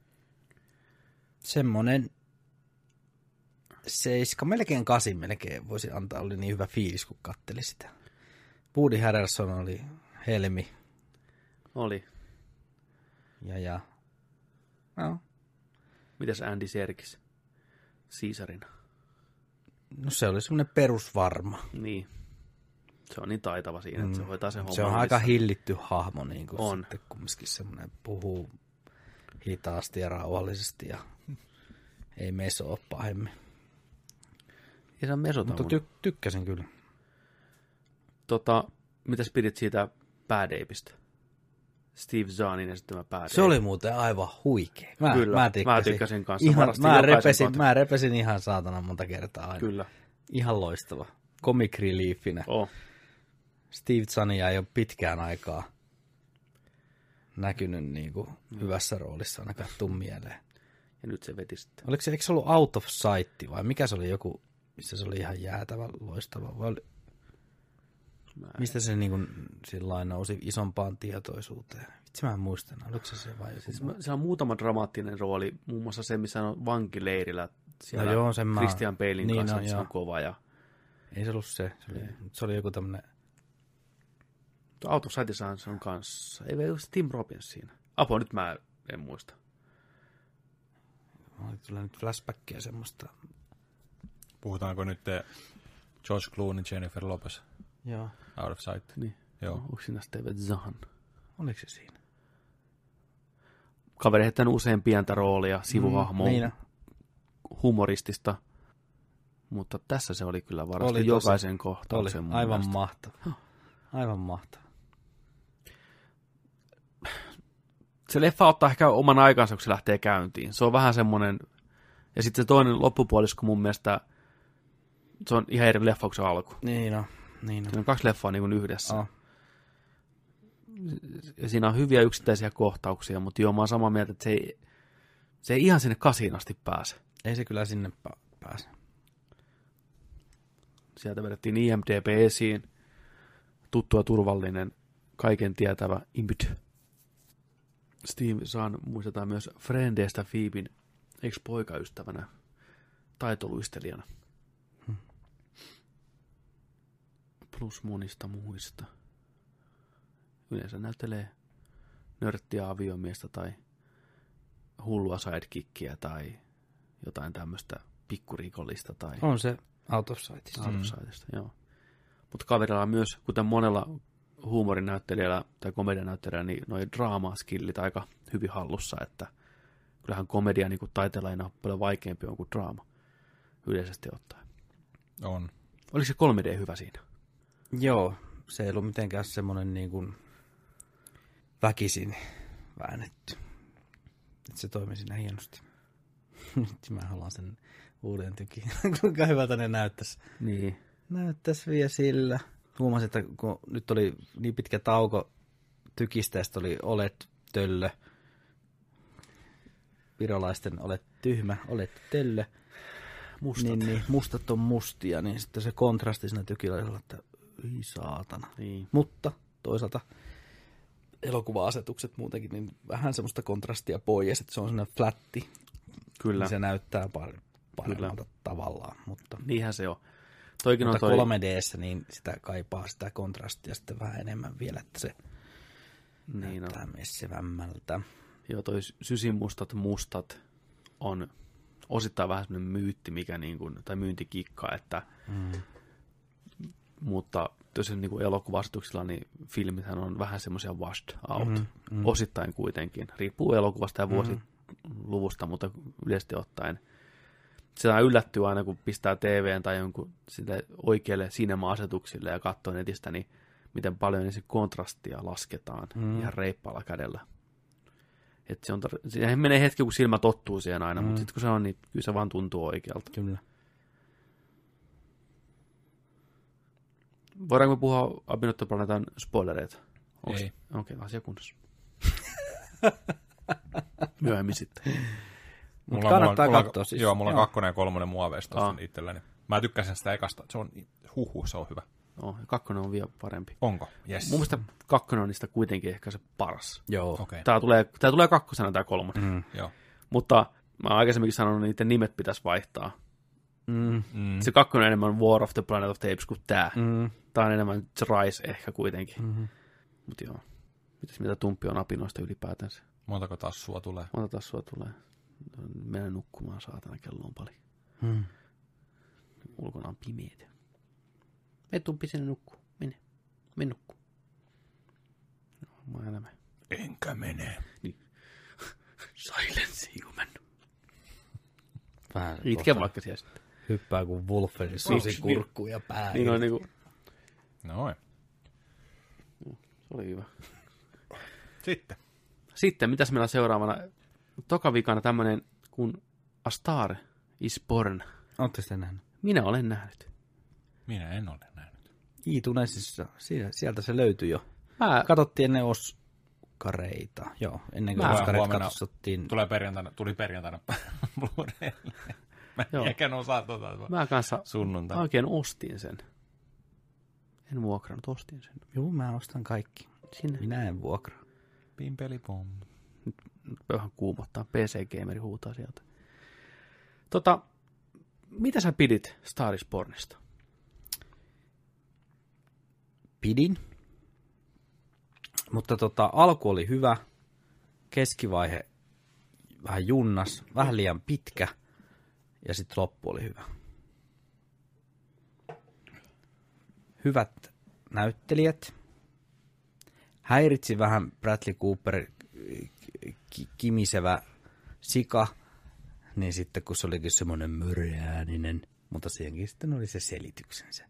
Semmonen seiska, melkein kasin melkein voisi antaa, oli niin hyvä fiilis, kun katteli sitä. Woody Harrelson oli helmi. Oli. Ja ja. No. Mitäs Andy Serkis Caesarina? No se oli semmoinen perusvarma. Niin. Se on niin taitava siinä, että se hoitaa sen homman. Se on aika hillitty hahmo, niin kuin on. Sitten kumminkin semmoinen puhuu hitaasti ja rauhallisesti ja ei meso pahemmin. Ja se on mesota. Mutta ty- tykkäsin kyllä. Tota, mitäs pidit siitä Bad Apeista? Steve Zahnin esittämä Bad Ape. Se oli muuten aivan huikea. Mä, kyllä, mä, tykkäsin. mä tykkäsin kanssa. Ihan, mä, repesin, mä repesin ihan saatana monta kertaa aina. Kyllä. Ihan loistava. Comic reliefinä. Oh. Steve Zahnia ei ole pitkään aikaa näkynyt niin kuin mm. hyvässä roolissa, ainakaan tuu mieleen. Ja nyt se veti sitten. Oliko se, eikö se ollut Out of Sight vai mikä se oli joku, missä se oli ihan jäätävä loistava? Vai oli, mistä se niin kuin sillain nousi isompaan tietoisuuteen? Vitsi mä en muista, oliko se se vai joku? Siis se on muutama dramaattinen rooli, muun muassa se, missä on vankileirillä siellä no joo, sen Christian Balein niin, kanssa, no, se on kova. Ja... Ei se ollut se, se oli, se oli joku tämmönen... Out of Sightissa se on kanssa, ei ole Tim Robbins siinä. Apo, nyt mä en muista. Tulee nyt flashbackia semmoista Puhutaanko nyt George Clooney, Jennifer Lopez, Joo. Out of Sight? Niin. Joo. Onko siinä Steven Zahn? Oliko se siinä? Kaveri heittänyt usein pientä roolia, sivuhahmoa, Mm, niin. humoristista, mutta tässä se oli kyllä varmasti Oli tosi- jokaisen kohtauksen. Oli mun aivan mielestä. mahtava. Aivan mahtava. Se leffa ottaa ehkä oman aikansa, kun se lähtee käyntiin. Se on vähän semmoinen, ja sitten se toinen loppupuolisko mun mielestä, se on ihan eri leffa kuin se alku. Niin no. Niin no. Siinä on kaksi leffaa niin kuin yhdessä. Oh. Ja siinä on hyviä yksittäisiä kohtauksia, mutta joo, mä oon samaa mieltä, että se ei, se ei ihan sinne kasiin asti pääse. Ei se kyllä sinne pääse. Sieltä vedettiin I M D B esiin, tuttu ja turvallinen, kaiken tietävä Imp. Steve Zahn muistetaan myös Frendeistä Phoeben ex-poikaystävänä, taitoluistelijana. Hmm. Plus monista muista. Yleensä näyttelee nörttiä aviomiestä tai hullua sidekickia tai jotain tämmöistä pikkurikollista tai On se Out of Sightista. Out of Sightista, joo. Mutta kaverilla on myös, kuten monella huumorinäyttelijällä tai komedianäyttelijällä, niin noi draamaskillit aika hyvin hallussa, että kyllähän komedia niin kuin taiteella on paljon vaikeampi on kuin draama yleisesti ottaen. On. Oliko se kolme D hyvä siinä? Joo, se ei ollut mitenkään semmoinen niin kuin väkisin väännetty. Että se toimi siinä hienosti. Nyt mä haluan sen uuden tykin. Kuinka hyvältä ne näyttäisi. Niin. Näyttäisi vielä sillä. Huomasin, että kun nyt oli niin pitkä tauko tykistä, ja sitten oli olet töllö. Virolaisten olet tyhmä, olet töllö. Mustat. Niin, niin, mustat on mustia, niin sitten se kontrasti siinä tykillä oli, että ei saatana. Niin. Mutta toisaalta elokuva-asetukset muutenkin, niin vähän semmoista kontrastia pois, että se on sellainen flatti. Kyllä. Niin se näyttää par- paremmalta Kyllä. tavallaan. Mutta, Niinhän se on. Toikin mutta on toi... kolme D:ssä niin sitä kaipaa sitä kontrastia sitten vähän enemmän vielä, että se niin näyttää on. messivämmältä. Joo, toi sysimustat mustat on osittain vähän semmoinen myytti, mikä niin kuin, tai myyntikikka, että Mm. mutta tosiaan niin kuin elokuva-asetuksilla, niin filmithän on vähän semmoisia washed out, Mm, mm. osittain kuitenkin. Riippuu elokuvasta ja vuosiluvusta, mutta yleisesti ottaen. Sitä yllättyy aina, kun pistää T V:n tai jonkun sitä oikealle cinema-asetuksille ja katsoo netistä, niin miten paljon niin se kontrastia lasketaan mm. ihan reippaalla kädellä. Et se on tar- siihen menee hetki, kun silmä tottuu siihen aina, mm. mutta sitten kun se on, niin kyllä se vaan tuntuu oikealta. Kyllä. Voidaanko puhua Abinottoplaneetan spoilereita? Onks... Ei. Okei, okay, asia kunnossa. Myöhemmin sitten. Mutta kannattaa mulla, katsoa siis. Joo, mulla on Joo. kakkonen ja kolmonen muoveista Aa. itselläni. Mä tykkäsin sitä ekasta. Se on huhu, se on hyvä. No, kakkonen on vielä parempi. Onko? Yes. Mun mielestä kakkonen on niistä kuitenkin ehkä se paras. Joo. Okei. Okay. Tää tulee, tää tulee kakkosena tää kolmonen. Mm. Joo. Mutta mä oon aikaisemminkin sanonut, että niiden nimet pitäisi vaihtaa. Mm. Mm. Se kakkonen on enemmän War of the Planet of the Apes kuin tää. Mm. Tää on enemmän Rise ehkä kuitenkin. Mm-hmm. Mut joo. Mitäs mitä Tumppi on apinoista ylipäätänsä? Montako tassua tulee? Monta taas sua tulee. Mennä nukkumaan, saatana, kello on paljon. Mm. Ulkona on pimeitä. Me Tumppi sinne nukkuu. Mene. Mene nukkuu. No, mä elämä. Enkä mene. Silence human. Vähän Itke kohta vaikka siellä sitten. hyppää kuin Wolferi susi kurkkuun ja pää. Niin on niinku... Noin. Se oli hyvä. Sitten. Sitten, mitäs meillä on seuraavana? Toka vikana tämmönen kuin A Star is Born. Ootte sitä nähnyt? Minä olen nähnyt. Minä en ole nähnyt. Iitunesissa. Sieltä se löytyi jo. Mä... Katsottiin ennen Oskareita. Joo, ennen kuin Mä Oskarit huomenna- katsottiin. Tulee perjantaina, tuli perjantaina Blu-raylle. Mä Joo. en ehkä osaa tuota Mä kanssa sunnuntaina. oikein ostin sen. En vuokrannut, ostin sen. Joo, mä ostan kaikki. Sinne. Minä en vuokraa. Pimpelipom. Nyt vähän kuumottaa. P C-gameri huutaa sieltä. Tota, mitä sä pidit Star is Bornista? Pidin. Mutta tota, alku oli hyvä. Keskivaihe vähän junnas. Vähän liian pitkä. Ja sitten loppu oli hyvä. hyvät näyttelijät. Häiritsi vähän Bradley Cooper ki- kimisevä sika, niin sitten kun se olikin semmoinen mörjääninen, mutta siihenkin sitten oli se selityksensä.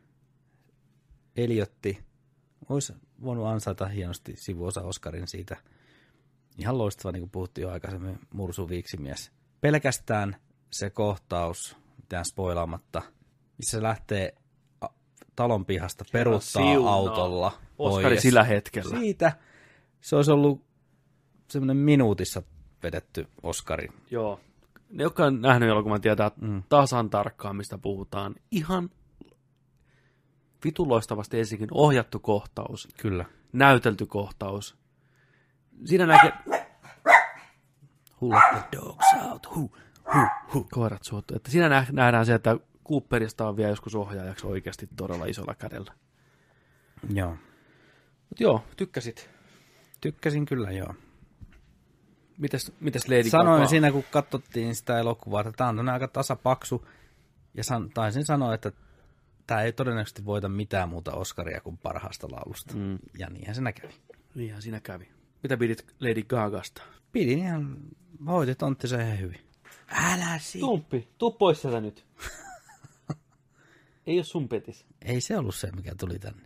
Eliotti olisi voinut ansaita hienosti sivuosa Oscarin siitä. Ihan loistava, niin kuin puhuttiin jo aikaisemmin, Mursu Viiksimies. Pelkästään se kohtaus, mitään spoilaamatta, missä se lähtee talon pihasta peruuttaa siunaa autolla Oscari pois. sillä hetkellä. Siitä se olisi ollut semmoinen minuutissa vedetty Oscari. Joo. Ne, jotka on nähnyt elokuvan, tietää mm. tasan tarkkaan, mistä puhutaan. Ihan vitun loistavasti ensinnäkin ohjattu kohtaus. Kyllä. Näytelty kohtaus. Siinä näkee... Who let the dogs out? Who, who, who. Koirat suottu. Että siinä nähdään se, että Cooperista on vielä joskus ohjaajaksi oikeasti todella isolla kädellä. Joo. Mut joo, tykkäsit. Tykkäsin kyllä, joo. Mites, mites Lady Sanoin Gaga? siinä, kun katsottiin sitä elokuvaa, että tämä on aika tasapaksu. Ja san, taisin sanoa, että tämä ei todennäköisesti voita mitään muuta Oscaria kuin parhaasta laulusta. Mm. Ja niinhän se kävi. Niinhän siinä kävi. Mitä pidit Lady Gagasta? Pidin ihan, hoiti tonttisen ihan hyvin. Älä si... Tumppi, tuu pois sieltä nyt. Ei ole sun petis. Ei se ollut se, mikä tuli tänne.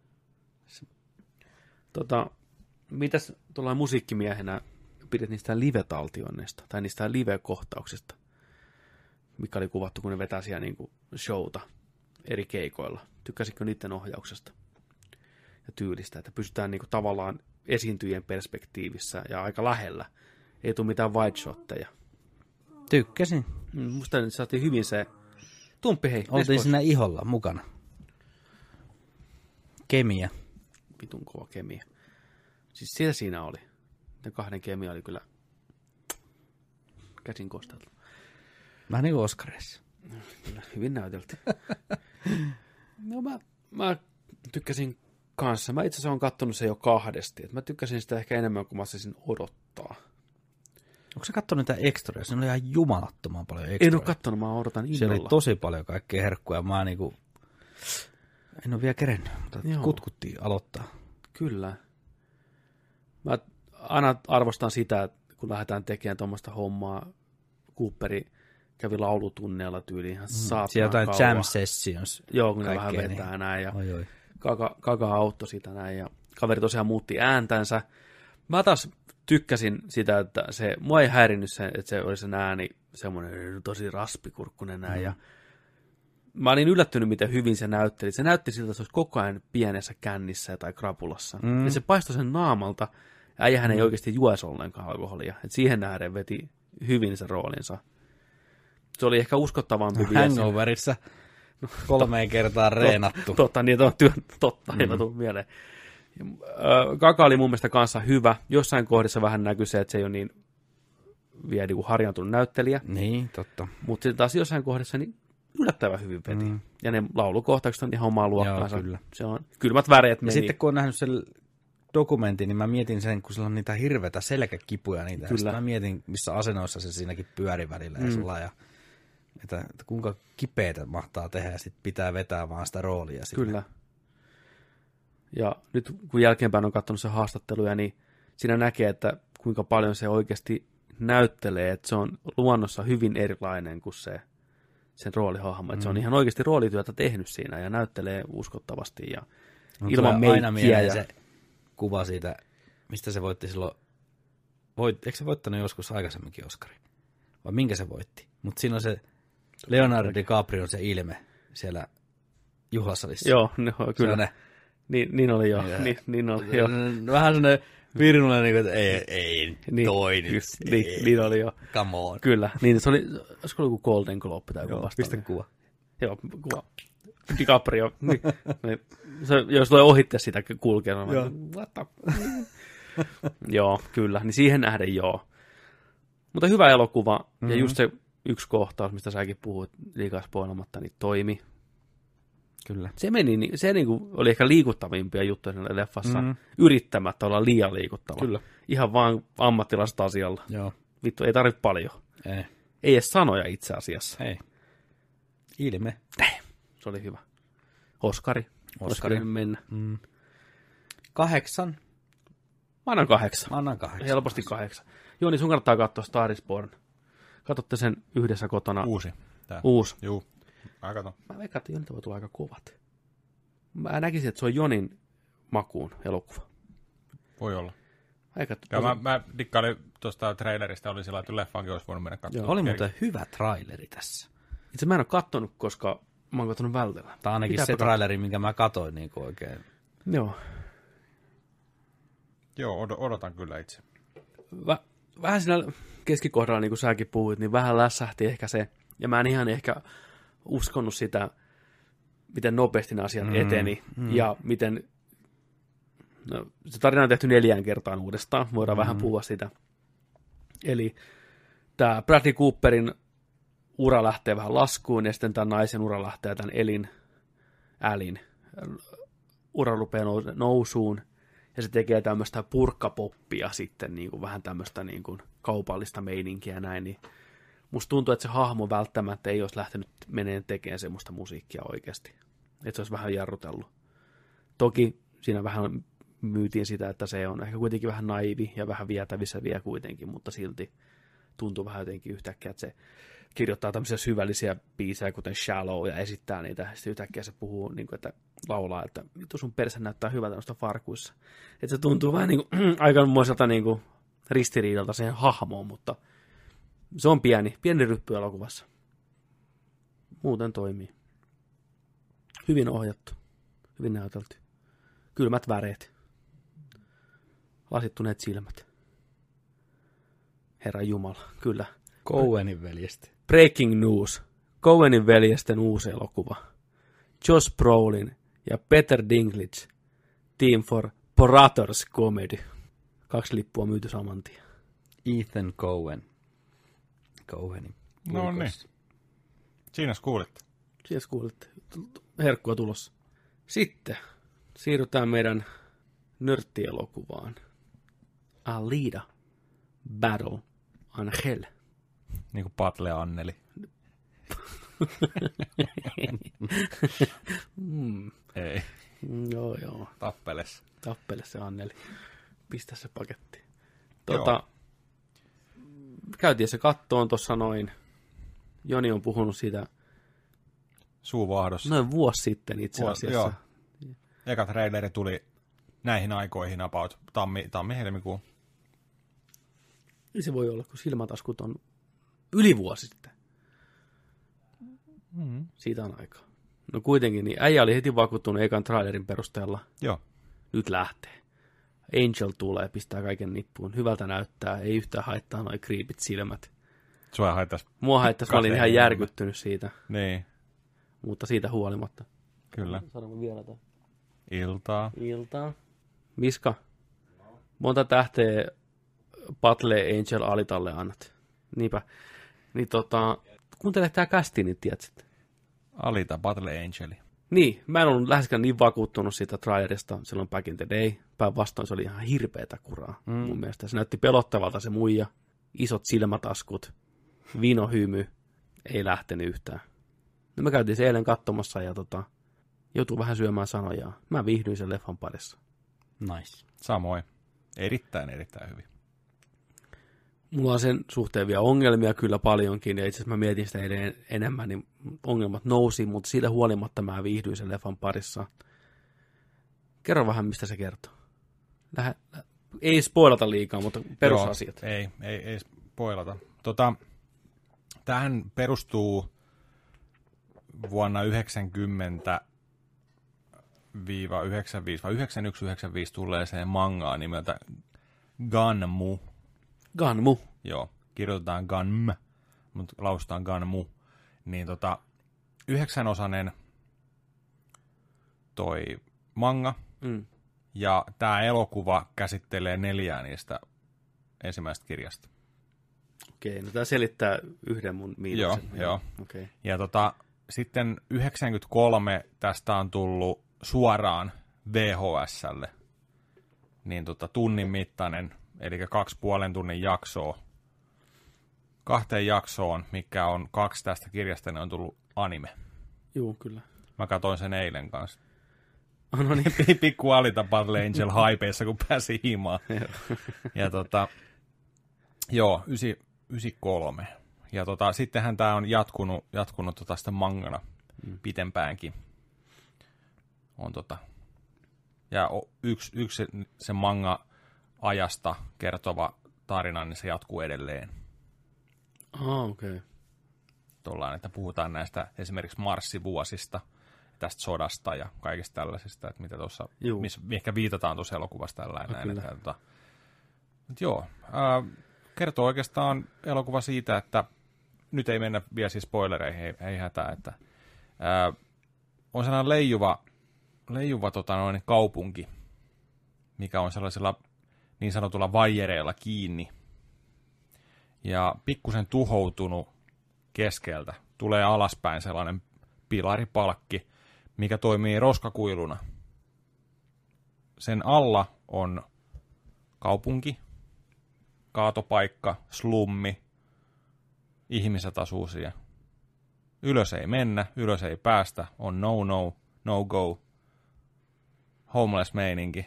Tota, mitäs tuollainen musiikkimiehenä pidät niistä live-taltioinneista, tai niistä live-kohtauksista, mikä oli kuvattu, kun ne vetää siellä niin kuin showta eri keikoilla. Tykkäsitkö niiden ohjauksesta ja tyylistä, että pystytään niin kuin tavallaan esiintyjien perspektiivissä ja aika lähellä. Ei tule mitään wide shotteja. Tykkäsin. Musta nyt saatiin hyvin se tumppi, hei. Oltiin siinä iholla mukana. Kemia. Vitun kova kemia. Siis siellä siinä oli. Ne kahden kemia oli kyllä käsin kosteltu. Vähän niin kuin Oscarissa. Kyllä, hyvin näytelty. No mä, mä tykkäsin kanssa. Mä itse asiassa olen kattonut sen jo kahdesti. Mä tykkäsin sitä ehkä enemmän kuin mä saisin odottaa. Onko sä kattonut niitä extroja? Se oli ihan jumalattoman paljon extroja. En ole kattonut, mä odotan innolla. Siellä oli tosi paljon kaikkea herkkuja. Mä niinku... En ole vielä kerennyt, mutta Joo. kutkuttiin aloittaa. Kyllä. Mä aina arvostan sitä, että kun lähdetään tekemään tuommoista hommaa, Cooperi kävi laulutunneella tyyliin ihan saatana siellä jotain kauan. jam sessions. Joo, kun ne vähän vetää niin. Näin. Ja oi, oi. Kaka, Kaka auttoi sitä näin. Ja kaveri tosiaan muutti ääntänsä. Mä taas tykkäsin sitä, että se, mua ei häirinnyt se, että se oli sen ääni semmoinen tosi raspikurkkunen näin. Mm. Ja mä olin yllättynyt, miten hyvin se näytteli. Se näytti siltä, että se olisi koko ajan pienessä kännissä tai krapulassa. Mm. Ja se paistoi sen naamalta. Äijähän mm. ei oikeasti juoisi ollenkaan alkoholia. Et siihen nähden veti hyvin sen roolinsa. Se oli ehkä uskottavampi. No, Hangoverissa no, kolmeen to, kertaa reenattu. Totta, niin on työ, totta, mm. ei tule mieleen. Kaka oli mun mielestä kanssa hyvä. Jossain kohdassa vähän näkyy se, että se ei ole niin vielä niin kuin harjaantunut näyttelijä. Niin, totta. Mutta sitten taas jossain kohdassa niin yllättävän hyvin veti. Mm. Ja ne laulukohtaukset on ihan omaa luokkaansa. Joo, kyllä. Se on kylmät väreet meni. Ja sitten kun on nähnyt sen dokumentin, niin mä mietin sen, kun sillä on niitä hirveitä selkäkipuja niitä. Kyllä. Ja mä mietin, missä asennoissa se siinäkin pyöri välillä. Mm. Ja sulla ja, että, että kuinka kipeätä mahtaa tehdä ja sitten pitää vetää vaan sitä roolia. Siinä. Kyllä. Ja nyt kun jälkeenpäin on katsonut sen haastatteluja, niin siinä näkee, että kuinka paljon se oikeasti näyttelee, että se on luonnossa hyvin erilainen kuin se sen roolihahmo. Mm. Että se on ihan oikeasti roolityötä tehnyt siinä ja näyttelee uskottavasti ja no, ilman meikkiä. Ja se kuva siitä, mistä se voitti silloin, voit, eikö se voittanut joskus aikaisemminkin Oscarin? Vai minkä se voitti? Mutta siinä on se Leonardo DiCaprio se ilme siellä juhlasalissa. Joo, no, kyllä. Se Niin, niin oli joo. Niin, niin oli, joo. Vähän sellainen virnullinen, niin että ei, ei niin, toi nyt. Niin, ei, niin oli joo. Come on. Kyllä, niin se oli, olisiko ollut joku Golden Globe tai joku vastaan. Pistä kuva. Joo, kuva. DiCaprio. Niin, niin, se, jos tulee ohitte sitä kulkea, niin joo. What the... Joo, kyllä. Niin siihen nähden joo. Mutta hyvä elokuva. Mm-hmm. Ja just se yksi kohtaus, mistä säkin puhuit liikaa spoilamatta, niin toimi. Kyllä. Se meni, se niinku oli ehkä liikuttavimpia juttuja siinä leffassa, mm-hmm. yrittämättä olla liian liikuttava. Kyllä. Ihan vaan ammattilaista asialla. Joo. Vittu, ei tarvitse paljon. Ei. Ei edes sanoja itse asiassa. Ei. Ilme. Damn. Se oli hyvä. Oscari. Oskarin mennä. Mm. Kahdeksan. Mä annan kahdeksan. Mä annan kahdeksan. Helposti kahdeksan. Joo, niin sun kannattaa katsoa Star is Born. Katsotte sen yhdessä kotona. Uusi. Tää. Uusi. Juu. Mä katon. Mä veikkaan, että Jonilta voi tulla aika kovat. Mä näkisin, että se on Jonin makuun elokuva. Voi olla. Eikä, ja mä, mä dikkailin tuosta trailerista, oli sillä, että leffaankin olisi voinut mennä katsomaan. Oli muuten hyvä traileri tässä. Itse mä en ole kattonut, koska mä oon katsonut vältellä. Tämä on ainakin Pitää se katsoa. Traileri, minkä mä katoin niin kuin oikein. Joo. Joo, od- odotan kyllä itse. Vä- vähän siinä keskikohdalla, niin kuin säkin puhuit, niin vähän lässähti ehkä se. Ja mä en ihan ehkä uskonut sitä, miten nopeasti ne asiat mm, eteni. Mm. Ja miten... No, se tarina on tehty neljään kertaan uudestaan. Voidaan mm. vähän puhua sitä. Eli tämä Bradley Cooperin ura lähtee vähän laskuun, ja sitten tämän naisen ura lähtee tämän Elin, Älin. Ura rupeaa nousuun, ja se tekee tämmöistä purkkapoppia sitten, niin kuin vähän tämmöistä niin kuin kaupallista meininkiä ja näin. Niin musta tuntuu, että se hahmo välttämättä ei olisi lähtenyt meneen tekemään semmoista musiikkia oikeasti. Että se olisi vähän jarrutellut. Toki siinä vähän myytiin sitä, että se on ehkä kuitenkin vähän naivi ja vähän vietävissä vielä kuitenkin, mutta silti tuntuu vähän jotenkin yhtäkkiä, että se kirjoittaa tämmöisiä syvällisiä biisejä, kuten Shallow, ja esittää niitä, ja sitten yhtäkkiä se puhuu, niin kuin, että laulaa, että vittu sun perse näyttää hyvältä noista farkuissa. Että se tuntuu vähän niin kuin, aikamoiselta niin kuin ristiriidalta siihen hahmoon, mutta se on pieni, pieni ryppy elokuvassa. Muuten toimii. Hyvin ohjattu, hyvin näytelty. Kylmät väreet. Lasittuneet silmät. Herra Jumala, kyllä. Coenin veljestä. Breaking news. Coenin veljesten uusi elokuva. Josh Brolin ja Peter Dinklage. Team for Porators Comedy. Kaksi lippua myyty saman tien. Ethan Coen. Coenin. No niin. Siinä kuulitte. Siinä kuulitte. Herkkua tulossa. Sitten siirrytään meidän nörttielokuvaan. Alita Battle Angel. Niin kuin Patle Anneli. mm. Ei. Joo, joo. Tappeles. Tappeles se Anneli. Pistä se paketti. Tota, käytiin se kattoon tuossa noin. Joni on puhunut siitä suuvaahdossa. Noin vuosi sitten itse asiassa. Joo. Eka traileri tuli näihin aikoihin about tammi, tammi-helmikuun. Ei se voi olla, kun silmätaskut on yli vuosi sitten. Mm-hmm. Siitä on aikaa. No kuitenkin, niin äijä oli heti vakuuttunut ekan trailerin perusteella. Joo. Nyt lähtee. Angel tulee, pistää kaiken nippuun. Hyvältä näyttää, ei yhtään haittaa noi kriipit silmät. Sua haittaisi. Mua haittaisi, mä olin ihan järkyttynyt siitä. Niin. Mutta siitä huolimatta. Kyllä. Saadaanko vielä tämän? Iltaa. Iltaa. Miska, monta tähteä Battle Angel Alitalle annat? Niinpä. Niin tota, kuuntele tää kästi, niin tiedät sitten. Alita, Battle Angeli. Niin, mä en ollut läheskään niin vakuuttunut siitä trailerista silloin back in the day. Päinvastoin se oli ihan hirveetä kuraa mm. mun mielestä. Se näytti pelottavalta se muija, isot silmätaskut, vinohymy, ei lähtenyt yhtään. No me käytiin se eilen katsomassa ja tota, joutui vähän syömään sanojaan. Mä viihdyin sen leffan parissa. Nice. Samoin. Erittäin, erittäin hyvin. Mulla on sen suhteen vielä ongelmia kyllä paljonkin, ja itse asiassa mä mietin sitä edelleen enemmän, niin ongelmat nousi, mutta siitä huolimatta mä viihdyin sen leffan parissa. Kerro vähän, mistä se kertoo. Lähä, ei spoilata liikaa, mutta perusasiat. Joo, ei, ei, ei spoilata. Tota, tämähän perustuu vuonna yhdeksänkymmentä yhdeksänkymmentäviisi vai yhdeksänkymmentäyksi yhdeksänkymmentäviisi tulleeseen mangaan nimeltä Ganmu. Ganmu. Joo, kirjoitetaan Ganm, mutta lausutaan Ganmu. Niin tota, yhdeksänosainen toi manga, mm. ja tämä elokuva käsittelee neljää niistä ensimmäisestä kirjasta. Okei, no tämä selittää yhden mun miinuksen. Joo, joo. Okay. Ja tota, sitten yhdeksänkymmentäkolme tästä on tullut suoraan V H S:lle, niin tota, tunnin mittainen, eli kaksi puolen tunnin jaksoa. Kahteen jaksoon, mikä on kaksi tästä kirjasta, ne on tullut anime. Joo, kyllä. Mä katsoin sen eilen kanssa. Oh, no niin. Pikku Alita Battle Angel haipeissa, kun pääsi himaan. Ja tota, joo, yhdeksänkymmentäkolme. Ja tota, sittenhän tämä on jatkunut, jatkunut tota sitä mangana mm. pitempäänkin. On tota, ja yksi, yksi se manga-ajasta kertova tarina, niin se jatkuu edelleen. Ah, okei. Okay. Tuollainen, että puhutaan näistä esimerkiksi marssivuosista, tästä sodasta ja kaikista tällaisista, että mitä tuossa, mikä viitataan tuossa elokuvassa tällainen. Näin, että, että, että joo, ää, kertoo oikeastaan elokuva siitä, että nyt ei mennä vielä siis spoilereihin, ei, ei hätää, että ää, on sellainen leijuva, leijuva tota noin, kaupunki, mikä on sellaisella niin sanotulla vaijereilla kiinni ja pikkusen tuhoutunut keskeltä. Tulee alaspäin sellainen pilaripalkki, mikä toimii roskakuiluna. Sen alla on kaupunki, kaatopaikka, slummi, ihmiset asuu siellä. Ylös ei mennä, ylös ei päästä, on no no, no go, homeless meininki.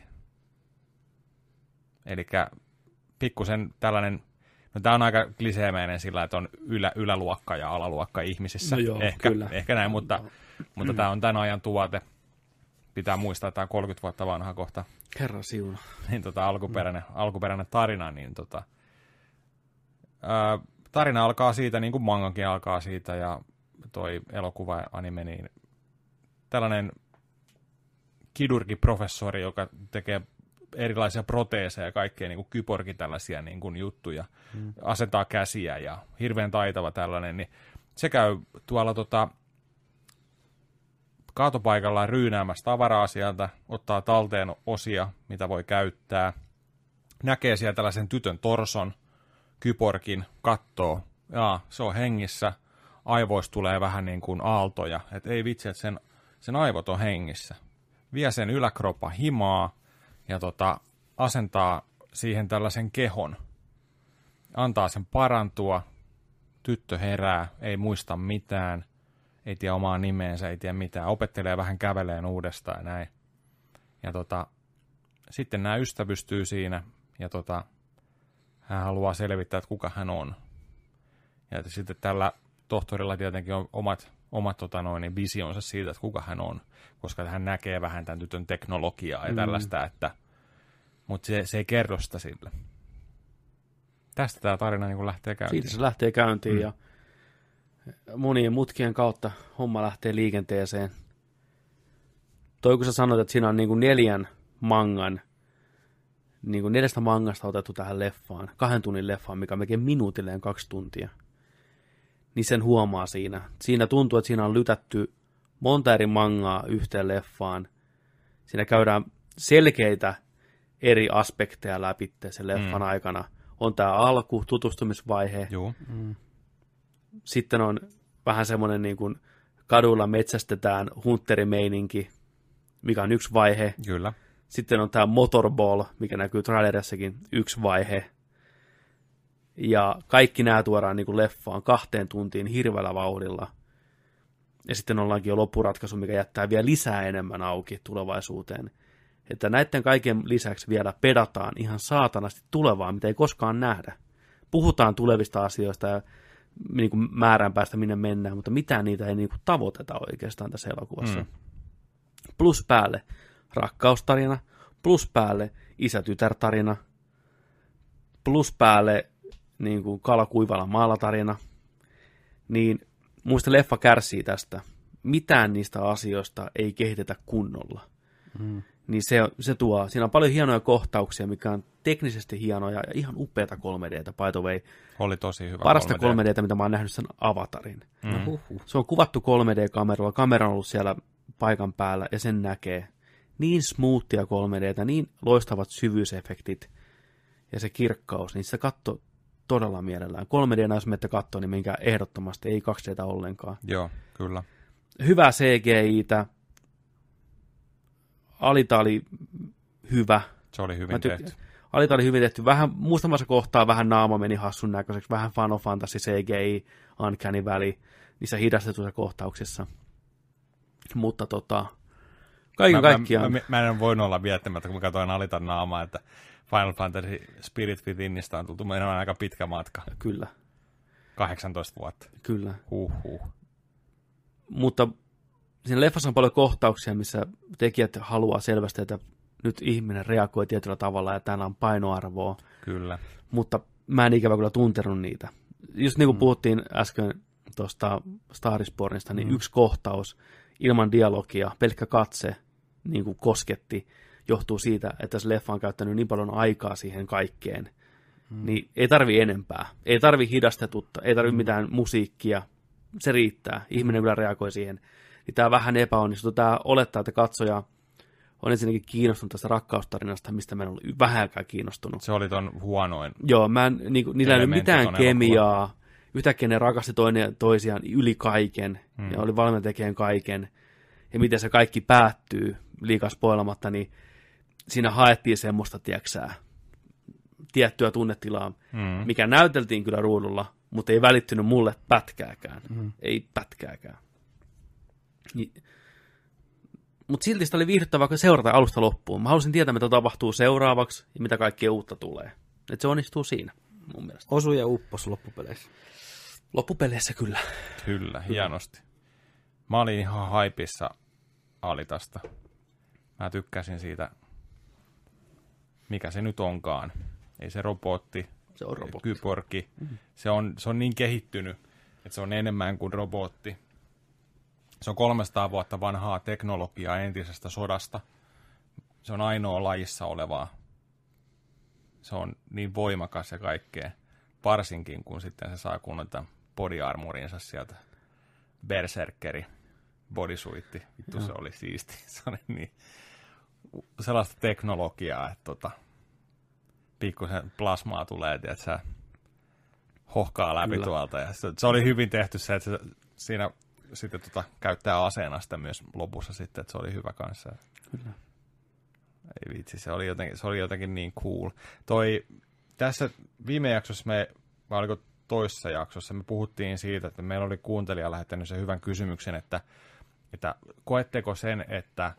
Elikkä pikkusen tällainen, no tää on aika kliseemäinen sillä, että on ylä, yläluokka ja alaluokka ihmisissä. No joo, ehkä, kyllä. ehkä näin, mutta, no. mutta tää on tämän ajan tuote. Pitää muistaa, että tää on kolmekymmentä vuotta vanha kohta. Herran siuna. Niin tota alkuperäinen, mm. alkuperäinen tarina, niin tota, ää, tarina alkaa siitä, niin kuin mangakin alkaa siitä, ja toi elokuva ja anime, niin tällainen kirurgiprofessori, joka tekee erilaisia proteeseja ja kaikkea niin kuin kyborgi tällaisia niin kuin juttuja, mm. asentaa käsiä ja hirveän taitava tällainen, niin se käy tuolla tota, kaatopaikallaan ryynäämässä tavaraa sieltä, ottaa talteen osia, mitä voi käyttää, näkee siellä tällaisen tytön torson, kyborgin, kattoo, jaa, se on hengissä, aivoista tulee vähän niin kuin aaltoja, että ei vitsi, että sen, sen aivot on hengissä. Vie sen yläkroppa himaa, ja tota, asentaa siihen tällaisen kehon. Antaa sen parantua. Tyttö herää, ei muista mitään. Ei tiedä omaa nimeensä, ei tiedä mitään. Opettelee vähän käveleen uudestaan ja näin. Ja tota, sitten nämä ystävystyy siinä. Ja tota, hän haluaa selvittää, että kuka hän on. Ja sitten tällä tohtorilla tietenkin on omat, omat tota noin, visionsa siitä, että kuka hän on. Koska hän näkee vähän tämän tytön teknologiaa ja mm. tällaista, että mutta se, se ei kerro sitä sille. Tästä tämä tarina niin lähtee käyntiin. Siitä se lähtee käyntiin mm. ja monien mutkien kautta homma lähtee liikenteeseen. Toi kun sä sanoit, että siinä on niin kuin neljän mangan, niin kuin neljästä mangasta otettu tähän leffaan, kahden tunnin leffaan, mikä on melkein minuutilleen kaksi tuntia, niin sen huomaa siinä. Siinä tuntuu, että siinä on lytätty monta eri mangaa yhteen leffaan. Siinä käydään selkeitä eri aspekteja läpi sen leffan mm. aikana. On tämä alku, tutustumisvaihe. Joo. Mm. Sitten on vähän semmoinen niin kuin kadulla metsästetään hunterimeininki, mikä on yksi vaihe. Kyllä. Sitten on tämä motorball, mikä näkyy trailerissakin, yksi vaihe. Ja kaikki nämä tuodaan niin kuin leffaan kahteen tuntiin hirveällä vauhdilla. Ja sitten ollaankin jo loppuratkaisu, mikä jättää vielä lisää enemmän auki tulevaisuuteen. Että näiden kaiken lisäksi vielä pedataan ihan saatanasti tulevaa, mitä ei koskaan nähdä. Puhutaan tulevista asioista ja niin kuin määränpäästä minne mennään, mutta mitään niitä ei niin kuin tavoiteta oikeastaan tässä elokuvassa. Mm. Plus päälle rakkaustarina, plus päälle isä-tytär-tarina, plus päälle niin kuin kalakuivalla maalla tarina. Niin muista leffa kärsii tästä. Mitään niistä asioista ei kehitetä kunnolla. Mm. Niin se, se tuo, siinä on paljon hienoja kohtauksia, mikä on teknisesti hienoja ja ihan upeata kolme D:tä, by the way. Oli tosi hyvä parasta kolme D:tä, mitä mä oon nähnyt sen Avatarin. Mm. Uh-huh. Se on kuvattu kolme D-kameralla, kamera on ollut siellä paikan päällä ja sen näkee. Niin smoothia kolme D:tä, niin loistavat syvyysefektit ja se kirkkaus, niin sitä katsoo todella mielellään. kolme D:nä jos menette katsoa, niin menkää ehdottomasti, ei kaksi D:tä ollenkaan. Joo, kyllä. Hyvä C G I-tä. Alita oli hyvä. Se oli hyvin tyk- tehty. Alita oli hyvin tehty. Vähän, muutamassa kohtaa vähän naama meni hassun näköiseksi. Vähän Final Fantasy C G I, Uncanny Valley niissä hidastetuissa kohtauksissa. Mutta tota, Kaiken mä, kaikkiaan. Mä, mä, mä en voinut olla viettämättä, kun mä katsoin Alitan naamaa, että Final Fantasy Spirit Withinistä on tultu meidän aika pitkä matka. Kyllä. kahdeksantoista vuotta. Kyllä. Huhhuh. Mutta siinä leffassa on paljon kohtauksia, missä tekijät haluaa selvästi, että nyt ihminen reagoi tietyllä tavalla ja täällä on painoarvoa. Kyllä. Mutta mä en ikävä kyllä tuntenut niitä. Just niin kuin mm. puhuttiin äsken tuosta Star is Bornista, niin mm. yksi kohtaus ilman dialogia, pelkkä katse niin kuin kosketti, johtuu siitä, että se leffa on käyttänyt niin paljon aikaa siihen kaikkeen. Mm. Niin ei tarvi enempää. Ei tarvi hidastetutta, ei tarvi mm. mitään musiikkia. Se riittää. Ihminen kyllä reagoi siihen. Niin tämä vähän epäonnistuu. Tämä olettaa, että katsoja on ensinnäkin kiinnostunut tästä rakkaustarinasta, mistä mä en ollut vähänkään kiinnostunut. Se oli ton huonoin. Joo, mä en, niin, niillä ei ole mitään kemiaa. Elokuva. Yhtäkkiä ne rakasti toinen toisiaan yli kaiken. Hmm. Ja oli valmiina tekemään kaiken. Ja miten se kaikki päättyy, liikaa spoilamatta, niin siinä haettiin semmoista, tieksää, tiettyä tunnetilaa, hmm. mikä näyteltiin kyllä ruudulla, mutta ei välittynyt mulle pätkääkään. Hmm. Ei pätkääkään. Niin, mutta silti sitä oli viihdyttävää seurata alusta loppuun. Mä halusin tietää, mitä tapahtuu seuraavaksi ja mitä kaikkea uutta tulee. Että se onnistuu siinä, mun mielestä. Osu ja uppos loppupeleissä. Loppupeleissä kyllä. Kyllä, hienosti. Mä olin ihan haipissa Alitasta. Mä tykkäsin siitä, mikä se nyt onkaan. Ei se robotti, se on robotti. Kyborgi. Mm-hmm. Se on, se on niin kehittynyt, että se on enemmän kuin robotti. Se on kolmesataa vuotta vanhaa teknologiaa entisestä sodasta. Se on ainoa lajissa olevaa. Se on niin voimakas ja kaikkea. Varsinkin, kun sitten se saa kunnon body armorinsa sieltä. Berserkeri, bodysuitti. Vittu, se oli siisti. Se oli niin sellaista teknologiaa, että tota, pikkusen plasmaa tulee, että sä hohkaa läpi Kyllä. tuolta. Ja se, se oli hyvin tehty se, että se, siinä sitten tota, käyttää aseena sitä myös lopussa sitten, että se oli hyvä kanssa. Kyllä. Ei vitsi, se oli jotenkin, se oli jotenkin niin cool. Toi, tässä viime jaksossa me, vai oliko toisessa jaksossa, me puhuttiin siitä, että meillä oli kuuntelija lähettänyt sen hyvän kysymyksen, että, että koetteko sen, että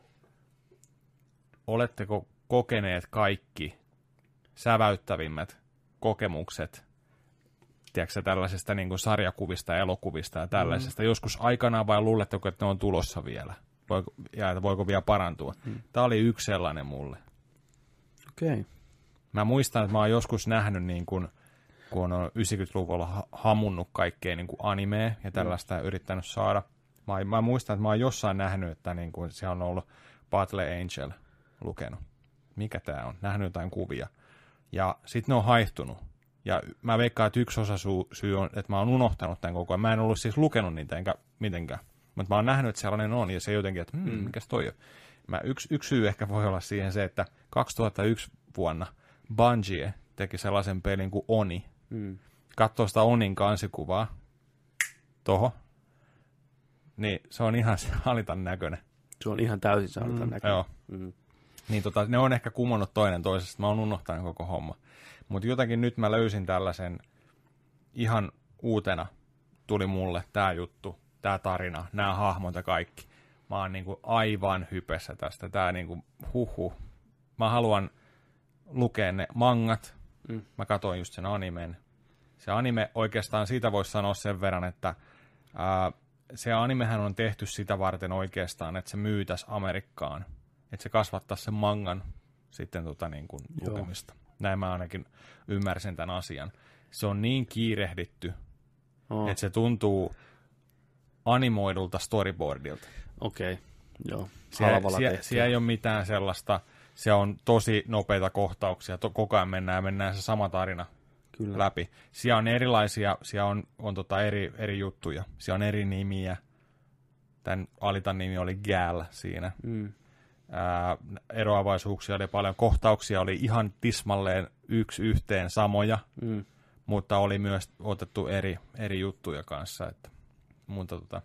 oletteko kokeneet kaikki säväyttävimmät kokemukset tiedätkö, tällaisesta niin kuin sarjakuvista ja elokuvista ja tällaisesta. Mm. Joskus aikanaan vai luuletteko, että ne on tulossa vielä? Voiko, ja että voiko vielä parantua? Mm. Tämä oli yksi sellainen mulle. Okei. Okay. Mä muistan, että mä oon joskus nähnyt, niin kuin, kun on yhdeksänkymmentäluvulla ha- hamunnut kaikkea niin kuin animea ja tällaista mm. yrittänyt saada. Mä, mä muistan, että mä oon jossain nähnyt, että niin kuin, siellä on ollut Battle Angel lukenut. Mikä tää on? Nähnyt jotain kuvia. Ja sit ne on haihtunut. Ja mä veikkaan, että yksi osa syy on, että mä oon unohtanut tämän koko ajan. Mä en ollut siis lukenut niitä enkä mitenkään. Mutta mä oon nähnyt, että sellainen on, ja se jotenkin, että hmm, mikäs toi on. Mä, yksi, yksi syy ehkä voi olla siihen se, että kaksituhattayksi vuonna Bungie teki sellaisen pelin kuin Oni. Mm. Katsoo sitä Onin kansikuvaa toho. Niin se on ihan se Alitan näköinen. Se on ihan täysin se Alitan mm. näköinen. Joo. Mm. Niin tota, ne on ehkä kumonnut toinen toisesta. Mä oon unohtanut koko homma. Mutta jotenkin nyt mä löysin tällaisen ihan uutena tuli mulle tää juttu, tää tarina, nämä hahmot ja kaikki. Mä oon niinku aivan hypessä tästä. Tää niinku huhu. Mä haluan lukea ne mangat. Mm. Mä katsoin just sen animen. Se anime oikeastaan siitä voisi sanoa sen verran, että ää, se animehän on tehty sitä varten oikeastaan, että se myytäisi Amerikkaan. Että se kasvattaisi sen mangan sitten tota niin kuin lukemista. Näin mä ainakin ymmärsin tämän asian. Se on niin kiirehditty, oh. että se tuntuu animoidulta storyboardilta. Okei, okay. Joo. Siellä, siellä, siellä ei ole mitään sellaista, se on tosi nopeita kohtauksia, to, koko ajan mennään mennään se sama tarina Kyllä. läpi. Siellä on erilaisia, siellä on, on tota eri, eri juttuja, siellä on eri nimiä. Tämän Alitan nimi oli Gal siinä. Mm. Ää, eroavaisuuksia oli paljon, kohtauksia oli ihan tismalleen yksi yhteen samoja, mm. mutta oli myös otettu eri, eri juttuja kanssa. Että, mutta tota,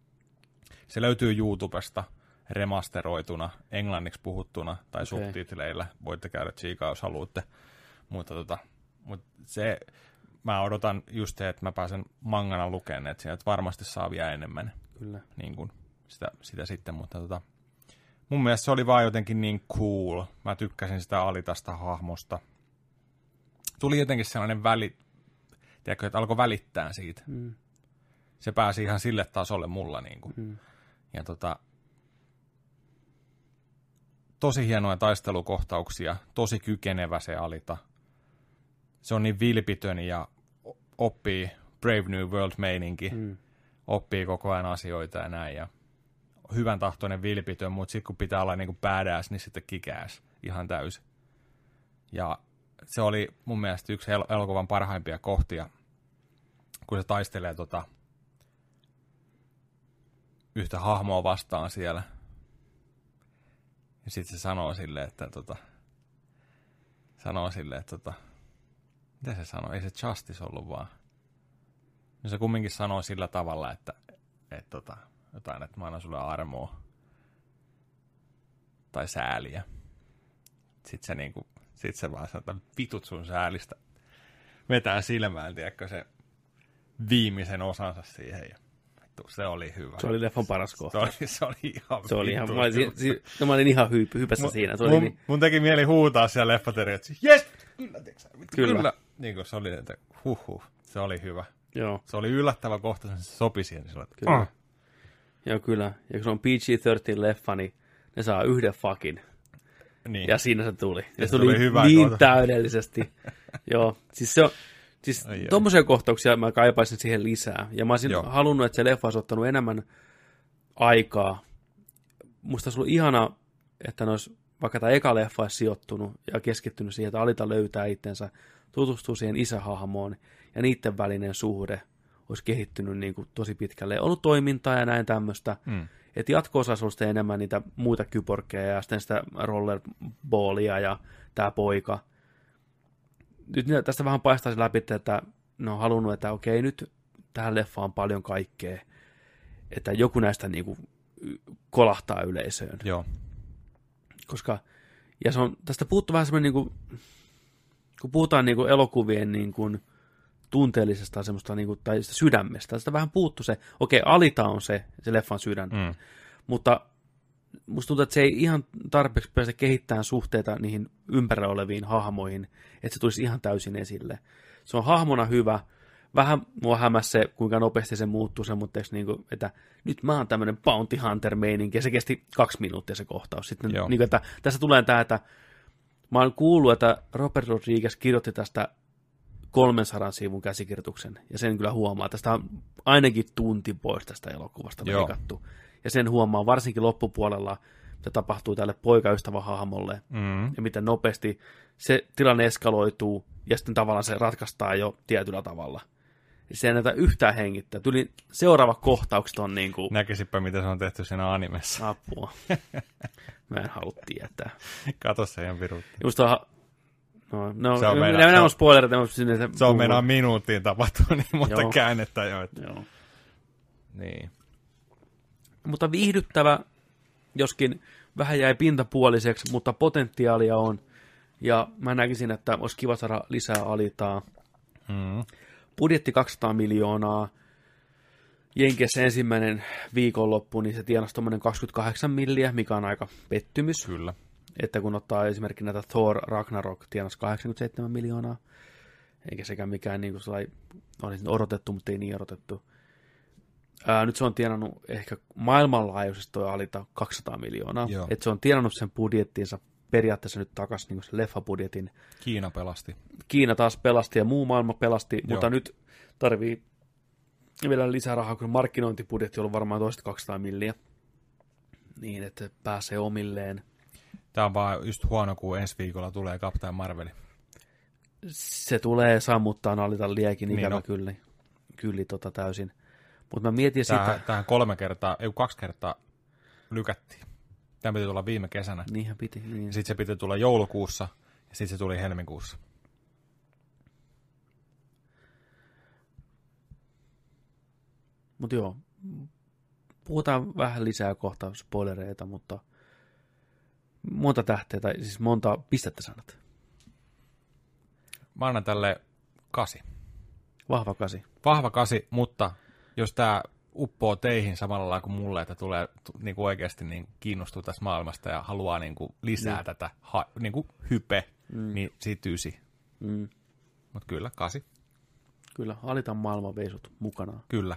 se löytyy YouTubesta remasteroituna, englanniksi puhuttuna tai okay. subtitleillä. Voitte käydä tsiikaa, jos haluatte. Mutta, tota, mutta se, mä odotan just se, että mä pääsen mangana lukemaan, että sieltä varmasti saa vielä enemmän Kyllä. Niin kuin sitä, sitä sitten, mutta tota, mun mielestä se oli vaan jotenkin niin cool. Mä tykkäsin sitä Alitasta hahmosta. Tuli jotenkin sellainen väli, tiedätkö, että alkoi välittää siitä. Mm. Se pääsi ihan sille tasolle mulla. Niin kuin. Mm. Ja tota, tosi hienoja taistelukohtauksia, tosi kykenevä se Alita. Se on niin vilpitön ja oppii Brave New World-meininki. Mm. Oppii koko ajan asioita ja näin. Ja hyvän tahtoinen vilpitön, mutta sitten kun pitää olla niinku badass, niin sitten kikääs ihan täysin. Ja se oli mun mielestä yksi el- elokuvan parhaimpia kohtia, kun se taistelee tota yhtä hahmoa vastaan siellä. Ja sitten se sanoo silleen, että tota, sanoo silleen, että tota, mitä se sanoo? Ei se Justice ollut vaan. No se kumminkin sanoo sillä tavalla, että et tota, jotain, että mä annan sulle armoa. Tai sääliä. Sitten se niinku, sit se vaan sanoo, että vitut sun säälistä. Vetää silmään, tiedätkö, se viimeisen osansa siihen. Ja vittu, se oli hyvä. Se oli leffan paras kohta. Se oli, se oli ihan se oli ihan, mä, olin, si, no, mä olin ihan hyp, hypässä M- siinä. Se mun, oli niin... mun teki mieli huutaa siellä leffateriassa, että jes, kyllä, teksä, vittu, kyllä. kyllä. Niin kuin se oli, että huh huh, se oli hyvä. Joo. Se oli yllättävä kohta, se sopi siihen. Niin että, kyllä. Ah. Joo, kyllä. Ja kun se on P G kolmetoista-leffa, niin ne saa yhden fuckin. Niin. Ja siinä se tuli. Ja se, se tuli, tuli hyvä niin kohta. Täydellisesti. Joo, siis se on... Siis tommosia kohtauksia mä kaipaisin siihen lisää. Ja mä olisin Joo. halunnut, että se leffa olisi ottanut enemmän aikaa. Musta olisi ollut ihana, että ne olisi, vaikka tämä eka leffa olisi sijoittunut ja keskittynyt siihen, että Alita löytää itsensä, tutustuu siihen isähahmoon ja niiden välinen suhde olisi kehittynyt niin kuin tosi pitkälle. Ollut toimintaa ja näin tämmöistä. Mm. Että jatko-osassa olisi enemmän niitä muita kyborgkeja ja sitten sitä rollerballia ja tämä poika. Nyt tästä vähän paistaisi läpi, että ne on halunnut, että okei, nyt tähän leffaan on paljon kaikkea, että joku näistä niin kuin kolahtaa yleisöön. Joo. Koska, ja se on, tästä puuttuu vähän semmoinen, niin kuin, kun puhutaan niin kuin elokuvien niin kuin tunteellisesta semmoista, niin kuin, tai sitä sydämestä, tästä vähän puuttuu se, okei, Alita on se, se leffan sydän, mm. mutta musta tuntuu, että se ei ihan tarpeeksi pääse kehittämään suhteita niihin ympärillä oleviin hahmoihin, että se tulisi ihan täysin esille. Se on hahmona hyvä. Vähän mua hämäsi se, kuinka nopeasti se muuttuu semmoitteeksi, niin kuin, että nyt mä oon tämmöinen bounty hunter-meininki, ja se kesti kaksi minuuttia se kohtaus. Sitten, niin kuin, että tässä tulee tämä, että mä oon kuullut, että Robert Rodriguez kirjoitti tästä kolmensadan sivun käsikirjoituksen, ja sen kyllä huomaa. Tästä on ainakin tunti pois tästä elokuvasta leikattu. Ja sen huomaa varsinkin loppupuolella, mitä tapahtuu tälle poikaystävän hahmolle, mm. ja miten nopeasti se tilanne eskaloituu, ja sitten tavallaan se ratkaistaan jo tietyllä tavalla. Se ei näytä yhtään hengittää. Tuli seuraava kohtaukset on niin kuin... Näkisipä, miten se on tehty siinä animessa. Apua. Mä en halua tietää. Kato se ihan virutti. Just on... No, no, se on meidän, nämä on spoilerit. Se, se on meinaa minuuttiin tapahtunut niin monta Joo. käännettä jo. Että... Joo. Niin. Mutta viihdyttävä, joskin vähän jäi pintapuoliseksi, mutta potentiaalia on. Ja mä näkisin, että olisi kiva saada lisää Alitaa. Mm. Budjetti kaksisataa miljoonaa. Jenkeissä ensimmäinen viikonloppu, niin se tienasi tuommoinen kaksikymmentäkahdeksan milliä, mikä on aika pettymys. Kyllä. Että kun ottaa esimerkiksi näitä Thor Ragnarok, tienasi kahdeksankymmentäseitsemän miljoonaa. Eikä sekään mikään niin kuin sellainen, olisi odotettu, mutta ei niin odotettu. Ää, nyt se on tienannut ehkä maailmanlaajuisesti tuo Alita kaksisataa miljoonaa. Että se on tienannut sen budjettiinsa periaatteessa nyt takaisin niin sen leffabudjetin. Kiina pelasti. Kiina taas pelasti ja muu maailma pelasti, Joo. mutta nyt tarvii vielä lisää rahaa, kun markkinointibudjetti on ollut varmaan toista kaksisataa milliä. Niin, että pääsee omilleen. Tämä on vaan just huono, kun ensi viikolla tulee Captain Marveli. Se tulee sammuttaa Alitan liekin, ikävä niin kyllä. Kyllä tota täysin. Mutta mä mietin Tähän, sitä... Tähän kolme kertaa, ei kaksi kertaa lykättiin. Tämä piti tulla viime kesänä. Niinhän piti. Niin. Sitten se piti tulla joulukuussa ja sitten se tuli helmikuussa. Mutta joo, puhutaan vähän lisää kohta spoilereita, mutta monta tähteä, tai siis monta pistettä sanat. Mä annan tälle kasi. Vahva kasi. Vahva kasi, mutta jos tämä uppoo teihin samalla lailla kuin mulle, että tulee niin kuin oikeasti niin kuin kiinnostuu tästä maailmasta ja haluaa niin kuin lisää mm. tätä ha, niin kuin hype, mm. niin siitä ysi. Mm. Mutta kyllä, kasi. Kyllä, alitan maailmanveisut mukanaan. Kyllä.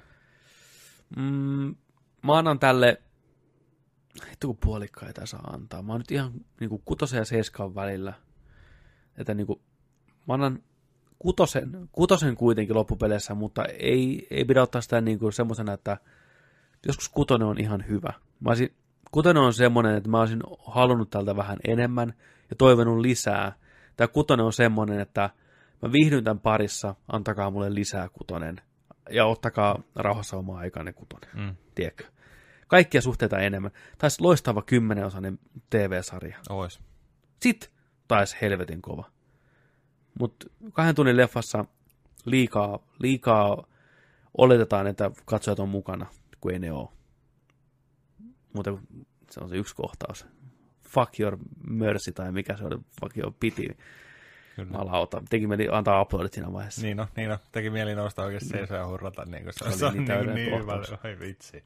Mm, mä annan tälle, hitto kun puolikkaita saa antaa. Mä oon nyt ihan niin kuin kutosen ja seiskan välillä. Että niin kuin, mä annan kutosen, kutosen kuitenkin loppupeleissä, mutta ei, ei pidä ottaa sitä niin kuin semmosena, että joskus kutonen on ihan hyvä. Mä olisin, kutonen on semmoinen, että mä olisin halunnut tältä vähän enemmän ja toivonut lisää. Tämä kutonen on semmoinen, että mä viihdyn tämän parissa, antakaa mulle lisää kutonen. Ja ottakaa rauhassa omaa aikainen kutonen. Mm. Tiedätkö? Kaikkia suhteita enemmän. Taisi loistava kymmenenosainen T V-sarja. Ois. Sitten taisi helvetin kova. Mutta kahden tunnin leffassa liikaa, liikaa oletetaan, että katsojat on mukana, kun ei ne ole. Mutta se on se yksi kohtaus. Fuck your mercy, tai mikä se oli, fuck your pity. Malauta. Teki mieli antaa aplodit siinä vaiheessa. Niin no, niin no. Teki mieli nousta oikeasti seisoo ja hurrata. Niin kuin se, se on niin, niin, niin hyvä. Oi vitsi.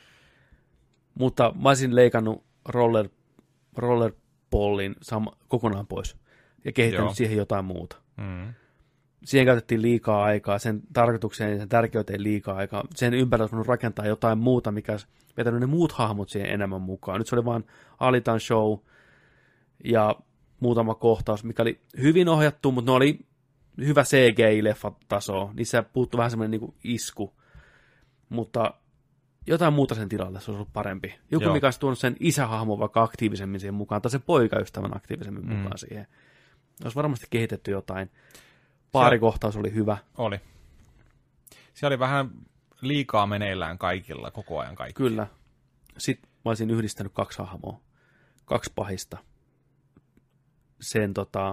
Mutta mä olisin leikannut roller, rollerballin sama, kokonaan pois. Ja kehittänyt Joo. siihen jotain muuta. Mm. Siihen käytettiin liikaa aikaa, sen tarkoitukseen ja sen tärkeyteen liikaa aikaa. Sen ympärillä olisi voinut rakentaa jotain muuta, mikä olisi vetänyt ne muut hahmot siihen enemmän mukaan. Nyt se oli vaan Alitan show ja muutama kohtaus, mikä oli hyvin ohjattu, mutta ne oli hyvä C G I-leffataso. Niissä puuttui vähän semmoinen niin kuin isku. Mutta jotain muuta sen tilalle, se olisi ollut parempi. Joku, Joo. mikä olisi tuonut sen isähahmon vaikka aktiivisemmin siihen mukaan, tai sen poikaystävän aktiivisemmin mm. mukaan siihen. Olisi varmasti kehitetty jotain. Paarikohtaus oli hyvä. Oli. Se oli vähän liikaa meneillään kaikilla, koko ajan kaikki. Kyllä. Sitten mä olisin yhdistänyt kaksi hahmoa. Kaksi pahista. Sen, tota,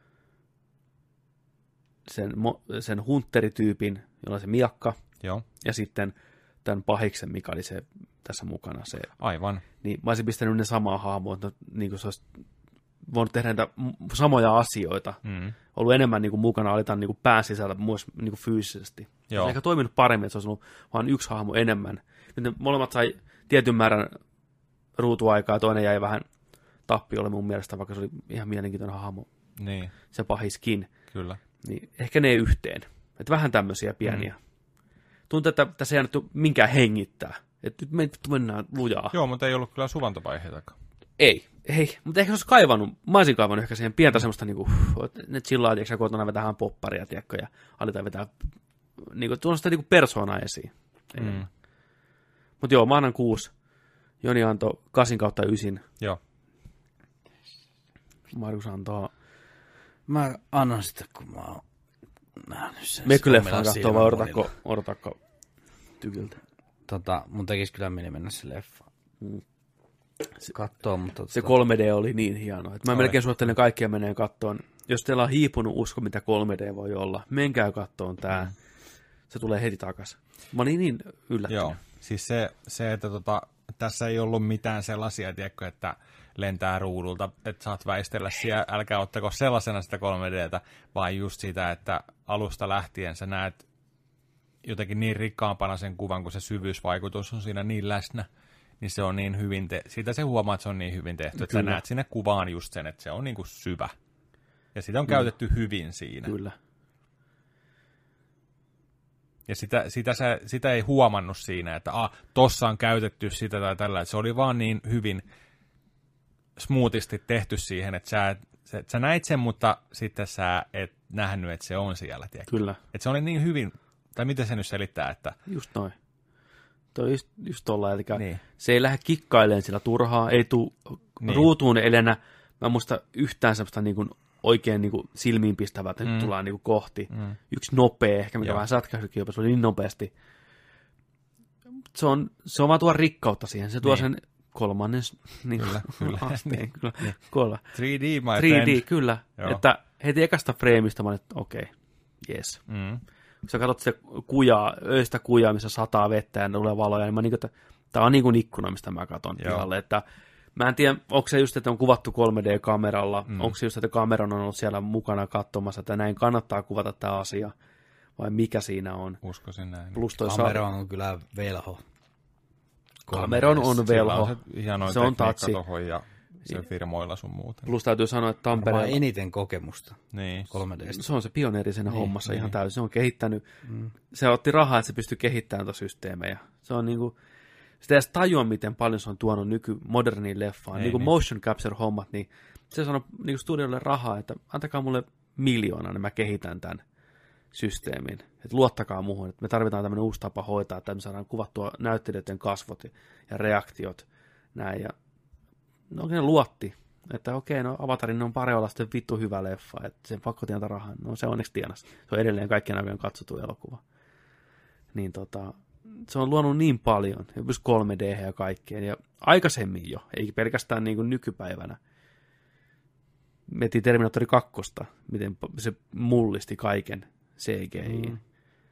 sen, sen hunterityypin, jolla on se miakka. Joo. Ja sitten tämän pahiksen, mikä oli se tässä mukana. Se, Aivan. Niin mä olisin pistänyt ne samaa hahmoa, että niin kuin se olisi voinut tehdä näitä samoja asioita. Mm. Ollut enemmän niin kuin mukana, aletaan niin kuin pään sisällä myös niin kuin fyysisesti. Joo. Se olisi ehkä toiminut paremmin, että se olisi ollut vain yksi hahmo enemmän. Nyt molemmat sai tietyn määrän ruutuaikaa ja toinen jäi vähän tappiolle mun mielestä, vaikka se oli ihan mielenkiintoinen hahmo. Niin. Se pahiskin. Kyllä. Niin ehkä ne ei yhteen. Että vähän tämmöisiä pieniä. Mm. Tuntuu, että tässä ei annettu minkään hengittää. Että nyt mennään lujaa. Joo, mutta ei ollut kyllä suvantopaiheitakaan. Ei, ei. Mutta ehkä se olisi kaivannut, mä olisin kaivannut ehkä siihen pientä semmoista niinku, että ne chillaa, tiiäksä, kotona vetään popparia, tiiäkö, ja aletaan vetää niinku, tuolla sitä niinku persoonaa esiin. Mm. Mutta joo, mä annan kuusi. Joni antoi kasin kautta ysin. Joo. Markus antaa... Mä annan sitä, kun mä oon nähnyt sen. Me kyllä leffaan kattoo, vai odotakko, odotakko tykiltä? Tota, mun tekisi kyllä mieli mennä se leffaan. Mm. Kattoo, mutta... Se kolme D oli niin hieno. Että mä oli. melkein suosittelen kaikkia menee kattoon. Jos teillä on hiipunut usko, mitä kolme D voi olla, menkää kattoon tää. Mm. Se tulee heti takas. Mä olin niin yllättynyt. Joo, siis se, se että tota, tässä ei ollut mitään sellaisia, tiedätkö, että lentää ruudulta, että saat väistellä siellä, älkää ottako sellaisena sitä kolme D:tä, vaan just sitä, että alusta lähtien sä näet jotenkin niin rikkaampana sen kuvan, kun se syvyysvaikutus on siinä niin läsnä, niin se on niin hyvin tehty. Siitä se huomaa, että se on niin hyvin tehty, että Kyllä. sä näet sinne kuvaan just sen, että se on niin kuin syvä. Ja sitä on Kyllä. käytetty hyvin siinä. Kyllä. Ja sitä, sitä, sä, sitä ei huomannut siinä, että ah, tossa on käytetty sitä tai tällä. Se oli vaan niin hyvin smoothisti tehty siihen, että sä, sä, sä näit sen, mutta sitten sä et nähnyt, että se on siellä. Tiedätkö? Kyllä. Että se oli niin hyvin, tai miten se nyt selittää, että... Just noin. Tuo on just, just tolla, eli niin. Se ei lähde kikkailemaan sillä turhaa, ei tule niin. ruutuun elenä. Mä muista yhtään semmoista niin kuin oikein niin kuin silmiinpistävää, että mm. nyt tullaan niin kuin kohti. Mm. Yksi nopea, ehkä mikä Joo. vähän sätkäisikin jopa, se oli niin nopeasti. Se on, se on vaan tuo rikkautta siihen, se tuo niin. sen kolmannen niin kyllä, kyllä. asteen. Kyllä. Kyllä. three D, my three D, friend. kyllä. Joo. Että heti ekasta freemistä mä olin, että okei, okay, yes. Mm. Kun sä katsot sitä kujaa, öistä kujaa, missä sataa vettä ja tulee valoja, niin mä niin kuin, että tää on niin kuin ikkuna, mistä mä katson pihalle. Että mä en tiedä, onko se just, että on kuvattu kolme D-kameralla, mm. onko se just, että kameran on ollut siellä mukana katsomassa, että näin kannattaa kuvata tämä asia. vai mikä siinä on. Uskoisin näin. Plus toi Cameron on kyllä velho. Cameron on velho. On se hieno se on tatsi. Tohon ja se firmoilla sun muuta. Plus täytyy sanoa, että Tampereella... Vaan eniten kokemusta niin. kolme D. Se on se pioneeri siinä niin, hommassa niin. ihan täysin. Se on kehittänyt. Mm. Se otti rahaa, että se pystyy kehittämään tuota systeemejä. Se on niinku... Sitä edes tajua, miten paljon se on tuonut nykymoderniin leffaan. Niin kuin motion capture-hommat, niin se sanoi niin studiolle rahaa, että antakaa mulle miljoona, niin mä kehitän tämän systeemin. Että luottakaa muuhun, että me tarvitaan tämmöinen uusi tapa hoitaa, että me saadaan kuvattua näyttelijöiden kasvot ja reaktiot. Näin. Ja no oikein luotti, että okei, no Avatarin on pari olla sitten vittu hyvä leffa, että sen pakko tienata rahaa. No se onneksi tienasi. Se on edelleen kaikkien aikojen katsottu elokuva. Niin tota... Se on luonut niin paljon, myös kolme D ja kaikkeen, ja aikaisemmin jo, ei pelkästään niin kuin nykypäivänä. Mietin Terminaattori kakkosta, miten se mullisti kaiken C G I. Mm.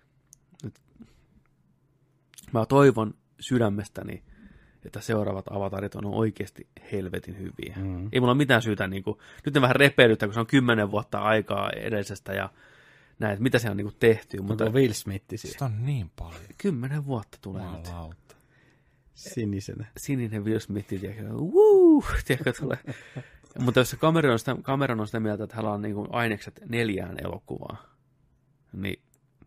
Mä toivon sydämestäni, että seuraavat avatarit on oikeasti helvetin hyviä. Mm. Ei mulla ole mitään syytä, niin kuin, nyt ne vähän repeilyttää, kun se on kymmenen vuotta aikaa edellisestä, ja näin, että mitä se on niinku tehty. Mutta on Will Smith siihen. Sitä on niin paljon. Kymmenen vuotta tulee nyt. Sinisenä. Sininen Will Smith, tiedätkö, wuu, tiedätkö, tulee. Mutta jos se Cameron on sitä, Cameron on sitä mieltä, että hänellä on niinku ainekset neljään elokuvaan, niin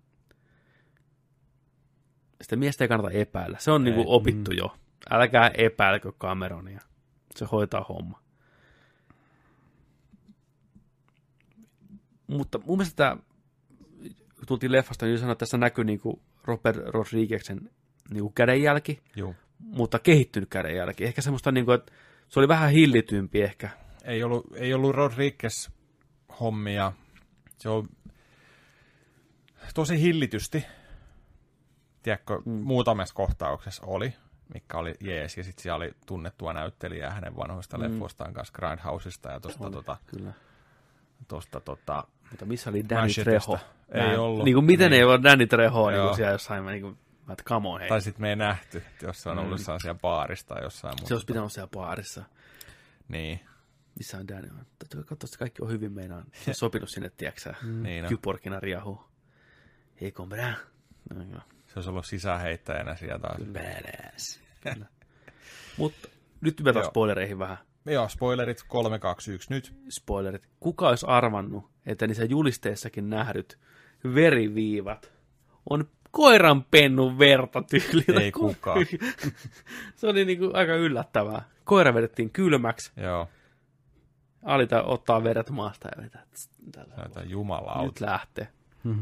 sitä miestä ei kannata epäillä. Se on ei, niinku opittu mm. jo. Älkää epäilkö Cameronia. Se hoitaa homma. Mutta mun mielestä tämä kun tultiin leffasta, niin sanoin, että tässä näkyy niinku Robert Rodriguezin niinku kädenjälki, Joo. mutta kehittynyt kädenjälki. Ehkä semmoista, niinku, että se oli vähän hillitympi ehkä. Ei ollut, ei ollut Rodriguez hommia. Se on tosi hillitysti. Tiedätkö, mm. muutamassa kohtauksessa oli, mikä oli jees, ja sitten siellä oli tunnettua näyttelijää hänen vanhoista mm. leffoistaan kanssa, Grindhouseista ja tuosta tota, tosta, tota, mutta missä oli Danny Trejo? Ei Nää, ollut. Niin kuin miten niin. ei ole Danny Trejoa niin siellä jossain, niin kuin, että come on, hei. Tai sitten me ei nähty, että jos se on ollut mm. siellä baarissa tai jossain muuta. Se olisi pitänyt olla siellä baarissa. Niin. Missä on Danny? Täytyy katsoa, että kaikki on hyvin meinaan. Se on sopinut sinne, tiedäksä, mm. niin kyporkina riahuu. Ei kombrää. No, se olisi ollut sisäänheittäjänä siellä taas. Kyllä. Mutta nyt hypätään spoilereihin vähän. Joo, spoilerit kolme, kaksi, yksi nyt. Spoilerit. Kuka olisi arvannut, että niissä julisteissakin nähdyt veriviivat on koiranpennun verta tyylillä? Ei kukaan. Se oli niinku aika yllättävää. Koira vedettiin kylmäksi. Joo. Alita ottaa veret maasta ja vetää. Näitä jumalauta. Nyt lähtee. Mm-hmm.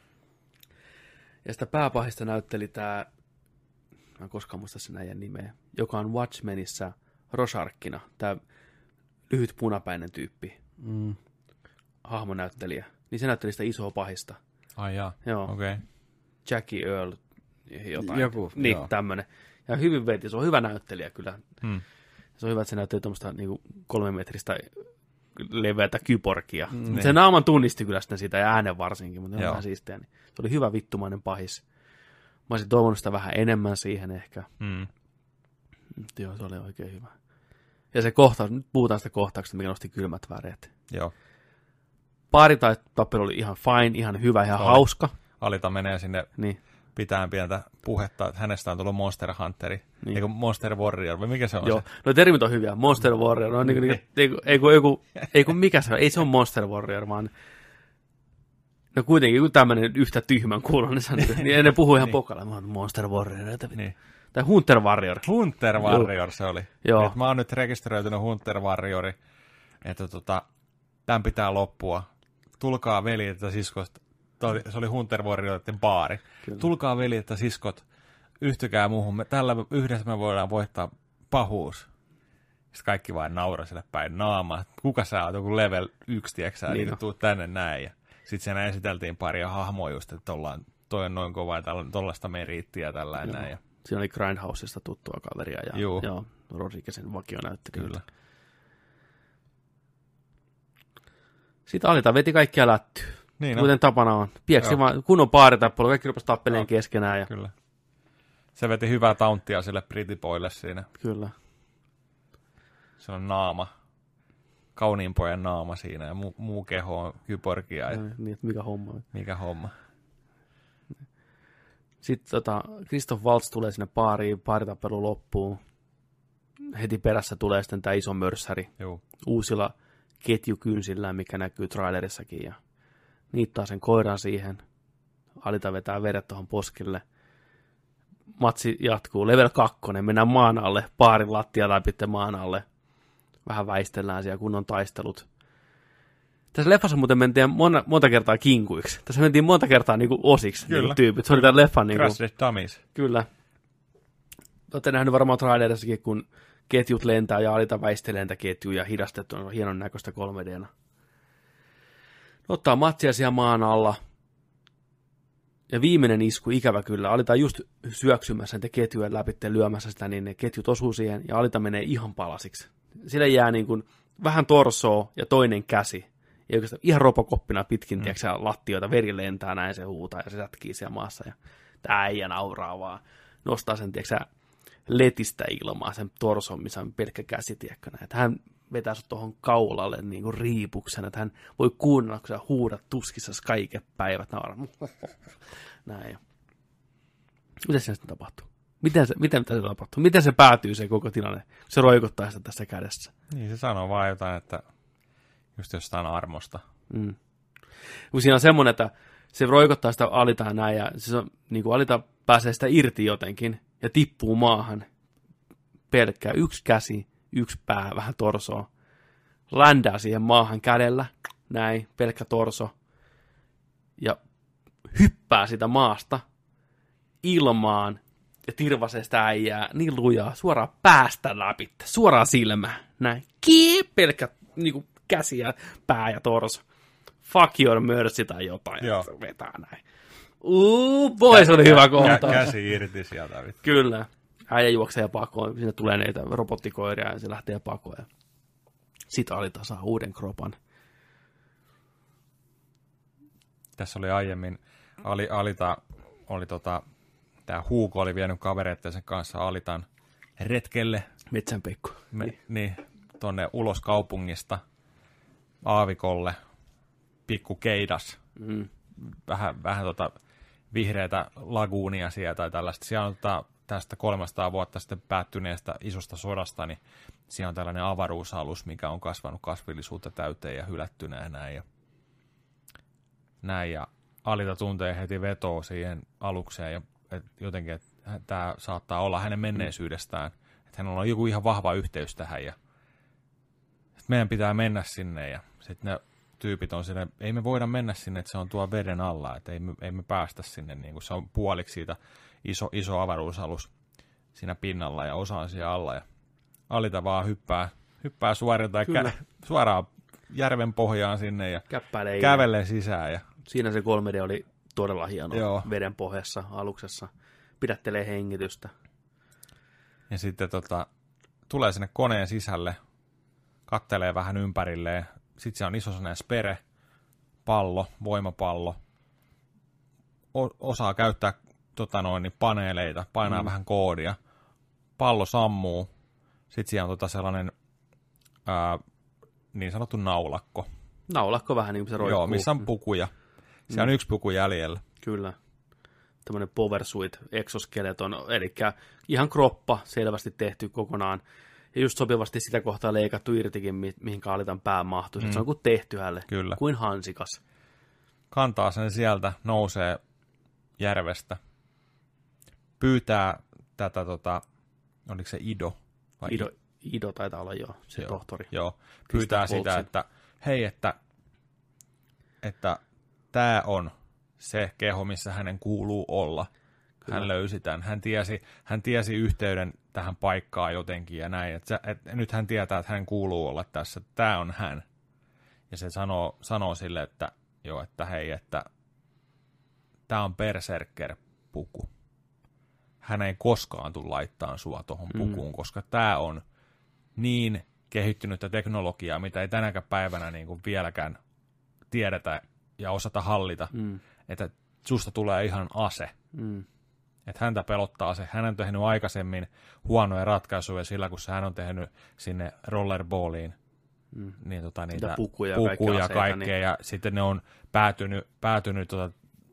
Ja sitä pääpahista näytteli tämä, mä en koskaan muista sen äijän nimeä, joka on Watchmenissa Rosarkkina, tämä lyhyt punapäinen tyyppi, mm. hahmonäyttelijä. Niin se näytteli sitä isoa pahista. Ai jaa, okei. Okay. Jackie Earl, jotain. Joku, niin, joo. tämmönen. Ja hyvin veti, se on hyvä näyttelijä kyllä. Hmm. Se on hyvä, että se näytteli tuommoista niinku kolme metristä leveätä kyborgia. Mm. Se naaman tunnisti kyllä sitten siitä ja äänen varsinkin, mutta se on vähän siistiä. Niin se oli hyvä vittumainen pahis. Mä olisin toivonut sitä vähän enemmän siihen ehkä. Mm. Joo, se oli oikein hyvä. Ja se kohtaus, nyt puhutaan sitä kohtauksesta, mikä nosti kylmät väreet. Joo. Pari tai tappelu oli ihan fine, ihan hyvä, ihan oli. Hauska. Alita menee sinne niin. Pitään pientä puhetta, että hänestä on tullut Monster Hunteri. Niin. Eikö Monster Warrior, vai mikä se on? Joo, se? No termit on hyviä. Monster Warrior, no, niin, niin, ei, ei, ei, ei kun mikä se on, ei se on Monster Warrior, vaan no kuitenkin kun tämmöinen yhtä tyhmän kuulonen sanoo, niin ne puhuu ihan niin. Pokalla, mä oon Monster Warrior. Niin. Tai Hunter Warrior. Hunter Warrior Joo. se oli. Joo. Et mä oon nyt rekisteröitynyt Hunter Warriori, että tota, tämän pitää loppua. Tulkaa veljet ja siskot. Se oli Hunter Warrioritten baari. Kyllä. Tulkaa veljet ja siskot, yhtykää muuhun. Me, tällä yhdessä me voidaan voittaa pahuus. Sitten kaikki vain nauraa sille päin naamaa. Kuka sä oot, joku level yksi, tieksää, niin, niin tuu tänne näin. Ja sitten siinä esiteltiin paria hahmoja just, että ollaan, toi on noin kova ja tollaista meriittiä ja tällainen näin. Ja siinä oli Grindhousesta tuttua kaveria ja joo. Joo, Rodriguezin vakionäyttelijä. Kyllä. Sitten Alita veti kaikkia lättyä. Niin kuten on. Tapana on. Pieksi vaan kunnon paaritappelu, kaikki rupesi tappeleen keskenään. Ja kyllä. Se veti hyvää taunttia sille Pretty Boylle siinä. Kyllä. Se on naama. Kauniin pojan naama siinä ja muu, muu keho on kyborgia. Ja niin, että mikä homma. Mikä homma. Sitten tota, Christoph Waltz tulee sinne baariin, baaritappelu loppuu. Heti perässä tulee sitten tämä iso mörssäri Joo. uusilla ketjukynsillään, mikä näkyy trailerissakin. Ja niittaa sen koiran siihen. Alita vetää veret tuohon poskille. Matsi jatkuu. Level kakkonen. Mennään maan alle. Baarin lattia läpi maan alle. Vähän väistellään siellä, kun on taistelut. Tässä leffassa muuten mentiin monta, monta kertaa kinkuiksi. Tässä mentiin monta kertaa niinku osiksi. Kyllä. Niinku tyypit. Se oli tämän leffan niinku... Crashed Dummies. Kyllä. Olette nähnyt varmaan trailerissakin, kun ketjut lentää ja Alita väistelee niitä ketjuja hidastettuna hienon näköistä kolme D:na. Ottaa matsia siellä maan alla. Ja viimeinen isku, ikävä kyllä, Alita just syöksymässä niitä ketjuja läpi lyömässä sitä, niin ne ketjut osuu siihen ja Alita menee ihan palasiksi. Sillä jää niin kuin vähän torsoa ja toinen käsi. Ja oikeastaan ihan robokoppina pitkin, mm. tiedätkö, lattioita, veri lentää, näin se huutaa ja se sätkii siellä maassa. Ja tää äijä nauraa vaan, nostaa sen, tiedätkö, letistä ilmaa, sen torson, missä on pelkkä käsi, tiedätkö, että hän vetää sut tuohon kaulalle niin kuin riipuksen, että hän voi kuunnella, kun sä huudat tuskissa kaiket päivät, nauraa. Näin. Mitä se sitten tapahtuu? Miten se, miten se tapahtuu? Miten se päätyy se koko tilanne? Se roikottaa sitä tässä kädessä. Niin, se sanoo vaan jotain, että just jostain armosta. Mm. Kun siinä on semmoinen, että se roikottaa sitä Alitaa näin, ja siis on, niin kuin Alita pääsee sitä irti jotenkin, ja tippuu maahan. Pelkkää yksi käsi, yksi pää, vähän torsoa. Ländää siihen maahan kädellä, näin, pelkkä torso. Ja hyppää sitä maasta ilmaan ja tirvasee sitä äijää niin lujaa suoraan päästä läpi, suoraan silmään, näin. Kii, pelkkä niin kuin käsi ja pää ja torso. Fuck your mercy tai jotain. Joo. Vetää näin. Uuu, boy, se oli hyvä kohtaus. Käsi irti sieltä. Kyllä. Äijä juoksee pakoon, sinne tulee näitä robottikoiria ja se lähtee pakoon. Ja sitten Alita saa uuden kropan. Tässä oli aiemmin, Ali, Alita oli tota, tää Huuko oli vienyt kavereittensa kanssa Alitan retkelle. Metsänpeikko. Me, niin. niin, tonne ulos kaupungista aavikolle, pikku keidas, mm. vähän, vähän tota vihreätä laguunia siellä tai tällaista. Siellä on tota, tästä kolmesataa vuotta sitten päättyneestä isosta sodasta, niin siellä on tällainen avaruusalus, mikä on kasvanut kasvillisuutta täyteen ja hylättynä ja näin. Ja, näin, ja Alita tuntee heti vetoa siihen alukseen, ja et jotenkin, että tämä saattaa olla hänen menneisyydestään, että hänellä on joku ihan vahva yhteys tähän, ja meidän pitää mennä sinne, ja sitten ne tyypit on sinne, ei me voida mennä sinne, että se on tuo veden alla, että ei me, ei me päästä sinne, niin kuin se on puoliksi siitä iso, iso avaruusalus siinä pinnalla, ja osa on siellä alla, ja Alita vaan hyppää, hyppää suorilta ja kä- suoraan järven pohjaan sinne, ja Käppäilee kävelee sisään, ja siinä se kolme D oli todella hieno. Joo. Veden pohjassa aluksessa. Pidättelee hengitystä. Ja sitten tota, tulee sinne koneen sisälle, kattelee vähän ympärilleen. Sitten se on iso sellainen spere, pallo, voimapallo. O- osaa käyttää tota noin, niin paneeleita, painaa mm. vähän koodia. Pallo sammuu. Sitten siellä on tota sellainen ää, niin sanottu naulakko. Naulakko vähän niin kuin se roikkuu. Joo, missä on pukuja. Siellä mm. on yksi puku jäljellä. Kyllä. Tämmöinen powersuit exoskeleton, eli ihan kroppa selvästi tehty kokonaan. Ja just sopivasti sitä kohtaa leikattu irtikin, mi- mihin Alitan pää mahtuu. Mm. Se on kuin tehty hälle, Kyllä. kuin hansikas. Kantaa sen sieltä, nousee järvestä. Pyytää tätä, tota, oliko se Ido? Vai Ido, Ido taitaa olla jo, se joo, tohtori. Joo, pyytää sitä, Voltsin. että hei, että että tämä on se keho, missä hänen kuuluu olla. Kyllä. Hän löysi tämän. Hän tiesi, hän tiesi yhteyden tähän paikkaan jotenkin ja näin. Että, että nyt hän tietää, että hän kuuluu olla tässä. Tämä on hän. Ja se sanoo, sanoo sille, että joo, että hei, että tämä on berserker-puku. Hän ei koskaan tule laittaa sua tuohon pukuun, mm. koska tämä on niin kehittynyttä teknologiaa, mitä ei tänäkään päivänä niin kuin vieläkään tiedetä ja osata hallita, mm. että susta tulee ihan ase. Mm. Että häntä pelottaa se. Hän on tehnyt aikaisemmin huonoja ratkaisuja sillä, kun hän on tehnyt sinne rollerballiin mm. niin tota, niitä pukuja, pukuja kaikkea, kaikkea, niin. Ja sitten ne on päätynyt, päätynyt tota,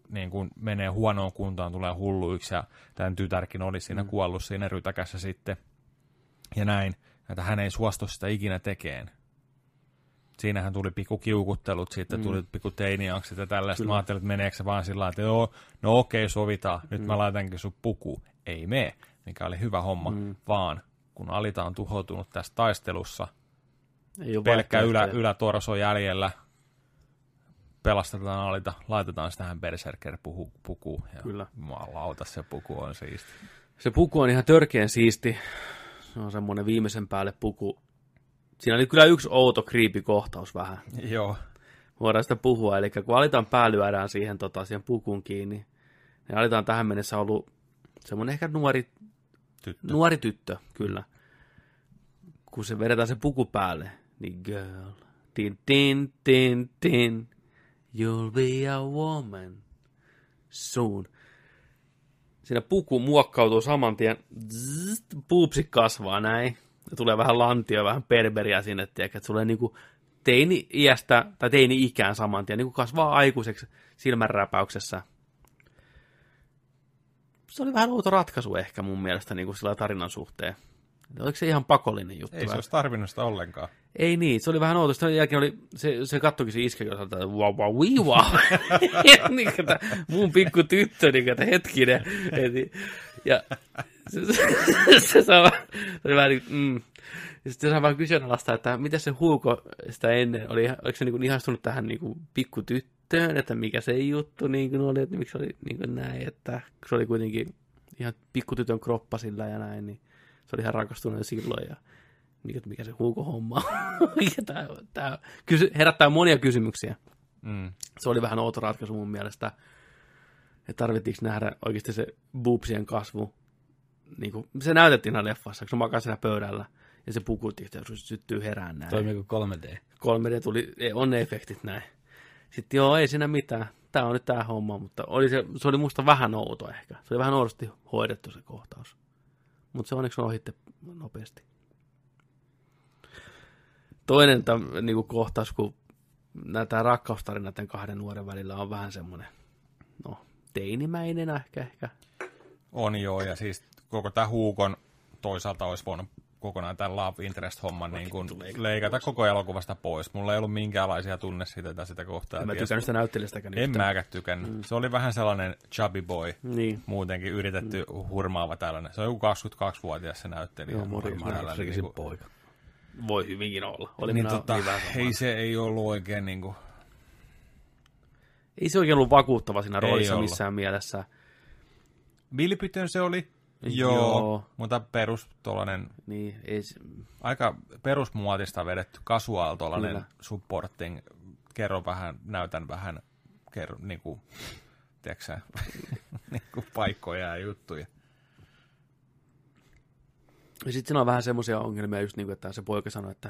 niin kuin menee huonoon kuntoon, tulee hulluiksi, ja tämän tytärkin oli siinä mm. kuollut siinä rytäkässä sitten, ja näin, että hän ei suostu sitä ikinä tekemään. Siinähän tuli pikku kiukuttelut, sitten mm. tuli pikku teiniankset ja tällaista. Kyllä. Mä ajattelin, että meneekö se vaan sillä lailla, että joo, no okei, sovitaan, nyt mm. mä laitankin sun pukuun. Ei mene, mikä oli hyvä homma, mm. vaan kun Alita on tuhoutunut tässä taistelussa, pelkkä ylä, ylätorso jäljellä, pelastetaan Alita, laitetaan sitä tähän Berserker-pukuun. Kyllä. Jumalauta, se puku on siisti. Se puku on ihan törkeän siisti. Se on semmoinen viimeisen päälle puku. Siinä oli kyllä yksi outo creepy-kohtaus vähän. Joo. Voidaan sitä puhua. Eli kun Alitan pää lyödään siihen, tota, siihen pukuun kiinni, niin Alita on tähän mennessä ollut semmoinen ehkä nuori tyttö. nuori tyttö, kyllä. Kun se vedetään se puku päälle, niin girl, tin, tin, tin, tin, you'll be a woman soon. Siinä puku muokkautuu saman tien, zzz, puupsi kasvaa näin, ja tulee vähän lantio, vähän berberiä sinne, tiedätkö, että tulee niinku teini-iästä, tai teini-ikään saman tien, niinku kasvaa aikuiseksi silmänräpäyksessä. Se oli vähän outo ratkaisu ehkä mun mielestä niinku sillä tarinan suhteen. Oliko se ihan pakollinen juttu? Ei se olisi tarvinnut sitä ollenkaan. Ei niin, se oli vähän outo. Sitten jälkeen oli, se, se kattoikin se iskekin, että wow, wow, wii, wow. niin, että mun pikku tyttö, niin, että hetkinen. Et, ja se, se, se, saa, se oli vähän niin, mm. Ja sitten se saa vähän kyseenalaista, että miten se Hugo sitä ennen, oli, oliko se niin kuin ihastunut tähän niin kuin pikku tyttöön, että mikä se juttu niin kuin oli, että miksi se oli niin kuin näin, että se oli kuitenkin ihan pikkutytön kroppa sillä ja näin, niin se oli ihan rakastunut silloin ja niin, mikä se Hugo-homma tämä, tämä kysy- herättää monia kysymyksiä. Mm. Se oli vähän outo ratkaisu mun mielestä, että tarvittiinko nähdä oikeasti se boobsien kasvu. Niin kuin, se näytettiin siinä leffassa, kun se makaa siinä pöydällä ja se pukutti, että se syttyy herään näin. Toimiiko kolme D? kolme D tuli, on ne efektit näin. Sitten joo, ei siinä mitään. Tämä on nyt tämä homma, mutta oli se, se oli musta vähän outo ehkä. Se oli vähän oudosti hoidettu se kohtaus. Mutta se onneksi on ohitte nopeasti. Toinen tam, niinku kohtaus, kun tämä rakkaustarina näiden kahden nuoren välillä on vähän semmoinen, no, teinimäinen ehkä. ehkä. On joo, ja siis koko tämä Huukon toisaalta olisi voinut kokonaan tämän Love Interest-homman niin kuin leikata koko elokuvasta pois. Mulla ei ollut minkäänlaisia tunne siitä sitä kohtaa. En mä tykännyt sitä näyttelijästäkään. En mäkään tykännyt. Mm. Se oli vähän sellainen chubby boy, niin. Muutenkin yritetty mm. hurmaava tällainen. Se on joku kaksikymmentäkaksivuotias se näyttelijä. Joo, morjens, niin poika. Voi hyvinkin olla. Oli niin tota, ei se ei ollut oikein niin kuin... Ei se oikein ollut vakuuttava siinä roolissa ei missään ollut. Mielessä. Vilpitön se oli. Joo, Joo, mutta perus tuollainen, niin, ei se... aika perusmuotista vedetty casual tuollainen supporting, kerro vähän, näytän vähän, kerro, niin kuin, tiedätkö sä, niin kuin paikkoja ja juttuja. Ja sitten siinä on vähän semmoisia ongelmia, just niin kuin, että se poika sanoi, että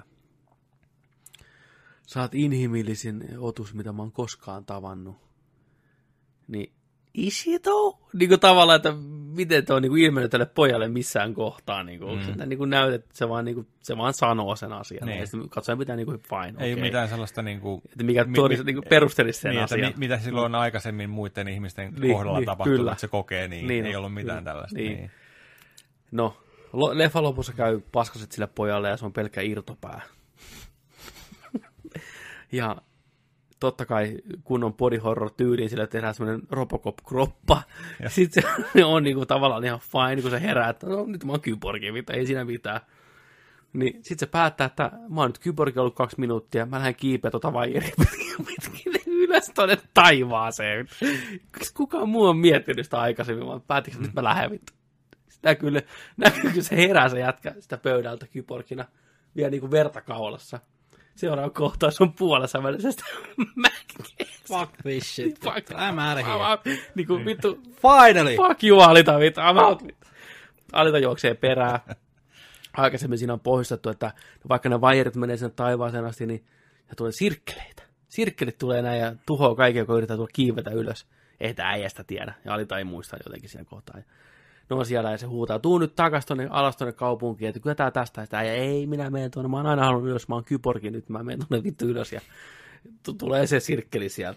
sä oot inhimillisin otus, mitä mä oon koskaan tavannut. Niin, is it all? Niin kuin tavallaan, että miten te on niin kuin ilmennyt tälle pojalle missään kohtaa. Niin kuin, mm. niin kuin näytet, että se vaan, niin kuin, se vaan sanoo sen asian. Niin. Ja sitten katsoen pitää niin kuin fine. Ei okay. mitään sellaista niin kuin... Että mikä tuodisi, niin kuin perustelisi sen niin, asian. Mi, mitä silloin aikaisemmin muiden ihmisten niin, kohdalla niin, tapahtunut, kyllä. Että se kokee, niin, niin ei ollut mitään kyllä. Tällaista. Niin. Niin. No, leffan lopussa käy paskaset sille pojalle ja se on pelkkä irtopää. Ja... totta kai kunnon body horror tyyliin, sillä tehdään semmoinen Robocop-kroppa. Ja. Sitten se on niinku tavallaan ihan fine, kun se herää, että no nyt mä oon kyborgi, mitä ei siinä mitään. Niin sitten se päättää, että mä oon nyt kyborgi ollut kaksi minuuttia, mä lähden kiipeä tota vaijeria pitkin ylös tuonne taivaaseen. Kukaan muu on miettinyt sitä aikaisemmin, vaan päätin, että mm. nyt mä lähden vittu. Sitten näkyy, näkyy, kun se herää se jätkä sitä pöydältä kyborgina, vielä niinku verta kaulassa. Seuraava kohtaus on puolessa välisestä mäkkeestä. Fuck this shit. Fuck. I'm out of here. Niin kuin vittu. Finally. Fuck you, Alita, vittu. I'm out. Alita juoksee perään. Aikaisemmin siinä on pohjustettu, että vaikka ne vaijerit menee sen taivaaseen asti, niin ja tulee sirkkeleitä. Sirkkelit tulee näin ja tuhoaa kaiken, joka yrittää tulla kiivetä ylös. Ei tämä äijästä tiedä. Ja Alita ei muista jotenkin siinä kohtaa. No siellä ja se huutaa, tuu nyt takas tonne alas tonne kaupunkiin, että kyllä tää tästä, sitä ja ei, minä menen tuonne, mä oon aina halunnut ylös, mä oon kyborgi nyt, mä menen tuonne vittu ylös ja t- tulee se sirkkeli sieltä.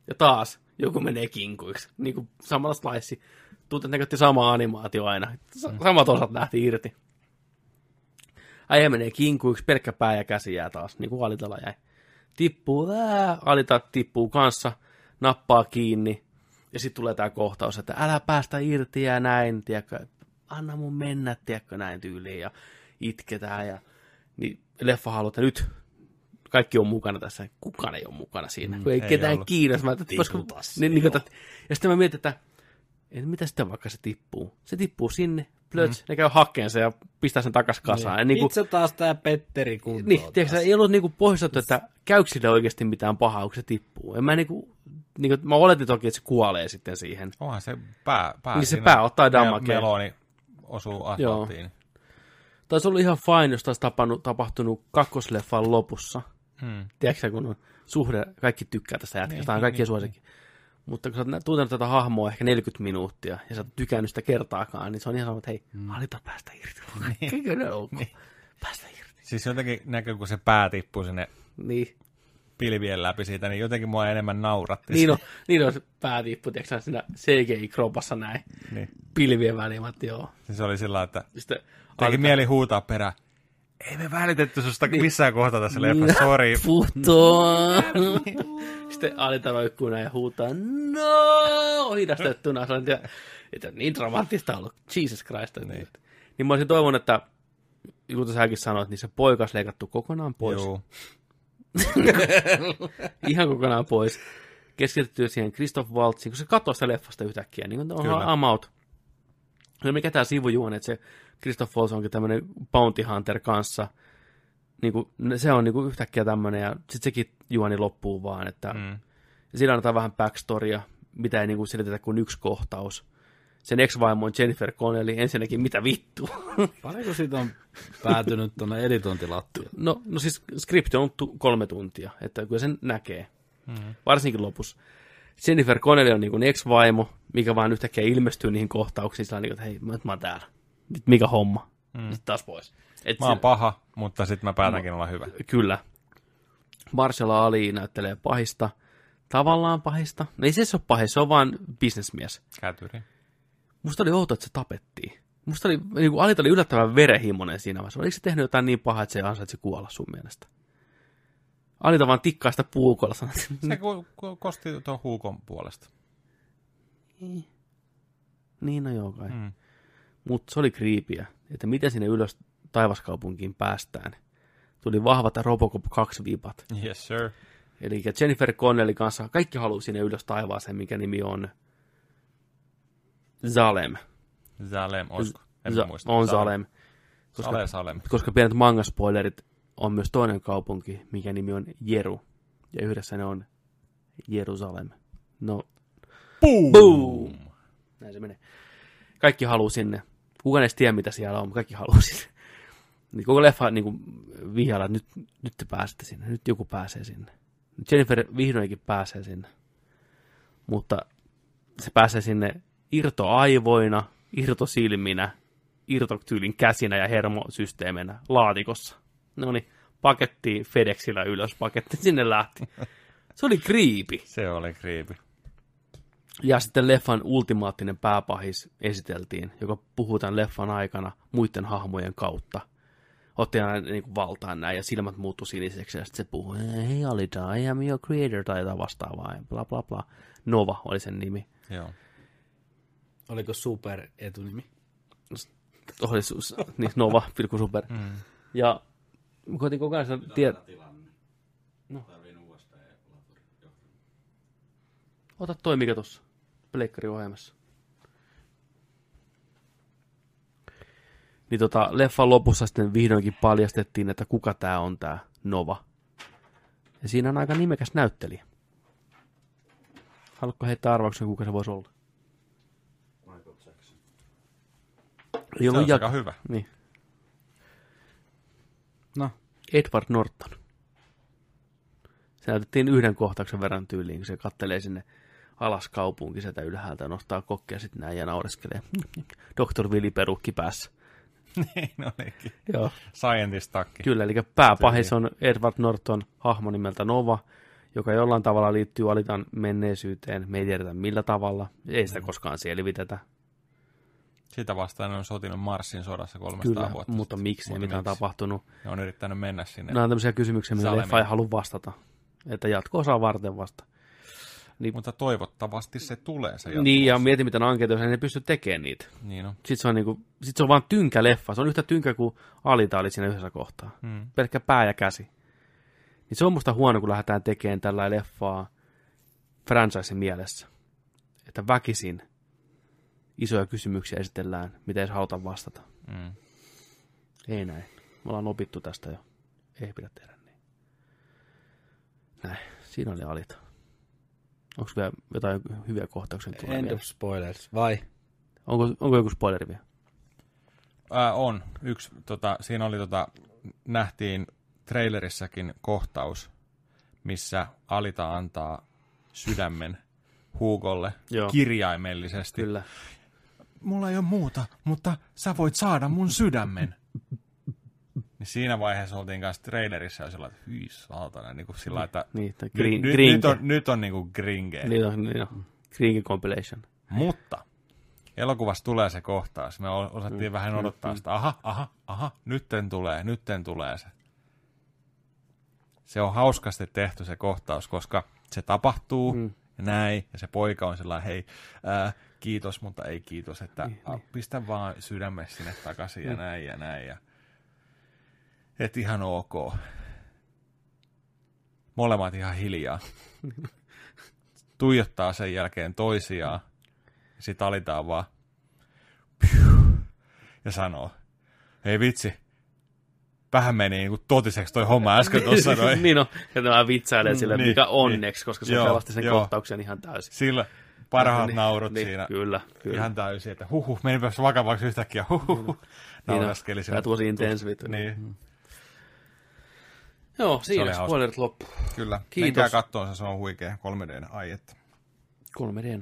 Ja taas joku menee kinkuiksi. Niin kuin samalla slice. Tuntuu, että näkötti sama animaatio aina. Samat osat lähti irti. Äijä menee kinkuiksi, pelkkä pää ja käsi jää taas, niin kuin Alitalla jäi. Tippuu, ää, Alita tippuu kanssa, nappaa kiinni. Ja sitten tulee tämä kohtaus, että älä päästä irti ja näin, tiedätkö, anna mun mennä, tiedätkö, näin tyyliin. Ja itketään ja niin leffa haluaa, että nyt kaikki on mukana tässä. Kukaan ei ole mukana siinä, kun ei, ei ketään kiinnosta. Niin, niin, ja sitten mä mietin, että et mitä sitten vaikka se tippuu? Se tippuu sinne, plöts, mm. ne käy hakkeen sen ja pistää sen takas kasaan. Niin. Niin itse taas tää Petteri kuntoon. Niin, tiedätkö, ei ollut niinku pohjustettu, että käykö sille oikeasti mitään pahaa, kun se tippuu. En mä niinku, niinku, mä oletin toki, että se kuolee sitten siihen. Onhan se pää, pää niin se pää ottaa damakea. Meloni osuu asfalttiin. Taisi ollut ihan fine, jos taisi tapannut, tapahtunut kakkosleffan lopussa. Hmm. Tiedätkö kun on suhde, kaikki tykkää tästä jätkästä, niin, kaikki niin, suosikin. Niin. Mutta kun sä oot tuntenut tätä hahmoa ehkä neljäkymmentä minuuttia, ja sä oot tykännyt sitä kertaakaan, niin se on ihan sama, että hei, mm. Alita päästä irti. Niin. Päästä irti. Siis jotenkin näkyy, kun se pää tippuu sinne niin. pilvien läpi siitä, niin jotenkin mua enemmän nauratti. Niin on, niin on se pää tippuu, tiedätkö siinä C G I-kropassa näin, niin. pilvien väliin, joo. Siis oli sillä että sitten teki Alita... mieli huutaa perään. Ei me välitetty susta niin. missään kohtaa tässä leffassa, sori. Putoa. Sitten Alita roikkuu näin ja huutaa, no, hidastettuna. Että niin dramaattista ollut, Jesus Christ. Niin. niin mä olisin toivonut, että, kuten säkin sanoit, niin se poika olisi leikattu kokonaan pois. Joo. Ihan kokonaan pois. Keskityttyä siihen Christoph Waltziin, kun se katsoo sitä leffasta yhtäkkiä, niin on I'm out. No mikä tämä sivujuoni, että se Christoph Waltz onkin tämmöinen bounty hunter kanssa. Niin kuin, se on niin kuin yhtäkkiä tämmöinen, ja sitten sekin juoni loppuu vaan. Että, mm. Siinä annetaan vähän backstorya, mitä ei niin kuin selitetä kuin yksi kohtaus. Sen ex-vaimo on Jennifer Connelly. Ensinnäkin, mitä vittu? Paljonko siitä on päätynyt tuonne editointilattiaan? No, no siis skripti on tu- kolme tuntia, että kyllä sen näkee. Mm. Varsinkin lopussa. Jennifer Connelly on niin kuin ex-vaimo, mikä vaan yhtäkkiä ilmestyy niihin kohtauksiin. Sillä on niin kuin, että hei, mä, mä oon täällä. Nyt mikä homma? Mm. Sitten taas pois. Et mä oon se... paha, mutta sitten mä päätänkin olla hyvä. Kyllä. Marshall Ali näyttelee pahista. Tavallaan pahista. No ei se ole pahis, se on vaan bisnesmies. Kätyri. Musta oli outo, että se tapettiin. Musta oli, niin kuin Alita oli yllättävän verenhimoinen siinä vaiheessa. Oliko se tehnyt jotain niin pahaa, että se ansaitsi kuolla sun mielestä? Alita vaan tikkaa sitä puukolla. Se ku, ku, kosti tuon huukon puolesta. Niin, niin no joo kai. Mm. Mutta se oli kriipiä, että miten sinne ylös taivaskaupunkiin päästään. Tuli vahvat Robocop kaksi vipat. Yes, sir. Eli Jennifer Connelly kanssa, kaikki haluaa sinne ylös taivaaseen, mikä nimi on Zalem. Zalem, olisiko? En Z- muista. On Zalem. Koska, Sale, Salem. koska pienet mangaspoilerit on myös toinen kaupunki, mikä nimi on Jeru. Ja yhdessä ne on Jerusalem. No, boom! boom! Näin se menee. Kaikki haluaa sinne. Kukaan ei tiedä, mitä siellä on, mutta kaikki haluaa sinne. Niin koko leffa niin kuin vihjailla, että nyt, nyt te pääsette sinne, nyt joku pääsee sinne. Jennifer vihdoinkin pääsee sinne. Mutta se pääsee sinne irtoaivoina, irtosilminä, irtotyylin käsinä ja hermosysteeminä laatikossa. No niin, paketti FedExillä ylös, paketti sinne lähti. Se oli creepy. Se oli creepy. Ja sitten leffan ultimaattinen pääpahis esiteltiin, joka puhuu tämän leffan aikana muiden hahmojen kautta. Otti aina niin kuin valtaan näin ja silmät muuttu siniseksi ja sitten se puhuu, hei Alita, I am your creator tai jotain vastaavaa ja bla bla bla. Nova oli sen nimi. Joo. Oliko super etunimi? Oli niin, Nova, pilkku super. Mm. Ja mä koitin koko ajan tiedä. No. Ota toi mikä tossa. Pleikkariohjelmassa. Niin tota, leffan lopussa sitten vihdoinkin paljastettiin, että kuka tää on tää Nova. Ja siinä on aika nimekäs näyttelijä. Haluatko heittää arvauksen, kuka se voisi olla? Michael Jackson. Se on aika hyvä. Niin. No. Edward Norton. Se näytettiin yhden kohtauksen verran tyyliin, kun se kattelee sinne alas kaupunki sieltä ylhäältä ja nostaa kokkia sitten näin ja naureskelee. doktor Willy perukki päässä. Niin olikin. Joo. Scientist-takki. Kyllä, eli pääpahis on Edward Norton, hahmo nimeltä Nova, joka jollain tavalla liittyy Alitan menneisyyteen. Me ei tiedetä millä tavalla. Ei sitä koskaan selvitetä. Sitä vastaan on sotinut Marsin sodassa kolmesataa Kyllä, vuotta. mutta miksi ja mitä on tapahtunut. Ne on yrittänyt mennä sinne. Nämä on tämmöisiä kysymyksiä, mihin leffa ei halua vastata. Että jatko-osaa varten vasta. Niin, mutta toivottavasti se tulee se jatko-osa. Niin, ja mieti mitä ankeita, jos ei pysty tekemään niitä. Niin on. Sitten se on, niinku, sit se on vaan tynkä leffa. Se on yhtä tynkä kuin Alita oli siinä yhdessä kohtaa. Hmm. Pelkkä pää ja käsi. Niin se on musta huono, kun lähdetään tekemään tällä leffaa franchisen mielessä. Että väkisin isoja kysymyksiä esitellään, mitä ei haluta vastata. Hmm. Ei näin. Me ollaan opittu tästä jo. Ei pidä tehdä niin. Näin. Siinä oli Alita. Onko vielä jotain hyviä kohtauksia? End of spoilers, vai? Onko, onko joku spoileri vielä? Ää, on. Yksi, tota, siinä oli, tota, nähtiin trailerissakin kohtaus, missä Alita antaa sydämen Hugolle Joo. kirjaimellisesti. Kyllä. Mulla ei ole muuta, mutta sä voit saada mun sydämen. Niin siinä vaiheessa oltiin kanssa trailerissa ja sillä, että hyi saatana, niin kuin sillä, että niin, green, nyt, nyt on, nyt on niin kuin gringe. Niin on, niin on. Gringe compilation. Mutta elokuvassa tulee se kohtaus. Me osattiin mm, vähän odottaa mm, sitä. Aha, aha, aha, nytten tulee, nytten tulee se. Se on hauskasti tehty se kohtaus, koska se tapahtuu mm. ja näin, ja se poika on sellainen, hei, ää, kiitos, mutta ei kiitos, että niin, a, pistä vaan sydämessä sinne takaisin ja mm. näin ja näin. Ja et ihan ok. Molemmat ihan hiljaa. Tuijottaa sen jälkeen toisiaan. Sitten alitaan vaan. Ja sanoo. Hei vitsi. Vähän meni niin kuin totiseksi toi homma äsken tuossa noin. Niin on. Ja tämä vitsailee sille, niin, mikä onneksi, koska se joo, pelasti sen joo. kohtauksen ihan täysin. Sillä parhaat niin, naurut niin, siinä. Kyllä, kyllä. Ihan täysin, että huhuh, menipäs vakavaksi yhtäkkiä. Huhuh. Nauraskeli siinä. Tämä tosi intensivit. Niin. Mm. Joo, siinä spoilerit loppu. Kyllä. Kiitos. Menkää kattoon, se on huikea kolme D aietta. kolme D.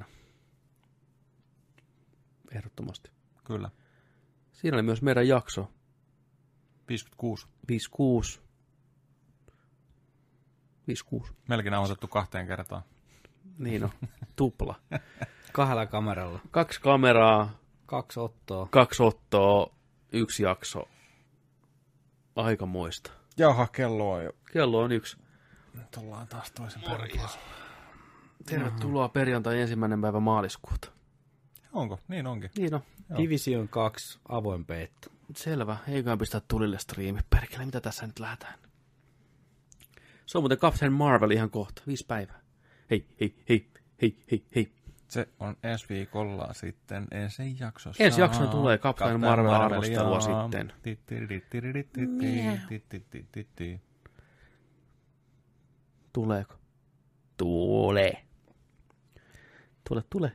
Ehdottomasti. Kyllä. Siinä oli myös meidän jakso. viisikymmentäkuusi. viisikymmentäkuusi. viisikymmentäkuusi. Melkein on otettu kahteen kertaan. Niin on. Tupla. Kahdella kameralla. Kaksi kameraa. Kaksi ottoa. Kaksi ottoa. Yksi jakso. Aikamoista. Jaha, kello on jo. Kello on yksi. Nyt ollaan taas toisen perkeen. Tervetuloa perjantai ensimmäinen päivä maaliskuuta. Onko? Niin onkin. Niin on. Joo. Division kaksi, avoin peitto. Selvä. Eiköhän pistää tulille striimi. Perkele, mitä tässä nyt lähdetään? Se on muuten Captain Marvel ihan kohta. Viisi päivää. Hei, hei, hei, hei, hei, hei. Se on ensi viikolla sitten ensi jaksossa. Ensi jaksossa tulee Captain Marvel arvostelua sitten. Tuleeko? Tule. Tule, tule.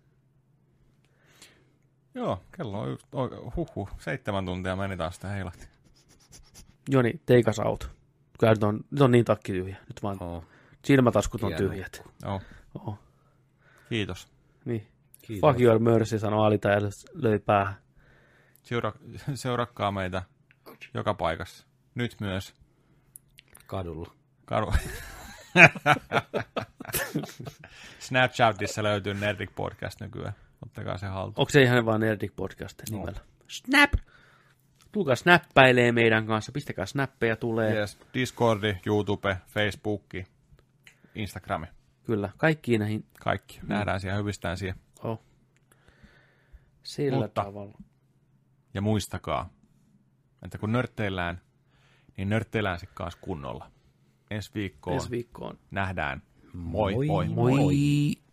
Joo, kello on huhhuh. Seitsemän tuntia meni taas sitä heilahti. Joni, take us out. Kyllä nyt on, nyt on niin takki tyhjä. Nyt vaan oh. silmätaskut on tyhjät. Oh. Oh. Kiitos. Niin. Kiitos. Fuck your mercy, sanoi Alita ja löi päähän. Seura- seurakkaa meitä joka paikassa. Nyt myös. Kadulla. Kadu. Snapchatissa löytyy Nerdik Podcast nykyään. Ottakaa se haltuun. Onko se ihan vaan Nerdik Podcast nimellä? No. Snap! Tulkaa snappäilee meidän kanssa. Pistäkää snappeja tulee. Yes. Discordi, YouTube, Facebooki, Instagrami. Kyllä, kaikkiin näihin. Kaikki. Nähdään siellä, hyvistään siellä. Oh. Sillä Mutta, tavalla. Ja muistakaa, että kun nörtteillään, niin nörtteillään sitten kanssa kunnolla. Ensi viikkoon, Ensi viikkoon. nähdään. Moi, moi, moi. moi. moi.